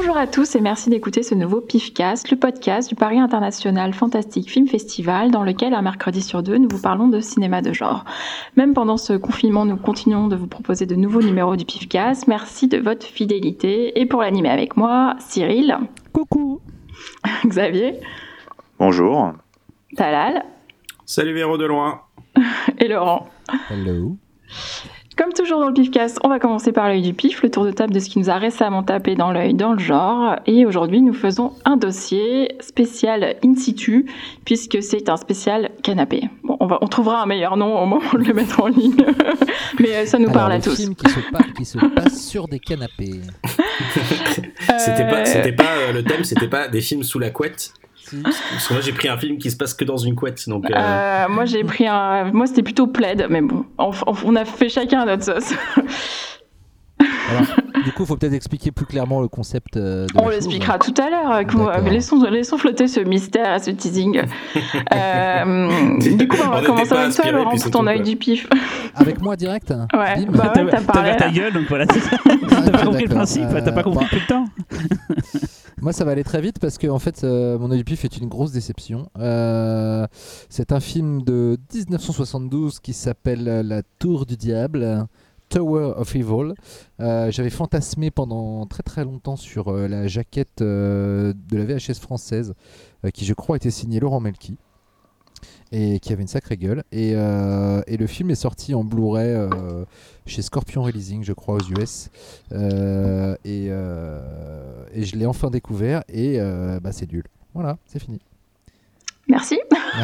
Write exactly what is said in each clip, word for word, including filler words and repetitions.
Bonjour à tous et merci d'écouter ce nouveau PIFcast, le podcast du Paris International Fantastic Film Festival, dans lequel un mercredi sur deux, nous vous parlons de cinéma de genre. Même pendant ce confinement, nous continuons de vous proposer de nouveaux numéros du PIFcast. Merci de votre fidélité. Et pour l'animer avec moi, Cyril. Coucou. Xavier. Bonjour. Talal. Salut Véro de loin. Et Laurent. Hello. Comme toujours dans le PIFcast, on va commencer par l'œil du pif, le tour de table de ce qui nous a récemment tapé dans l'œil dans le genre. Et aujourd'hui, nous faisons un dossier spécial in situ, puisque c'est un spécial canapé. Bon, on, va, on trouvera un meilleur nom au moment de le mettre en ligne, mais ça nous Alors, parle à les tous. films qui se, pa- qui se passent sur des canapés. C'était pas, Euh, c'était pas euh, le thème, c'était pas des films sous la couette. Si. Parce que moi j'ai pris un film qui se passe que dans une couette, donc. Euh... Euh, moi j'ai pris un, moi c'était plutôt plaid, mais bon, on, on a fait chacun notre sauce. Alors, du coup, il faut peut-être expliquer plus clairement le concept euh, de On la l'expliquera chose. tout à l'heure. Comment- D'accord. Laissons, laissons flotter ce mystère et ce teasing. Euh, du coup, on On va était commencer pas avec toi, inspirés, Laurent, puis pour c'est ton tout, œil quoi. du pif. Avec moi direct. Ouais, Bim. bah T'as ouais, t'as t'as parlé. ouvert ta là. gueule, donc voilà, c'est ça. Ah, T'as pas ok, compris le d'accord. principe, t'as pas Euh, compris bon. tout le temps. Moi, ça va aller très vite parce que en fait, euh, mon œil du pif est une grosse déception. Euh, c'est un film de dix-neuf cent soixante-douze qui s'appelle La Tour du Diable, Tower of Evil. Euh, j'avais fantasmé pendant très très longtemps sur euh, la jaquette euh, de la V H S française, euh, qui je crois était signée Laurent Melki, et qui avait une sacrée gueule. Et, euh, et le film est sorti en Blu-ray euh, chez Scorpion Releasing, je crois, aux U S. Euh, et, euh, et je l'ai enfin découvert, et euh, bah, c'est nul. Voilà, c'est fini. Merci.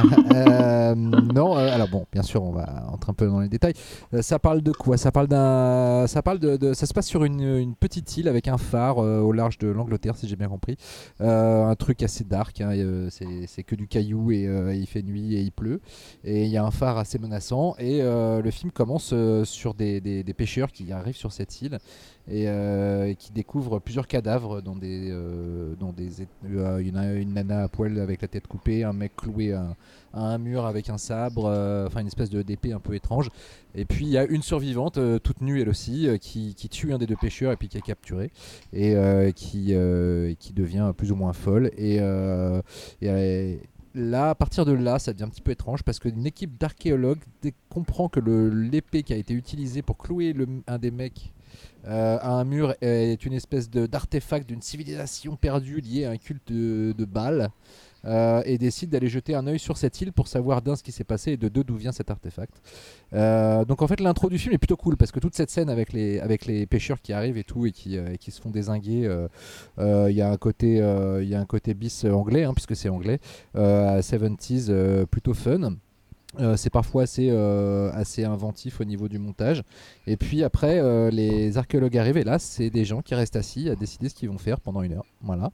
Euh, non, euh, alors bon, bien sûr, on va entrer un peu dans les détails. Euh, ça parle de quoi ? Ça parle d'un, ça parle de, de- ça se passe sur une, une petite île avec un phare euh, au large de l'Angleterre, si j'ai bien compris. Euh, un truc assez dark. Hein, euh, c'est, c'est que du caillou et euh, il fait nuit et il pleut. Et il y a un phare assez menaçant. Et euh, le film commence euh, sur des, des, des pêcheurs qui arrivent sur cette île et euh, et qui découvrent plusieurs cadavres dans des, euh, dans des, é- euh, il y en a une nana à poil avec la tête coupée, un mec cloué à, à un mur avec un sabre, euh, enfin une espèce de d'épée un peu étrange. Et puis il y a une survivante, euh, toute nue elle aussi, euh, qui, qui tue un des deux pêcheurs et puis qui est capturée et euh, qui, euh, qui devient plus ou moins folle. Et, euh, et elle- là, à partir de là, ça devient un petit peu étrange parce qu'une équipe d'archéologues dé- comprend que le, l'épée qui a été utilisée pour clouer le, un des mecs euh, à un mur est une espèce de, d'artefact d'une civilisation perdue liée à un culte de, de Baal. Euh, et décide d'aller jeter un œil sur cette île pour savoir d'un ce qui s'est passé et de deux d'où vient cet artefact. Euh, donc en fait l'intro du film est plutôt cool parce que toute cette scène avec les, avec les pêcheurs qui arrivent et tout et qui, euh, et qui se font dézinguer, euh, euh, il y a un côté, euh, il y a un côté bis anglais, hein, puisque c'est anglais, euh, à soixante-dix, euh, plutôt fun. Euh, c'est parfois assez, euh, assez inventif au niveau du montage. Et puis après, euh, les archéologues arrivent et là, c'est des gens qui restent assis à décider ce qu'ils vont faire pendant une heure. Voilà.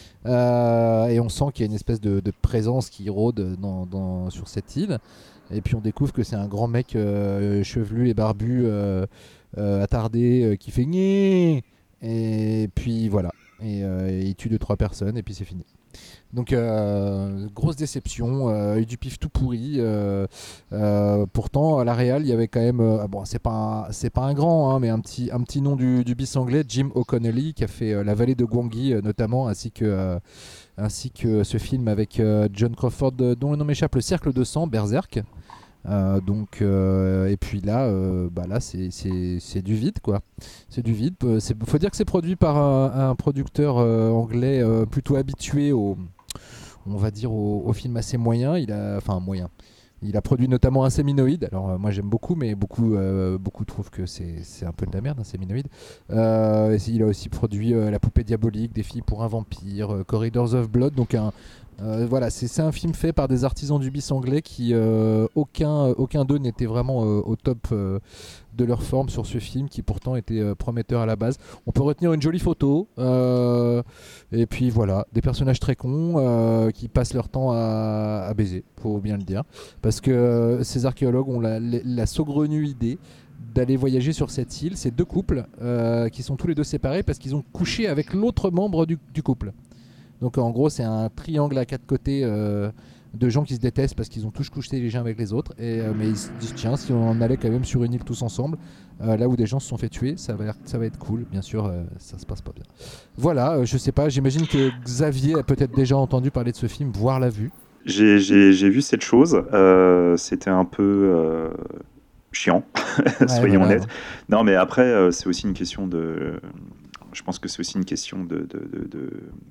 Euh, et on sent qu'il y a une espèce de, de présence qui rôde dans, dans, sur cette île. Et puis on découvre que c'est un grand mec euh, chevelu et barbu, euh, euh, attardé, euh, qui fait gné. Et puis voilà. Et euh, il tue deux trois personnes et puis c'est fini. Donc euh, grosse déception, euh, et du pif tout pourri. Euh, euh, pourtant à la réal il y avait quand même, euh, bon c'est pas un, c'est pas un grand, hein, mais un petit un petit nom du, du bis anglais, Jim O'Connelly, qui a fait euh, La Vallée de Gwangi euh, notamment, ainsi que euh, ainsi que ce film avec euh, John Crawford, euh, dont le nom m'échappe, Le Cercle de Sang, Berserk. Euh, donc euh, et puis là, euh, bah là c'est, c'est, c'est du vide quoi. C'est du vide. Euh, C'est, faut dire que c'est produit par un, un producteur euh, anglais euh, plutôt habitué au, on va dire au, au film assez moyen. Il a, enfin moyen. Il a produit notamment Inséminoïde. Alors euh, moi j'aime beaucoup, mais beaucoup, euh, beaucoup trouvent que c'est, c'est un peu de la merde, Inséminoïde. Euh, il a aussi produit euh, La Poupée Diabolique, Des filles pour un vampire, euh, Corridors of Blood. Donc un Euh, voilà, c'est, c'est un film fait par des artisans du bis anglais qui euh, aucun, aucun d'eux n'était vraiment euh, au top euh, de leur forme sur ce film, qui pourtant était euh, prometteur à la base. On peut retenir une jolie photo euh, et puis voilà, des personnages très cons euh, qui passent leur temps à, à baiser, faut bien le dire, parce que euh, ces archéologues ont la, la, la saugrenue idée d'aller voyager sur cette île. C'est deux couples euh, qui sont tous les deux séparés parce qu'ils ont couché avec l'autre membre du, du couple. Donc en gros c'est un triangle à quatre côtés euh, de gens qui se détestent parce qu'ils ont tous couché les uns avec les autres. Et, euh, mais ils se disent tiens, si on allait quand même sur une île tous ensemble, euh, là où des gens se sont fait tuer, ça va, ça va être cool. Bien sûr, euh, ça se passe pas bien. Voilà, euh, je sais pas, j'imagine que Xavier a peut-être déjà entendu parler de ce film, voire l'a vu. J'ai, j'ai, j'ai vu cette chose, euh, c'était un peu euh, chiant, Ouais, soyons voilà, honnêtes. ouais. Non, mais après, euh, c'est aussi une question de. Je pense que c'est aussi une question de, de, de, de,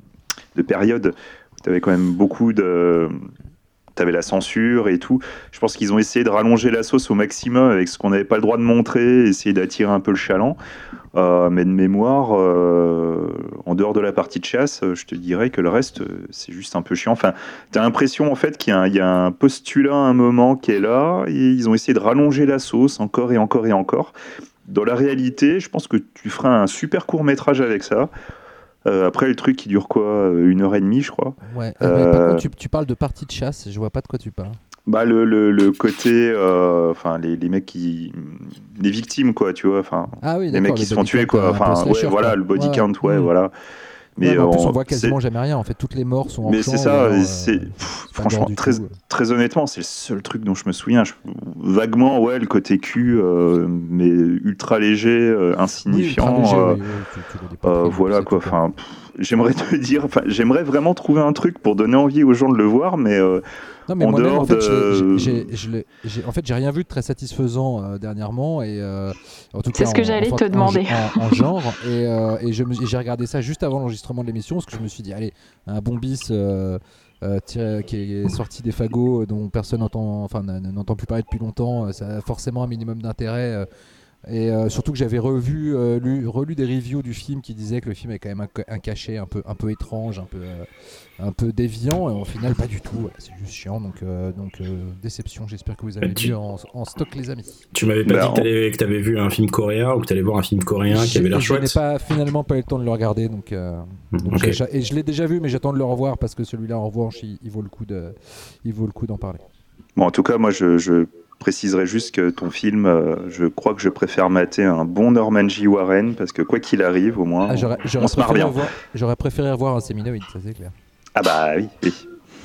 de période où tu avais quand même beaucoup de. Tu avais la censure et tout. Je pense qu'ils ont essayé de rallonger la sauce au maximum avec ce qu'on n'avait pas le droit de montrer, essayer d'attirer un peu le chaland. Euh, mais de mémoire, euh, en dehors de la partie de chasse, je te dirais que le reste, c'est juste un peu chiant. Enfin, tu as l'impression en fait qu'il y a, un, il y a un postulat à un moment qui est là, et ils ont essayé de rallonger la sauce encore et encore et encore. Dans la réalité, je pense que tu feras un super court métrage avec ça. Euh, après, le truc qui dure quoi, une heure et demie, je crois. Ouais. Euh, Mais par contre, tu, tu parles de partie de chasse, je vois pas de quoi tu parles. Bah le, le, le côté, enfin euh, les, les mecs qui, les victimes quoi, tu vois, enfin Ah oui, les mecs qui se font tuer quoi, enfin ouais, voilà quoi. Le body count, ouais, ouais, mmh. voilà. Mais, ouais, mais en plus, on voit quasiment jamais rien. En fait, toutes les morts sont en mais champ. c'est ça, alors, c'est, euh, pff, franchement, très, tout. très honnêtement, c'est le seul truc dont je me souviens. Je, vaguement, ouais, le côté cul, euh, mais ultra léger, euh, insignifiant. Oui, léger, euh, oui, oui, tu, tu euh, voilà quoi. Enfin, j'aimerais te dire, enfin, j'aimerais vraiment trouver un truc pour donner envie aux gens de le voir, mais. Euh, Non mais en moi-même en fait, de... j'ai, j'ai, j'ai, j'ai, en fait j'ai rien vu de très satisfaisant euh, dernièrement et euh, en tout c'est cas ce que en, j'allais en, te en, demander en, en genre et, euh, et, je me, et j'ai regardé ça juste avant l'enregistrement de l'émission parce que je me suis dit allez un bon bis euh, euh, tiré, qui est sorti des fagots dont personne n'entend, enfin n'entend plus parler depuis longtemps, ça a forcément un minimum d'intérêt. Euh, Et euh, surtout que j'avais revu, euh, lu, relu des reviews du film qui disaient que le film est quand même un, un cachet un peu, un peu étrange, un peu, euh, un peu déviant, et au final pas du tout. Voilà, c'est juste chiant, donc, euh, donc euh, déception. J'espère que vous avez lu en, en stock, les amis. Tu m'avais pas bah, dit que tu avais vu un film coréen ou que tu allais voir un film coréen j'ai, qui avait l'air je chouette. Je n'ai pas, finalement pas eu le temps de le regarder, donc, euh, donc okay. et je l'ai déjà vu, mais j'attends de le revoir parce que celui-là en revanche, il, il vaut le coup de, il vaut le coup d'en parler. Bon, en tout cas, moi, je, je préciserai juste que ton film, euh, je crois que je préfère mater un bon Norman J. Warren parce que quoi qu'il arrive, au moins, ah, j'aurais, j'aurais on se marre bien. Voir, j'aurais préféré revoir un séminoïde, ça c'est clair. Ah bah oui, oui.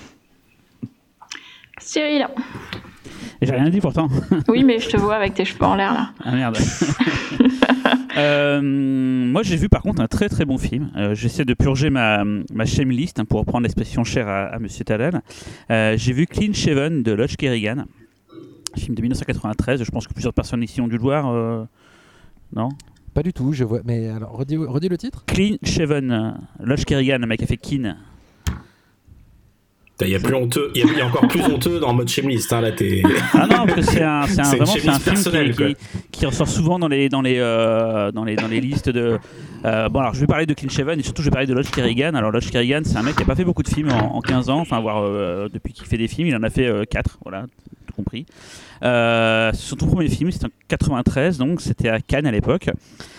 Cyril. J'ai rien dit pourtant. Oui, mais je te vois avec tes cheveux en l'air là. Ah merde. euh, moi, j'ai vu par contre un très très bon film. Euh, j'essaie de purger ma, ma shame list hein, pour reprendre l'expression chère à, à Monsieur Talal. Euh, j'ai vu Clean Shaven de Lodge Kerrigan. Film de dix-neuf cent quatre-vingt-treize, je pense que plusieurs personnes ici ont dû le voir. Euh... Non ? Pas du tout, je vois. Mais alors, redis, redis le titre ? Clean Shaven, Lodge Kerrigan, le mec qui a fait Keen. Il y a plus honteux, il y, y a encore plus honteux dans le mode shamelist, hein, là t'es. Ah non, parce que c'est un, c'est un, c'est vraiment c'est un film qui, qui, qui ressort souvent dans les dans les euh, dans les dans les listes de. Euh, bon alors je vais parler de Clean Shaven et surtout je vais parler de Lodge Kerrigan. Alors Lodge Kerrigan, c'est un mec qui a pas fait beaucoup de films en, en quinze ans, enfin voire euh, depuis qu'il fait des films, il en a fait euh, quatre, voilà, tout compris. Euh, son tout premier film, c'était en quatre-vingt-treize, donc c'était à Cannes à l'époque.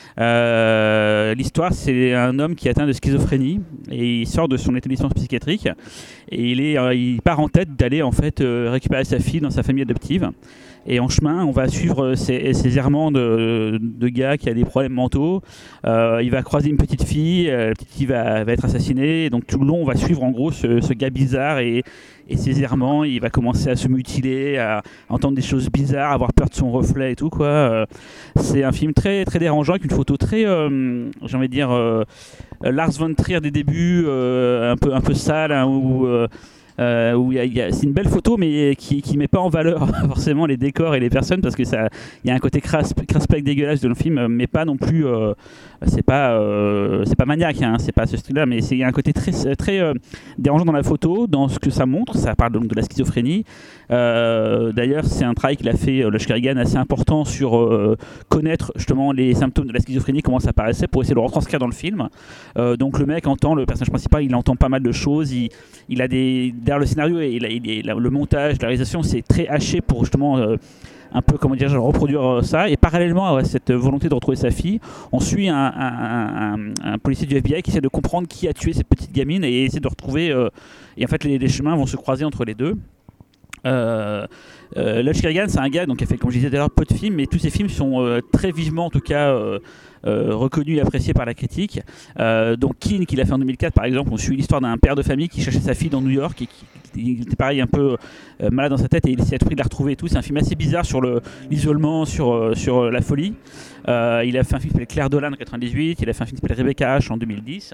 Euh, l'histoire, c'est un homme qui est atteint de schizophrénie et il sort de son établissement psychiatrique et il, est, euh, il part en tête d'aller en fait euh, récupérer sa fille dans sa famille adoptive. Et en chemin, on va suivre ces, ces errements de, de gars qui a des problèmes mentaux. Euh, il va croiser une petite fille, euh, la petite fille va, va être assassinée. Et donc tout le long, on va suivre en gros ce, ce gars bizarre et, et ses errements. Il va commencer à se mutiler, à entendre des choses bizarres, à avoir peur de son reflet et tout quoi. Euh, c'est un film très très dérangeant avec une photo très, euh, j'ai envie de dire, euh, Lars von Trier des débuts, euh, un peu un peu sale hein, où euh, Euh, où y a, y a, c'est une belle photo mais qui qui met pas en valeur forcément les décors et les personnes parce que ça il y a un côté crasse crasse-pack dégueulasse de le film mais pas non plus euh, c'est pas euh, c'est pas maniaque hein, c'est pas ce style là mais c'est il y a un côté très très euh, dérangeant dans la photo dans ce que ça montre. Ça parle donc de la schizophrénie. Euh, d'ailleurs c'est un travail qu'il a fait euh, Lodge Kerrigan assez important sur euh, connaître justement les symptômes de la schizophrénie, comment ça apparaissait pour essayer de le retranscrire dans le film. Euh, donc le mec entend, le personnage principal il entend pas mal de choses, il, il a des derrière le scénario et, il a, il, il, le montage, la réalisation c'est très haché pour justement euh, un peu comment dire reproduire euh, ça et parallèlement à cette volonté de retrouver sa fille on suit un, un, un, un policier du F B I qui essaie de comprendre qui a tué cette petite gamine et essaie de retrouver euh, et en fait les, les chemins vont se croiser entre les deux. Euh, euh, Lutz Kerrigan, c'est un gars donc, qui a fait, comme je disais tout à l'heure, peu de films, mais tous ses films sont euh, très vivement, en tout cas, euh, euh, reconnus et appréciés par la critique. Euh, donc Kin, qu'il a fait en deux mille quatre, par exemple, on suit l'histoire d'un père de famille qui cherchait sa fille dans New York et qui, qui était pareil un peu euh, malade dans sa tête et il essayait à tout prix de la retrouver et tout. C'est un film assez bizarre sur le, l'isolement, sur, euh, sur euh, la folie. Euh, il a fait un film qui s'appelle Claire Dolan en quatre-vingt-dix-huit, il a fait un film qui s'appelle Rebecca H en deux mille dix.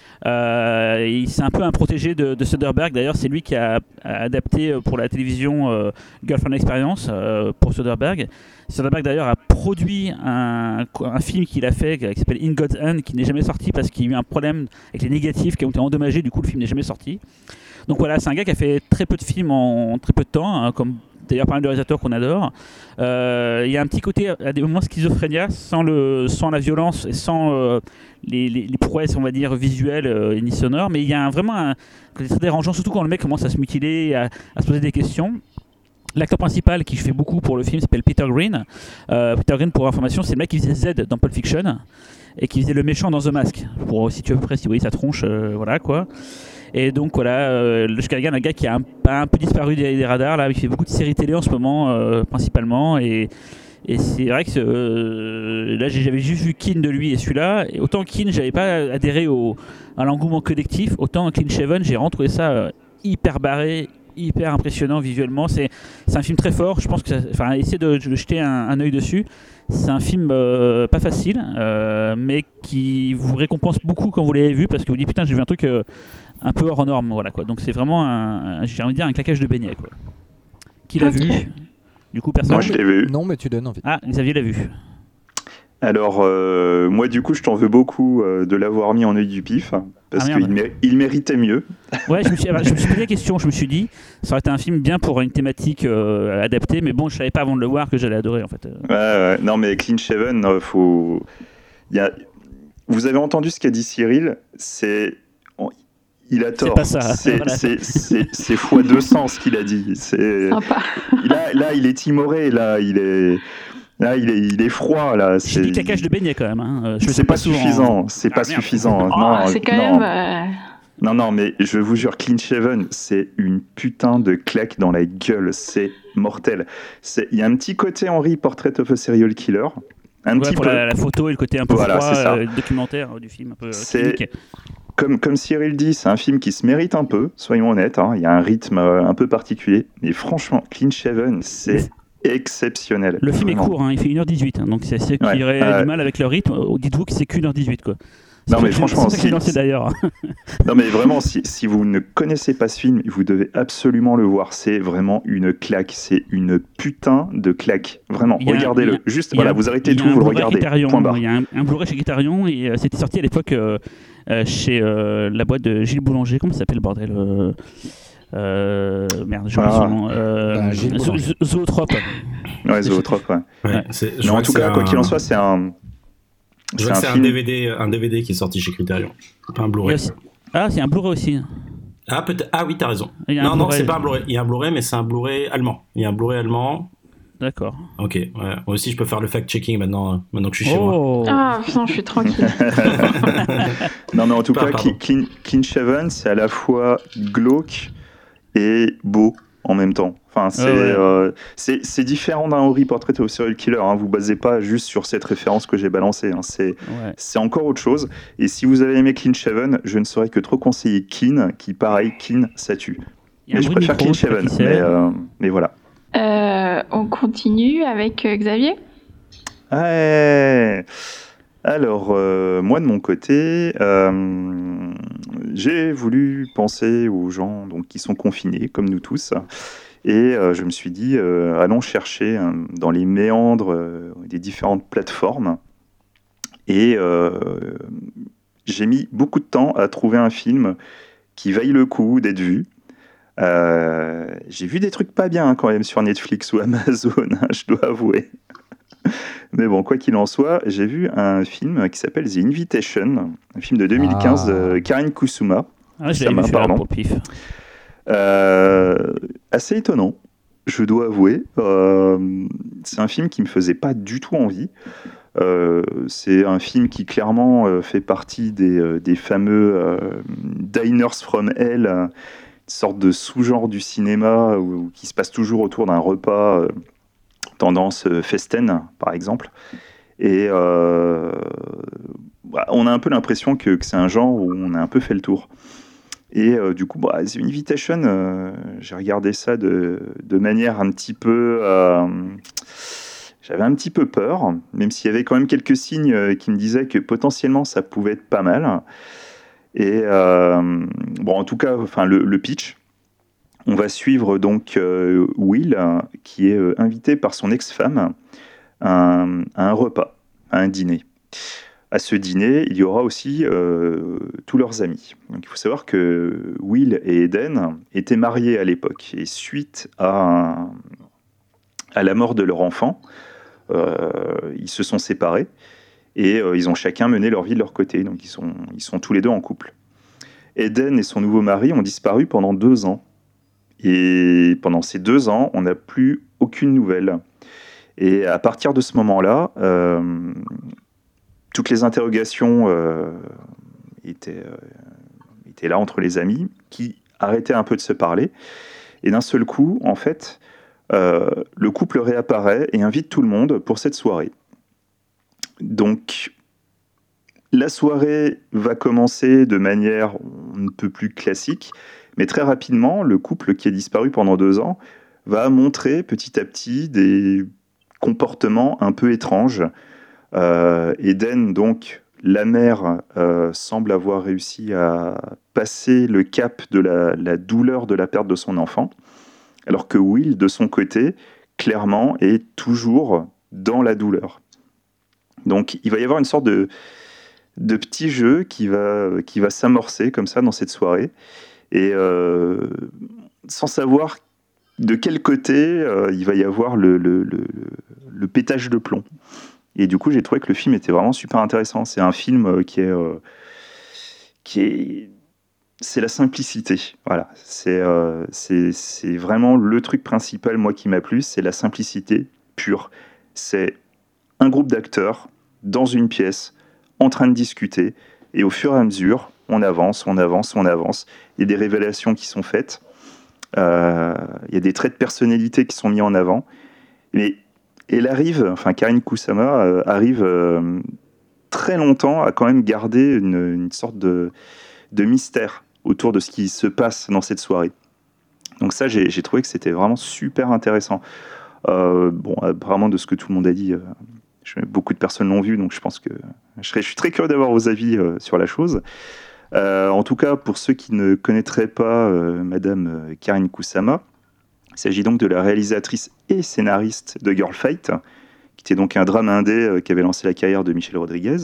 Euh, il, c'est un peu un protégé de, de Soderbergh. D'ailleurs, c'est lui qui a, a adapté pour la télévision euh, Girlfriend Experience euh, pour Soderbergh. Soderbergh d'ailleurs a produit un, un film qu'il a fait qui s'appelle In God's Hand, qui n'est jamais sorti parce qu'il y a eu un problème avec les négatifs qui ont été endommagés. Du coup, le film n'est jamais sorti. Donc voilà, c'est un gars qui a fait très peu de films en très peu de temps, hein, comme d'ailleurs pas mal de réalisateurs qu'on adore. Euh, il y a un petit côté à des moments schizophrénia, sans, le, sans la violence et sans euh, les, les, les prouesses, on va dire, visuelles euh, ni sonores, mais il y a un, vraiment un côté très dérangeant, surtout quand le mec commence à se mutiler, à, à se poser des questions. L'acteur principal qui fait beaucoup pour le film s'appelle Peter Green. Euh, Peter Green, pour information, c'est le mec qui faisait Z dans Pulp Fiction et qui faisait le méchant dans The Mask. Pour situer à peu près si vous voyez sa tronche, euh, voilà quoi. Et donc voilà, euh, Lutz Kerrigan, un gars qui a un, un peu disparu des, des radars, là, il fait beaucoup de séries télé en ce moment, euh, principalement, et, et c'est vrai que euh, là j'avais juste vu Kin de lui et celui-là, et autant Kin, j'avais pas adhéré au, à l'engouement collectif, autant Clean Shaven, j'ai vraiment trouvé ça euh, hyper barré, hyper impressionnant visuellement. C'est, c'est un film très fort, je pense que ça, enfin, essayez de, de jeter un, un œil dessus. C'est un film euh, pas facile, euh, mais qui vous récompense beaucoup quand vous l'avez vu, parce que vous dites putain, j'ai vu un truc euh, un peu hors norme, voilà quoi. Donc c'est vraiment un, un, j'ai envie de dire un claquage de beignet quoi. Qui l'a okay. vu? Du coup personne. Moi je l'ai vu. Non, mais tu donnes envie. Ah, Xavier l'a vu. Alors, euh, moi, du coup, je t'en veux beaucoup euh, de l'avoir mis en œil du pif, parce ah, qu'il mér- il méritait mieux. Ouais, je me, suis, je me suis posé la question, je me suis dit, ça aurait été un film bien pour une thématique euh, adaptée, mais bon, je savais pas avant de le voir que j'allais adorer, en fait. Ouais, ouais. Non, mais Clean Shaven, euh, faut... Il y a... Vous avez entendu ce qu'a dit Cyril, c'est... Il a tort. C'est pas ça. C'est, voilà. c'est, c'est, c'est fois deux cents ce qu'il a dit. C'est... Sympa. Là, là, il est timoré, là, il est... Là, il est, il est froid, là. C'est du claquage de beignet, quand même. Hein. Je c'est sais pas, pas souvent, suffisant. hein. C'est ah, pas merde. suffisant. Oh, non, c'est quand non. même... Euh... Non, non, mais je vous jure, Clean Shaven, c'est une putain de claque dans la gueule. C'est mortel. Il y a un petit côté Henry, Portrait of a Serial Killer. Un ouais, petit pour peu. La, la photo et le côté un peu voilà, froid, c'est euh, documentaire du film, un peu c'est... clinique. Comme, comme Cyril dit, c'est un film qui se mérite un peu, soyons honnêtes. Hein. Il y a un rythme euh, un peu particulier. Mais franchement, Clean Shaven, c'est exceptionnel. Le film vraiment. est court, hein, il fait une heure dix-huit, hein, donc c'est ceux qui ouais, auraient euh... du mal avec le rythme, dites-vous que c'est qu'une heure dix-huit quoi. C'est non mais franchement, c'est ça si, d'ailleurs. non mais vraiment, si, si vous ne connaissez pas ce film, vous devez absolument le voir. C'est vraiment une claque, c'est une putain de claque. Vraiment, regardez-le. Un, Juste, voilà, un, vous arrêtez tout, vous le regardez. Point barre. Il y a un, un Blu-ray chez Guitarion et euh, c'était sorti à l'époque euh, euh, chez euh, la boîte de Gilles Boulanger. Comment ça s'appelle le bordel euh... Euh, merde, j'ai oublié son nom. Euh, bah, Zo- Zootrope. Ouais, Zootrope, ouais. ouais c'est, Mais en tout cas, un... quoi qu'il en soit, c'est un. Je vois que c'est un, un D V D, un D V D qui est sorti chez Criterion, pas un Blu-ray. Aussi... Ah, c'est un Blu-ray aussi. Ah, peut-être... ah oui, t'as raison. Non, non, c'est pas un Blu-ray. Il y a un Blu-ray, mais c'est un Blu-ray allemand. Il y a un Blu-ray allemand. D'accord. Ok, ouais. Moi aussi, je peux faire le fact-checking maintenant, maintenant que je suis chez oh. moi. Ah, putain, je suis tranquille. Non, mais en tout pas, cas, Clean, Clean Shaven, c'est à la fois glauque et beau en même temps. Enfin, c'est, oh ouais. euh, c'est, c'est différent d'un Henry Portrait of a Serial Killer. Hein. Vous basez pas juste sur cette référence que j'ai balancée. Hein. C'est, ouais. c'est encore autre chose. Et si vous avez aimé Clean Shaven, je ne saurais que trop conseiller Kin, qui pareil, Kin, ça tue. Mais je préfère Clean Shaven. Mais, euh, mais voilà. Euh, on continue avec euh, Xavier. Ouais. Alors, euh, moi de mon côté, euh, j'ai voulu penser aux gens donc, qui sont confinés, comme nous tous, et euh, je me suis dit, euh, allons chercher hein, dans les méandres euh, des différentes plateformes, et euh, j'ai mis beaucoup de temps à trouver un film qui vaille le coup d'être vu. Euh, j'ai vu des trucs pas bien hein, quand même sur Netflix ou Amazon, hein, je dois avouer. Mais bon, quoi qu'il en soit, j'ai vu un film qui s'appelle The Invitation, un film de deux mille quinze ah. de Karyn Kusuma. Ah, je l'avais vu pardon. Pour le pif. Euh, assez étonnant, je dois avouer. Euh, c'est un film qui me faisait pas du tout envie. Euh, c'est un film qui clairement euh, fait partie des, euh, des fameux euh, Diners from Hell, euh, sorte de sous-genre du cinéma où, où, qui se passe toujours autour d'un repas euh, tendance euh, festaine, par exemple. Et euh, bah, on a un peu l'impression que, que c'est un genre où on a un peu fait le tour. Et euh, du coup, bah, The Invitation, euh, j'ai regardé ça de, de manière un petit peu... Euh, j'avais un petit peu peur, même s'il y avait quand même quelques signes euh, qui me disaient que potentiellement ça pouvait être pas mal. Et euh, bon, en tout cas, enfin, le, le pitch, on va suivre donc euh, Will, qui est euh, invité par son ex-femme à un, à un repas, à un dîner. À ce dîner, il y aura aussi euh, tous leurs amis. Donc, il faut savoir que Will et Eden étaient mariés à l'époque. Et suite à, à la mort de leur enfant, euh, ils se sont séparés et euh, ils ont chacun mené leur vie de leur côté. Donc, ils sont, ils sont tous les deux en couple. Eden et son nouveau mari ont disparu pendant deux ans. Et pendant ces deux ans, on n'a plus aucune nouvelle. Et à partir de ce moment-là, euh, toutes les interrogations euh, étaient, euh, étaient là entre les amis, qui arrêtaient un peu de se parler. Et d'un seul coup, en fait, euh, le couple réapparaît et invite tout le monde pour cette soirée. Donc, la soirée va commencer de manière un peu plus classique, mais très rapidement, le couple qui a disparu pendant deux ans va montrer petit à petit des comportements un peu étranges. Euh, Eden, donc, la mère, euh, semble avoir réussi à passer le cap de la, la douleur de la perte de son enfant, alors que Will, de son côté, clairement, est toujours dans la douleur. Donc, il va y avoir une sorte de, de petit jeu qui va, qui va s'amorcer comme ça dans cette soirée, et euh, sans savoir de quel côté euh, il va y avoir le, le, le, le pétage de plomb. Et du coup, j'ai trouvé que le film était vraiment super intéressant. C'est un film qui est... Euh, qui est c'est la simplicité. Voilà. C'est, euh, c'est, c'est vraiment le truc principal, moi, qui m'a plu. C'est la simplicité pure. C'est un groupe d'acteurs dans une pièce, en train de discuter. Et au fur et à mesure, on avance, on avance, on avance. Il y a des révélations qui sont faites. Euh, il y a des traits de personnalité qui sont mis en avant. Mais elle arrive, enfin Karyn Kusama euh, arrive euh, très longtemps à quand même garder une, une sorte de, de mystère autour de ce qui se passe dans cette soirée. Donc ça, j'ai, j'ai trouvé que c'était vraiment super intéressant. Euh, bon, apparemment de ce que tout le monde a dit, euh, je, beaucoup de personnes l'ont vu, donc je pense que je, serais, je suis très curieux d'avoir vos avis euh, sur la chose. Euh, en tout cas, pour ceux qui ne connaîtraient pas euh, Madame Karyn Kusama, il s'agit donc de la réalisatrice et scénariste de Girl Fight, qui était donc un drame indé euh, qui avait lancé la carrière de Michelle Rodriguez.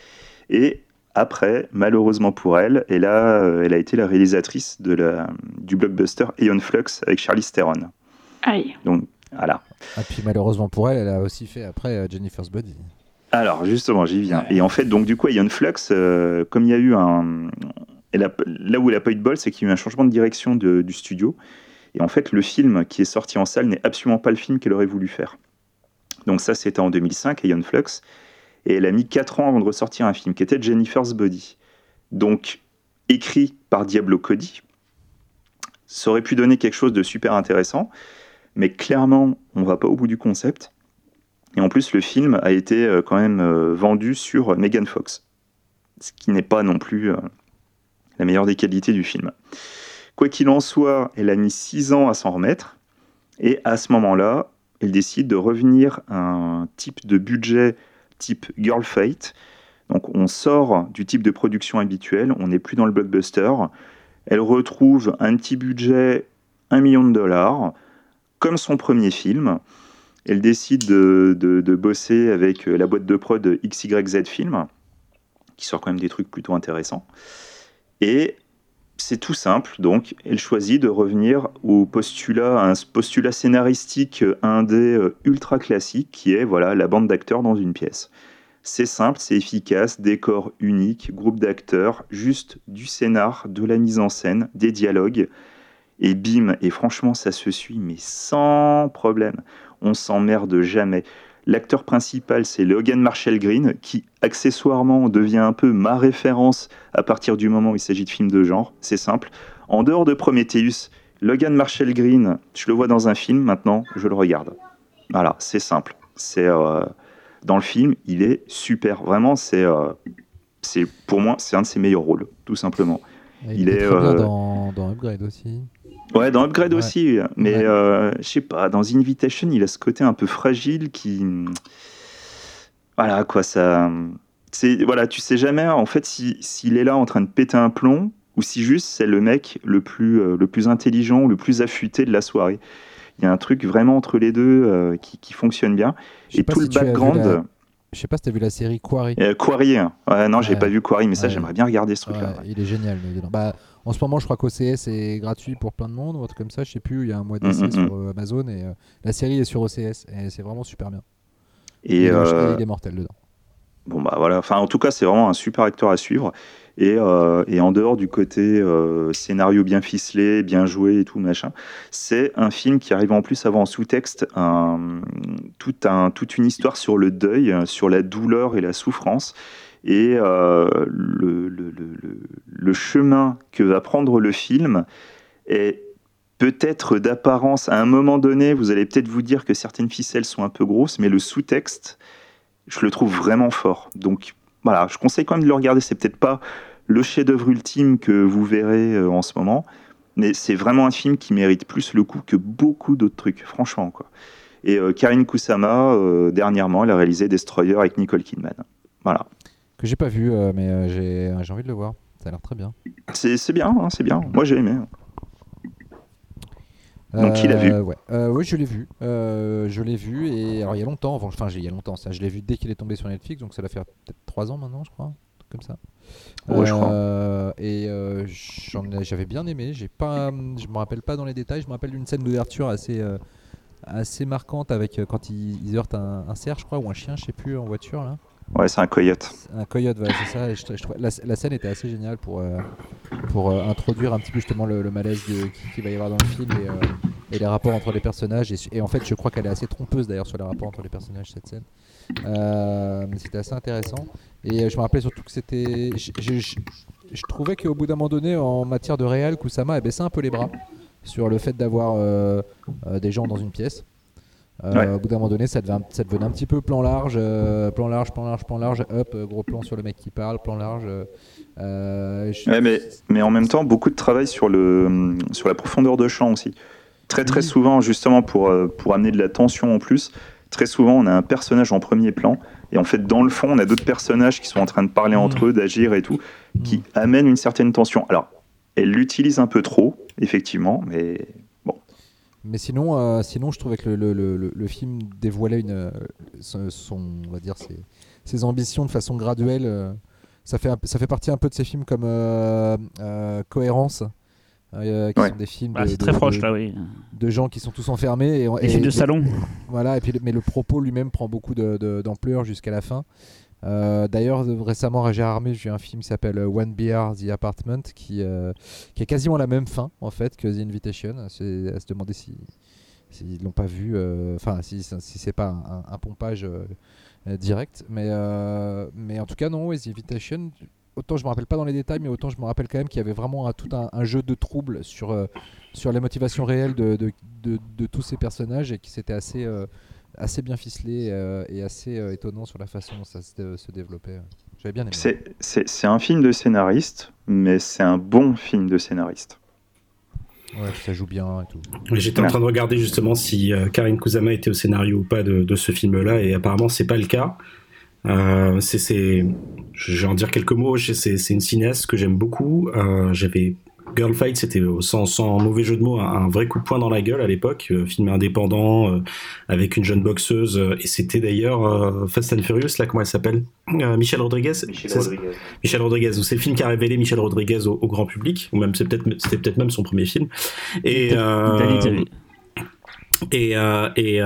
Et après, malheureusement pour elle, elle a, euh, elle a été la réalisatrice de la, du blockbuster Aeon Flux avec Charlize Theron. Aïe. Donc, voilà. Et puis malheureusement pour elle, elle a aussi fait après euh, Jennifer's Body. Alors, justement, j'y viens. Ouais. Et en fait, donc du coup, Aeon Flux, euh, comme il y a eu un... Elle a, là où elle n'a pas eu de bol, c'est qu'il y a eu un changement de direction de, du studio. Et en fait, le film qui est sorti en salle n'est absolument pas le film qu'elle aurait voulu faire. Donc ça, c'était en deux mille cinq, Aeon Flux. Et elle a mis quatre ans avant de ressortir un film qui était Jennifer's Body. Donc, écrit par Diablo Cody. Ça aurait pu donner quelque chose de super intéressant. Mais clairement, on ne va pas au bout du concept. Et en plus, le film a été quand même vendu sur Megan Fox. Ce qui n'est pas non plus la meilleure des qualités du film. Quoi qu'il en soit, elle a mis six ans à s'en remettre. Et à ce moment-là, elle décide de revenir à un type de budget type Girl Fight. Donc on sort du type de production habituel, on n'est plus dans le blockbuster. Elle retrouve un petit budget, un million de dollars, comme son premier film. Elle décide de, de, de bosser avec la boîte de prod X Y Z Film, qui sort quand même des trucs plutôt intéressants. Et c'est tout simple, donc elle choisit de revenir au postulat, à un postulat scénaristique indé ultra classique qui est voilà, la bande d'acteurs dans une pièce. C'est simple, c'est efficace, décor unique, groupe d'acteurs, juste du scénar, de la mise en scène, des dialogues, et bim, et franchement ça se suit, mais sans problème, on s'emmerde jamais. L'acteur principal, c'est Logan Marshall Green, qui accessoirement devient un peu ma référence à partir du moment où il s'agit de films de genre. C'est simple. En dehors de Prometheus, Logan Marshall Green, je le vois dans un film, maintenant, je le regarde. Voilà, c'est simple. C'est, euh, dans le film, il est super. Vraiment, c'est, euh, c'est, pour moi, c'est un de ses meilleurs rôles, tout simplement. Et il, il est très euh... bien dans, dans Upgrade aussi. Ouais, dans Upgrade ouais. aussi. Mais ouais. euh, je sais pas, dans The Invitation, il a ce côté un peu fragile qui... Voilà, quoi, ça... C'est, voilà, tu sais jamais, en fait, si, s'il est là en train de péter un plomb, ou si juste c'est le mec le plus, euh, le plus intelligent ou le plus affûté de la soirée. Il y a un truc vraiment entre les deux euh, qui, qui fonctionne bien. Et tout si le background... La... Je sais pas si tu as vu la série Quarry. Euh, Quarry, hein. ouais, non, ouais. j'ai pas vu Quarry, mais ça, ouais. j'aimerais bien regarder ce truc-là. Ouais, ouais. Il est génial. Bah, en ce moment, je crois qu'O C S est gratuit pour plein de monde, ou un truc comme ça, je sais plus, il y a un mois d'essai mm-hmm. sur euh, Amazon, et euh, la série est sur O C S, et c'est vraiment super bien. Et, et euh... il est mortel dedans. Bon bah voilà, enfin en tout cas c'est vraiment un super acteur à suivre et, euh, et en dehors du côté euh, scénario bien ficelé, bien joué et tout machin, c'est un film qui arrive en plus à avoir en sous-texte un, tout un, toute une histoire sur le deuil, sur la douleur et la souffrance et euh, le, le, le, le chemin que va prendre le film est peut-être d'apparence, à un moment donné vous allez peut-être vous dire que certaines ficelles sont un peu grosses, mais le sous-texte je le trouve vraiment fort. Donc voilà, je conseille quand même de le regarder. C'est peut-être pas le chef-d'œuvre ultime que vous verrez euh, en ce moment, mais c'est vraiment un film qui mérite plus le coup que beaucoup d'autres trucs, franchement, quoi. Et euh, Karyn Kusama, euh, dernièrement, elle a réalisé Destroyer avec Nicole Kidman. Voilà. Que j'ai pas vu, euh, mais euh, j'ai, j'ai envie de le voir. Ça a l'air très bien. C'est, c'est bien, hein, c'est bien. Moi, j'ai aimé. Donc, il a vu. Ouais, euh, ouais je l'ai vu. Euh, je l'ai vu et alors il y a longtemps. Enfin, il y a longtemps. Ça, je l'ai vu dès qu'il est tombé sur Netflix, donc ça doit faire peut-être trois ans maintenant, je crois, comme ça. Ouais, euh, je crois. Et euh, j'en ai, j'avais bien aimé. J'ai pas, je me rappelle pas dans les détails. Je me rappelle d'une scène d'ouverture assez, euh, assez marquante avec euh, quand ils, ils heurtent un, un cerf, je crois, ou un chien, je sais plus, en voiture là. Ouais, c'est un coyote. Un coyote, voilà, c'est ça. Et je, je trouvais, la, la scène était assez géniale pour, euh, pour euh, introduire un petit peu justement le, le malaise de, qui, qui va y avoir dans le film et, euh, et les rapports entre les personnages. Et, et en fait, je crois qu'elle est assez trompeuse d'ailleurs sur les rapports entre les personnages, cette scène. Euh, mais c'était assez intéressant. Et euh, je me rappelais surtout que c'était. Je, je, je, je trouvais qu'au bout d'un moment donné, en matière de réal, Kusama a baissé un peu les bras sur le fait d'avoir euh, euh, des gens dans une pièce. Euh, ouais. Au bout d'un moment donné, ça devenait, ça devenait un petit peu plan large, euh, plan large, plan large, plan large, hop, euh, gros plan sur le mec qui parle, plan large. Euh, je... ouais, mais, mais en même temps, beaucoup de travail sur, le, sur la profondeur de champ aussi. Très très oui. souvent, justement, pour, pour amener de la tension en plus, très souvent, on a un personnage en premier plan, et en fait, dans le fond, on a d'autres personnages qui sont en train de parler mmh. entre eux, d'agir et tout, mmh. qui amènent une certaine tension. Alors, elle l'utilise un peu trop, effectivement, mais... Mais sinon, euh, sinon, je trouvais que le, le, le, le film dévoilait une, euh, son, on va dire ses, ses ambitions de façon graduelle. Euh, ça fait, un, ça fait partie un peu de ces films comme euh, euh, Cohérence, euh, qui ouais. sont des films bah, de, c'est très de, proche de, là, oui. de gens qui sont tous enfermés. Et, et, et films de salon. Voilà, et puis, mais le propos lui-même prend beaucoup de, de, d'ampleur jusqu'à la fin. Euh, d'ailleurs, récemment, j'ai armé, j'ai un film qui s'appelle One Beer, The Apartment, qui, euh, qui a quasiment la même fin en fait que The Invitation. C'est à se demander si s'ils l'ont pas vu, enfin euh, si, si c'est pas un, un pompage euh, direct, mais euh, mais en tout cas non, The Invitation. Autant je me rappelle pas dans les détails, mais autant je me rappelle quand même qu'il y avait vraiment un, tout un, un jeu de trouble sur euh, sur les motivations réelles de de, de de tous ces personnages et qui c'était assez euh, assez bien ficelé euh, et assez euh, étonnant sur la façon dont ça se, se développait. J'avais bien aimé. C'est, c'est, c'est un film de scénariste, mais c'est un bon film de scénariste. Ouais, ça joue bien et tout. J'étais en train de regarder justement si euh, Karyn Kusama était au scénario ou pas de, de ce film-là, et apparemment c'est pas le cas. Euh, c'est, c'est, je vais en dire quelques mots. C'est, c'est une cinéaste que j'aime beaucoup. Euh, j'avais Girl Fight, c'était sans, sans mauvais jeu de mots un, un vrai coup de poing dans la gueule à l'époque, euh, film indépendant euh, avec une jeune boxeuse euh, et c'était d'ailleurs euh, Fast and Furious là, comment elle s'appelle, euh, Michelle Rodriguez. Michelle Rodriguez. Michelle Rodriguez. C'est le film qui a révélé Michelle Rodriguez au, au grand public, ou même c'est peut-être c'était peut-être même son premier film. Et euh, Et, euh, et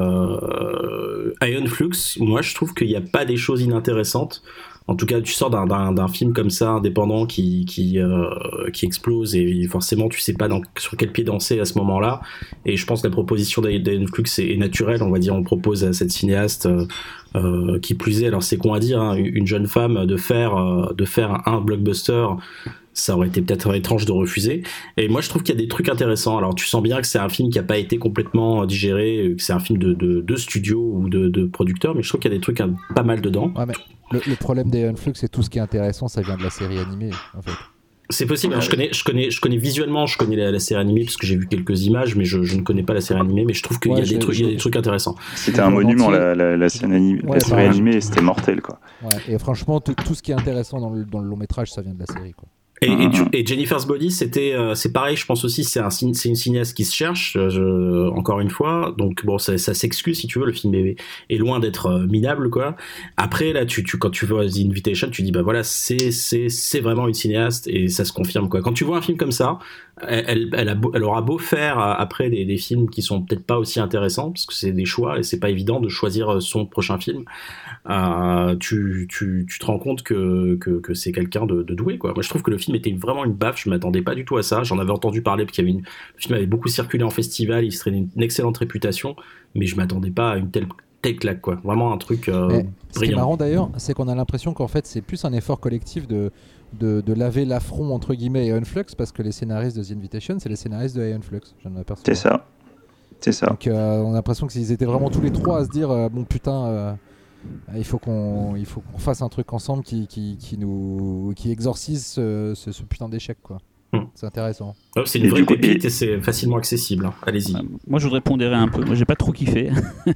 euh, Iron Flux, moi je trouve qu'il n'y a pas des choses inintéressantes. En tout cas, tu sors d'un, d'un, d'un film comme ça, indépendant, qui, qui, euh, qui explose, et forcément tu sais pas dans, sur quel pied danser à ce moment-là. Et je pense que la proposition d'Iron Flux est, est naturelle, on va dire. On propose à cette cinéaste, euh, qui plus est, alors c'est con à dire, hein, une jeune femme de faire, euh, de faire un blockbuster. ça aurait été peut-être étrange de refuser. Et moi, je trouve qu'il y a des trucs intéressants. Alors, tu sens bien que c'est un film qui a pas été complètement digéré, que c'est un film de, de, de studio ou de, de producteur, mais je trouve qu'il y a des trucs hein, pas mal dedans. Ouais, mais le, le problème d'Aeon Flux, c'est tout ce qui est intéressant, ça vient de la série animée, en fait. C'est possible. Alors, je connais, je connais, je connais visuellement, je connais la, la série animée parce que j'ai vu quelques images, mais je, je ne connais pas la série animée. Mais je trouve qu'il ouais, y a des trucs, il y a des trucs intéressants. C'était un monument la, la, la, série animée, ouais, la série animée, et c'était mortel, quoi. Ouais, et franchement, tout, tout ce qui est intéressant dans le, dans le long métrage, ça vient de la série, quoi. Et, et, et Jennifer's Body, c'était, euh, c'est pareil, je pense aussi, c'est, un, c'est une cinéaste qui se cherche, je, encore une fois. Donc bon, ça, ça s'excuse si tu veux, le film est, est loin d'être euh, minable, quoi. Après, là, tu, tu, quand tu vois The Invitation, tu dis bah voilà, c'est, c'est, c'est vraiment une cinéaste et ça se confirme, quoi. Quand tu vois un film comme ça, elle, elle, elle, a beau, elle aura beau faire après des, des films qui sont peut-être pas aussi intéressants parce que c'est des choix et c'est pas évident de choisir son prochain film. Euh, tu, tu, tu te rends compte que, que, que c'est quelqu'un de, de doué, quoi. Moi, je trouve que le film était vraiment une baffe, je m'attendais pas du tout à ça. J'en avais entendu parler parce qu'il y avait une... le film avait beaucoup circulé en festival, il se traînait une excellente réputation, mais je m'attendais pas à une telle, telle claque, quoi. Vraiment un truc euh, brillant. Ce qui est marrant d'ailleurs, c'est qu'on a l'impression qu'en fait c'est plus un effort collectif de, de, de laver l'affront entre guillemets Aeon Flux, parce que les scénaristes de The Invitation, c'est les scénaristes de Aeon Flux. J'en ai aperçu. C'est ça. C'est ça. Donc euh, on a l'impression qu'ils étaient vraiment tous les trois à se dire euh, bon putain. Euh, Il faut qu'on, il faut qu'on fasse un truc ensemble qui, qui, qui nous, qui exorcise ce, ce, ce putain d'échec, quoi. Mmh. C'est intéressant. Oh, c'est une et vraie pépite et c'est facilement accessible. Hein. Allez-y. Bah, moi, je voudrais pondérer un peu. Moi, j'ai pas trop kiffé.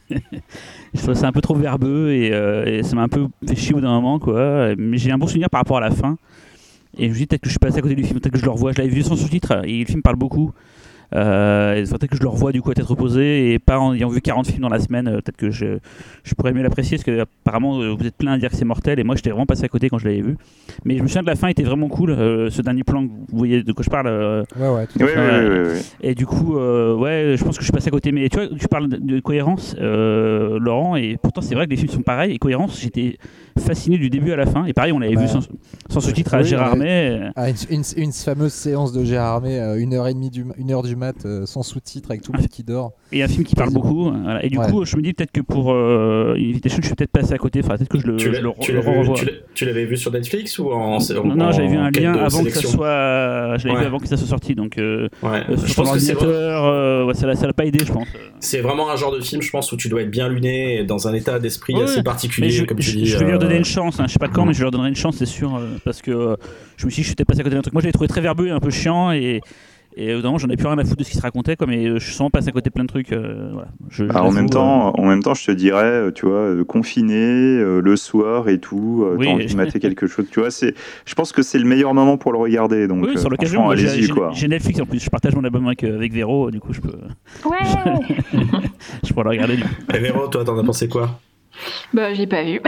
Je trouve ça un peu trop verbeux et, euh, et ça m'a un peu fait chier au bout d'un moment, quoi. Mais j'ai un bon souvenir par rapport à la fin. Et je me dis peut-être que je suis passé à côté du film, peut-être que je le revois. Je l'avais vu sans sous-titres et le film parle beaucoup. Euh, peut-être que je le revois du coup à tête reposée et pas en ayant vu quarante films dans la semaine, euh, peut-être que je, je pourrais mieux l'apprécier parce que apparemment euh, vous êtes plein à dire que c'est mortel et moi j'étais vraiment passé à côté quand je l'avais vu, mais je me souviens de la fin, était vraiment cool, euh, ce dernier plan, vous voyez de quoi je parle, euh, ouais ouais, oui, euh, oui, oui, oui. Et du coup euh, ouais je pense que je suis passé à côté, mais tu vois tu parles de, de cohérence euh, Laurent, et pourtant c'est vrai que les films sont pareils et cohérence, j'étais fasciné du début à la fin et pareil on l'avait bah, vu sans, sans sous-titres à oui, Gérard Armé. Ah, une, une, une fameuse séance de Gérard Armé, euh, une heure et demie du, une heure du mat euh, sans sous-titres avec tout le monde qui dort. Et un film qui parle beaucoup. Voilà. Et du ouais. coup, je me dis peut-être que pour euh, Invitation, je suis peut-être passé à côté. Enfin, peut-être que je le, tu je le, tu le revois. Tu, tu l'avais vu sur Netflix ou en, en Non, non, j'avais vu un lien avant sélection. que ça soit. Je l'avais ouais. vu avant que ça soit sorti. Donc, euh, ouais. euh, je sur pense l'ordinateur, euh, ouais, ça l'a, ça l'a pas aidé, je pense. C'est vraiment un genre de film, je pense, où tu dois être bien luné, dans un état d'esprit ouais. assez particulier, je, comme tu je, dis. Je vais euh... lui redonner une chance. Hein. Je sais pas quand, mais je lui redonnerai une chance, c'est sûr, euh, parce que euh, je me suis dit, je suis peut-être passé à côté d'un truc. Moi, je l'ai trouvé très verbeux et un peu chiant et. Et évidemment, j'en ai plus rien à foutre de ce qui se racontait, quoi, mais je suis souvent passé à côté de plein de trucs. Euh, voilà. je, je en, même temps, euh... en même temps, je te dirais, tu vois, euh, confiné, euh, le soir et tout, euh, oui, t'as envie de mater quelque chose. Tu vois, c'est, je pense que c'est le meilleur moment pour le regarder. Donc, oui, sur l'occasion, moi, j'ai, j'ai, j'ai Netflix en plus. Je partage mon abonnement avec, avec Véro, du coup, je peux. Ouais Je pourrais le regarder. Et Véro, toi, t'en as pensé quoi? Bah, j'ai pas vu.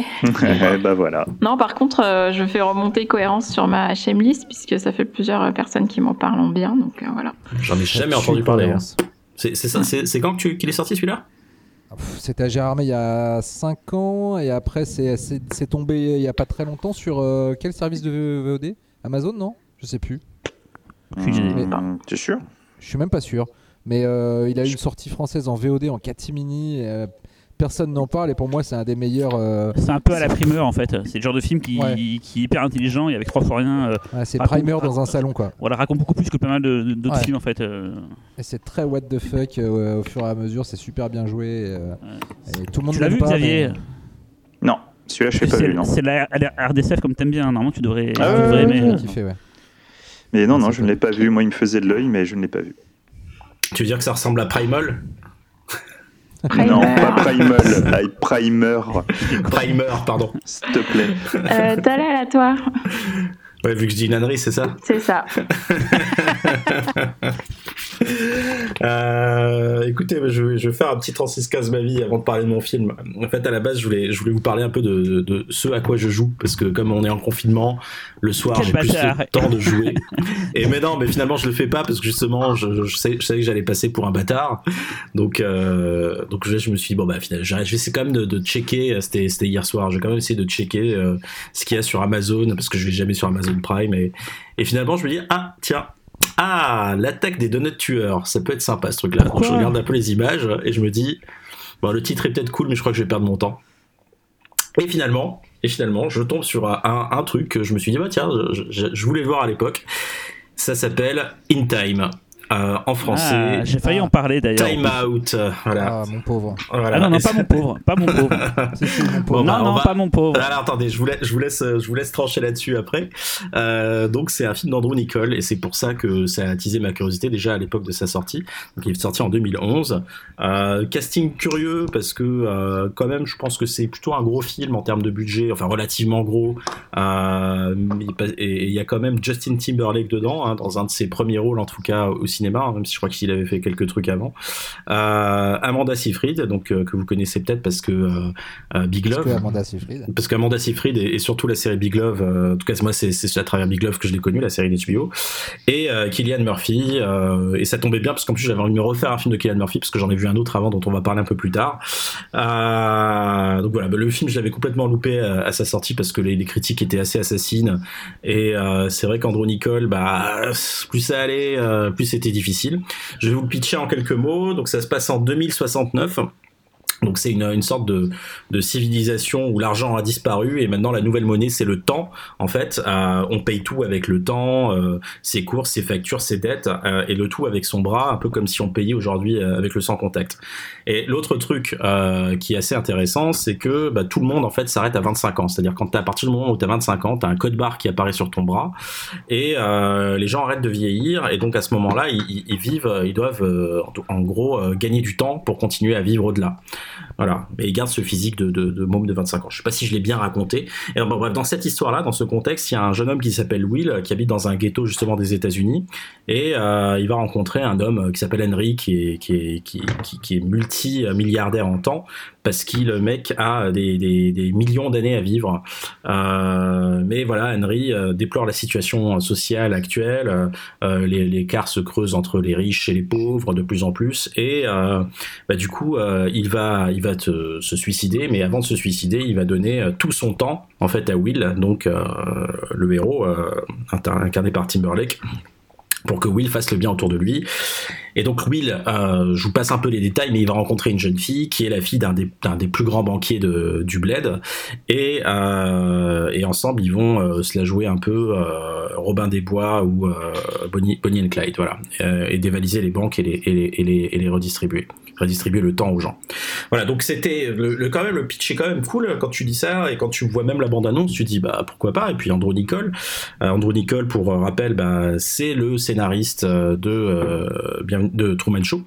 Bah voilà. Non, par contre, euh, je fais remonter cohérence sur ma shamelist puisque ça fait plusieurs personnes qui m'en parlent en bien, donc euh, voilà. J'en ai jamais entendu parler. Hein. C'est, c'est, ça, c'est, c'est quand que tu, qu'il est sorti celui-là? C'était à Gérard Armé il y a cinq ans et après c'est, c'est, c'est tombé il y a pas très longtemps sur euh, quel service de V O D? Amazon, non? Je sais plus. Mmh, t'es sûr? Je suis même pas sûr. Mais euh, il a eu une sortie française en V O D en catimini. Euh, Personne n'en parle et pour moi c'est un des meilleurs. Euh... C'est un peu à la primeur en fait. C'est le genre de film qui, ouais. qui est hyper intelligent et avec trois fois rien. Euh, ouais, c'est raconte, primer dans un salon quoi. Voilà, raconte beaucoup plus que pas mal de, d'autres ouais. films en fait. Euh... Et c'est très what the fuck euh, au fur et à mesure, c'est super bien joué. Euh, ouais. Et tout le monde. Tu l'as vu, pas, Xavier? Mais... Non, celui-là je l'ai pas c'est, vu. Non. C'est la R D C F comme t'aimes bien. Normalement tu devrais. Ah, tu ouais, devrais ouais, aimer. Ouais. Kiffé, ouais. Mais non, non, je ne l'ai pas vu. Moi, il me faisait de l'œil, mais je ne l'ai pas vu. Tu veux dire que ça ressemble à Primal? Primer. Non, pas Primal, avec Primer. Primer, pardon. S'il te plaît. Euh, t'as l'aléatoire. Ouais, vu que je dis une ânerie, c'est ça? C'est ça. euh, écoutez, je vais, je vais faire un petit trente-six quinze ma vie avant de parler de mon film. En fait, à la base, je voulais, je voulais vous parler un peu de, de, de ce à quoi je joue, parce que comme on est en confinement, le soir, Quel j'ai bâtard. plus le temps de jouer. Et mais non, mais finalement, je le fais pas parce que justement, je, je, sais, je savais que j'allais passer pour un bâtard. Donc, euh, donc je, je me suis dit bon bah finalement, je vais essayer quand même de, de checker. C'était, c'était hier soir. Je vais quand même essayer de checker euh, ce qu'il y a sur Amazon, parce que je vais jamais sur Amazon Prime. Et, et finalement, je me dis ah tiens. Ah, l'attaque des donuts tueurs, ça peut être sympa ce truc-là. Donc je regarde un peu les images et je me dis, bon, le titre est peut-être cool, mais je crois que je vais perdre mon temps. Et finalement, et finalement, je tombe sur un, un truc que je me suis dit, bah tiens, je, je, je voulais le voir à l'époque. Ça s'appelle In Time. Euh, en français. Ah, j'ai failli ah. en parler d'ailleurs. Time Out. Voilà. Ah, mon pauvre. Voilà. Ah non, non, pas mon pauvre. Pas mon pauvre. Si, si, mon pauvre. Bon, bah, non, non, va... pas mon pauvre. Alors, attendez, je vous, laisse, je, vous laisse, je vous laisse trancher là-dessus après. Euh, donc, c'est un film d'Andrew Niccol et c'est pour ça que ça a attisé ma curiosité déjà à l'époque de sa sortie. Donc, il est sorti en deux mille onze. Euh, casting curieux parce que, euh, quand même, je pense que c'est plutôt un gros film en termes de budget, enfin relativement gros. Euh, et il y a quand même Justin Timberlake dedans, hein, dans un de ses premiers rôles, en tout cas au cinéma, hein, même si je crois qu'il avait fait quelques trucs avant. Euh, Amanda Seyfried, donc euh, que vous connaissez peut-être parce que euh, euh, Big Love. Parce que Amanda Seyfried. Parce qu'Amanda Seyfried et, et surtout la série Big Love. Euh, en tout cas, moi, c'est, c'est à travers Big Love que je l'ai connue, la série d'H B O. Et euh, Cillian Murphy. Euh, et ça tombait bien parce qu'en plus, j'avais envie de me refaire un film de Cillian Murphy parce que j'en ai vu un autre avant dont on va parler un peu plus tard. Euh, donc voilà, bah, le film, je l'avais complètement loupé à, à sa sortie parce que les, les critiques étaient assez assassines. Et euh, c'est vrai qu'Andrew Niccol, bah, plus ça allait, euh, plus c'était difficile. Je vais vous le pitcher en quelques mots. Donc ça se passe en deux mille soixante-neuf. Donc c'est une, une sorte de, de civilisation où l'argent a disparu et maintenant la nouvelle monnaie c'est le temps. En fait, euh, on paye tout avec le temps, euh, ses courses, ses factures, ses dettes euh, et le tout avec son bras, un peu comme si on payait aujourd'hui euh, avec le sans contact. Et l'autre truc euh, qui est assez intéressant, c'est que bah, tout le monde en fait s'arrête à vingt-cinq ans. C'est-à-dire quand t'as, à partir du moment où t'as vingt-cinq ans, t'as un code barre qui apparaît sur ton bras et euh, les gens arrêtent de vieillir et donc à ce moment-là ils, ils vivent, ils doivent euh, en gros euh, gagner du temps pour continuer à vivre au-delà. Voilà, et il garde ce physique de, de, de môme de vingt-cinq ans. Je sais pas si je l'ai bien raconté. Et donc, bref, dans cette histoire-là, dans ce contexte, il y a un jeune homme qui s'appelle Will, qui habite dans un ghetto justement des États-Unis, et euh, il va rencontrer un homme qui s'appelle Henry, qui est, qui est, qui, qui, qui est multi-milliardaire en temps, parce qu'il le mec a des, des, des millions d'années à vivre. Euh, mais voilà, Henry euh, déplore la situation sociale actuelle. Euh, les, l'écart se creuse entre les riches et les pauvres de plus en plus, et euh, bah, du coup, euh, il va, il va te, se suicider. Mais avant de se suicider, il va donner tout son temps en fait à Will, donc euh, le héros euh, incarné par Timberlake, pour que Will fasse le bien autour de lui. Et donc Will, euh, je vous passe un peu les détails, mais il va rencontrer une jeune fille qui est la fille d'un des, d'un des plus grands banquiers de, du bled, et, euh, et ensemble ils vont euh, se la jouer un peu euh, Robin des Bois ou euh, Bonnie, Bonnie and Clyde, voilà, euh, et dévaliser les banques et les, et les, et les, et les redistribuer, redistribuer le temps aux gens. Voilà, donc c'était le, le quand même le pitch est quand même cool quand tu dis ça, et quand tu vois même la bande-annonce, tu dis bah pourquoi pas. Et puis Andrew Niccol, euh, Andrew Niccol pour rappel, bah c'est le scénariste de euh, bien de Truman Show,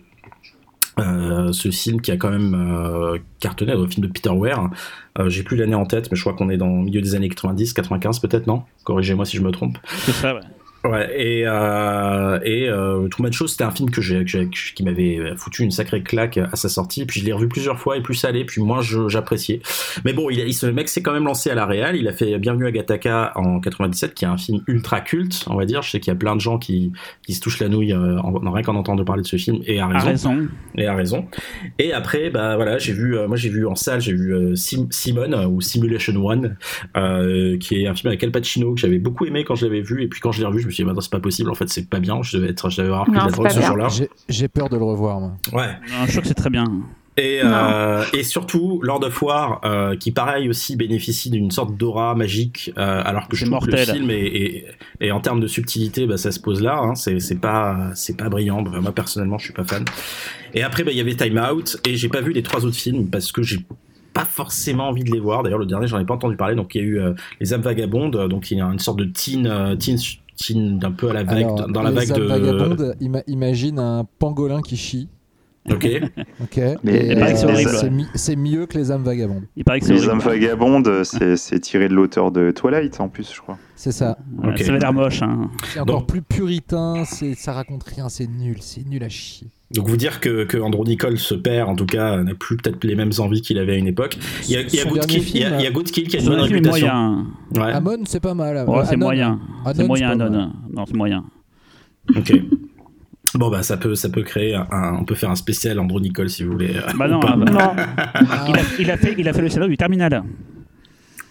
euh, ce film qui a quand même euh, cartonné, le film de Peter Weir. Euh, j'ai plus l'année en tête, mais je crois qu'on est dans le milieu des années quatre-vingt-dix, quatre-vingt-quinze peut-être, non ? Corrigez-moi si je me trompe. C'est ça, ouais. Ouais, et, euh, et euh, Truman Show, c'était un film que j'ai, que j'ai, qui m'avait foutu une sacrée claque à sa sortie, puis je l'ai revu plusieurs fois, et plus ça allait, puis moins je, j'appréciais. Mais bon, il, il, ce mec s'est quand même lancé à la réal, il a fait Bienvenue à Gattaca en quatre-vingt-dix-sept, qui est un film ultra culte, on va dire. Je sais qu'il y a plein de gens qui, qui se touchent la nouille en, en rien qu'en entendant parler de ce film, et à raison. À raison. Et à raison. Et après, bah voilà, j'ai vu, euh, moi j'ai vu en salle, j'ai vu euh, Sim- Simone, euh, ou Simulation One, euh, qui est un film avec Al Pacino, que j'avais beaucoup aimé quand je l'avais vu, et puis quand je l'ai revu, je me suis dit, bah non, c'est pas possible, en fait, c'est pas bien, je devais être, je devais avoir pris de la drogue ce jour-là. J'ai, j'ai peur de le revoir, moi. Ouais. Non, je trouve que c'est très bien. Et, euh, et surtout, Lord of War, euh, qui pareil aussi bénéficie d'une sorte d'aura magique, euh, alors que c'est je trouve mortel. que le film est, est, est en termes de subtilité, bah, ça se pose là, hein, c'est, c'est pas, c'est pas brillant. Bah, moi personnellement, je suis pas fan. Et après, bah, il y avait Time Out, et j'ai pas vu les trois autres films parce que j'ai pas forcément envie de les voir. D'ailleurs, le dernier, j'en ai pas entendu parler. Donc, il y a eu euh, Les âmes vagabondes, donc il y a une sorte de teen, euh, teen, teen d'un peu à la vague, Alors, dans la vague de. Les âmes vagabondes, ima- imagine un pangolin qui chie. Ok. Ok. Mais, et, mais euh, c'est horrible. c'est, mi- c'est mieux que les âmes vagabondes. Il paraît que c'est Les horrible. âmes vagabondes, c'est, c'est tiré de l'auteur de Twilight en plus, je crois. C'est ça. Ouais, Okay. Ça avait l'air moche. Hein. C'est encore Donc- plus puritain, c'est, ça raconte rien, c'est nul, c'est nul à chier. Donc vous dire que, que Andrew Niccol, ce père, en tout cas, n'a plus peut-être les mêmes envies qu'il avait à une époque. Il y a, il y a Son Good dernier Kill, il y a, film, il y a Good Kill qui a une Son bonne film est réputation. moyen. Ouais. Amon, c'est pas mal. Oh, Euh, c'est Anon. moyen. Anon, C'est moyen, c'est pas Anon. mal. Non, c'est moyen. Ok. Bon bah ça peut ça peut créer un, un- on peut faire un spécial Andrew Niccol si vous voulez. Bah Ou non, pas. ah bah. Non. il, a, il, a fait, il a fait le scénario du Terminal.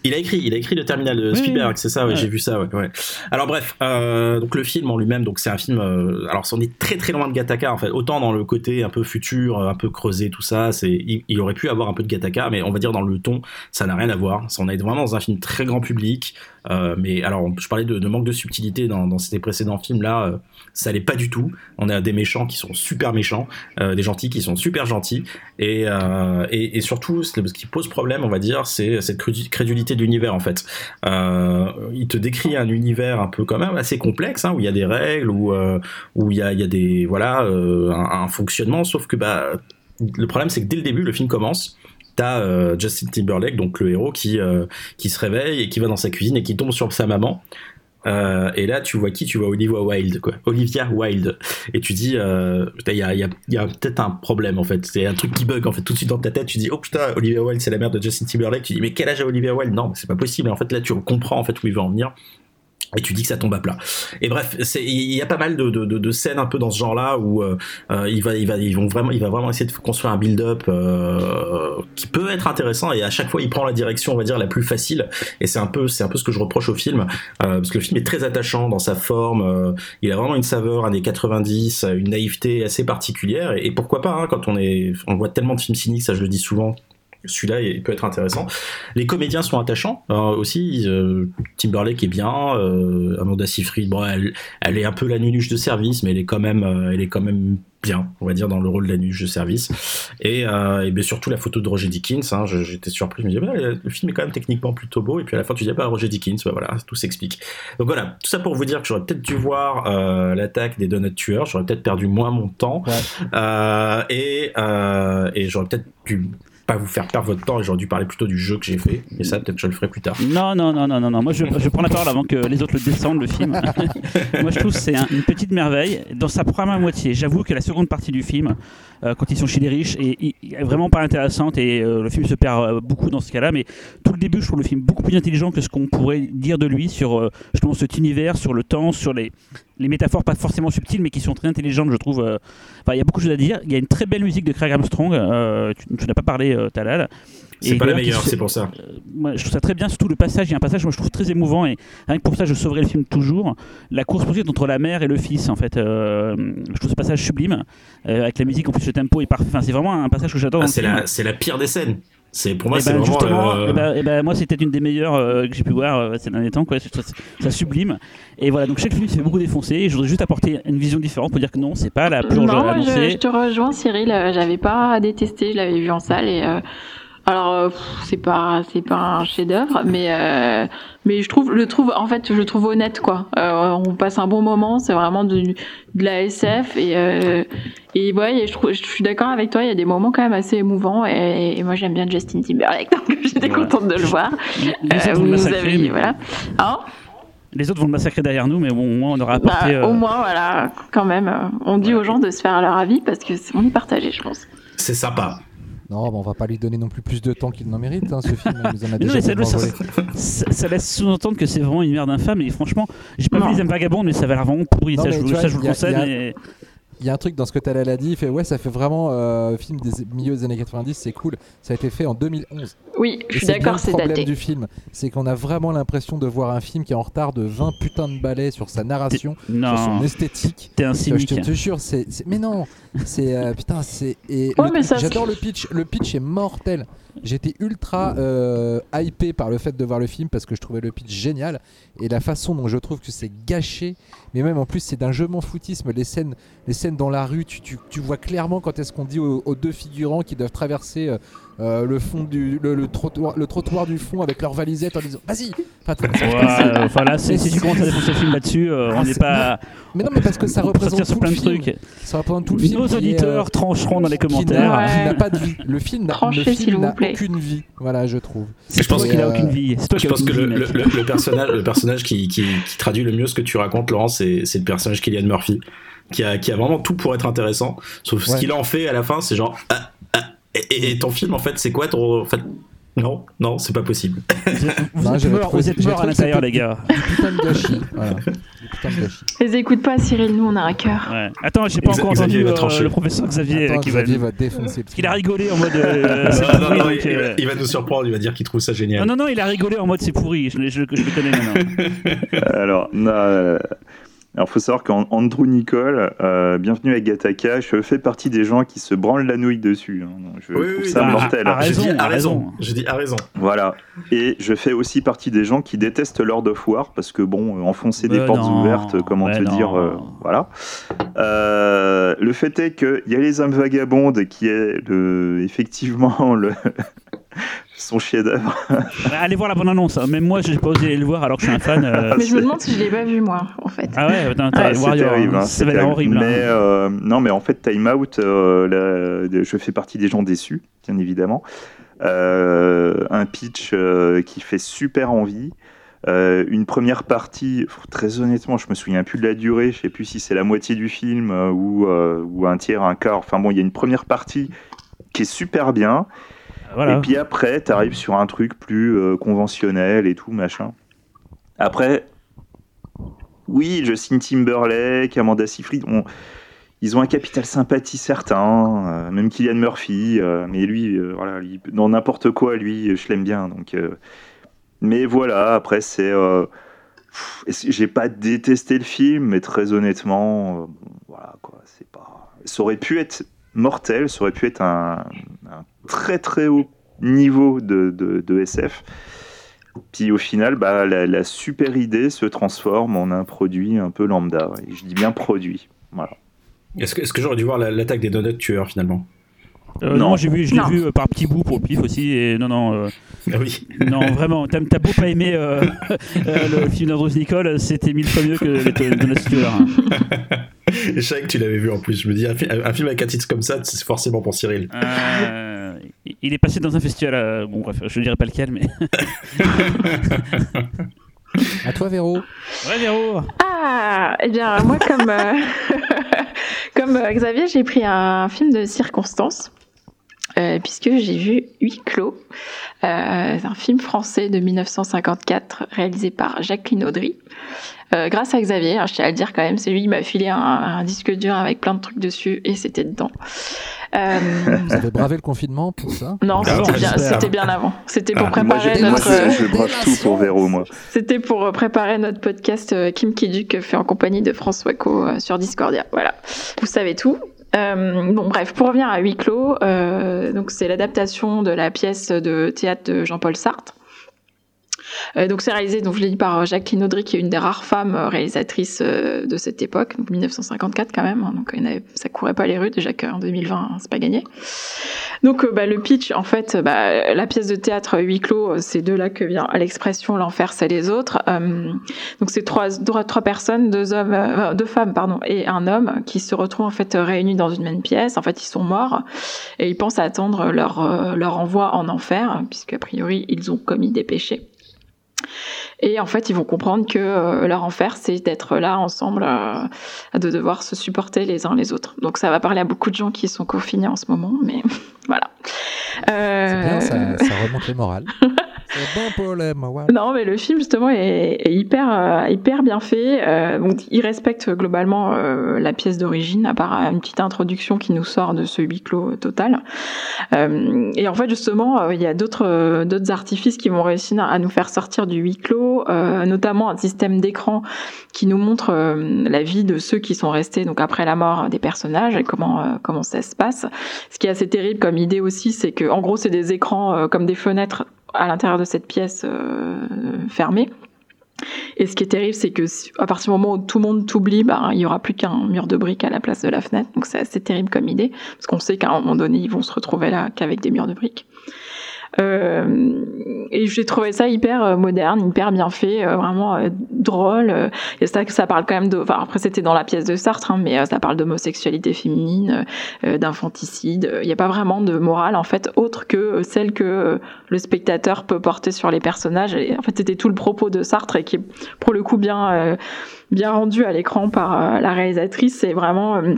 Il a écrit, il a écrit le Terminal de Spielberg, oui, c'est ça, ouais, ouais. J'ai vu ça, ouais, ouais. Alors bref, euh, donc le film en lui-même, donc c'est un film, euh, alors on est très très loin de Gattaca en fait, autant dans le côté un peu futur, un peu creusé, tout ça, c'est, il, il aurait pu avoir un peu de Gattaca, mais on va dire dans le ton, ça n'a rien à voir. On est vraiment dans un film très grand public, euh, mais alors je parlais de, de manque de subtilité dans, dans ces précédents films là, euh, ça l'est pas du tout. On a des méchants qui sont super méchants, euh, des gentils qui sont super gentils, et, euh, et, et surtout ce qui pose problème, on va dire, c'est cette crédulité d'univers en fait. Euh, il te décrit un univers un peu quand même assez complexe, hein, où il y a des règles, où euh, où il y a il y a des voilà euh, un, un fonctionnement, sauf que bah le problème c'est que dès le début le film commence. T'as euh, Justin Timberlake, donc le héros, qui euh, qui se réveille et qui va dans sa cuisine et qui tombe sur sa maman. Euh, et là, tu vois qui? Tu vois Olivia Wilde, quoi. Olivia Wilde. Et tu dis, euh, il y a, y a, y a peut-être un problème, en fait. C'est un truc qui bug, en fait. Tout de suite dans ta tête, tu dis, oh putain, Olivia Wilde, c'est la mère de Justin Timberlake. Tu dis, mais quel âge a Olivia Wilde? Non, c'est pas possible. Et en fait, là, tu comprends, en fait, où il veut en venir. Et tu dis que ça tombe à plat. Et bref, il y a pas mal de, de, de, de scènes un peu dans ce genre-là où euh, il va, il va, ils vont vraiment, il va vraiment essayer de construire un build-up euh, qui peut être intéressant. Et à chaque fois, il prend la direction, on va dire, la plus facile. Et c'est un peu, c'est un peu ce que je reproche au film, euh, parce que le film est très attachant dans sa forme. Euh, il a vraiment une saveur années quatre-vingt-dix, une naïveté assez particulière. Et, et pourquoi pas, hein, quand on est, on voit tellement de films cyniques, ça je le dis souvent. Celui-là il peut être intéressant. Les comédiens sont attachants euh, aussi. Euh, Timberlake est bien. Euh, Amanda Seyfried, bon, elle, elle est un peu la nunuche de service, mais elle est quand même, euh, elle est quand même bien, on va dire, dans le rôle de la nunuche de service. Et, euh, et bien surtout la photo de Roger Deakins. Hein, je, j'étais surpris. Je me disais, bah, le film est quand même techniquement plutôt beau. Et puis à la fin, tu dis, bah, Roger Deakins, bah, voilà, tout s'explique. Donc voilà, tout ça pour vous dire que j'aurais peut-être dû voir euh, l'attaque des Donut Tueurs. J'aurais peut-être perdu moins mon temps. Ouais. Euh, et, euh, et j'aurais peut-être pu pas vous faire perdre votre temps, et j'aurais dû parler plutôt du jeu que j'ai fait, mais ça peut-être je le ferai plus tard. Non, non, non, non, non, non. Moi je, je prends la parole avant que les autres le descendent, le film. Moi je trouve que c'est un, une petite merveille. Dans sa première moitié, j'avoue que la seconde partie du film, euh, quand ils sont chez les riches, est, est vraiment pas intéressante, et euh, le film se perd euh, beaucoup dans ce cas-là, mais tout le début je trouve le film beaucoup plus intelligent que ce qu'on pourrait dire de lui sur euh, justement cet univers, sur le temps, sur les, les métaphores pas forcément subtiles, mais qui sont très intelligentes, je trouve. Euh... Enfin, il y a beaucoup de choses à dire. Il y a une très belle musique de Craig Armstrong, euh, tu, tu n'as pas parlé, euh, Talal. C'est et pas la meilleure, se... c'est pour ça. Euh, moi, je trouve ça très bien, surtout le passage. Il y a un passage, moi, je trouve très émouvant, et rien que pour ça, je sauverai le film toujours. La course-poursuite entre la mère et le fils, en fait. Euh, je trouve ce passage sublime, euh, avec la musique, en plus, le tempo est parfait. Enfin, c'est vraiment un passage que j'adore. Ah, c'est, la, c'est la pire des scènes. C'est, pour moi, et c'est ben, vraiment... Justement, euh... et ben, et ben, moi, c'était une des meilleures euh, que j'ai pu voir euh, ces derniers temps. Quoi. C'est, c'est, c'est sublime. Et voilà, donc chaque film s'est fait beaucoup défoncer. Et je voudrais juste apporter une vision différente pour dire que non, c'est pas la purge non, annoncée. Je, je te rejoins, Cyril. J'avais pas détesté, je l'avais vu en salle. Et euh, alors, euh, pff, c'est pas, c'est pas un chef-d'œuvre, mais euh, mais je trouve, le trouve, en fait, je le trouve honnête, quoi. Euh, on passe un bon moment. C'est vraiment de, de la S F et euh, et ouais, et je, trouve, je suis d'accord avec toi. Il y a des moments quand même assez émouvants. Et, et moi, j'aime bien Justin Timberlake, donc j'étais voilà. contente de le voir. Les euh, vous avez, mais... voilà. Hein? Les autres vont le massacrer derrière nous, mais bon, au moins on aura apporté. Bah, euh... Au moins, voilà, quand même, on dit ouais. aux gens de se faire leur avis parce que c'est, on est partagé, je pense. C'est sympa. Non, bah on va pas lui donner non plus plus de temps qu'il n'en mérite, hein, ce film. Il nous en a déjà non, ça, ça, ça, ça laisse sous-entendre que c'est vraiment une merde infâme. Et franchement, j'ai pas non. vu Les Hommes Vagabonds, mais ça va l'air vraiment pourri. Non, ça, je, vois, ça, je vous le conseille. Mais... Il y a un truc dans ce que Talal a dit, il fait ouais, ça fait vraiment euh, film des milieux des années quatre-vingt-dix, c'est cool. Ça a été fait en deux mille onze. Oui, je suis d'accord, c'est daté. Le problème du film, c'est qu'on a vraiment l'impression de voir un film qui est en retard de vingt putains de balais sur sa narration, non. sur son esthétique. T'es un cynique. Je te, te jure, c'est, c'est mais non, c'est euh, putain, c'est et ouais, le, mais ça, j'adore c'est... le pitch. Le pitch est mortel. J'étais ultra euh, hypé par le fait de voir le film parce que je trouvais le pitch génial et la façon dont je trouve que c'est gâché. Mais même en plus, c'est d'un jeu m'en foutisme. Les scènes, les scènes dans la rue, tu, tu, tu vois clairement quand est-ce qu'on dit aux, aux deux figurants qui doivent traverser euh, euh, le fond du le, le, trottoir, le trottoir du fond avec leur valisette en disant vas-y. Enfin, ouais, enfin là, c'est, si tu commences à défoncer le film là-dessus, euh, ah, on n'est pas. Mais non, mais parce que ça représente tout plein le de film. trucs. Ça représente tout le film. Nos auditeurs euh, trancheront dans les commentaires. Qui n'a, ouais. qui n'a pas de vie. Le film n'a, Tranchez, le film n'a plaît. aucune vie. Voilà, je trouve. C'est je pense qu'il n'a euh... aucune vie. C'est toi je qui pense que le, vie, le, le, le personnage, le personnage qui, qui, qui traduit le mieux ce que tu racontes, Laurent, c'est, c'est le personnage Cillian Murphy, qui a, qui a vraiment tout pour être intéressant. Sauf ouais. ce qu'il en fait à la fin, c'est genre. Ah, ah, et, et ton film, en fait, c'est quoi ton. En fait, Non, non, c'est pas possible. Vous êtes, vous Non, êtes j'avais morts, trouvé- vous êtes j'ai morts à trouvé que l'intérieur, c'était les gars. Du putain de gâchis. Voilà. Du putain de gâchis. Les écoute pas, Cyril, nous on a un cœur. Ouais. Attends, j'ai pas Exa- encore Xavier entendu va euh, trancher. le professeur Xavier Attends, qui va. Xavier va défoncer le Parce qu'il a rigolé en mode. euh, Non, c'est non, pourri, non, donc, il, il va, euh, il va nous surprendre, il va dire qu'il trouve ça génial. Non, non, non, il a rigolé en mode c'est pourri. Je, je, je le connais maintenant. Alors, non, euh, alors, faut savoir qu'Andrew Nicole, euh, bienvenue à Gattaca, je fais partie des gens qui se branlent la nouille dessus. Hein. Je Oui, trouve oui, ça bah, mortel. à- à Je raison, dis à à raison. raison. Je dis à raison. Voilà. Et je fais aussi partie des gens qui détestent Lord of War parce que, bon, enfoncer des Mais portes non, ouvertes, comment mais te non. dire, euh, voilà. Euh, le fait est qu'il y a Les Âmes Vagabondes qui est le, effectivement le, son chef-d'œuvre. Allez voir la bande-annonce. Hein. Même moi, j'ai pas osé le voir alors que je suis un fan. euh, Mais je me demande si je l'ai pas vu moi, en fait. Ah ouais, attends, attends, Ah, c'est Warrior, terrible, hein. hein, Ça c'est va l'air terrible. horrible. Mais hein. euh, non, mais en fait, Time Out, euh, la- je fais partie des gens déçus, bien évidemment. Euh, un pitch euh, qui fait super envie. Euh, une première partie, très honnêtement, je me souviens plus de la durée. Je sais plus si c'est la moitié du film euh, ou, euh, ou un tiers, un quart. Enfin bon, il y a une première partie qui est super bien. Voilà. Et puis après, tu arrives sur un truc plus euh, conventionnel et tout, machin. Après, oui, Justin Timberlake, Amanda Seyfried, on- ils ont un capital sympathie certain, euh, même Cillian Murphy, euh, mais lui, euh, voilà, lui, dans n'importe quoi, lui, je l'aime bien. Donc, euh, mais voilà, après, c'est... euh, pff, j'ai pas détesté le film, mais très honnêtement, euh, bon, voilà, quoi, c'est pas... Ça aurait pu être mortel, ça aurait pu être un, un très très haut niveau de, de, de S F. Puis au final, bah, la, la super idée se transforme en un produit un peu lambda. Et je dis bien produit. Voilà. Est-ce que, est-ce que j'aurais dû voir la- l'attaque des donuts tueurs finalement? Euh, Non. non, j'ai vu, je l'ai Non. vu euh, par petits bouts pour le pif aussi. Et non, non, euh, Ah oui. non, vraiment. T'as, t'as beau pas aimer euh, euh, le film d'Andrew Nicole, c'était mille fois mieux que les Donuts Tueurs. Hein. Je savais que tu l'avais vu en plus. Je me dis, un, fi- un film avec un titre comme ça, c'est forcément pour Cyril. Euh, il est passé dans un festival. euh, Bon, bref, je ne dirai pas lequel, mais. À toi, Véro. Ouais, Véro. Ah, eh bien, moi, comme, euh, comme euh, Xavier, j'ai pris un film de circonstance, euh, puisque j'ai vu Huis clos. Euh, c'est un film français de mille neuf cent cinquante-quatre, réalisé par Jacqueline Audry. Euh, grâce à Xavier, hein, je tiens à le dire quand même, c'est lui qui m'a filé un, un disque dur avec plein de trucs dessus, et c'était dedans. Euh, Vous avez bravé le confinement pour ça? non, Ah bon, c'était bien, j'espère. c'était bien avant. C'était pour Ah, Moi, préparer je, moi, notre... je, je brave tout pour Véro, moi. C'était pour euh, préparer notre podcast euh, Kim Kiduk fait en compagnie de François Co euh, sur Discordia. Voilà, vous savez tout. Euh, bon, bref, pour revenir à Huis clos, euh, donc c'est l'adaptation de la pièce de théâtre de Jean-Paul Sartre. Euh, donc c'est réalisé, donc je l'ai dit, par Jacqueline Audry, qui est une des rares femmes euh, réalisatrices euh, de cette époque, donc mille neuf cent cinquante-quatre quand même. Hein, donc il y en avait, ça courait pas les rues déjà qu'en deux mille vingt, hein, c'est pas gagné. Donc euh, bah, le pitch, en fait, bah, la pièce de théâtre Huis clos, c'est de là que vient l'expression l'enfer c'est les autres. Euh, donc c'est trois, trois, trois personnes, deux hommes, euh, deux femmes pardon, et un homme qui se retrouvent en fait réunis dans une même pièce. En fait, ils sont morts et ils pensent attendre leur euh, leur envoi en enfer, puisque a priori ils ont commis des péchés. Et en fait, ils vont comprendre que euh, leur enfer, c'est d'être là ensemble, euh, de devoir se supporter les uns les autres. Donc ça va parler à beaucoup de gens qui sont confinés en ce moment, mais voilà. Euh... C'est bien, ça, ça remonte les morales. C'est bon pour les morales. Non, mais le film justement est, est hyper, euh, hyper bien fait. Euh, donc, il respecte globalement euh, la pièce d'origine, à part une petite introduction qui nous sort de ce huis clos total. Euh, et en fait, justement, euh, il y a d'autres, euh, d'autres artifices qui vont réussir à nous faire sortir du huis clos, euh, notamment un système d'écran qui nous montre euh, la vie de ceux qui sont restés donc après la mort des personnages et comment euh, comment ça se passe. Ce qui est assez terrible comme idée aussi, c'est que en gros, c'est des écrans euh, comme des fenêtres à l'intérieur de cette pièce euh, fermée. Et ce qui est terrible, c'est que à partir du moment où tout le monde t'oublie, bah, il y aura plus qu'un mur de briques à la place de la fenêtre. Donc c'est assez terrible comme idée, parce qu'on sait qu'à un moment donné, ils vont se retrouver là qu'avec des murs de briques. Euh, et j'ai trouvé ça hyper moderne, hyper bien fait, euh, vraiment euh, drôle. Euh, et c'est vrai que ça parle quand même de. Enfin, après, c'était dans la pièce de Sartre, hein, mais euh, ça parle d'homosexualité féminine, euh, d'infanticide. Il n'y a pas vraiment de morale, en fait, autre que celle que euh, le spectateur peut porter sur les personnages. Et en fait, c'était tout le propos de Sartre et qui est, pour le coup, bien, euh, bien rendu à l'écran par euh, la réalisatrice. C'est vraiment. Euh,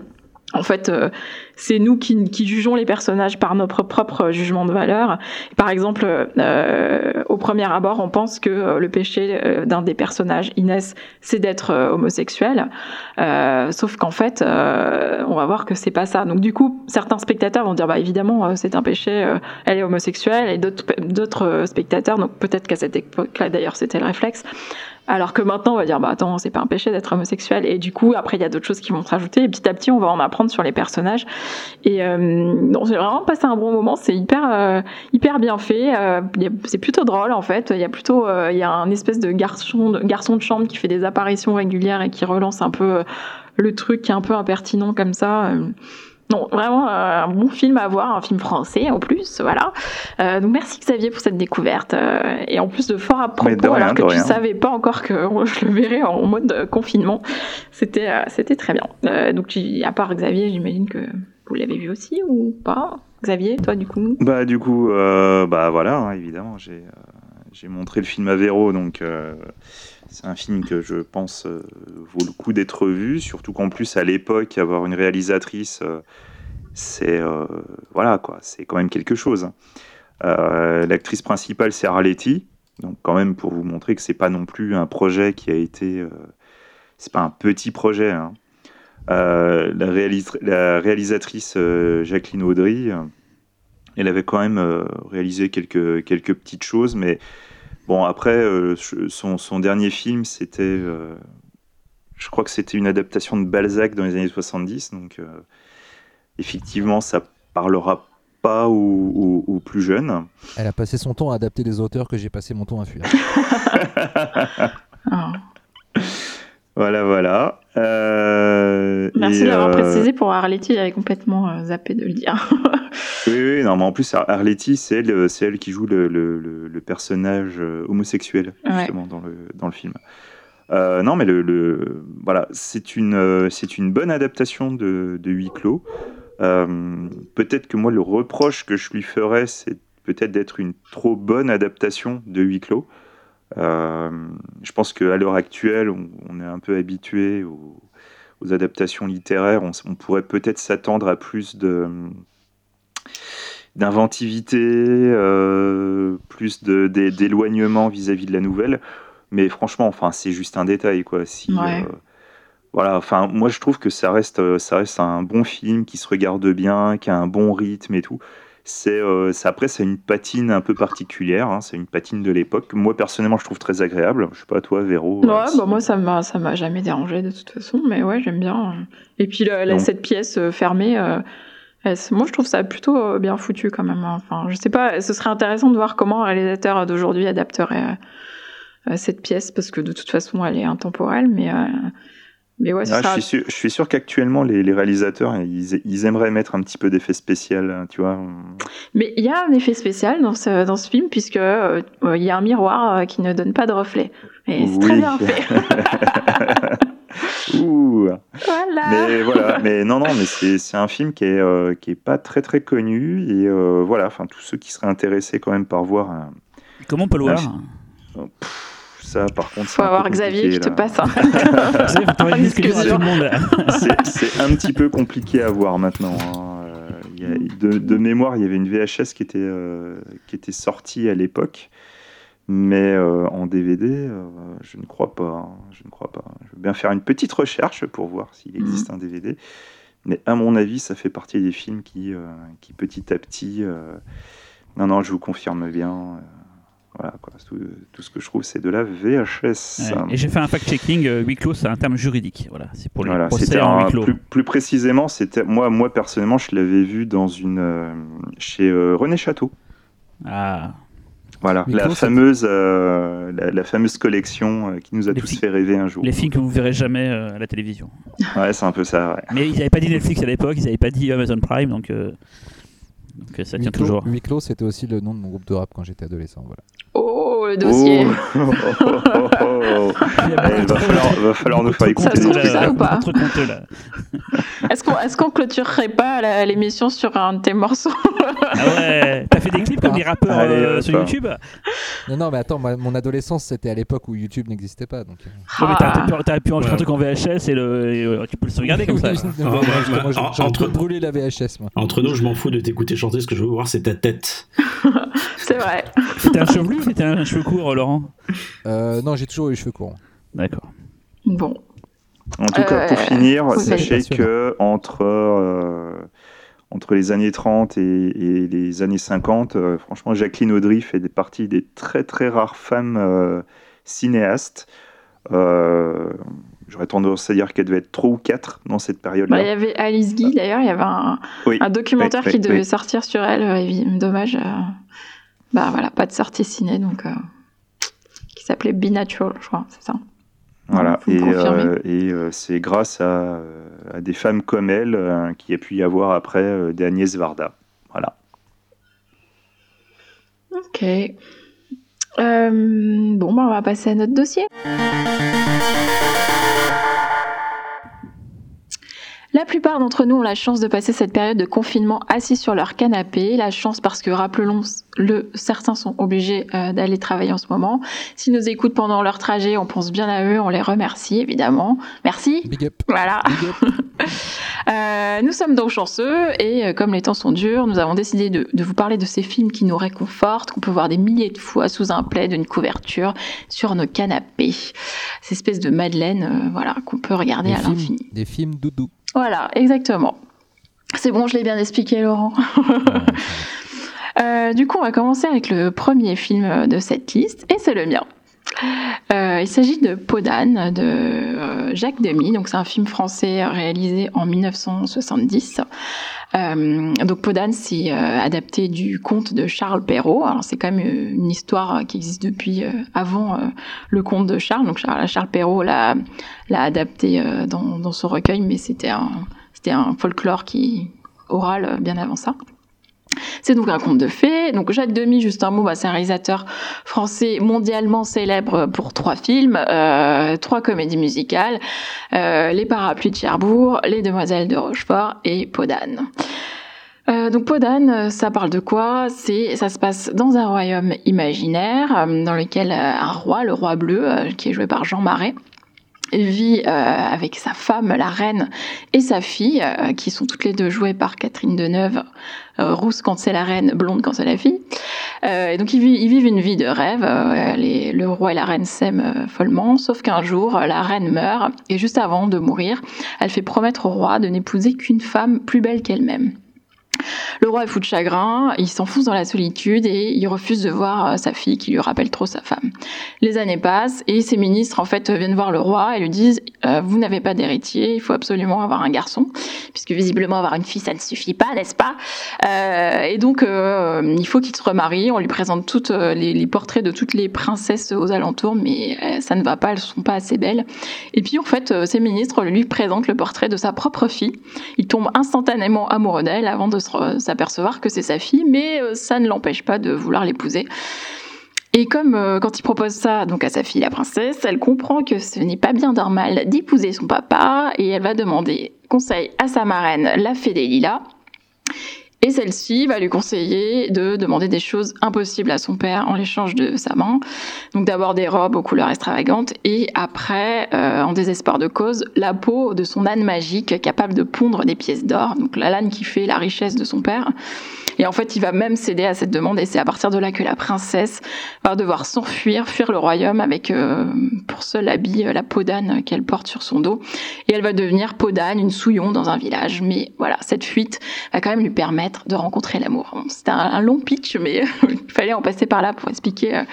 En fait, euh, c'est nous qui, qui jugeons les personnages par notre propre jugement de valeur. Par exemple, euh, au premier abord, on pense que euh, le péché euh, d'un des personnages, Inès, c'est d'être euh, homosexuel. Euh, sauf qu'en fait, euh, on va voir que c'est pas ça. Donc du coup, certains spectateurs vont dire, bah évidemment, euh, c'est un péché, euh, elle est homosexuelle, et d'autres, d'autres euh, spectateurs, donc peut-être qu'à cette époque-là, d'ailleurs, c'était le réflexe. Alors que maintenant, on va dire, bah attends, c'est pas un péché d'être homosexuel. Et du coup, après, il y a d'autres choses qui vont se rajouter. Et petit à petit, on va en apprendre sur les personnages. Et euh, donc, j'ai vraiment passé un bon moment. C'est hyper, euh, hyper bien fait. Euh, y a, c'est plutôt drôle, en fait. Il y a plutôt, euh, il y a un espèce de garçon, de garçon de chambre qui fait des apparitions régulières et qui relance un peu euh, le truc qui est un peu impertinent comme ça. Euh, Non, vraiment euh, un bon film à voir, un film français en plus, voilà. Euh, donc merci Xavier pour cette découverte euh, et en plus de fort à propos, rien, alors que tu rien. savais pas encore que je le verrais en mode euh, confinement. C'était euh, c'était très bien. Euh, donc tu, à part Xavier, j'imagine que vous l'avez vu aussi ou pas. Xavier, toi du coup. Bah du coup, euh, bah voilà, hein, évidemment, j'ai euh, j'ai montré le film à Véro, donc. Euh, C'est un film que je pense euh, vaut le coup d'être vu, surtout qu'en plus à l'époque avoir une réalisatrice, euh, c'est euh, voilà quoi, c'est quand même quelque chose. Euh, l'actrice principale c'est Arletty, donc quand même pour vous montrer que c'est pas non plus un projet qui a été, euh, c'est pas un petit projet. Hein. Euh, la, réalis- la réalisatrice euh, Jacqueline Audry, euh, elle avait quand même euh, réalisé quelques quelques petites choses, mais bon, après, euh, son, son dernier film, c'était... Euh, je crois que c'était une adaptation de Balzac dans les années soixante-dix, donc euh, effectivement, ça parlera pas aux, aux, aux plus jeunes. Elle a passé son temps à adapter des auteurs que j'ai passé mon temps à fuir. Oh. Voilà, voilà. Euh, Merci et, de l'avoir euh, précisé pour Arletty, j'avais complètement euh, zappé de le dire. Oui, oui, non, mais en plus, Arletty, c'est elle, c'est elle qui joue le, le, le, le personnage homosexuel, justement, ouais. dans, le, dans le film. Euh, non, mais le, le, voilà, c'est une, c'est une bonne adaptation de, de Huis clos. Euh, peut-être que moi, le reproche que je lui ferais, c'est peut-être d'être une trop bonne adaptation de Huis clos. Euh, je pense qu'à l'heure actuelle, on, on est un peu habitué aux, aux adaptations littéraires. On, on pourrait peut-être s'attendre à plus de... d'inventivité, euh, plus de, de, d'éloignement vis-à-vis de la nouvelle, mais franchement, enfin, c'est juste un détail, quoi. Si, ouais. euh, voilà, enfin, moi je trouve que ça reste, ça reste un bon film qui se regarde bien, qui a un bon rythme et tout. C'est, euh, c'est après, c'est une patine un peu particulière, hein, c'est une patine de l'époque. Moi personnellement, je trouve très agréable. Je sais pas toi, Véro. Ouais, euh, si... bah moi ça m'a, ça m'a jamais dérangé de toute façon, mais ouais, j'aime bien. Et puis la, la, Donc... cette pièce fermée. Euh... Moi, je trouve ça plutôt bien foutu quand même. Enfin, je sais pas, ce serait intéressant de voir comment un réalisateur d'aujourd'hui adapterait euh, cette pièce, parce que de toute façon, elle est intemporelle. Mais, euh, mais ouais, ah, sera... je, suis sûr, je suis sûr qu'actuellement, les, les réalisateurs, ils, ils aimeraient mettre un petit peu d'effet spécial, tu vois. Mais il y a un effet spécial dans ce, dans ce film, puisque euh, il y a un miroir euh, qui ne donne pas de reflet. Et c'est oui. très bien fait. Ouh. Voilà. Mais voilà, mais non, non, mais c'est, c'est un film qui est, euh, qui est pas très très connu et euh, voilà, enfin tous ceux qui seraient intéressés quand même par voir. Un, Comment on peut le voir un, pff, Ça, par contre, faut c'est avoir Xavier qui te passe. Hein. c'est, c'est un petit peu compliqué à voir maintenant. Hein. Il y a, de, de mémoire, il y avait une V H S qui était euh, qui était sortie à l'époque. Mais euh, en D V D, euh, je ne crois pas. Hein, je ne crois pas. Je veux bien faire une petite recherche pour voir s'il existe mmh. un D V D. Mais à mon avis, ça fait partie des films qui, euh, qui petit à petit... Euh... Non, non, je vous confirme bien. Euh... Voilà, quoi. Tout, tout ce que je trouve, c'est de la V H S. Ouais. Et j'ai fait un fact-checking. Euh, huis clos, c'est un terme juridique. Voilà, c'est pour les voilà, procès en huis clos. Plus, plus précisément, c'était moi, moi, personnellement, je l'avais vu dans une, euh, chez euh, René Château. Ah... Voilà, la clos, fameuse, euh, la, la fameuse collection euh, qui nous a les tous fi- fait rêver un jour. Les films que vous verrez jamais euh, à la télévision. Ouais, c'est un peu ça. Ouais. Mais ils n'avaient pas dit Netflix à l'époque, ils n'avaient pas dit Amazon Prime, donc, euh, donc ça tient Huis clos, toujours. Huis clos, c'était aussi le nom de mon groupe de rap quand j'étais adolescent. Voilà. Oh, le dossier. Oh, oh, oh, oh, oh. Il va falloir, va falloir nous faire écouter. Ça se trouve ça ou pas Honteux, là. Est-ce qu'on, est-ce qu'on clôturerait pas la, l'émission sur un de tes morceaux? Ah ouais, t'as fait des clips comme les rappeurs Allez, euh, euh, sur pas. YouTube? Non, non, mais attends, ma- mon adolescence, c'était à l'époque où YouTube n'existait pas. Donc... Ouais, mais t'as, Ah. t'as pu, t'as pu enregistrer Ouais. un truc en V H S et, le, et euh, tu peux le sauvegarder comme ça. Oui, Ah, moi, ouais, moi, ouais. j'ai- En- j'ai un peu entre- brûlé la V H S, moi. Entre nous, je m'en fous de t'écouter chanter. Ce que je veux voir, c'est ta tête. C'est vrai. T'étais un chevelu ou t'étais un cheveu court, Laurent? Euh, non, j'ai toujours eu les cheveux courts. D'accord. Bon. En tout cas, pour Euh, finir, oui, sachez passionnant. que entre, euh, entre les années trente et, et les années cinquante, euh, franchement, Jacqueline Audry fait des parties des très très rares femmes euh, cinéastes. Euh, J'aurais tendance à dire qu'elle devait être trois ou quatre dans cette Bah, période-là. il y avait Alice Guy d'ailleurs, il y avait un, Oui. un documentaire oui, qui oui, devait oui. sortir sur elle. euh, évi- Dommage. euh, Bah voilà, pas de sortie ciné donc. euh, Qui s'appelait Be Natural, je crois, c'est ça. Voilà, Vous me et, confirmez euh, et euh, c'est grâce à, euh, à des femmes comme elle euh, qu'il y a pu y avoir après euh, des Agnès Varda. Voilà. Ok. Euh, bon, bah, on va passer à notre dossier. La plupart d'entre nous ont la chance de passer cette période de confinement assis sur leur canapé. La chance parce que, rappelons-le, certains sont obligés euh, d'aller travailler en ce moment. S'ils nous écoutent pendant leur trajet, on pense bien à eux, on les remercie évidemment. Merci. Big up. Voilà. Big up. Euh, nous sommes donc chanceux et euh, comme les temps sont durs, nous avons décidé de, de vous parler de ces films qui nous réconfortent, qu'on peut voir des milliers de fois sous un plaid, une couverture, sur nos canapés. Ces espèces de madeleines, euh, voilà, qu'on peut regarder Des à films, l'infini. des films doudou. Voilà, exactement. C'est bon, je l'ai bien expliqué, Laurent. Euh, du coup, on va commencer avec le premier film de cette liste, et c'est le mien. Euh, il s'agit de Peau d'âne de euh, Jacques Demy. Donc c'est un film français réalisé en mille neuf cent soixante-dix. Euh, donc Peau d'âne, c'est euh, adapté du conte de Charles Perrault. Alors c'est quand même une histoire qui existe depuis euh, avant euh, le conte de Charles. Donc Charles, Charles Perrault l'a, l'a adapté euh, dans, dans son recueil, mais c'était un, c'était un folklore qui oral bien avant ça. C'est donc un conte de fées. Donc Jacques Demy, juste un mot, bah, c'est un réalisateur français mondialement célèbre pour trois films, euh, trois comédies musicales, euh, Les Parapluies de Cherbourg, Les Demoiselles de Rochefort et Peau d'âne. Euh, donc Peau d'âne, ça parle de quoi? C'est, ça se passe dans un royaume imaginaire euh, dans lequel euh, un roi, le roi bleu, euh, qui est joué par Jean Marais, vit euh, avec sa femme, la reine, et sa fille, euh, qui sont toutes les deux jouées par Catherine Deneuve, euh, rousse quand c'est la reine, blonde quand c'est la fille. Euh, et donc ils vivent, ils vivent une vie de rêve, euh, les, le roi et la reine s'aiment euh, follement, sauf qu'un jour, euh, la reine meurt, et juste avant de mourir, elle fait promettre au roi de n'épouser qu'une femme plus belle qu'elle-même. Le roi est fou de chagrin, il s'enfonce dans la solitude et il refuse de voir sa fille qui lui rappelle trop sa femme. Les années passent et ses ministres en fait viennent voir le roi et lui disent euh, vous n'avez pas d'héritier, il faut absolument avoir un garçon, puisque visiblement avoir une fille ça ne suffit pas, n'est-ce pas? euh, Et donc euh, il faut qu'il se remarie, on lui présente toutes les, les portraits de toutes les princesses aux alentours, mais euh, ça ne va pas, elles sont pas assez belles. Et puis en fait euh, ses ministres lui présentent le portrait de sa propre fille, il tombe instantanément amoureux d'elle avant de s'apercevoir que c'est sa fille, mais ça ne l'empêche pas de vouloir l'épouser. Et comme euh, quand il propose ça donc à sa fille la princesse, elle comprend que ce n'est pas bien normal d'épouser son papa et elle va demander conseil à sa marraine, la fée des lilas. Et celle-ci va lui conseiller de demander des choses impossibles à son père en l'échange de sa main. Donc d'abord des robes aux couleurs extravagantes et après, euh, en désespoir de cause, la peau de son âne magique capable de pondre des pièces d'or. Donc la l'âne qui fait la richesse de son père. Et en fait, il va même céder à cette demande et c'est à partir de là que la princesse va devoir s'enfuir, fuir le royaume avec euh, pour seul habit la peau d'âne qu'elle porte sur son dos. Et elle va devenir peau d'âne, une souillon dans un village. Mais voilà, cette fuite va quand même lui permettre de rencontrer l'amour. Bon, c'était un, un long pitch, mais il fallait en passer par là pour expliquer euh,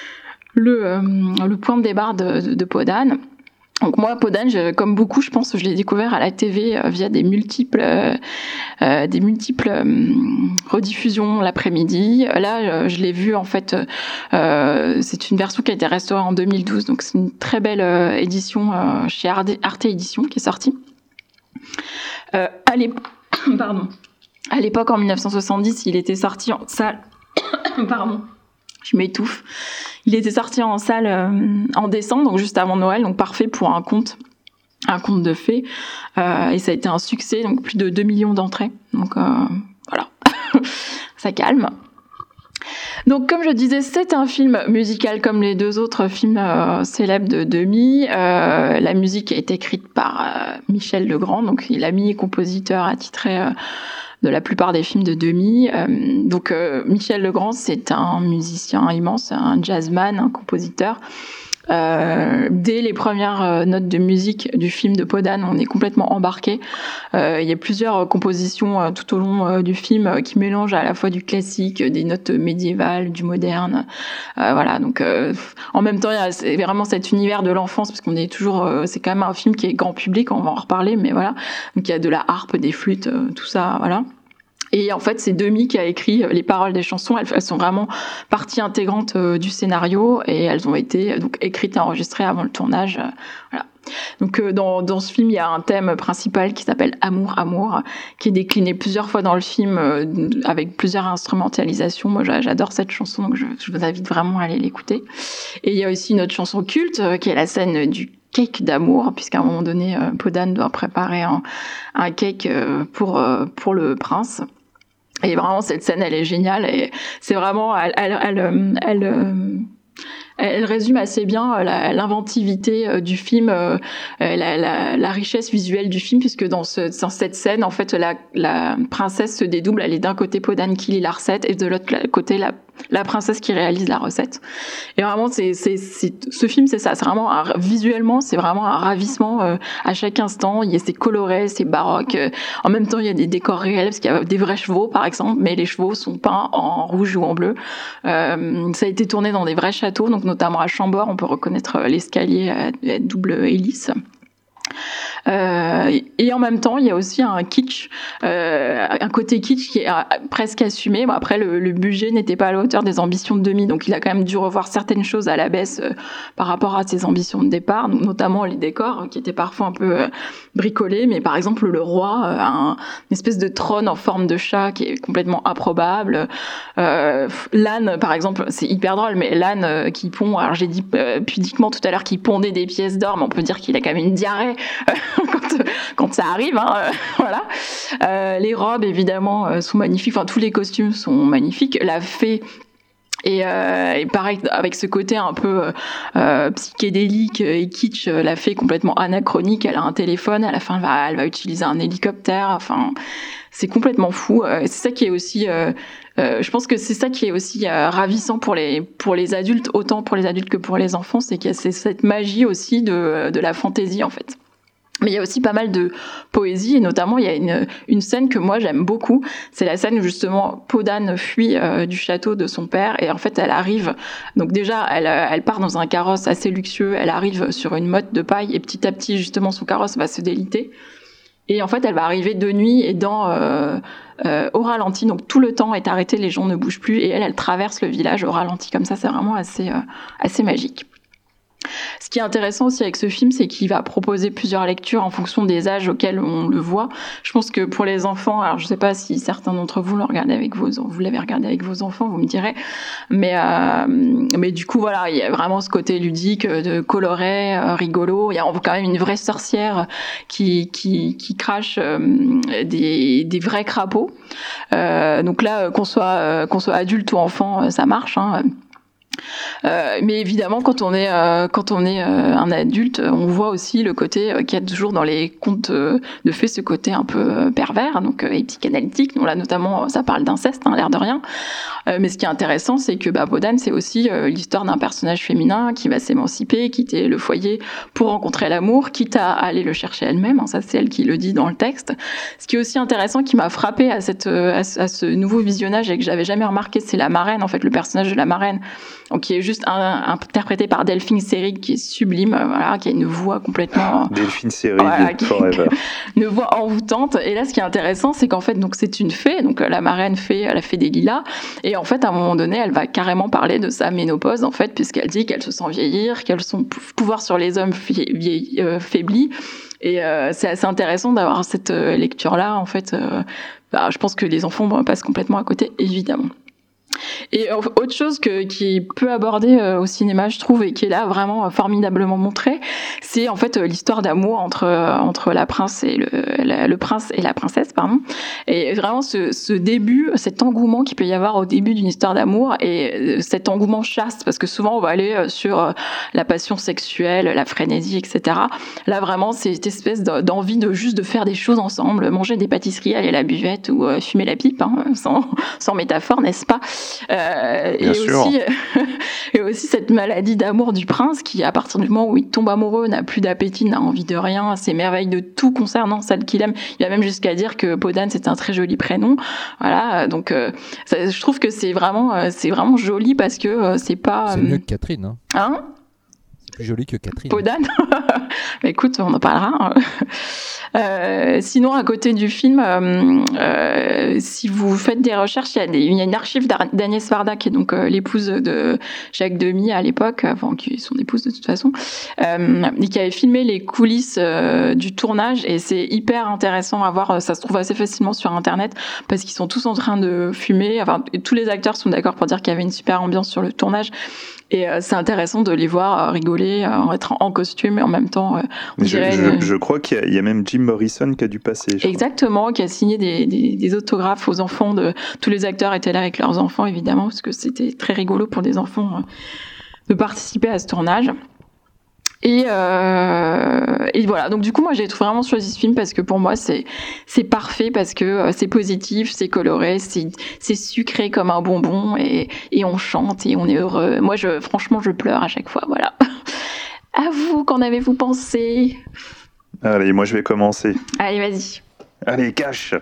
le, euh, le point de départ de, de, de Peau d'âne. Donc moi, Peau d'âne, je, comme beaucoup, je pense, je l'ai découvert à la T V euh, via des multiples, euh, euh, des multiples euh, rediffusions l'après-midi. Là, euh, je l'ai vu en fait. Euh, c'est une version qui a été restaurée en deux mille douze, donc c'est une très belle euh, édition euh, chez Arte, Arte Édition qui est sortie. Euh, à l'époque, pardon. À l'époque, en mille neuf cent soixante-dix, il était sorti en salle. Pardon. je m'étouffe. Il était sorti en salle euh, en décembre, donc juste avant Noël, donc parfait pour un conte, un conte de fées. Euh, et ça a été un succès, donc plus de deux millions d'entrées. Donc euh, voilà, ça calme. Donc, comme je disais, c'est un film musical comme les deux autres films euh, célèbres de Demy. Euh, la musique a été écrite par euh, Michel Legrand, donc l'ami et compositeur attitré euh, de la plupart des films de Demy. Euh, donc, euh, Michel Legrand, c'est un musicien immense, un jazzman, un compositeur. Euh, dès les premières euh, notes de musique du film de Podane, on est complètement embarqué. Euh, il y a plusieurs compositions euh, tout au long euh, du film euh, qui mélangent à la fois du classique, des notes médiévales, du moderne. Euh, voilà, donc euh, en même temps, il y a c'est vraiment cet univers de l'enfance parce qu'on est toujours, euh, c'est quand même un film qui est grand public, on va en reparler, mais voilà. Donc il y a de la harpe, des flûtes, euh, tout ça, voilà. Et en fait, c'est Demy qui a écrit les paroles des chansons. Elles, elles sont vraiment partie intégrante euh, du scénario et elles ont été donc écrites et enregistrées avant le tournage. Euh, voilà. Donc euh, dans, dans ce film, il y a un thème principal qui s'appelle Amour, Amour, qui est décliné plusieurs fois dans le film euh, avec plusieurs instrumentalisations. Moi, j'adore cette chanson, donc je, je vous invite vraiment à aller l'écouter. Et il y a aussi une autre chanson culte euh, qui est la scène du cake d'amour, puisqu'à un moment donné, euh, Podane doit préparer un, un cake euh, pour, euh, pour le prince. Et vraiment, cette scène, elle est géniale. Et c'est vraiment, elle, elle, elle, elle, elle, elle résume assez bien la, l'inventivité du film, euh, la, la, la richesse visuelle du film, puisque dans, ce, dans cette scène, en fait, la, la princesse se dédouble. Elle est d'un côté Podane qui lit la recette, et de l'autre côté, la, la princesse qui réalise la recette. Et vraiment, c'est, c'est, c'est, ce film, c'est ça. C'est vraiment un, visuellement, c'est vraiment un ravissement euh, à chaque instant. Il y a, c'est coloré, c'est baroque. Euh, en même temps, il y a des décors réels, parce qu'il y a des vrais chevaux, par exemple, mais les chevaux sont peints en rouge ou en bleu. Euh, ça a été tourné dans des vrais châteaux, donc notamment à Chambord, on peut reconnaître l'escalier à, à double hélice. Euh, et en même temps, il y a aussi un kitsch, euh, un côté kitsch qui est presque assumé. Bon, après, le, le budget n'était pas à la hauteur des ambitions de Demy, donc il a quand même dû revoir certaines choses à la baisse euh, par rapport à ses ambitions de départ, donc, notamment les décors qui étaient parfois un peu euh, bricolés. Mais par exemple, le roi euh, a un, une espèce de trône en forme de chat qui est complètement improbable. Euh, l'âne, par exemple, c'est hyper drôle, mais l'âne euh, qui pond, alors j'ai dit euh, pudiquement tout à l'heure qu'il pondait des pièces d'or, mais on peut dire qu'il a quand même une diarrhée quand, quand ça arrive, hein, euh, voilà. Euh, les robes, évidemment, euh, sont magnifiques. Enfin, tous les costumes sont magnifiques. La fée Et, euh, et pareil, avec ce côté un peu euh, psychédélique et kitsch, la fée complètement anachronique. Elle a un téléphone, à la fin, elle va, elle va utiliser un hélicoptère. Enfin, c'est complètement fou. C'est ça qui est aussi... Euh, euh, je pense que c'est ça qui est aussi euh, ravissant pour les, pour les adultes, autant pour les adultes que pour les enfants, c'est qu'il y a cette magie aussi de, de la fantaisie, en fait. Mais il y a aussi pas mal de poésie, et notamment il y a une, une scène que moi j'aime beaucoup, c'est la scène où justement Podane fuit euh, du château de son père, et en fait elle arrive, donc déjà elle, elle part dans un carrosse assez luxueux, elle arrive sur une motte de paille, et petit à petit justement son carrosse va se déliter, et en fait elle va arriver de nuit et dans euh, euh, au ralenti, donc tout le temps est arrêté, les gens ne bougent plus, et elle elle traverse le village au ralenti comme ça, c'est vraiment assez, euh, assez magique. Ce qui est intéressant aussi avec ce film, c'est qu'il va proposer plusieurs lectures en fonction des âges auxquels on le voit. Je pense que pour les enfants, alors je sais pas si certains d'entre vous le regardez avec vos, vous l'avez regardé avec vos enfants, vous me direz, mais euh, mais du coup voilà, il y a vraiment ce côté ludique, de coloré, euh, rigolo. Il y a quand même une vraie sorcière qui qui qui crache euh, des des vrais crapauds. Euh, donc là, qu'on soit euh, qu'on soit adulte ou enfant, ça marche, hein. Euh, mais évidemment, quand on est euh, quand on est euh, un adulte, on voit aussi le côté euh, qu'il y a toujours dans les contes euh, de fées, ce côté un peu euh, pervers, donc euh, et psychanalytique. Donc là, notamment, ça parle d'inceste, hein, l'air de rien. Euh, mais ce qui est intéressant, c'est que bah, Podane, c'est aussi euh, l'histoire d'un personnage féminin qui va s'émanciper, quitter le foyer pour rencontrer l'amour, quitte à aller le chercher elle-même. Hein, ça, c'est elle qui le dit dans le texte. Ce qui est aussi intéressant, qui m'a frappé à cette à, à ce nouveau visionnage et que j'avais jamais remarqué, c'est la marraine, en fait, le personnage de la marraine. Donc, qui est juste un, un, interprété par Delphine Seyrig, qui est sublime, voilà, qui a une voix complètement... Delphine Seyrig, voilà, forever. Une voix envoûtante. Et là, ce qui est intéressant, c'est qu'en fait, donc, c'est une fée, donc la marraine fée, la fée des lilas. Et en fait, à un moment donné, elle va carrément parler de sa ménopause, en fait, puisqu'elle dit qu'elle se sent vieillir, qu'elle son pouvoir sur les hommes vieillit, euh, faiblit. Et euh, c'est assez intéressant d'avoir cette euh, lecture-là, en fait. Euh, bah, je pense que les enfants passent complètement à côté, évidemment. Et autre chose que, qui est peu abordée euh, au cinéma, je trouve, et qui est là vraiment euh, formidablement montrée, c'est en fait euh, l'histoire d'amour entre euh, entre la prince et le, la, le prince et la princesse, pardon. Et vraiment ce, ce début, cet engouement qu'il peut y avoir au début d'une histoire d'amour, et euh, cet engouement chaste, parce que souvent on va aller euh, sur euh, la passion sexuelle, la frénésie, et cetera. Là vraiment, c'est cette espèce d'envie de juste de faire des choses ensemble, manger des pâtisseries, aller à la buvette ou euh, fumer la pipe, hein, sans sans métaphore, n'est-ce pas? Euh, et, aussi, et aussi cette maladie d'amour du prince qui, à partir du moment où il tombe amoureux, n'a plus d'appétit, n'a envie de rien, s'émerveille de tout concernant celle qu'il aime. Il va même jusqu'à dire que Podane, c'est un très joli prénom. Voilà, donc euh, ça, je trouve que c'est vraiment, euh, c'est vraiment joli parce que euh, c'est pas... C'est euh, mieux que Catherine. Hein, hein c'est plus joli que Catherine. Podane. Bah, écoute, on en parlera. Euh, sinon, à côté du film, euh, euh, si vous faites des recherches, il y a, des, il y a une archive d'Agnès Varda, qui est donc euh, l'épouse de Jacques Demy à l'époque, avant qu'ils sont épouse de toute façon, euh, et qui avait filmé les coulisses euh, du tournage, et c'est hyper intéressant à voir. Ça se trouve assez facilement sur Internet, parce qu'ils sont tous en train de fumer. Enfin, tous les acteurs sont d'accord pour dire qu'il y avait une super ambiance sur le tournage. Et euh, c'est intéressant de les voir euh, rigoler, euh, être en costume, et en même temps, euh, on je, dirait... Je, une... je crois qu'il y a, il y a même Jim Morrison qui a dû passer. Exactement, qui a signé des, des, des autographes aux enfants. De... Tous les acteurs étaient là avec leurs enfants, évidemment, parce que c'était très rigolo pour des enfants euh, de participer à ce tournage. Et, euh, et voilà, donc du coup moi j'ai vraiment choisi ce film parce que pour moi c'est c'est parfait, parce que euh, c'est positif, c'est coloré, c'est c'est sucré comme un bonbon, et et on chante et on est heureux. Moi je franchement je pleure à chaque fois, voilà. À vous, qu'en avez-vous pensé? Allez, moi je vais commencer. Allez, vas-y. Allez, cache.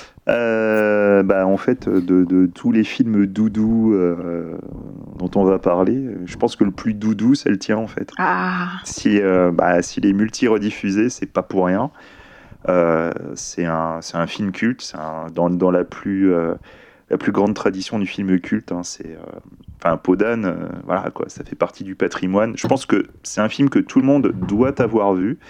Euh, bah, en fait, de, de tous les films doudou euh, dont on va parler, je pense que le plus doudou, c'est le tien, en fait. Ah. Si, euh, bah, s'il est multi-rediffusé, c'est pas pour rien. Euh, c'est un, c'est un film culte, c'est un, dans, dans la plus, euh, la plus grande tradition du film culte. Hein, c'est, euh, enfin, Podane, euh, voilà, quoi, ça fait partie du patrimoine. Je pense que c'est un film que tout le monde doit avoir vu.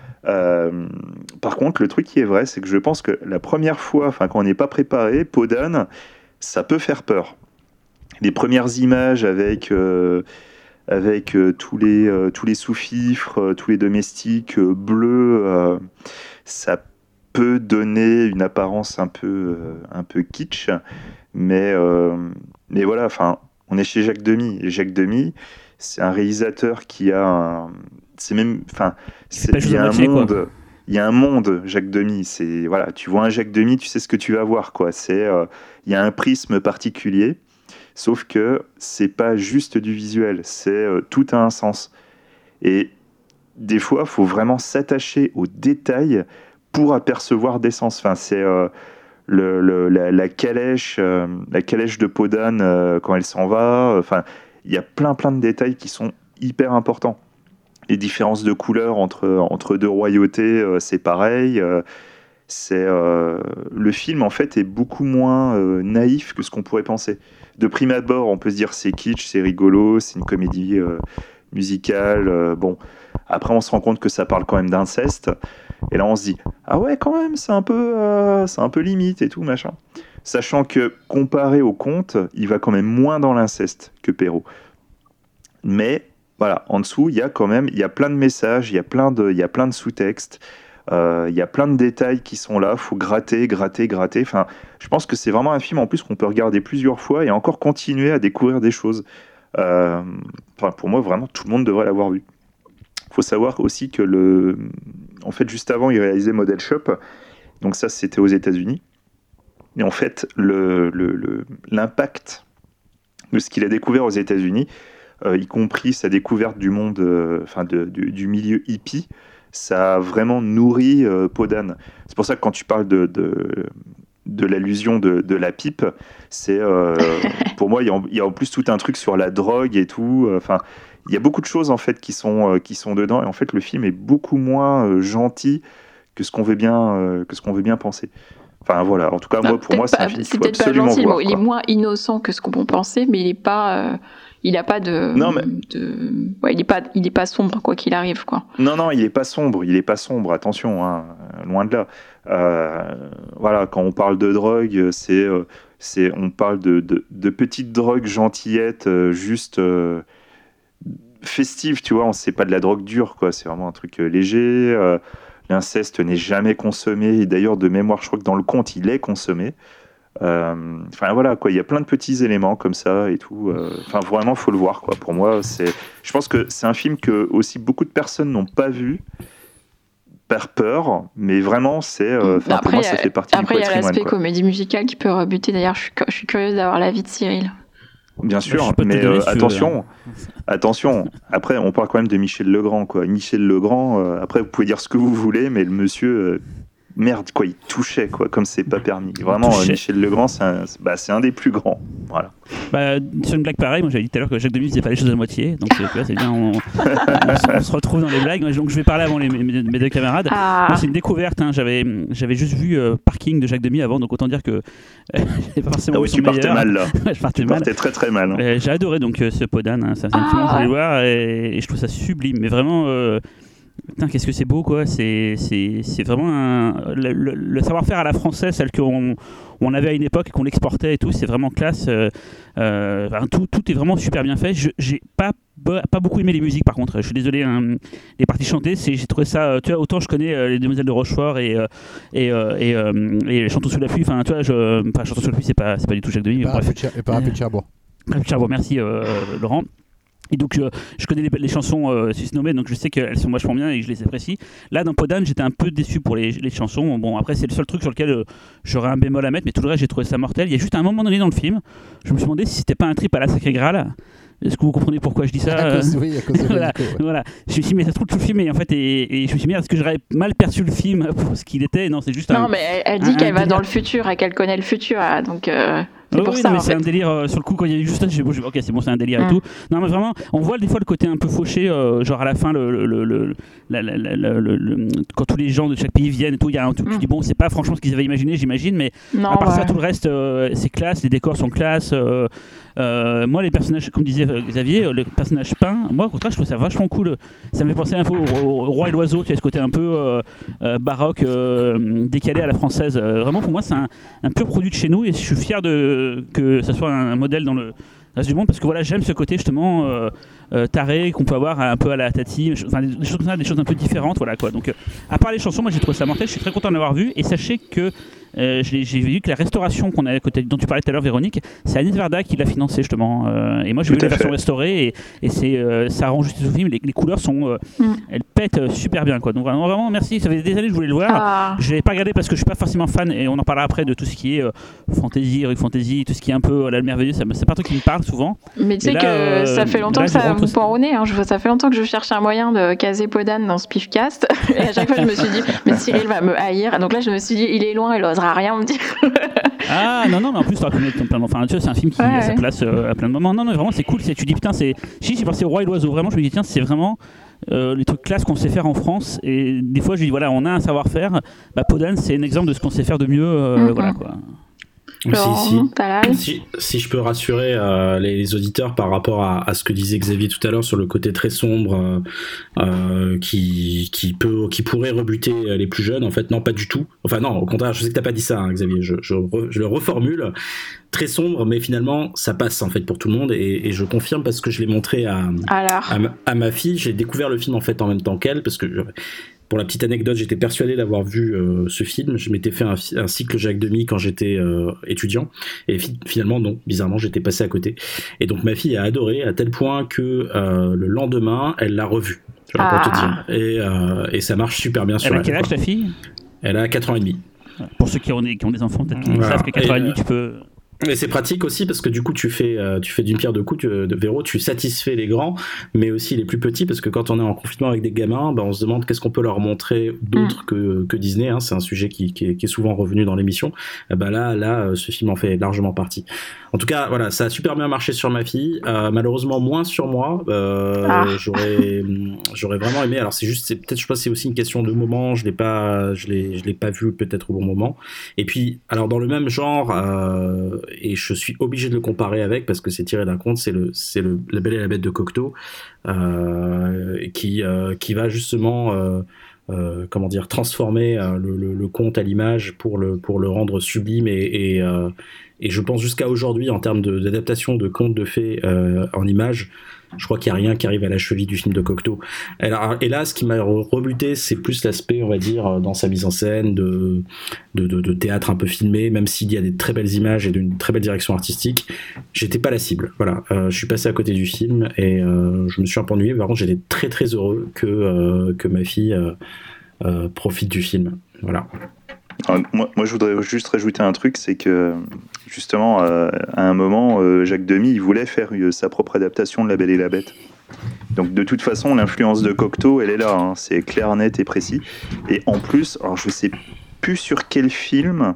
Euh, par contre, le truc qui est vrai, c'est que je pense que la première fois, enfin quand on n'est pas préparé, Podane, ça peut faire peur. Les premières images avec euh, avec euh, tous les euh, tous les sous-fifres, euh, tous les domestiques euh, bleus, euh, ça peut donner une apparence un peu euh, un peu kitsch, mais euh, mais voilà, enfin, on est chez Jacques Demy, et Jacques Demy, c'est un réalisateur qui a un c'est même, enfin, il y a un monde, il y a un monde, Jacques Demy. C'est voilà, tu vois un Jacques Demy, tu sais ce que tu vas voir, quoi. C'est, euh, il y a un prisme particulier, sauf que c'est pas juste du visuel, c'est euh, tout a un sens. Et des fois, faut vraiment s'attacher aux détails pour apercevoir des sens. Enfin, c'est euh, le, le, la, la calèche, euh, la calèche de Podane euh, quand elle s'en va. Enfin, il y a plein plein de détails qui sont hyper importants. Les différences de couleurs entre, entre deux royautés, euh, c'est pareil. Euh, c'est, euh, le film, en fait, est beaucoup moins euh, naïf que ce qu'on pourrait penser. De prime abord, on peut se dire c'est kitsch, c'est rigolo, c'est une comédie euh, musicale. Euh, bon, après, on se rend compte que ça parle quand même d'inceste. Et là, on se dit ah ouais, quand même, c'est un peu, euh, c'est un peu limite et tout, machin. Sachant que, comparé au conte, il va quand même moins dans l'inceste que Perrault. Mais... voilà, en dessous, il y a quand même, il y a plein de messages, il y a plein de, il y a plein de sous-textes, euh, il y a plein de détails qui sont là. Faut gratter, gratter, gratter. Enfin, je pense que c'est vraiment un film en plus qu'on peut regarder plusieurs fois et encore continuer à découvrir des choses. Euh, enfin, pour moi, vraiment, tout le monde devrait l'avoir vu. Faut savoir aussi que le, en fait, juste avant, il réalisait Model Shop. Donc ça, c'était aux États-Unis. Et en fait, le, le, le, l'impact de ce qu'il a découvert aux États-Unis, Euh, y compris sa découverte du monde, euh, enfin de, du, du milieu hippie, ça a vraiment nourri euh, Podane. C'est pour ça que quand tu parles de, de, de l'allusion de, de la pipe, c'est euh, pour moi il y, a, il y a en plus tout un truc sur la drogue et tout. Enfin, il y a beaucoup de choses en fait qui sont euh, qui sont dedans, et en fait le film est beaucoup moins euh, gentil que ce qu'on veut bien euh, que ce qu'on veut bien penser. Enfin voilà, en tout cas, bah, moi, pour moi, c'est pas, un film qu'il faut peut-être absolument pas gentil, voir. Bon, il est moins innocent que ce qu'on peut penser, mais il est pas, euh, il a pas de, non, mais... de, ouais, il est pas, il est pas sombre quoi qu'il arrive, quoi. Non, non, il est pas sombre, il est pas sombre. Attention, hein, loin de là. Euh, voilà, quand on parle de drogue, c'est, euh, C'est, on parle de, de, de petites drogues gentillettes, euh, juste euh, festives, tu vois. On sait pas de la drogue dure, quoi. C'est vraiment un truc euh, léger. Euh, l'inceste n'est jamais consommé. Et d'ailleurs, de mémoire, je crois que dans le conte, il est consommé. Euh, enfin voilà, quoi. Il y a plein de petits éléments comme ça et tout. Euh, enfin, vraiment, faut le voir, quoi. Pour moi, c'est. Je pense que c'est un film que aussi beaucoup de personnes n'ont pas vu. Par peur, mais vraiment, c'est, euh, après, pour moi, ça fait partie après, du patrimoine. Après, il y a l'aspect quoi. comédie musicale qui peut rebuter. D'ailleurs, je suis, je suis curieuse d'avoir l'avis de Cyril. Bien sûr, mais euh, attention, attention. Après, on parle quand même de Michel Legrand, quoi. Michel Legrand, euh, après, vous pouvez dire ce que vous voulez, mais le monsieur... Euh, merde, quoi, il touchait, quoi, comme c'est pas permis. Vraiment, euh, Michel Legrand, c'est un, bah, c'est un des plus grands. Voilà. Bah, sur une blague pareille, moi j'avais dit tout à l'heure que Jacques Demy faisait pas les choses à moitié, donc c'est, c'est bien, on, on, on, on se retrouve dans les blagues. Donc je vais parler avant les, mes, mes deux camarades. Ah. Moi, c'est une découverte, hein. j'avais, j'avais juste vu euh, Parking de Jacques Demy avant, donc autant dire que euh, j'avais pas forcément ah oui, son tu partais meilleur. mal là. je partais tu mal. partais très très mal. Hein. Euh, j'ai adoré donc euh, ce Podane, hein. Ça fait un petit moment que je voulais le voir et, et je trouve ça sublime, mais vraiment. Euh, Putain, qu'est-ce que c'est beau, quoi. C'est, c'est, c'est vraiment un, le, le, le savoir-faire à la française, celle qu'on on avait à une époque et qu'on exportait et tout, c'est vraiment classe. Euh, euh, enfin, tout, tout est vraiment super bien fait. Je, j'ai pas, pas beaucoup aimé les musiques, par contre. Je suis désolé, hein, les parties chantées, c'est, j'ai trouvé ça. Tu vois, autant je connais euh, les Demoiselles de Rochefort et, euh, et, euh, et, euh, et Chantons sous la pluie. Enfin, tu vois, je, enfin, Chantons sous la pluie, c'est pas, c'est pas du tout Jacques Demy. Et Parapluie de Cherbourg. Parapluie de Cherbourg, merci euh, Laurent. Et donc euh, je connais les, les chansons euh, susnommées, donc je sais qu'elles sont vachement bien et que je les apprécie. Là dans Podane, j'étais un peu déçu pour les, les chansons. Bon, après c'est le seul truc sur lequel euh, j'aurais un bémol à mettre, mais tout le reste j'ai trouvé ça mortel. Il y a juste un moment donné dans le film, je me suis demandé si c'était pas un trip à la Sacré Graal. Est-ce que vous comprenez pourquoi je dis ça? À cause, oui, à cause de voilà, Nico, ouais. voilà. Je me suis dit, mais ça se trouve tout le film, et en fait, et, et je me suis dit, merde, est-ce que j'aurais mal perçu le film pour ce qu'il était? Non, c'est juste non, un. mais elle, elle dit un, qu'elle un va délire. dans le futur et qu'elle connaît le futur, donc. Euh... C'est Oh pour oui, ça, non, mais en c'est fait. un délire euh, sur le coup quand il y a eu juste ça, j'ai bon, j'ai- ok c'est bon, c'est un délire Mm. et tout. Non mais vraiment, on voit des fois le côté un peu fauché, euh, genre à la fin le, le, le, la- la- la- la- le- le- quand tous les gens de chaque pays viennent et tout, il y a un truc Mm. tu dis bon c'est pas franchement ce qu'ils avaient imaginé j'imagine, mais Non, à part ça ouais. tout le reste euh, c'est classe, les décors sont classe. Euh, euh, moi les personnages comme disait euh, Xavier, euh, les personnages peints, moi au contraire je trouve ça vachement cool. Ça me fait penser un peu au, au- au Roi et l'Oiseau, tu as ce côté un peu euh, euh, baroque, euh, décalé à la française. Euh, vraiment pour moi c'est un, un pur produit de chez nous et je suis fier de que ça soit un, un modèle dans le reste du monde parce que voilà j'aime ce côté justement euh, euh, taré qu'on peut avoir un peu à la Tati, enfin des, des choses comme ça, des choses un peu différentes, voilà quoi. Donc euh, à part les chansons, moi j'ai trouvé ça mortel, je suis très content de l'avoir vu et sachez que euh, j'ai, j'ai vu que la restauration qu'on a, dont tu parlais tout à l'heure Véronique, c'est Agnès Varda qui l'a financé justement euh, et moi j'ai Tout vu à la version fait. restaurée et, et c'est, euh, ça rend juste au film, les, les couleurs sont euh, Mm. elles pètent euh, super bien quoi. Donc vraiment, vraiment merci, ça fait des années que je voulais le voir. Ah. Je l'ai pas regardé parce que je suis pas forcément fan et on en parlera après de tout ce qui est euh, fantasy, heroic fantasy, tout ce qui est un peu euh, la merveilleuse, ça me- c'est pas un truc qui me parle souvent. Mais tu sais Et là, que euh, ça fait longtemps là, que je ça rentre- me pend au nez. Hein. Je- Ça fait longtemps que je cherche un moyen de caser Podane dans ce pifcast. Et à chaque fois, je me suis dit, mais Cyril va me haïr. Donc là, je me suis dit, il est loin, il osera rien me dire. Ah non non mais en plus tu reconnais plein de enfin tu vois c'est un film qui Ouais, a sa ouais. place euh, à plein de moments. Non non vraiment c'est cool, c'est tu dis putain c'est si j'ai pensé au Roi et l'Oiseau, vraiment je me dis tiens c'est vraiment euh, les trucs classes qu'on sait faire en France et des fois je dis voilà on a un savoir-faire, bah Podane c'est un exemple de ce qu'on sait faire de mieux euh, Mhm. voilà quoi. Laurent, Si, si. t'as l'âge Si, si je peux rassurer euh, les, les auditeurs par rapport à, à ce que disait Xavier tout à l'heure sur le côté très sombre euh, euh, qui, qui, peut, qui pourrait rebuter les plus jeunes, en fait non pas du tout. Enfin non, au contraire, je sais que t'as pas dit ça hein, Xavier, je, je, re- je le reformule. Très sombre, mais finalement ça passe en fait pour tout le monde et, et je confirme parce que je l'ai montré à, Alors, à, ma, à ma fille, j'ai découvert le film en fait en même temps qu'elle parce que je- pour la petite anecdote, j'étais persuadé d'avoir vu euh, ce film. Je m'étais fait un, fi- un cycle Jacques Demy quand j'étais euh, étudiant. Et fi- finalement, non. Bizarrement, j'étais passé à côté. Et donc, ma fille a adoré à tel point que euh, le lendemain, elle l'a revu. Je vais Ah. pas te dire. Et, euh, et ça marche super bien sur Elle a elle. quel âge quoi. ta fille? Elle a quatre ans et demi. Pour ceux qui ont des, qui ont des enfants peut-être qu'ils Voilà. savent qu'à quatre ans et Et, demi euh, tu peux. Mais c'est pratique aussi parce que du coup tu fais euh, tu fais d'une pierre deux coups tu, de Véro, tu satisfais les grands mais aussi les plus petits parce que quand on est en confinement avec des gamins bah, on se demande qu'est-ce qu'on peut leur montrer d'autre que, que Disney hein, c'est un sujet qui, qui, est, qui est souvent revenu dans l'émission. Et bah là là euh, ce film en fait largement partie. En tout cas voilà ça a super bien marché sur ma fille, euh, malheureusement moins sur moi. euh, Ah. j'aurais j'aurais vraiment aimé, alors c'est juste c'est peut-être je pense que c'est aussi une question de moment, je l'ai pas je l'ai je l'ai pas vu peut-être au bon moment. Et puis alors dans le même genre euh, et je suis obligé de le comparer avec parce que c'est tiré d'un conte, c'est le c'est le La Belle et la Bête de Cocteau euh, qui euh, qui va justement euh, euh, comment dire, transformer euh, le, le, le conte à l'image pour le, pour le rendre sublime et, et, euh, et je pense jusqu'à aujourd'hui en termes de, d'adaptation de contes de fées euh, en images, je crois qu'il n'y a rien qui arrive à la cheville du film de Cocteau. Alors, et là, ce qui m'a rebuté, c'est plus l'aspect, on va dire, dans sa mise en scène, de, de, de, de théâtre un peu filmé, même s'il y a des très belles images et d'une très belle direction artistique, j'étais pas la cible. Voilà, euh, je suis passé à côté du film et euh, je me suis un peu ennuyé. Par contre, j'étais très très heureux que, euh, que ma fille euh, euh, profite du film. Voilà. Alors, moi, moi, je voudrais juste rajouter un truc, c'est que justement, euh, à un moment, euh, Jacques Demy, il voulait faire euh, sa propre adaptation de La Belle et la Bête. Donc de toute façon, l'influence de Cocteau, elle est là, hein, c'est clair, net et précis. Et en plus, alors je sais plus sur quel film,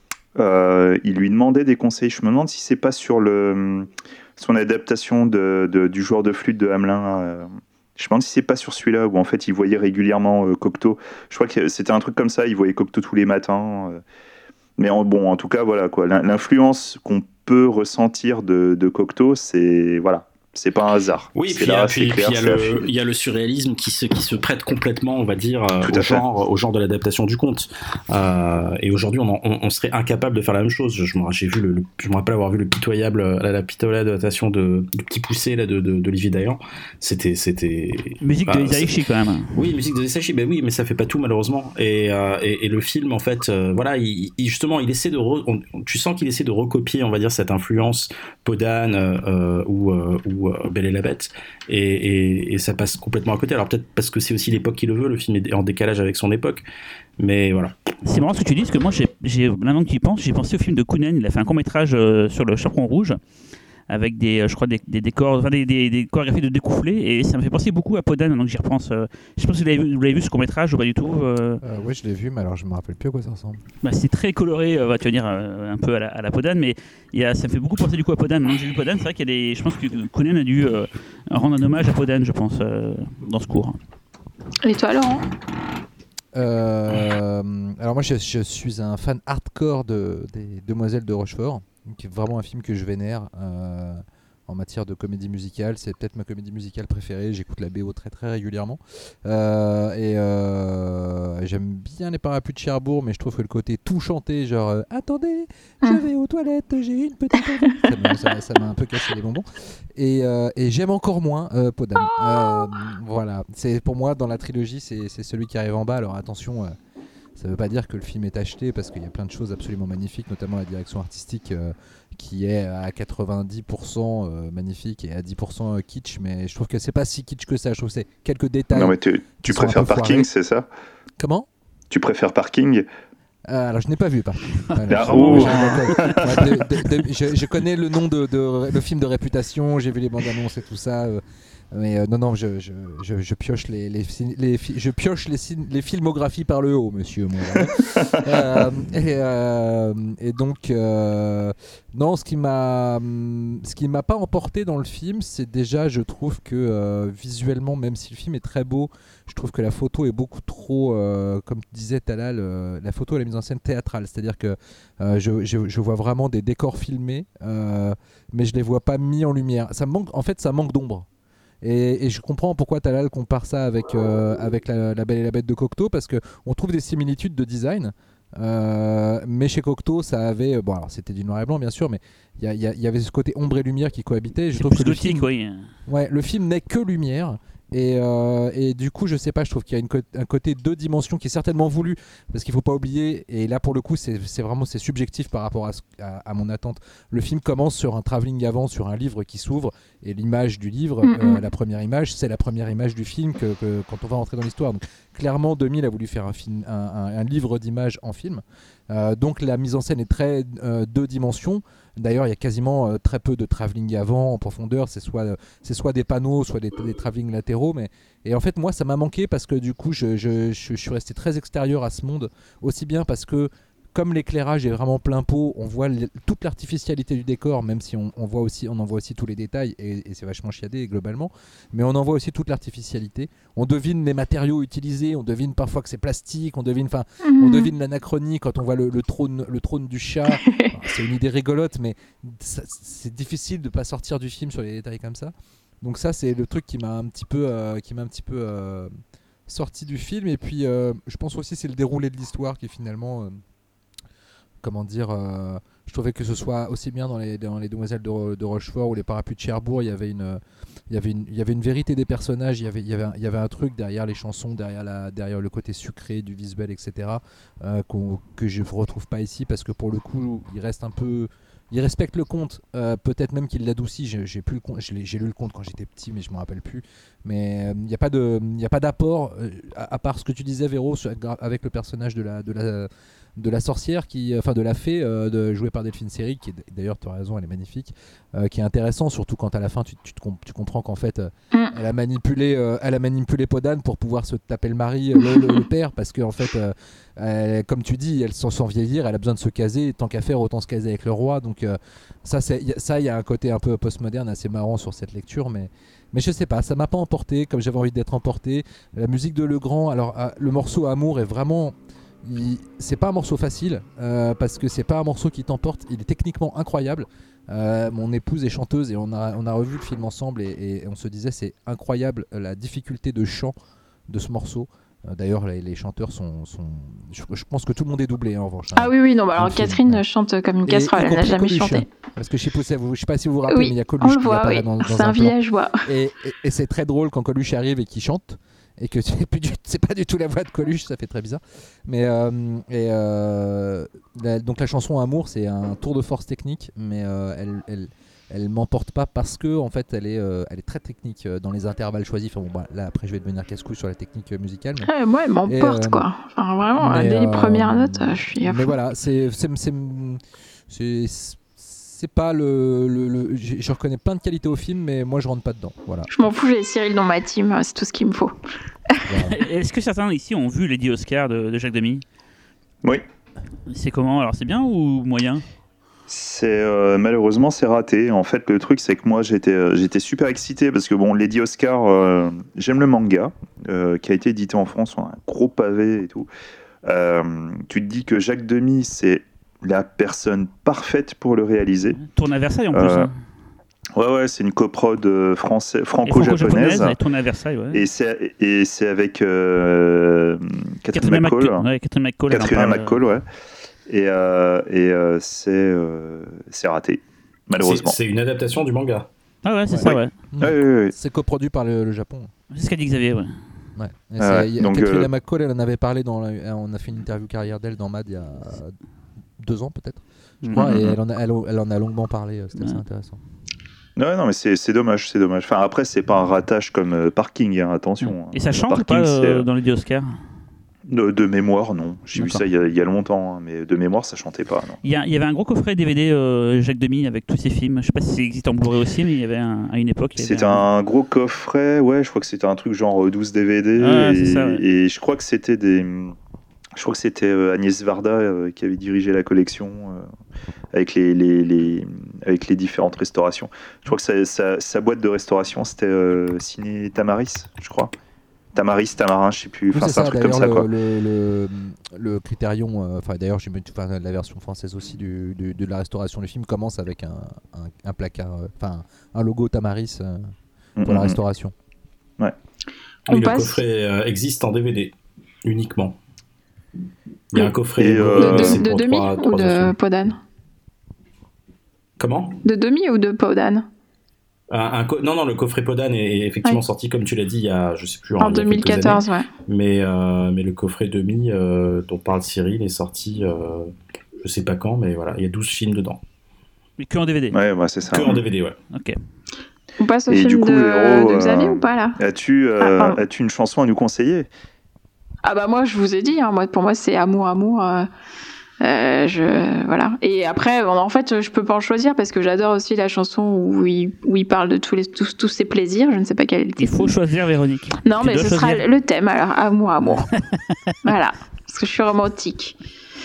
euh, il lui demandait des conseils. Je me demande si c'est pas sur le son adaptation de, de, du joueur de flûte de Hamelin. Euh, Je me demande si c'est pas sur celui-là où en fait il voyait régulièrement euh, Cocteau. Je crois que c'était un truc comme ça, il voyait Cocteau tous les matins. Euh. Mais en, bon, en tout cas, voilà quoi. L'influence qu'on peut ressentir de, de Cocteau, c'est voilà, c'est pas un hasard. Oui, c'est puis là, il c'est clair, y, y, y a le surréalisme qui se, qui se prête complètement, on va dire, euh, au, genre, au genre de l'adaptation du conte. Euh, et aujourd'hui, on, on, on serait incapable de faire la même chose. Je, je, j'ai vu le, le, je me rappelle avoir vu le pitoyable, la, la pitoyable adaptation de, du Petit Poucet là, de, de, d'Olivier Dayan. C'était, c'était. Musique bah, de Hisaishi quand même. Oui, musique de Hisaishi, ben oui, mais ça fait pas tout malheureusement. Et, euh, et, et le film, en fait, euh, voilà, il, il, justement, il essaie de, re, on, tu sens qu'il essaie de recopier, on va dire, cette influence Podane euh, ou, euh, ou euh, Belle et la Bête. Et, et, et ça passe complètement à côté. Alors peut-être parce que c'est aussi l'époque qui le veut, le film est en décalage avec son époque, mais voilà. C'est marrant ce que tu dis, parce que moi, j'ai, j'ai, maintenant que tu y penses, j'ai pensé au film de Kounen. Il a fait un court-métrage euh, sur le Chaperon Rouge, avec des, euh, je crois, des, des décors, enfin des, des, des chorégraphies de découflés, et ça me fait penser beaucoup à Podane, maintenant que j'y repense. Euh, je sais pas si vous l'avez vu, vous l'avez vu ce court-métrage ou pas du tout. Euh... Euh, oui, je l'ai vu, mais alors je me rappelle plus à quoi ça ressemble. Bah, c'est très coloré, euh, tu vas dire, euh, un peu à la, à la Podane, mais y a, ça me fait beaucoup penser du coup à Podane. Maintenant que j'ai vu Podane, c'est vrai qu'il y a des, je pense que Kounen a dû euh, rendre un hommage à Podane, je pense, euh, dans ce cours. Et toi, Laurent ? Euh, alors moi je, je suis un fan hardcore de, des Demoiselles de Rochefort, qui est vraiment un film que je vénère euh, en matière de comédie musicale. C'est peut-être ma comédie musicale préférée, j'écoute la B O très très régulièrement euh, et euh, j'aime bien les Parapluies de Cherbourg, mais je trouve que le côté tout chanté, genre euh, attendez, je vais aux toilettes, j'ai une petite envie, ça, m'a, ça, ça m'a un peu cassé les bonbons. Et, euh, et j'aime encore moins euh, Podane. Euh, voilà, c'est pour moi dans la trilogie, c'est, c'est celui qui arrive en bas. Alors attention, euh, ça veut pas dire que le film est acheté, parce qu'il y a plein de choses absolument magnifiques, notamment la direction artistique euh, qui est à quatre-vingt-dix pour cent euh, magnifique et à dix pour cent kitsch, mais je trouve que c'est pas si kitsch que ça. Je trouve que c'est quelques détails. Non mais tu, tu préfères Parking, foirés. C'est ça ? Comment ? Tu préfères Parking ? Euh, alors je n'ai pas vu par contre. Voilà, ah, oh. je, de, de, de, je, je connais le nom de, de le film de réputation, j'ai vu les bandes annonces et tout ça, euh, mais euh, non non je, je, je, je pioche les, les, les je pioche les, les filmographies par le haut, monsieur. Moi, euh, et, euh, et donc euh, non, ce qui m'a ce qui m'a pas emporté dans le film, c'est déjà, je trouve que euh, visuellement, même si le film est très beau, je trouve que la photo est beaucoup trop, euh, comme disait Talal, euh, la photo et la mise en scène théâtrale. C'est-à-dire que euh, je, je, je vois vraiment des décors filmés, euh, mais je les vois pas mis en lumière. Ça manque, en fait, ça manque d'ombre. Et, et je comprends pourquoi Talal compare ça avec, euh, avec la, la Belle et la Bête de Cocteau, parce qu'on trouve des similitudes de design. Euh, mais chez Cocteau, ça avait, bon, alors c'était du noir et blanc bien sûr, mais il y, y, y avait ce côté ombre et lumière qui cohabitaient. Je c'est trouve plus que le gothique, film, oui. Ouais, le film n'est que lumière. Et, euh, et du coup, je sais pas, je trouve qu'il y a une co- un côté deux dimensions qui est certainement voulu, parce qu'il faut pas oublier, et là pour le coup, c'est, c'est vraiment c'est subjectif par rapport à, ce, à, à mon attente. Le film commence sur un travelling avant, sur un livre qui s'ouvre, et l'image du livre, mm-hmm. euh, la première image, c'est la première image du film que, que, quand on va rentrer dans l'histoire. Donc clairement, deux mille a voulu faire un, film, un, un, un livre d'images en film. Euh, donc la mise en scène est très euh, deux dimensions. D'ailleurs, il y a quasiment euh, très peu de travelling avant en profondeur. C'est soit, euh, c'est soit des panneaux, soit des, des travelling latéraux. Mais... Et en fait, moi, ça m'a manqué parce que du coup, je, je, je, je suis resté très extérieur à ce monde. Aussi bien parce que, comme l'éclairage est vraiment plein pot, on voit l- toute l'artificialité du décor, même si on, on, voit aussi, on en voit aussi tous les détails, et, et c'est vachement chiadé globalement, mais on en voit aussi toute l'artificialité. On devine les matériaux utilisés, on devine parfois que c'est plastique, on devine, enfin, mmh. on devine l'anachronie quand on voit le, le, trône, le trône du chat. Alors, c'est une idée rigolote, mais ça, c'est difficile de ne pas sortir du film sur les détails comme ça. Donc ça, c'est le truc qui m'a un petit peu, euh, qui m'a un petit peu euh, sorti du film. Et puis, euh, je pense aussi c'est le déroulé de l'histoire qui finalement, euh, comment dire, euh, je trouvais que ce soit aussi bien dans les, dans les Demoiselles de, de Rochefort ou les Parapluies de Cherbourg, il y avait une, il y avait une, il y avait une vérité des personnages, il y avait, il y avait, un, il y avait un truc derrière les chansons, derrière, la, derrière le côté sucré du visuel, et cetera. Euh, qu'on, que je ne retrouve pas ici parce que pour le coup, il reste un peu. Il respecte le conte, euh, peut-être même qu'il l'adoucit. J'ai, j'ai, plus le conte, j'ai, j'ai lu le conte quand j'étais petit, mais je ne me rappelle plus. Mais il euh, n'y a pas de, y a pas d'apport, euh, à, à part ce que tu disais, Véro, avec le personnage de la, de la, de la sorcière, qui, enfin de la fée, euh, de, jouée par Delphine Seyrig, qui est, d'ailleurs, tu as raison, elle est magnifique, euh, qui est intéressant, surtout quand à la fin, tu, tu, te, tu comprends qu'en fait, euh, mm. elle, a manipulé, euh, elle a manipulé Podane pour pouvoir se taper le mari, euh, le, le, le père, parce qu'en fait, euh, elle, comme tu dis, elle sans vieillir, elle a besoin de se caser, tant qu'à faire, autant se caser avec le roi. Donc euh, ça, c'est, ça, il y a un côté un peu postmoderne assez marrant sur cette lecture, mais mais je sais pas, ça m'a pas emporté comme j'avais envie d'être emporté. La musique de Legrand, alors euh, le morceau Amour est vraiment, il, c'est pas un morceau facile euh, parce que c'est pas un morceau qui t'emporte. Il est techniquement incroyable. Euh, mon épouse est chanteuse et on a on a revu le film ensemble et, et on se disait c'est incroyable la difficulté de chant de ce morceau. D'ailleurs, les, les chanteurs sont, sont... Je, je pense que tout le monde est doublé hein, en revanche. Ah oui, oui, non, bah alors Catherine film, ouais. chante comme une casserole, elle n'a jamais Coluche, chanté. Parce que je sais, je sais pas si vous vous rappelez, oui, mais il y a Coluche qui voit, apparaît oui. dans, dans c'est un, un villageois. Et, et, et c'est très drôle quand Coluche arrive et qu'il chante, et que c'est, plus du, c'est pas du tout la voix de Coluche, ça fait très bizarre. Mais euh, et euh, la, donc la chanson Amour, c'est un tour de force technique, mais euh, elle, elle elle m'emporte pas parce que en fait elle est euh, elle est très technique euh, dans les intervalles choisis. Enfin bon bah, là après je vais devenir casse-couille sur la technique euh, musicale. Mais... Ouais, moi elle m'emporte et, euh, quoi. Enfin vraiment mais, dès les euh, premières notes je suis à fond. Mais voilà c'est c'est c'est, c'est, c'est pas le, le, le je, je reconnais plein de qualités au film mais moi je rentre pas dedans. Voilà. Je m'en fous, j'ai Cyril dans ma team, c'est tout ce qu'il me faut. Voilà. Est-ce que certains ici ont vu Lady Oscar de, de Jacques Demy ? Oui. C'est comment alors, c'est bien ou moyen ? C'est euh, malheureusement c'est raté. En fait, le truc c'est que moi j'étais euh, j'étais super excité parce que bon, Lady Oscar, euh, j'aime le manga euh, qui a été édité en France, un gros pavé et tout. Euh, tu te dis que Jacques Demy c'est la personne parfaite pour le réaliser. Tourne à Versailles en plus. Euh, hein. Ouais ouais, c'est une coprode français, franco-japonaise. franco-japonaise tourne à Versailles, ouais. Et c'est et c'est avec euh, Catherine McCall. Ouais, Catherine McCall. Catherine McCall, ouais. Et, euh, et euh, c'est, euh, c'est raté, malheureusement. C'est, c'est une adaptation du manga. Ah ouais, c'est ouais. ça, ouais. Mmh. Ouais, ouais, ouais. C'est coproduit par le, le Japon. C'est ce qu'a dit Xavier, ouais. Ouais. Ah ouais. Donc, Catherine euh... McCall, elle en avait parlé, dans la, on a fait une interview carrière d'elle dans Mad il y a deux ans peut-être, je crois, mmh. et elle en, a, elle, elle en a longuement parlé, c'était ouais. assez intéressant. Non, non, mais c'est, c'est dommage, c'est dommage. Enfin, après, c'est pas un ratage comme euh, Parking, hein, attention. Et ça chante parking, ou pas euh, dans les Oscars ? De, de mémoire, non. J'ai D'accord. vu ça il y, a, il y a longtemps, hein, mais de mémoire, ça chantait pas. Non. Il, y a, il y avait un gros coffret D V D euh, Jacques Demy avec tous ses films. Je sais pas si ça existe en Blu-ray aussi, mais il y avait un, à une époque. C'était un... un gros coffret, ouais, je crois que c'était un truc genre douze D V D. Ah, et, c'est ça, ouais. et je crois que c'était des. Je crois que c'était euh, Agnès Varda euh, qui avait dirigé la collection euh, avec, les, les, les, avec les différentes restaurations. Je crois que sa, sa, sa boîte de restauration, c'était euh, Ciné Tamaris, je crois. Tamaris, Tamarin, je sais plus. Enfin, oui, c'est, c'est un ça, truc comme ça, le, quoi. Le, le, le Critérion, enfin, euh, d'ailleurs, j'ai mis enfin, la version française aussi du, du, de la restauration du film commence avec un, un, un placard, enfin, euh, un logo Tamaris euh, pour mm-hmm. la restauration. Ouais. Oui, le passe... coffret euh, existe en D V D uniquement. Il y a un coffret Et euh, de, de, de Demy ou de Podane. Comment ? De Demy ou de Podane. Un, un co- non, non, le coffret Podane est effectivement ouais. sorti, comme tu l'as dit, il y a, je sais plus, en deux mille quatorze, ouais. Mais, euh, mais le coffret Demy, euh, dont parle Cyril, est sorti, euh, je sais pas quand, mais voilà, il y a douze films dedans. Mais que en D V D. Ouais, bah, c'est ça. Que en D V D, ouais. Ok. On passe au Et film du coup, de, Véro, de Xavier euh, ou pas, là ? As-tu, euh, ah, as-tu une chanson à nous conseiller ? Ah bah moi, je vous ai dit, hein, moi, pour moi, c'est Amour, Amour... Euh... Euh, je, voilà. Et après, en fait, je peux pas en choisir parce que j'adore aussi la chanson où il, où il parle de tous, les, tous, tous ses plaisirs. Je ne sais pas quel est le titre. Il faut choisir, Véronique. Non, tu mais ce choisir. Sera le thème. Alors, amour, amour. Voilà. Parce que je suis romantique.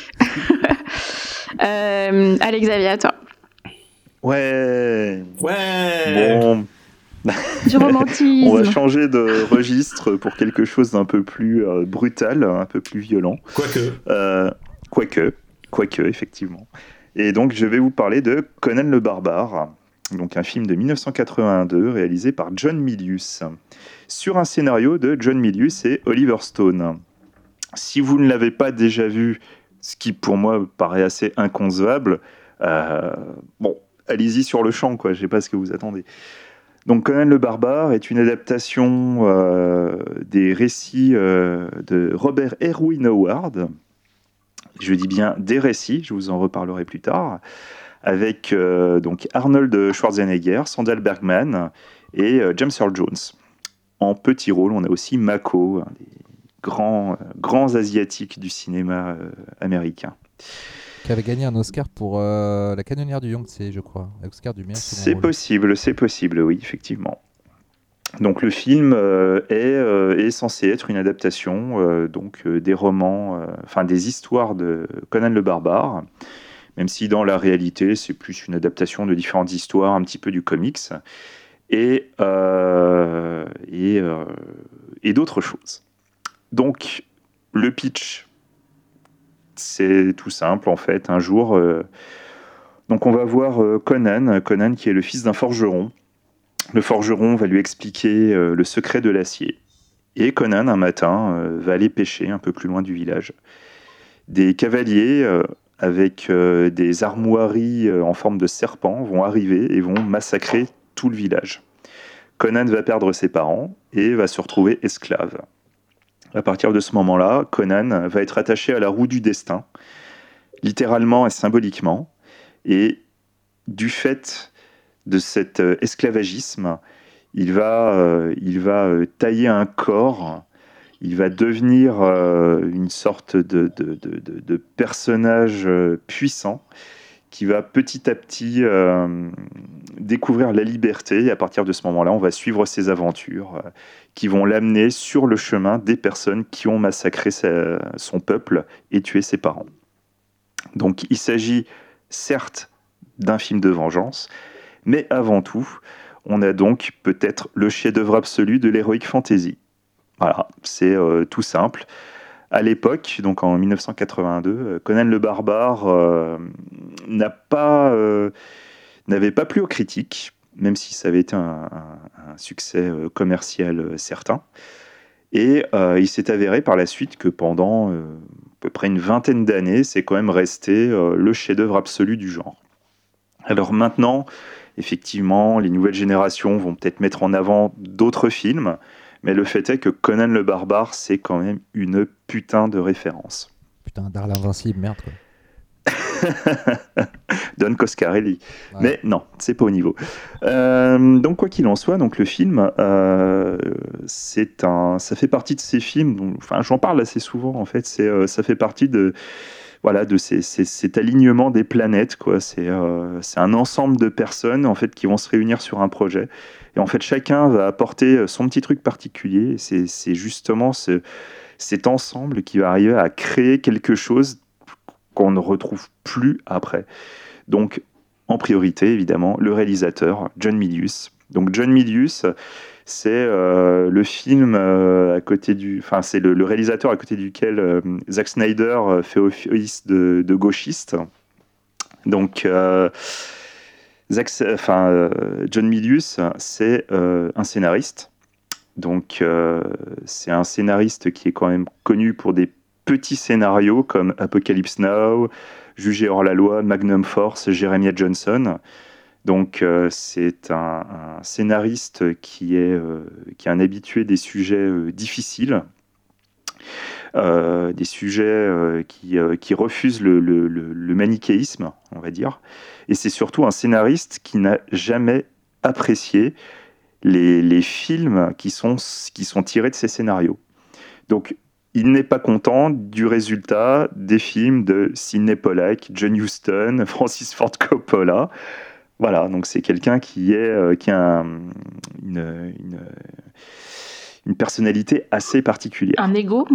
euh, allez, Xavier, à toi. Ouais. Ouais. Bon. Du romantisme. On va changer de registre pour quelque chose d'un peu plus euh, brutal, un peu plus violent. Quoique. Euh, quoique. Quoique, effectivement. Et donc, je vais vous parler de Conan le Barbare. donc un film de dix-neuf cent quatre-vingt-deux réalisé par John Milius, sur un scénario de John Milius et Oliver Stone. Si vous ne l'avez pas déjà vu, ce qui pour moi paraît assez inconcevable, euh, bon, allez-y sur le champ, quoi. Je ne sais pas ce que vous attendez. Donc Conan le Barbare est une adaptation euh, des récits euh, de Robert Erwin Howard. Je dis bien des récits, je vous en reparlerai plus tard, avec euh, donc Arnold Schwarzenegger, Sandahl Bergman et euh, James Earl Jones. En petit rôle, on a aussi Mako, un des grands, euh, grands asiatiques du cinéma euh, américain. Qui avait gagné un Oscar pour euh, La Canonnière du Yangtze, je crois. Oscar du meilleur second C'est rôle. possible, c'est possible, oui, effectivement. Donc le film euh, est, euh, est censé être une adaptation euh, donc, euh, des romans, euh, enfin des histoires de Conan le Barbare, même si dans la réalité, c'est plus une adaptation de différentes histoires, un petit peu du comics, et, euh, et, euh, et d'autres choses. Donc, le pitch, c'est tout simple, en fait. Un jour, euh, donc on va voir euh, Conan, Conan qui est le fils d'un forgeron. Le forgeron va lui expliquer euh, le secret de l'acier. Et Conan, un matin, euh, va aller pêcher un peu plus loin du village. Des cavaliers... Euh, avec euh, des armoiries euh, en forme de serpents, vont arriver et vont massacrer tout le village. Conan va perdre ses parents et va se retrouver esclave. À partir de ce moment-là, Conan va être attaché à la roue du destin, littéralement et symboliquement, et du fait de cet euh, esclavagisme, il va, euh, il va euh, tailler un corps. Il va devenir euh, une sorte de, de, de, de, de personnage euh, puissant qui va petit à petit euh, découvrir la liberté. Et à partir de ce moment-là, on va suivre ses aventures euh, qui vont l'amener sur le chemin des personnes qui ont massacré sa, son peuple et tué ses parents. Donc il s'agit certes d'un film de vengeance, mais avant tout, on a donc peut-être le chef-d'œuvre absolu de l'heroic fantasy. Voilà, c'est euh, tout simple. À l'époque, donc en dix-neuf cent quatre-vingt-deux, Conan le Barbare euh, n'a pas, euh, n'avait pas plu aux critiques, même si ça avait été un, un, un succès euh, commercial euh, certain. Et euh, il s'est avéré par la suite que pendant euh, à peu près une vingtaine d'années, c'est quand même resté euh, le chef-d'œuvre absolu du genre. Alors maintenant, effectivement, les nouvelles générations vont peut-être mettre en avant d'autres films, mais le fait est que Conan le Barbare, c'est quand même une putain de référence. Putain, Darl Invincible, merde quoi. Don Coscarelli. Ouais. Mais non, c'est pas au niveau. Euh, donc quoi qu'il en soit, donc le film, euh, c'est un, ça fait partie de ces films. Dont, enfin, j'en parle assez souvent en fait. C'est, euh, ça fait partie de, voilà, de ces, ces, cet alignement des planètes quoi. C'est, euh, c'est un ensemble de personnes en fait qui vont se réunir sur un projet. Et en fait, chacun va apporter son petit truc particulier. Et c'est, c'est justement ce, cet ensemble qui va arriver à créer quelque chose qu'on ne retrouve plus après. Donc, en priorité, évidemment, le réalisateur, John Milius. Donc, John Milius, c'est euh, le film euh, à côté du... Enfin, c'est le, le réalisateur à côté duquel euh, Zack Snyder fait office de, de gauchiste. Donc... Euh, Zach, enfin, euh, John Milius, c'est euh, un scénariste. Donc, euh, c'est un scénariste qui est quand même connu pour des petits scénarios comme Apocalypse Now, Jugé hors la loi, Magnum Force, Jeremiah Johnson. Donc, euh, c'est un, un scénariste qui est, euh, qui est un habitué des sujets euh, difficiles, euh, des sujets euh, qui, euh, qui refusent le, le, le, le manichéisme, on va dire. Et c'est surtout un scénariste qui n'a jamais apprécié les, les films qui sont, qui sont tirés de ces scénarios. Donc, il n'est pas content du résultat des films de Sidney Pollack, John Huston, Francis Ford Coppola. Voilà, donc c'est quelqu'un qui, est, euh, qui a un, une, une, une personnalité assez particulière. Un ego.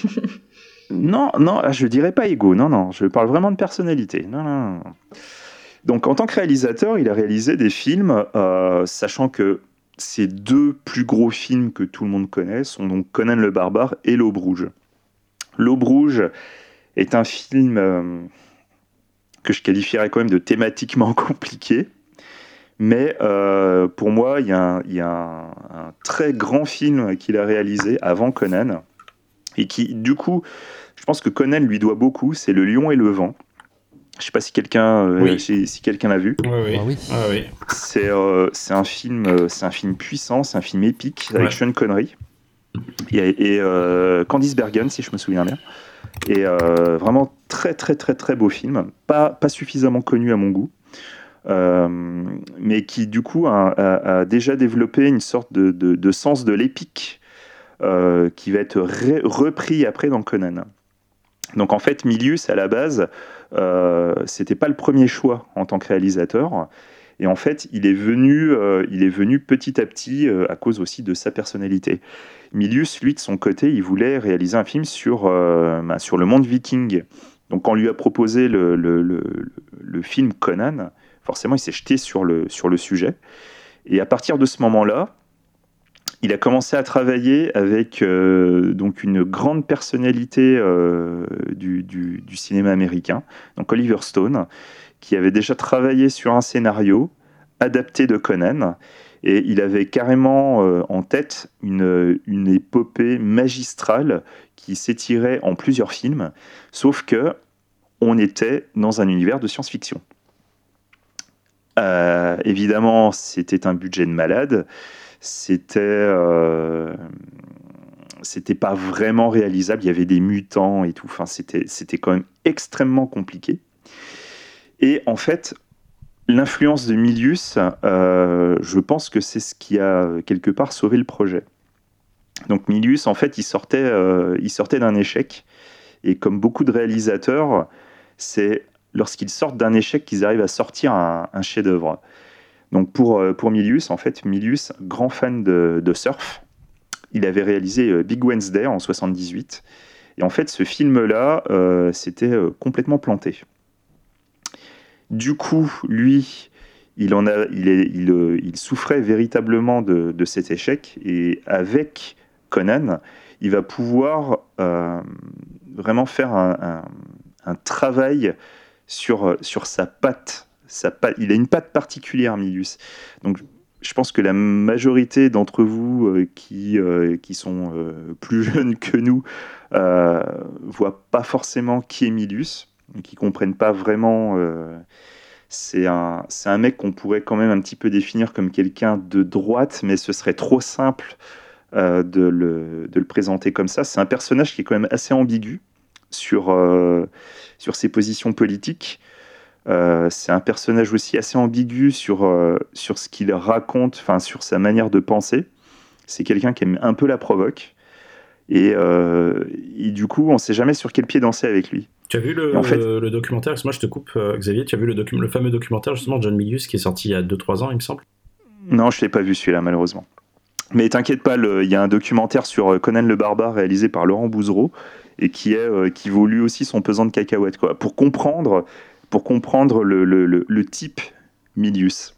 Non, non, je dirais pas ego, non, non, je parle vraiment de personnalité. Non, non, non. Donc, en tant que réalisateur, il a réalisé des films, euh, sachant que ces deux plus gros films que tout le monde connaît sont donc Conan le Barbare et L'Aube Rouge. L'Aube Rouge est un film euh, que je qualifierais quand même de thématiquement compliqué, Mais euh, pour moi, il y a, un, il y a un, un très grand film qu'il a réalisé avant Conan, et qui, du coup, je pense que Conan lui doit beaucoup, c'est Le Lion et le Vent. Je ne sais pas si quelqu'un, euh, Oui. si, si quelqu'un l'a vu. Oui, oui. Ah oui. Ah, oui. C'est, euh, c'est un film, euh, c'est un film puissant, c'est un film épique avec Ouais. Sean Connery et, et euh, Candice Bergen, si je me souviens bien. Et euh, vraiment très très très très beau film, pas pas suffisamment connu à mon goût, euh, mais qui du coup a, a, a déjà développé une sorte de, de, de sens de l'épique euh, qui va être ré, repris après dans Conan. Donc en fait, Milius à la base, euh, c'était pas le premier choix en tant que réalisateur. Et en fait, il est venu, euh, il est venu petit à petit euh, à cause aussi de sa personnalité. Milius, lui, de son côté, il voulait réaliser un film sur, euh, bah, sur le monde viking. Donc, quand on lui a proposé le, le, le, le film Conan, forcément, il s'est jeté sur le, sur le sujet. Et à partir de ce moment-là, il a commencé à travailler avec euh, donc une grande personnalité euh, du, du, du cinéma américain, donc Oliver Stone, qui avait déjà travaillé sur un scénario adapté de Conan, et il avait carrément euh, en tête une, une épopée magistrale qui s'étirait en plusieurs films, sauf que on était dans un univers de science-fiction. Euh, évidemment, c'était un budget de malade, c'était, euh, c'était pas vraiment réalisable, il y avait des mutants et tout, enfin, c'était, c'était quand même extrêmement compliqué. Et en fait, l'influence de Milius, euh, je pense que c'est ce qui a quelque part sauvé le projet. Donc Milius, en fait, il sortait, euh, il sortait d'un échec. Et comme beaucoup de réalisateurs, c'est lorsqu'ils sortent d'un échec qu'ils arrivent à sortir un, un chef-d'œuvre. Donc pour, pour Milius, en fait, Milius, grand fan de, de surf, il avait réalisé Big Wednesday en soixante-dix-huit. Et en fait, ce film-là, euh, c'était complètement planté. Du coup, lui, il, en a, il, est, il, il souffrait véritablement de, de cet échec. Et avec Conan, il va pouvoir euh, vraiment faire un, un, un travail sur, sur sa patte, sa patte. Il a une patte particulière, Milius. Donc, je pense que la majorité d'entre vous euh, qui, euh, qui sont euh, plus jeunes que nous ne euh, voient pas forcément qui est Milius, qui ne comprennent pas vraiment... Euh, c'est un, c'est un mec qu'on pourrait quand même un petit peu définir comme quelqu'un de droite, mais ce serait trop simple euh, de, le, de le présenter comme ça. C'est un personnage qui est quand même assez ambigu sur, euh, sur ses positions politiques. Euh, c'est un personnage aussi assez ambigu sur, euh, sur ce qu'il raconte, enfin sur sa manière de penser. C'est quelqu'un qui aime un peu la provoque. Et, euh, et du coup, on ne sait jamais sur quel pied danser avec lui. Tu as vu le, en fait, le documentaire, moi je te coupe euh, Xavier, tu as vu le, docu- le fameux documentaire justement de John Milius qui est sorti il y a deux trois ans, il me semble? Non, je ne l'ai pas vu celui-là, malheureusement. Mais t'inquiète pas, il y a un documentaire sur Conan le Barbare réalisé par Laurent Bouzereau et qui, est, euh, qui vaut lui aussi son pesant de cacahuètes, quoi, pour comprendre, pour comprendre le, le, le, le type Milius.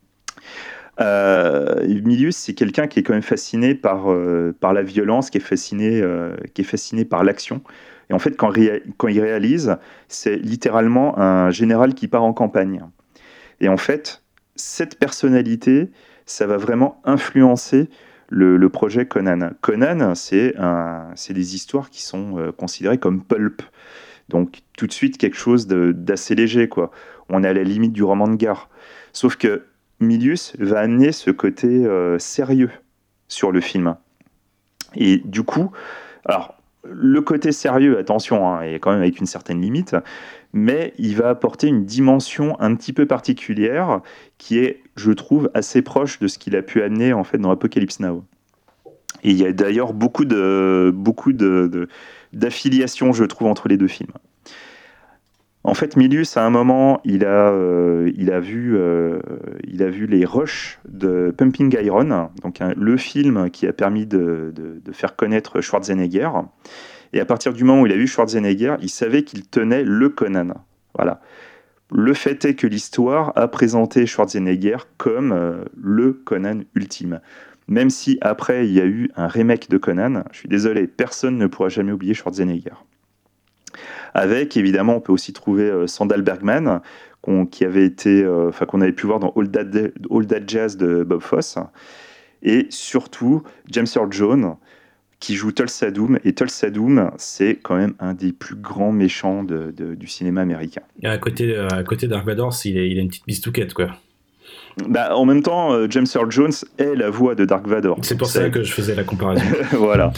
Euh, Milius, c'est quelqu'un qui est quand même fasciné par, euh, par la violence, qui est fasciné, euh, qui est fasciné par l'action. Et en fait, quand, ré- quand il réalise, c'est littéralement un général qui part en campagne. Et en fait, cette personnalité, ça va vraiment influencer le, le projet Conan. Conan, c'est, un, c'est des histoires qui sont euh, considérées comme pulp. Donc, tout de suite, quelque chose de, d'assez léger, quoi. On est à la limite du roman de gare. Sauf que Milius va amener ce côté euh, sérieux sur le film. Et du coup, alors, le côté sérieux, attention, hein, est quand même avec une certaine limite, mais il va apporter une dimension un petit peu particulière qui est, je trouve, assez proche de ce qu'il a pu amener en fait dans Apocalypse Now. Et il y a d'ailleurs beaucoup de beaucoup de, de d'affiliation, je trouve, entre les deux films. En fait, Milius, à un moment, il a, euh, il a, vu, euh, il a vu les rushs de Pumping Iron, donc hein, le film qui a permis de, de, de faire connaître Schwarzenegger. Et à partir du moment où il a vu Schwarzenegger, il savait qu'il tenait le Conan. Voilà. Le fait est que l'histoire a présenté Schwarzenegger comme euh, le Conan ultime. Même si après, il y a eu un remake de Conan, je suis désolé, personne ne pourra jamais oublier Schwarzenegger. Avec, évidemment, on peut aussi trouver euh, Sandal Bergman, qu'on, qui avait été, enfin euh, qu'on avait pu voir dans All That, All That Jazz de Bob Fosse, et surtout James Earl Jones qui joue Tulsa Doom, et Tulsa Doom, c'est quand même un des plus grands méchants de, de, du cinéma américain. Et à côté, à côté Dark Vador, il, est, il a une petite bistouquette, quoi. Bah, en même temps, euh, James Earl Jones est la voix de Dark Vador. C'est pour ça c'est... que je faisais la comparaison. Voilà.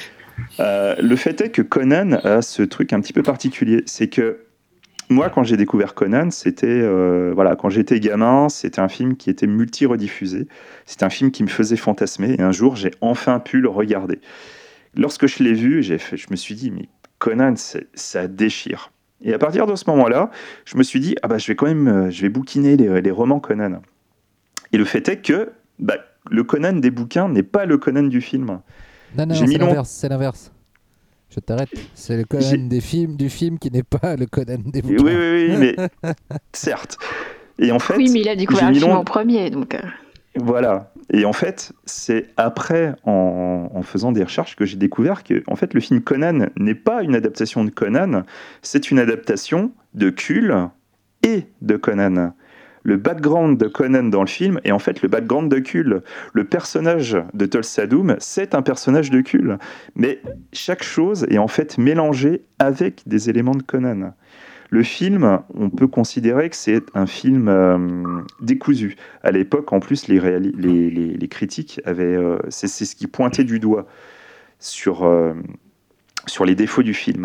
Euh, le fait est que Conan a ce truc un petit peu particulier, c'est que moi, quand j'ai découvert Conan, c'était euh, voilà, quand j'étais gamin, c'était un film qui était multi-rediffusé. C'était un film qui me faisait fantasmer. Et un jour, j'ai enfin pu le regarder. Lorsque je l'ai vu, j'ai fait, je me suis dit, mais Conan, c'est, ça déchire. Et à partir de ce moment-là, je me suis dit, ah bah, je vais quand même, je vais bouquiner les, les romans Conan. Et le fait est que bah, le Conan des bouquins n'est pas le Conan du film. Non, non, j'ai c'est long... l'inverse, c'est l'inverse. Je t'arrête. C'est le Conan des films, du film qui n'est pas le Conan des bouquins. Oui, oui, oui, mais certes. Et en fait, oui, mais il a découvert le film long... en premier, donc. Voilà. Et en fait, c'est après, en, en faisant des recherches, que j'ai découvert que, en fait, le film Conan n'est pas une adaptation de Conan, c'est une adaptation de Kull et de Conan. Le background de Conan dans le film est en fait le background de Kull. Le personnage de Tulsa Doom, c'est un personnage de Kull. Mais chaque chose est en fait mélangée avec des éléments de Conan. Le film, on peut considérer que c'est un film euh, décousu. À l'époque, en plus, les, réali- les, les, les critiques avaient... Euh, c'est, c'est ce qui pointait du doigt sur, euh, sur les défauts du film.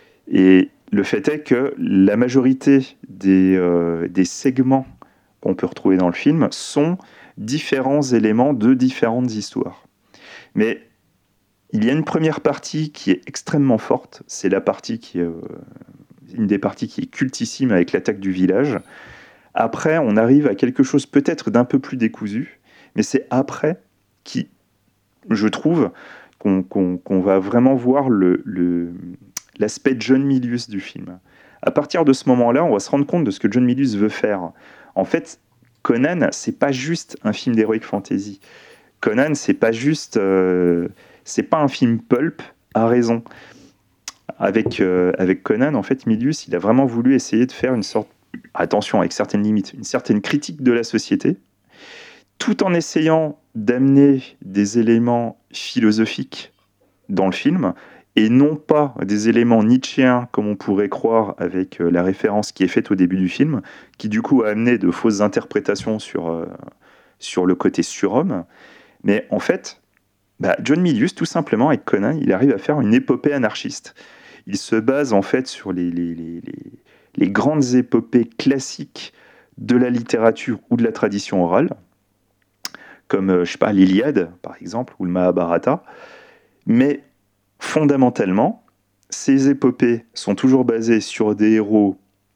Et le fait est que la majorité des, euh, des segments qu'on peut retrouver dans le film sont différents éléments de différentes histoires. Mais il y a une première partie qui est extrêmement forte, c'est la partie qui est, euh, une des parties qui est cultissime avec l'attaque du village. Après, on arrive à quelque chose peut-être d'un peu plus décousu, mais c'est après qui, je trouve, qu'on, qu'on, qu'on va vraiment voir le, le, l'aspect John Milius du film. À partir de ce moment-là, on va se rendre compte de ce que John Milius veut faire. En fait, Conan, c'est pas juste un film d'heroic fantasy. Conan, c'est pas juste, euh, c'est pas un film pulp à raison. Avec euh, avec Conan, en fait, Milius, il a vraiment voulu essayer de faire une sorte, attention, avec certaines limites, une certaine critique de la société, tout en essayant d'amener des éléments philosophiques dans le film. Et non pas des éléments nietzschéens, comme on pourrait croire avec la référence qui est faite au début du film, qui du coup a amené de fausses interprétations sur, euh, sur le côté surhomme. Mais en fait, bah, John Milius, tout simplement, avec Conan, il arrive à faire une épopée anarchiste. Il se base en fait sur les, les, les, les, les grandes épopées classiques de la littérature ou de la tradition orale, comme, euh, je sais pas, l'Iliade, par exemple, ou le Mahabharata. Mais fondamentalement, ces épopées sont toujours basées sur des héros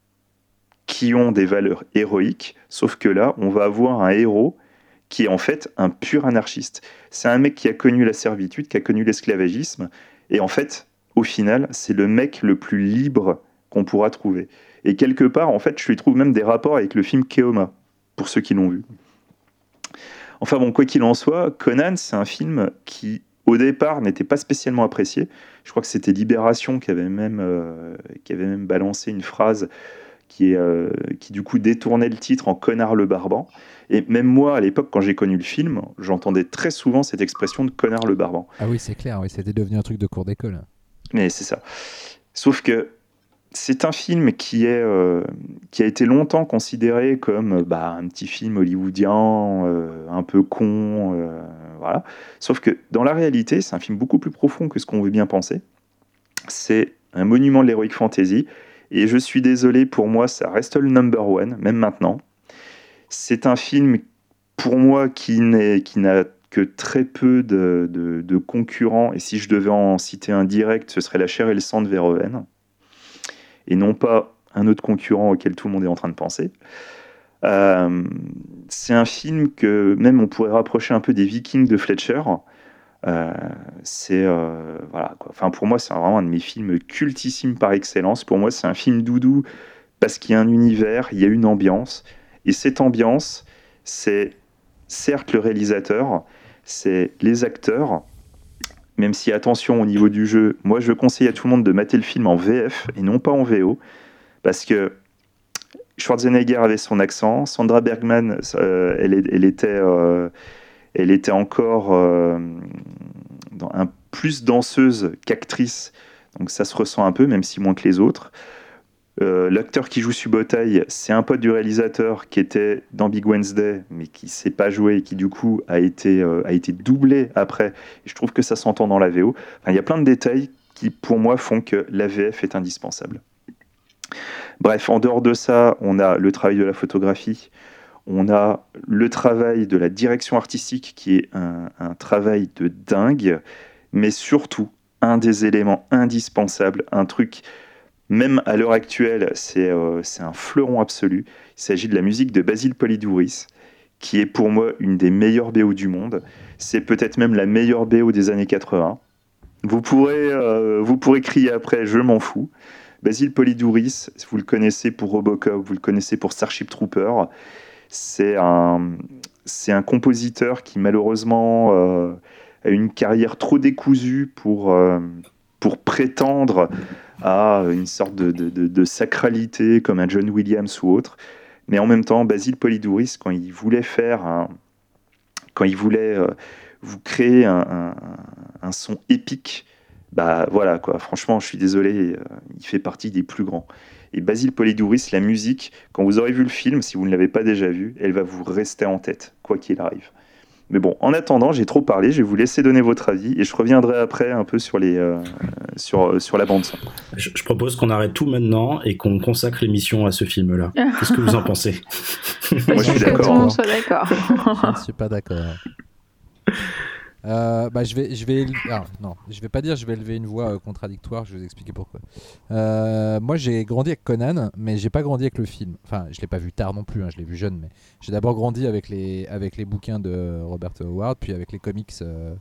qui ont des valeurs héroïques, sauf que là, on va avoir un héros qui est en fait un pur anarchiste. C'est un mec qui a connu la servitude, qui a connu l'esclavagisme, et en fait, au final, c'est le mec le plus libre qu'on pourra trouver. Et quelque part, en fait, je lui trouve même des rapports avec le film Keoma, pour ceux qui l'ont vu. Enfin bon, quoi qu'il en soit, Conan, c'est un film qui, au départ, n'était pas spécialement apprécié. Je crois que c'était Libération qui avait même, euh, qui avait même balancé une phrase qui, est, euh, qui, du coup, détournait le titre en « connard le barbant ». Et même moi, à l'époque, quand j'ai connu le film, j'entendais très souvent cette expression de « connard le barbant ». Ah oui, c'est clair, oui, c'était devenu un truc de cours d'école. Mais c'est ça. Sauf que c'est un film qui, est, euh, qui a été longtemps considéré comme bah, un petit film hollywoodien, euh, un peu con, euh, voilà. Sauf que dans la réalité, c'est un film beaucoup plus profond que ce qu'on veut bien penser. C'est un monument de l'heroic fantasy, et je suis désolé, pour moi, ça reste le number one, même maintenant. C'est un film, pour moi, qui, n'est, qui n'a que très peu de, de, de concurrents, et si je devais en citer un direct, ce serait La chair et le sang de Verhoeven, et non pas un autre concurrent auquel tout le monde est en train de penser. Euh, c'est un film que même on pourrait rapprocher un peu des Vikings de Fletcher. Euh, c'est euh, voilà quoi. Enfin, pour moi, c'est vraiment un de mes films cultissimes par excellence. Pour moi, c'est un film doudou parce qu'il y a un univers, il y a une ambiance, et cette ambiance, c'est certes le réalisateur, c'est les acteurs. Même si, attention, au niveau du jeu, moi je conseille à tout le monde de mater le film en V F et non pas en V O, parce que Schwarzenegger avait son accent, Sandra Bergman, euh, elle, elle, était, euh, elle était encore euh, dans un, plus danseuse qu'actrice, donc ça se ressent un peu, même si moins que les autres. Euh, l'acteur qui joue Subotai, c'est un pote du réalisateur qui était dans Big Wednesday, mais qui ne sait pas jouer et qui du coup a été, euh, a été doublé après. Et je trouve que ça s'entend dans la V O. Enfin, il y a plein de détails qui, pour moi, font que la V F est indispensable. Bref, en dehors de ça, on a le travail de la photographie, on a le travail de la direction artistique qui est un, un travail de dingue, mais surtout, un des éléments indispensables, un truc... Même à l'heure actuelle, c'est, euh, c'est un fleuron absolu. Il s'agit de la musique de Basil Polidouris, qui est pour moi une des meilleures B O du monde. C'est peut-être même la meilleure B O des années quatre-vingts. Vous pourrez, euh, vous pourrez crier après, je m'en fous. Basil Polidouris, vous le connaissez pour Robocop, vous le connaissez pour Starship Trooper. C'est un, c'est un compositeur qui malheureusement euh, a une carrière trop décousue pour, euh, pour prétendre à une sorte de, de, de, de sacralité comme un John Williams ou autre. Mais en même temps, Basil Polidouris, quand il voulait faire un, quand il voulait euh, vous créer un, un, un son épique, bah voilà quoi, franchement je suis désolé, euh, il fait partie des plus grands. Et Basil Polidouris, la musique, quand vous aurez vu le film, si vous ne l'avez pas déjà vu, elle va vous rester en tête, quoi qu'il arrive. Mais bon, en attendant, j'ai trop parlé, je vais vous laisser donner votre avis et je reviendrai après un peu sur, les, euh, sur, sur la bande-son. Je, je propose qu'on arrête tout maintenant et qu'on consacre l'émission à ce film-là. Qu'est-ce que vous en pensez? Moi, je suis d'accord. Tout le monde soit d'accord. Je ne suis pas d'accord. Euh, bah, je vais, je vais, ah, non, je vais pas dire, je vais élever une voix euh, contradictoire. Je vais vous expliquer pourquoi. Euh, moi, j'ai grandi avec Conan, mais j'ai pas grandi avec le film. Enfin, je l'ai pas vu tard non plus. Hein, je l'ai vu jeune, mais j'ai d'abord grandi avec les, avec les bouquins de Robert Howard, puis avec les comics euh,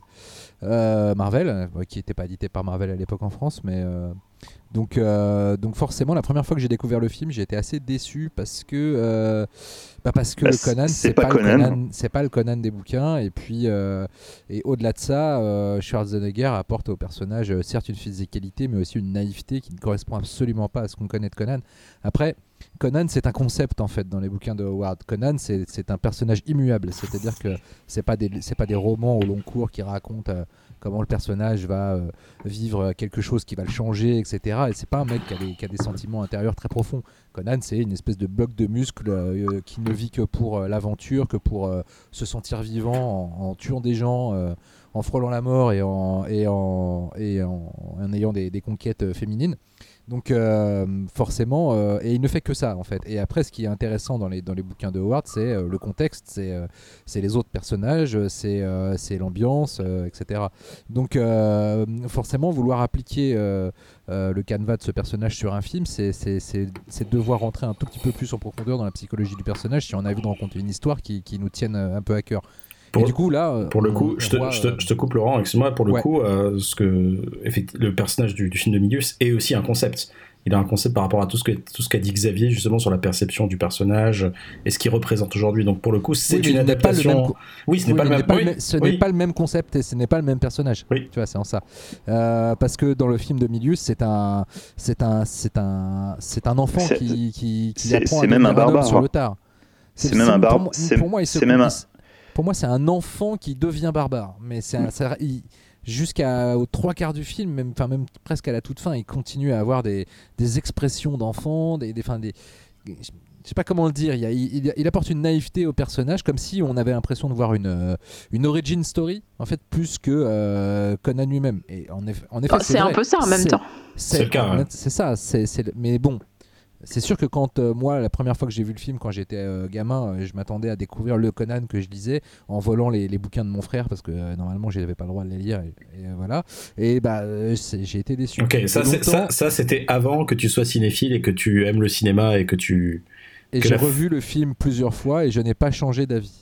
euh, Marvel, euh, qui n'étaient pas édités par Marvel à l'époque en France, mais euh, donc, euh, donc forcément, la première fois que j'ai découvert le film, j'ai été assez déçu parce que, euh, bah parce que bah, Conan, c'est, c'est pas, pas Conan. le Conan, c'est pas le Conan des bouquins, et puis euh, et au-delà de ça, euh, Schwarzenegger apporte au personnage euh, certes une physicalité, mais aussi une naïveté qui ne correspond absolument pas à ce qu'on connaît de Conan. Après, Conan, c'est un concept en fait dans les bouquins de Howard. Conan, c'est, c'est un personnage immuable, c'est-à-dire que c'est pas des, c'est pas des romans au long cours qui racontent euh, comment le personnage va euh, vivre quelque chose qui va le changer, et cetera. Et c'est pas un mec qui a des, qui a des sentiments intérieurs très profonds. Conan, c'est une espèce de bloc de muscles euh, qui ne vit que pour euh, l'aventure, que pour euh, se sentir vivant en, en tuant des gens, euh, en frôlant la mort et en, et en, et en, en ayant des, des conquêtes féminines. Donc euh, forcément, euh, et il ne fait que ça en fait. Et après, ce qui est intéressant dans les, dans les bouquins de Howard, c'est euh, le contexte, c'est, euh, c'est les autres personnages, c'est, euh, c'est l'ambiance, euh, et cetera. Donc euh, forcément, vouloir appliquer euh, euh, le canevas de ce personnage sur un film, c'est, c'est, c'est, c'est devoir rentrer un tout petit peu plus en profondeur dans la psychologie du personnage si on a envie de raconter une histoire qui, qui nous tienne un peu à cœur. Pour, et du coup, là, pour le on, coup, on je, te, voit, je, te, je te coupe Laurent, excuse-moi, pour le ouais. coup, euh, ce que, le personnage du, du film de Milius est aussi un concept. Il a un concept par rapport à tout ce, que, tout ce qu'a dit Xavier justement sur la perception du personnage et ce qu'il représente aujourd'hui. Donc pour le coup, c'est oui, une adaptation. Co- oui, ce n'est oui, pas, le même... pas oui, le même. Ce oui. n'est pas le même concept et ce n'est pas le même personnage. Oui. Tu vois, c'est en ça. Euh, parce que dans le film de Milius, c'est un, c'est un, c'est un, c'est un enfant c'est, qui, qui, qui c'est, apprend c'est à même un barbare sur le tard. C'est, c'est même un barbare. Pour, pour moi, il se c'est même un... Pour moi, c'est un enfant qui devient barbare. Mais c'est un, ça, il, jusqu'aux trois quarts du film, même, enfin, même presque à la toute fin, il continue à avoir des, des expressions d'enfant, des, des, enfin, des, je sais pas comment le dire. Il, il, il apporte une naïveté au personnage, comme si on avait l'impression de voir une, une origin story, en fait, plus que euh, Conan lui-même. Et en effet, en effet oh, c'est, c'est vrai, un peu ça en même c'est, temps. C'est, c'est le cas. Ouais. C'est ça. C'est, c'est, mais bon. C'est sûr que quand euh, moi, la première fois que j'ai vu le film, quand j'étais euh, gamin, euh, je m'attendais à découvrir le Conan que je lisais en volant les, les bouquins de mon frère parce que euh, normalement, je n'avais pas le droit de les lire. Et, et euh, voilà. Et bah, euh, j'ai été déçu. Ok, ça, longtemps... c'est, ça, ça c'était avant que tu sois cinéphile et que tu aimes le cinéma et que tu. Et que j'ai la... revu le film plusieurs fois et je n'ai pas changé d'avis.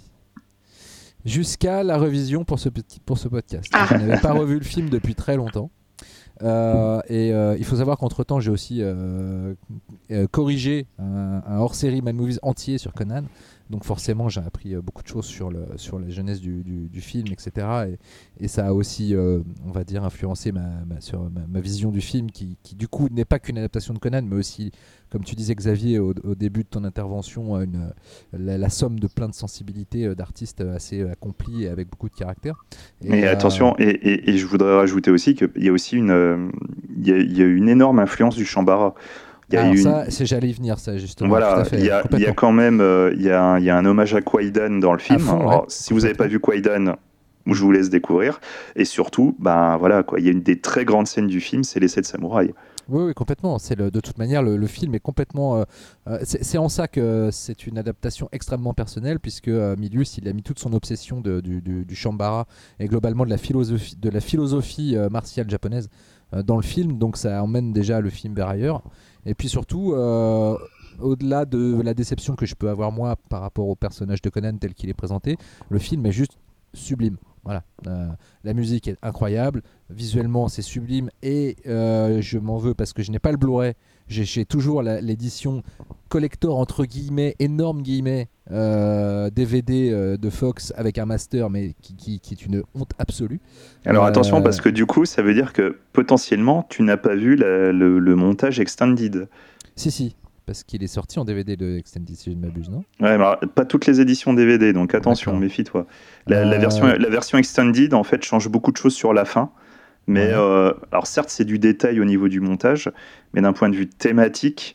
Jusqu'à la révision pour ce, petit, pour ce podcast. Ah. Je n'avais pas revu le film depuis très longtemps. Euh, et euh, il faut savoir qu'entre temps j'ai aussi euh, euh, corrigé un, un hors-série Mad Movies entier sur Conan, Donc forcément, j'ai appris euh, beaucoup de choses sur, le, sur la jeunesse du, du, du film, et cetera. Et, et ça a aussi, euh, on va dire, influencé ma, ma, sur ma, ma vision du film, qui, qui du coup n'est pas qu'une adaptation de Conan, mais aussi, comme tu disais Xavier au, au début de ton intervention, une, la, la somme de plein de sensibilités euh, d'artistes assez accomplis et avec beaucoup de caractère. Et, et euh... attention, et, et, et je voudrais rajouter aussi qu'il y a aussi une, euh, il y a, il y a une énorme influence du Shambhala. Il y a Alors une... ça, c'est, j'allais y venir, ça, justement. Voilà, il y, y a quand même euh, il y, a un, il y a un hommage à Kwaidan dans le film. Fond, Alors, ouais, si vous n'avez pas vu Kwaidan, je vous laisse découvrir. Et surtout, ben, voilà, quoi, il y a une des très grandes scènes du film, c'est les sept samouraïs. Oui, oui, complètement. C'est le, de toute manière, le, le film est complètement... Euh, euh, c'est, c'est en ça que c'est une adaptation extrêmement personnelle, puisque euh, Milius, il a mis toute son obsession de, du, du, du Shambhala et globalement de la philosophie, de la philosophie euh, martiale japonaise euh, dans le film. Donc ça emmène déjà le film vers ailleurs. Et puis surtout, euh, au-delà de la déception que je peux avoir moi par rapport au personnage de Conan tel qu'il est présenté, le film est juste sublime. Voilà, euh, la musique est incroyable, visuellement c'est sublime et euh, je m'en veux parce que je n'ai pas le Blu-ray, j'ai, j'ai toujours la, l'édition collector entre guillemets, énorme guillemets, euh, D V D euh, de Fox avec un master mais qui, qui, qui est une honte absolue. Alors euh, attention parce que du coup ça veut dire que potentiellement tu n'as pas vu la, le, le montage extended. Si si. Parce qu'il est sorti en D V D de Extended, si je ne m'abuse, non ? Ouais, mais pas toutes les éditions D V D, donc attention, D'accord. méfie-toi. La, euh... la, version, la version Extended, en fait, change beaucoup de choses sur la fin. Mais, ouais. euh, alors certes, c'est du détail au niveau du montage, mais d'un point de vue thématique,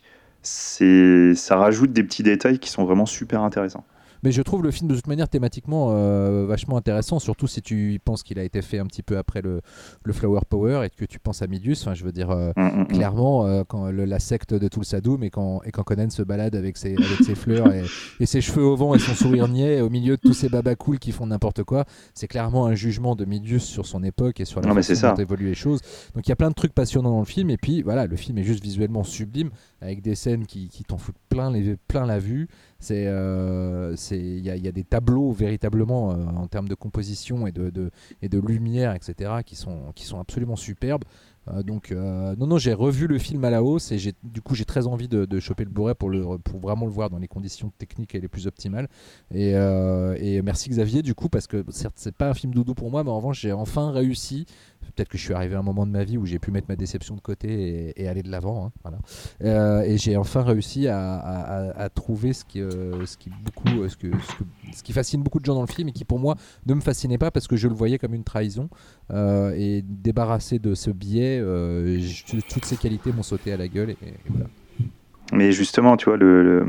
c'est, ça rajoute des petits détails qui sont vraiment super intéressants. Mais je trouve le film de toute manière thématiquement euh, vachement intéressant, surtout si tu penses qu'il a été fait un petit peu après le, le Flower Power et que tu penses à Milius. Enfin, je veux dire, euh, mmh, clairement, euh, quand le, la secte de Tulsadum et quand, et quand Conan se balade avec ses, avec ses fleurs et, et ses cheveux au vent et son sourire niais au milieu de tous ces babas cool qui font n'importe quoi, c'est clairement un jugement de Milius sur son époque et sur la non, façon dont évoluent les choses. Donc il y a plein de trucs passionnants dans le film et puis voilà, le film est juste visuellement sublime avec des scènes qui, qui t'en foutent plein, les, plein la vue. C'est, euh, c'est, il y, y a des tableaux véritablement euh, en termes de composition et de, de, et de lumière, et cetera, qui sont, qui sont absolument superbes. Euh, donc, euh, non, non, j'ai revu le film à la hausse et j'ai, du coup, j'ai très envie de, de choper le Blu-ray pour, le, pour vraiment le voir dans les conditions techniques les plus optimales. Et, euh, et merci Xavier, du coup, parce que certes, c'est pas un film doudou pour moi, mais en revanche, j'ai enfin réussi. Peut-être que je suis arrivé à un moment de ma vie où j'ai pu mettre ma déception de côté et, et aller de l'avant. Hein, voilà. euh, et j'ai enfin réussi à, à, à trouver ce qui, euh, ce, qui beaucoup, ce, que, ce, que, ce qui fascine beaucoup de gens dans le film et qui pour moi ne me fascinait pas parce que je le voyais comme une trahison. Euh, et débarrassé de ce biais, euh, je, toutes ces qualités m'ont sauté à la gueule. Et, et voilà. Mais justement, tu vois, le, le,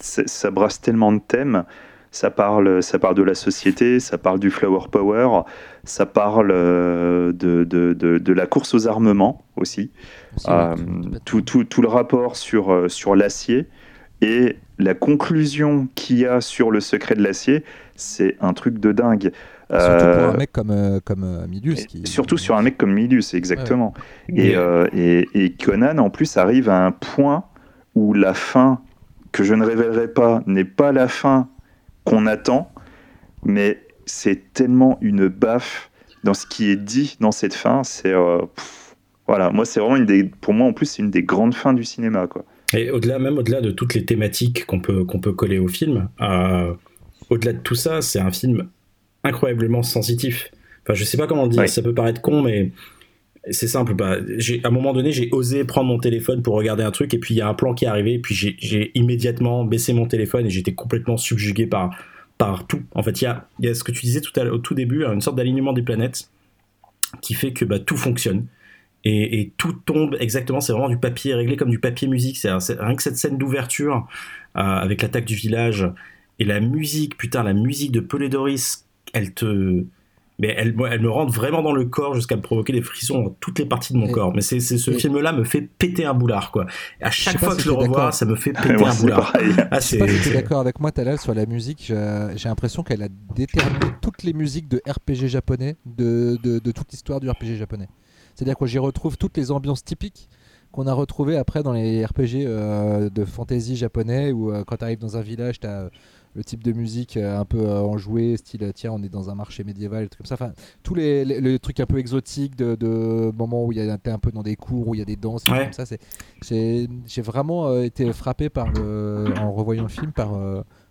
ça brasse tellement de thèmes. Ça parle, ça parle de la société, ça parle du flower power, ça parle euh, de, de, de, de la course aux armements aussi. aussi euh, tout, tout, tout le rapport sur, euh, sur l'acier et la conclusion qu'il y a sur le secret de l'acier, c'est un truc de dingue. Surtout euh, pour un mec comme, euh, comme euh, Milius. Qui... Surtout sur un mec comme Milius, exactement. Ouais, ouais. Et, euh, et, et Conan, en plus, arrive à un point où la fin, que je ne révélerai pas, n'est pas la fin qu'on attend, mais c'est tellement une baffe dans ce qui est dit dans cette fin. C'est euh, pff, voilà, moi c'est vraiment une des, pour moi en plus c'est une des grandes fins du cinéma, quoi. Et au-delà, même au-delà de toutes les thématiques qu'on peut qu'on peut coller au film, euh, au-delà de tout ça, c'est un film incroyablement sensitif. Enfin, je sais pas comment le dire, oui. Ça peut paraître con, mais c'est simple. Bah, j'ai, à un moment donné, j'ai osé prendre mon téléphone pour regarder un truc, et puis il y a un plan qui est arrivé, et puis j'ai, j'ai immédiatement baissé mon téléphone, et j'étais complètement subjugué par, par tout. En fait, il y a, y a ce que tu disais tout à, au tout début, une sorte d'alignement des planètes qui fait que bah, tout fonctionne. Et, et tout tombe exactement, c'est vraiment du papier réglé comme du papier musique. C'est, c'est rien que cette scène d'ouverture euh, avec l'attaque du village et la musique, putain, la musique de Polédoris, elle te... Mais elle, elle me rentre vraiment dans le corps jusqu'à me provoquer des frissons dans toutes les parties de mon et, corps. Mais c'est, c'est ce et, film-là me fait péter un boulard, quoi. Et à chaque fois que je le revois, d'accord. Ça me fait péter un boulard. Ah, c'est, je sais pas si tu es d'accord avec moi, Talal, sur la musique. J'ai, j'ai l'impression qu'elle a déterminé toutes les musiques de R P G japonais, de, de, de toute l'histoire du R P G japonais. C'est-à-dire que j'y retrouve toutes les ambiances typiques qu'on a retrouvées après dans les R P G euh, de fantasy japonais, où euh, quand tu arrives dans un village, tu as le type de musique un peu euh, enjoué, style tiens on est dans un marché médiéval, des trucs comme ça, enfin tous les, les, les trucs un peu exotiques de, de moments où il y a t'es un peu dans des cours où il y a des danses, ouais. Comme ça, c'est, c'est, j'ai vraiment euh, été frappé par le, en revoyant le film par, euh,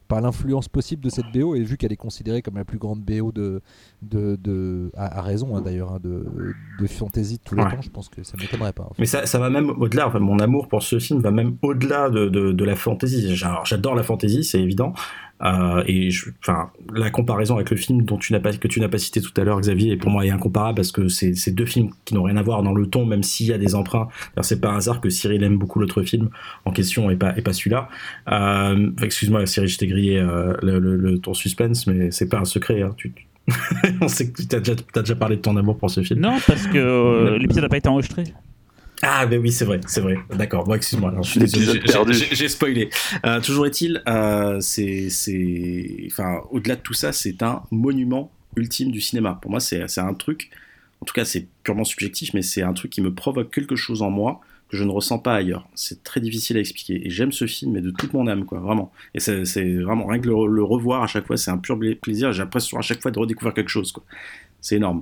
par l'influence possible de cette B O, et vu qu'elle est considérée comme la plus grande B O de, de, de à, à raison hein, d'ailleurs hein, de, de fantasy de tous les ouais. temps, je pense que ça ne m'étonnerait pas. En fait. Mais ça, ça va même au-delà, enfin, mon amour pour ce film va même au-delà de, de, de la fantasy. Alors, j'adore la fantasy, c'est évident. Euh, et je, enfin, la comparaison avec le film dont tu n'as pas, que tu n'as pas cité tout à l'heure, Xavier, pour moi est incomparable parce que c'est, c'est deux films qui n'ont rien à voir dans le ton, même s'il y a des emprunts. Alors, c'est pas un hasard que Cyril aime beaucoup l'autre film en question et pas, et pas celui-là. Euh, excuse-moi, Cyril, je t'ai grillé euh, le, le, le, ton suspense, mais c'est pas un secret. Hein, tu, on sait que tu as déjà, t'as déjà parlé de ton amour pour ce film. Non, parce que euh, l'épisode n'a pas été enregistré. Ah ben oui c'est vrai c'est vrai d'accord bon excuse-moi alors, je suis désolé, j'ai, j'ai, j'ai spoilé euh, toujours est-il euh, c'est c'est enfin au-delà de tout ça c'est un monument ultime du cinéma pour moi c'est c'est un truc en tout cas c'est purement subjectif mais c'est un truc qui me provoque quelque chose en moi que je ne ressens pas ailleurs c'est très difficile à expliquer et j'aime ce film mais de toute mon âme quoi vraiment et c'est, c'est vraiment rien que le, le revoir à chaque fois c'est un pur plaisir j'ai l'impression à chaque fois de redécouvrir quelque chose quoi c'est énorme.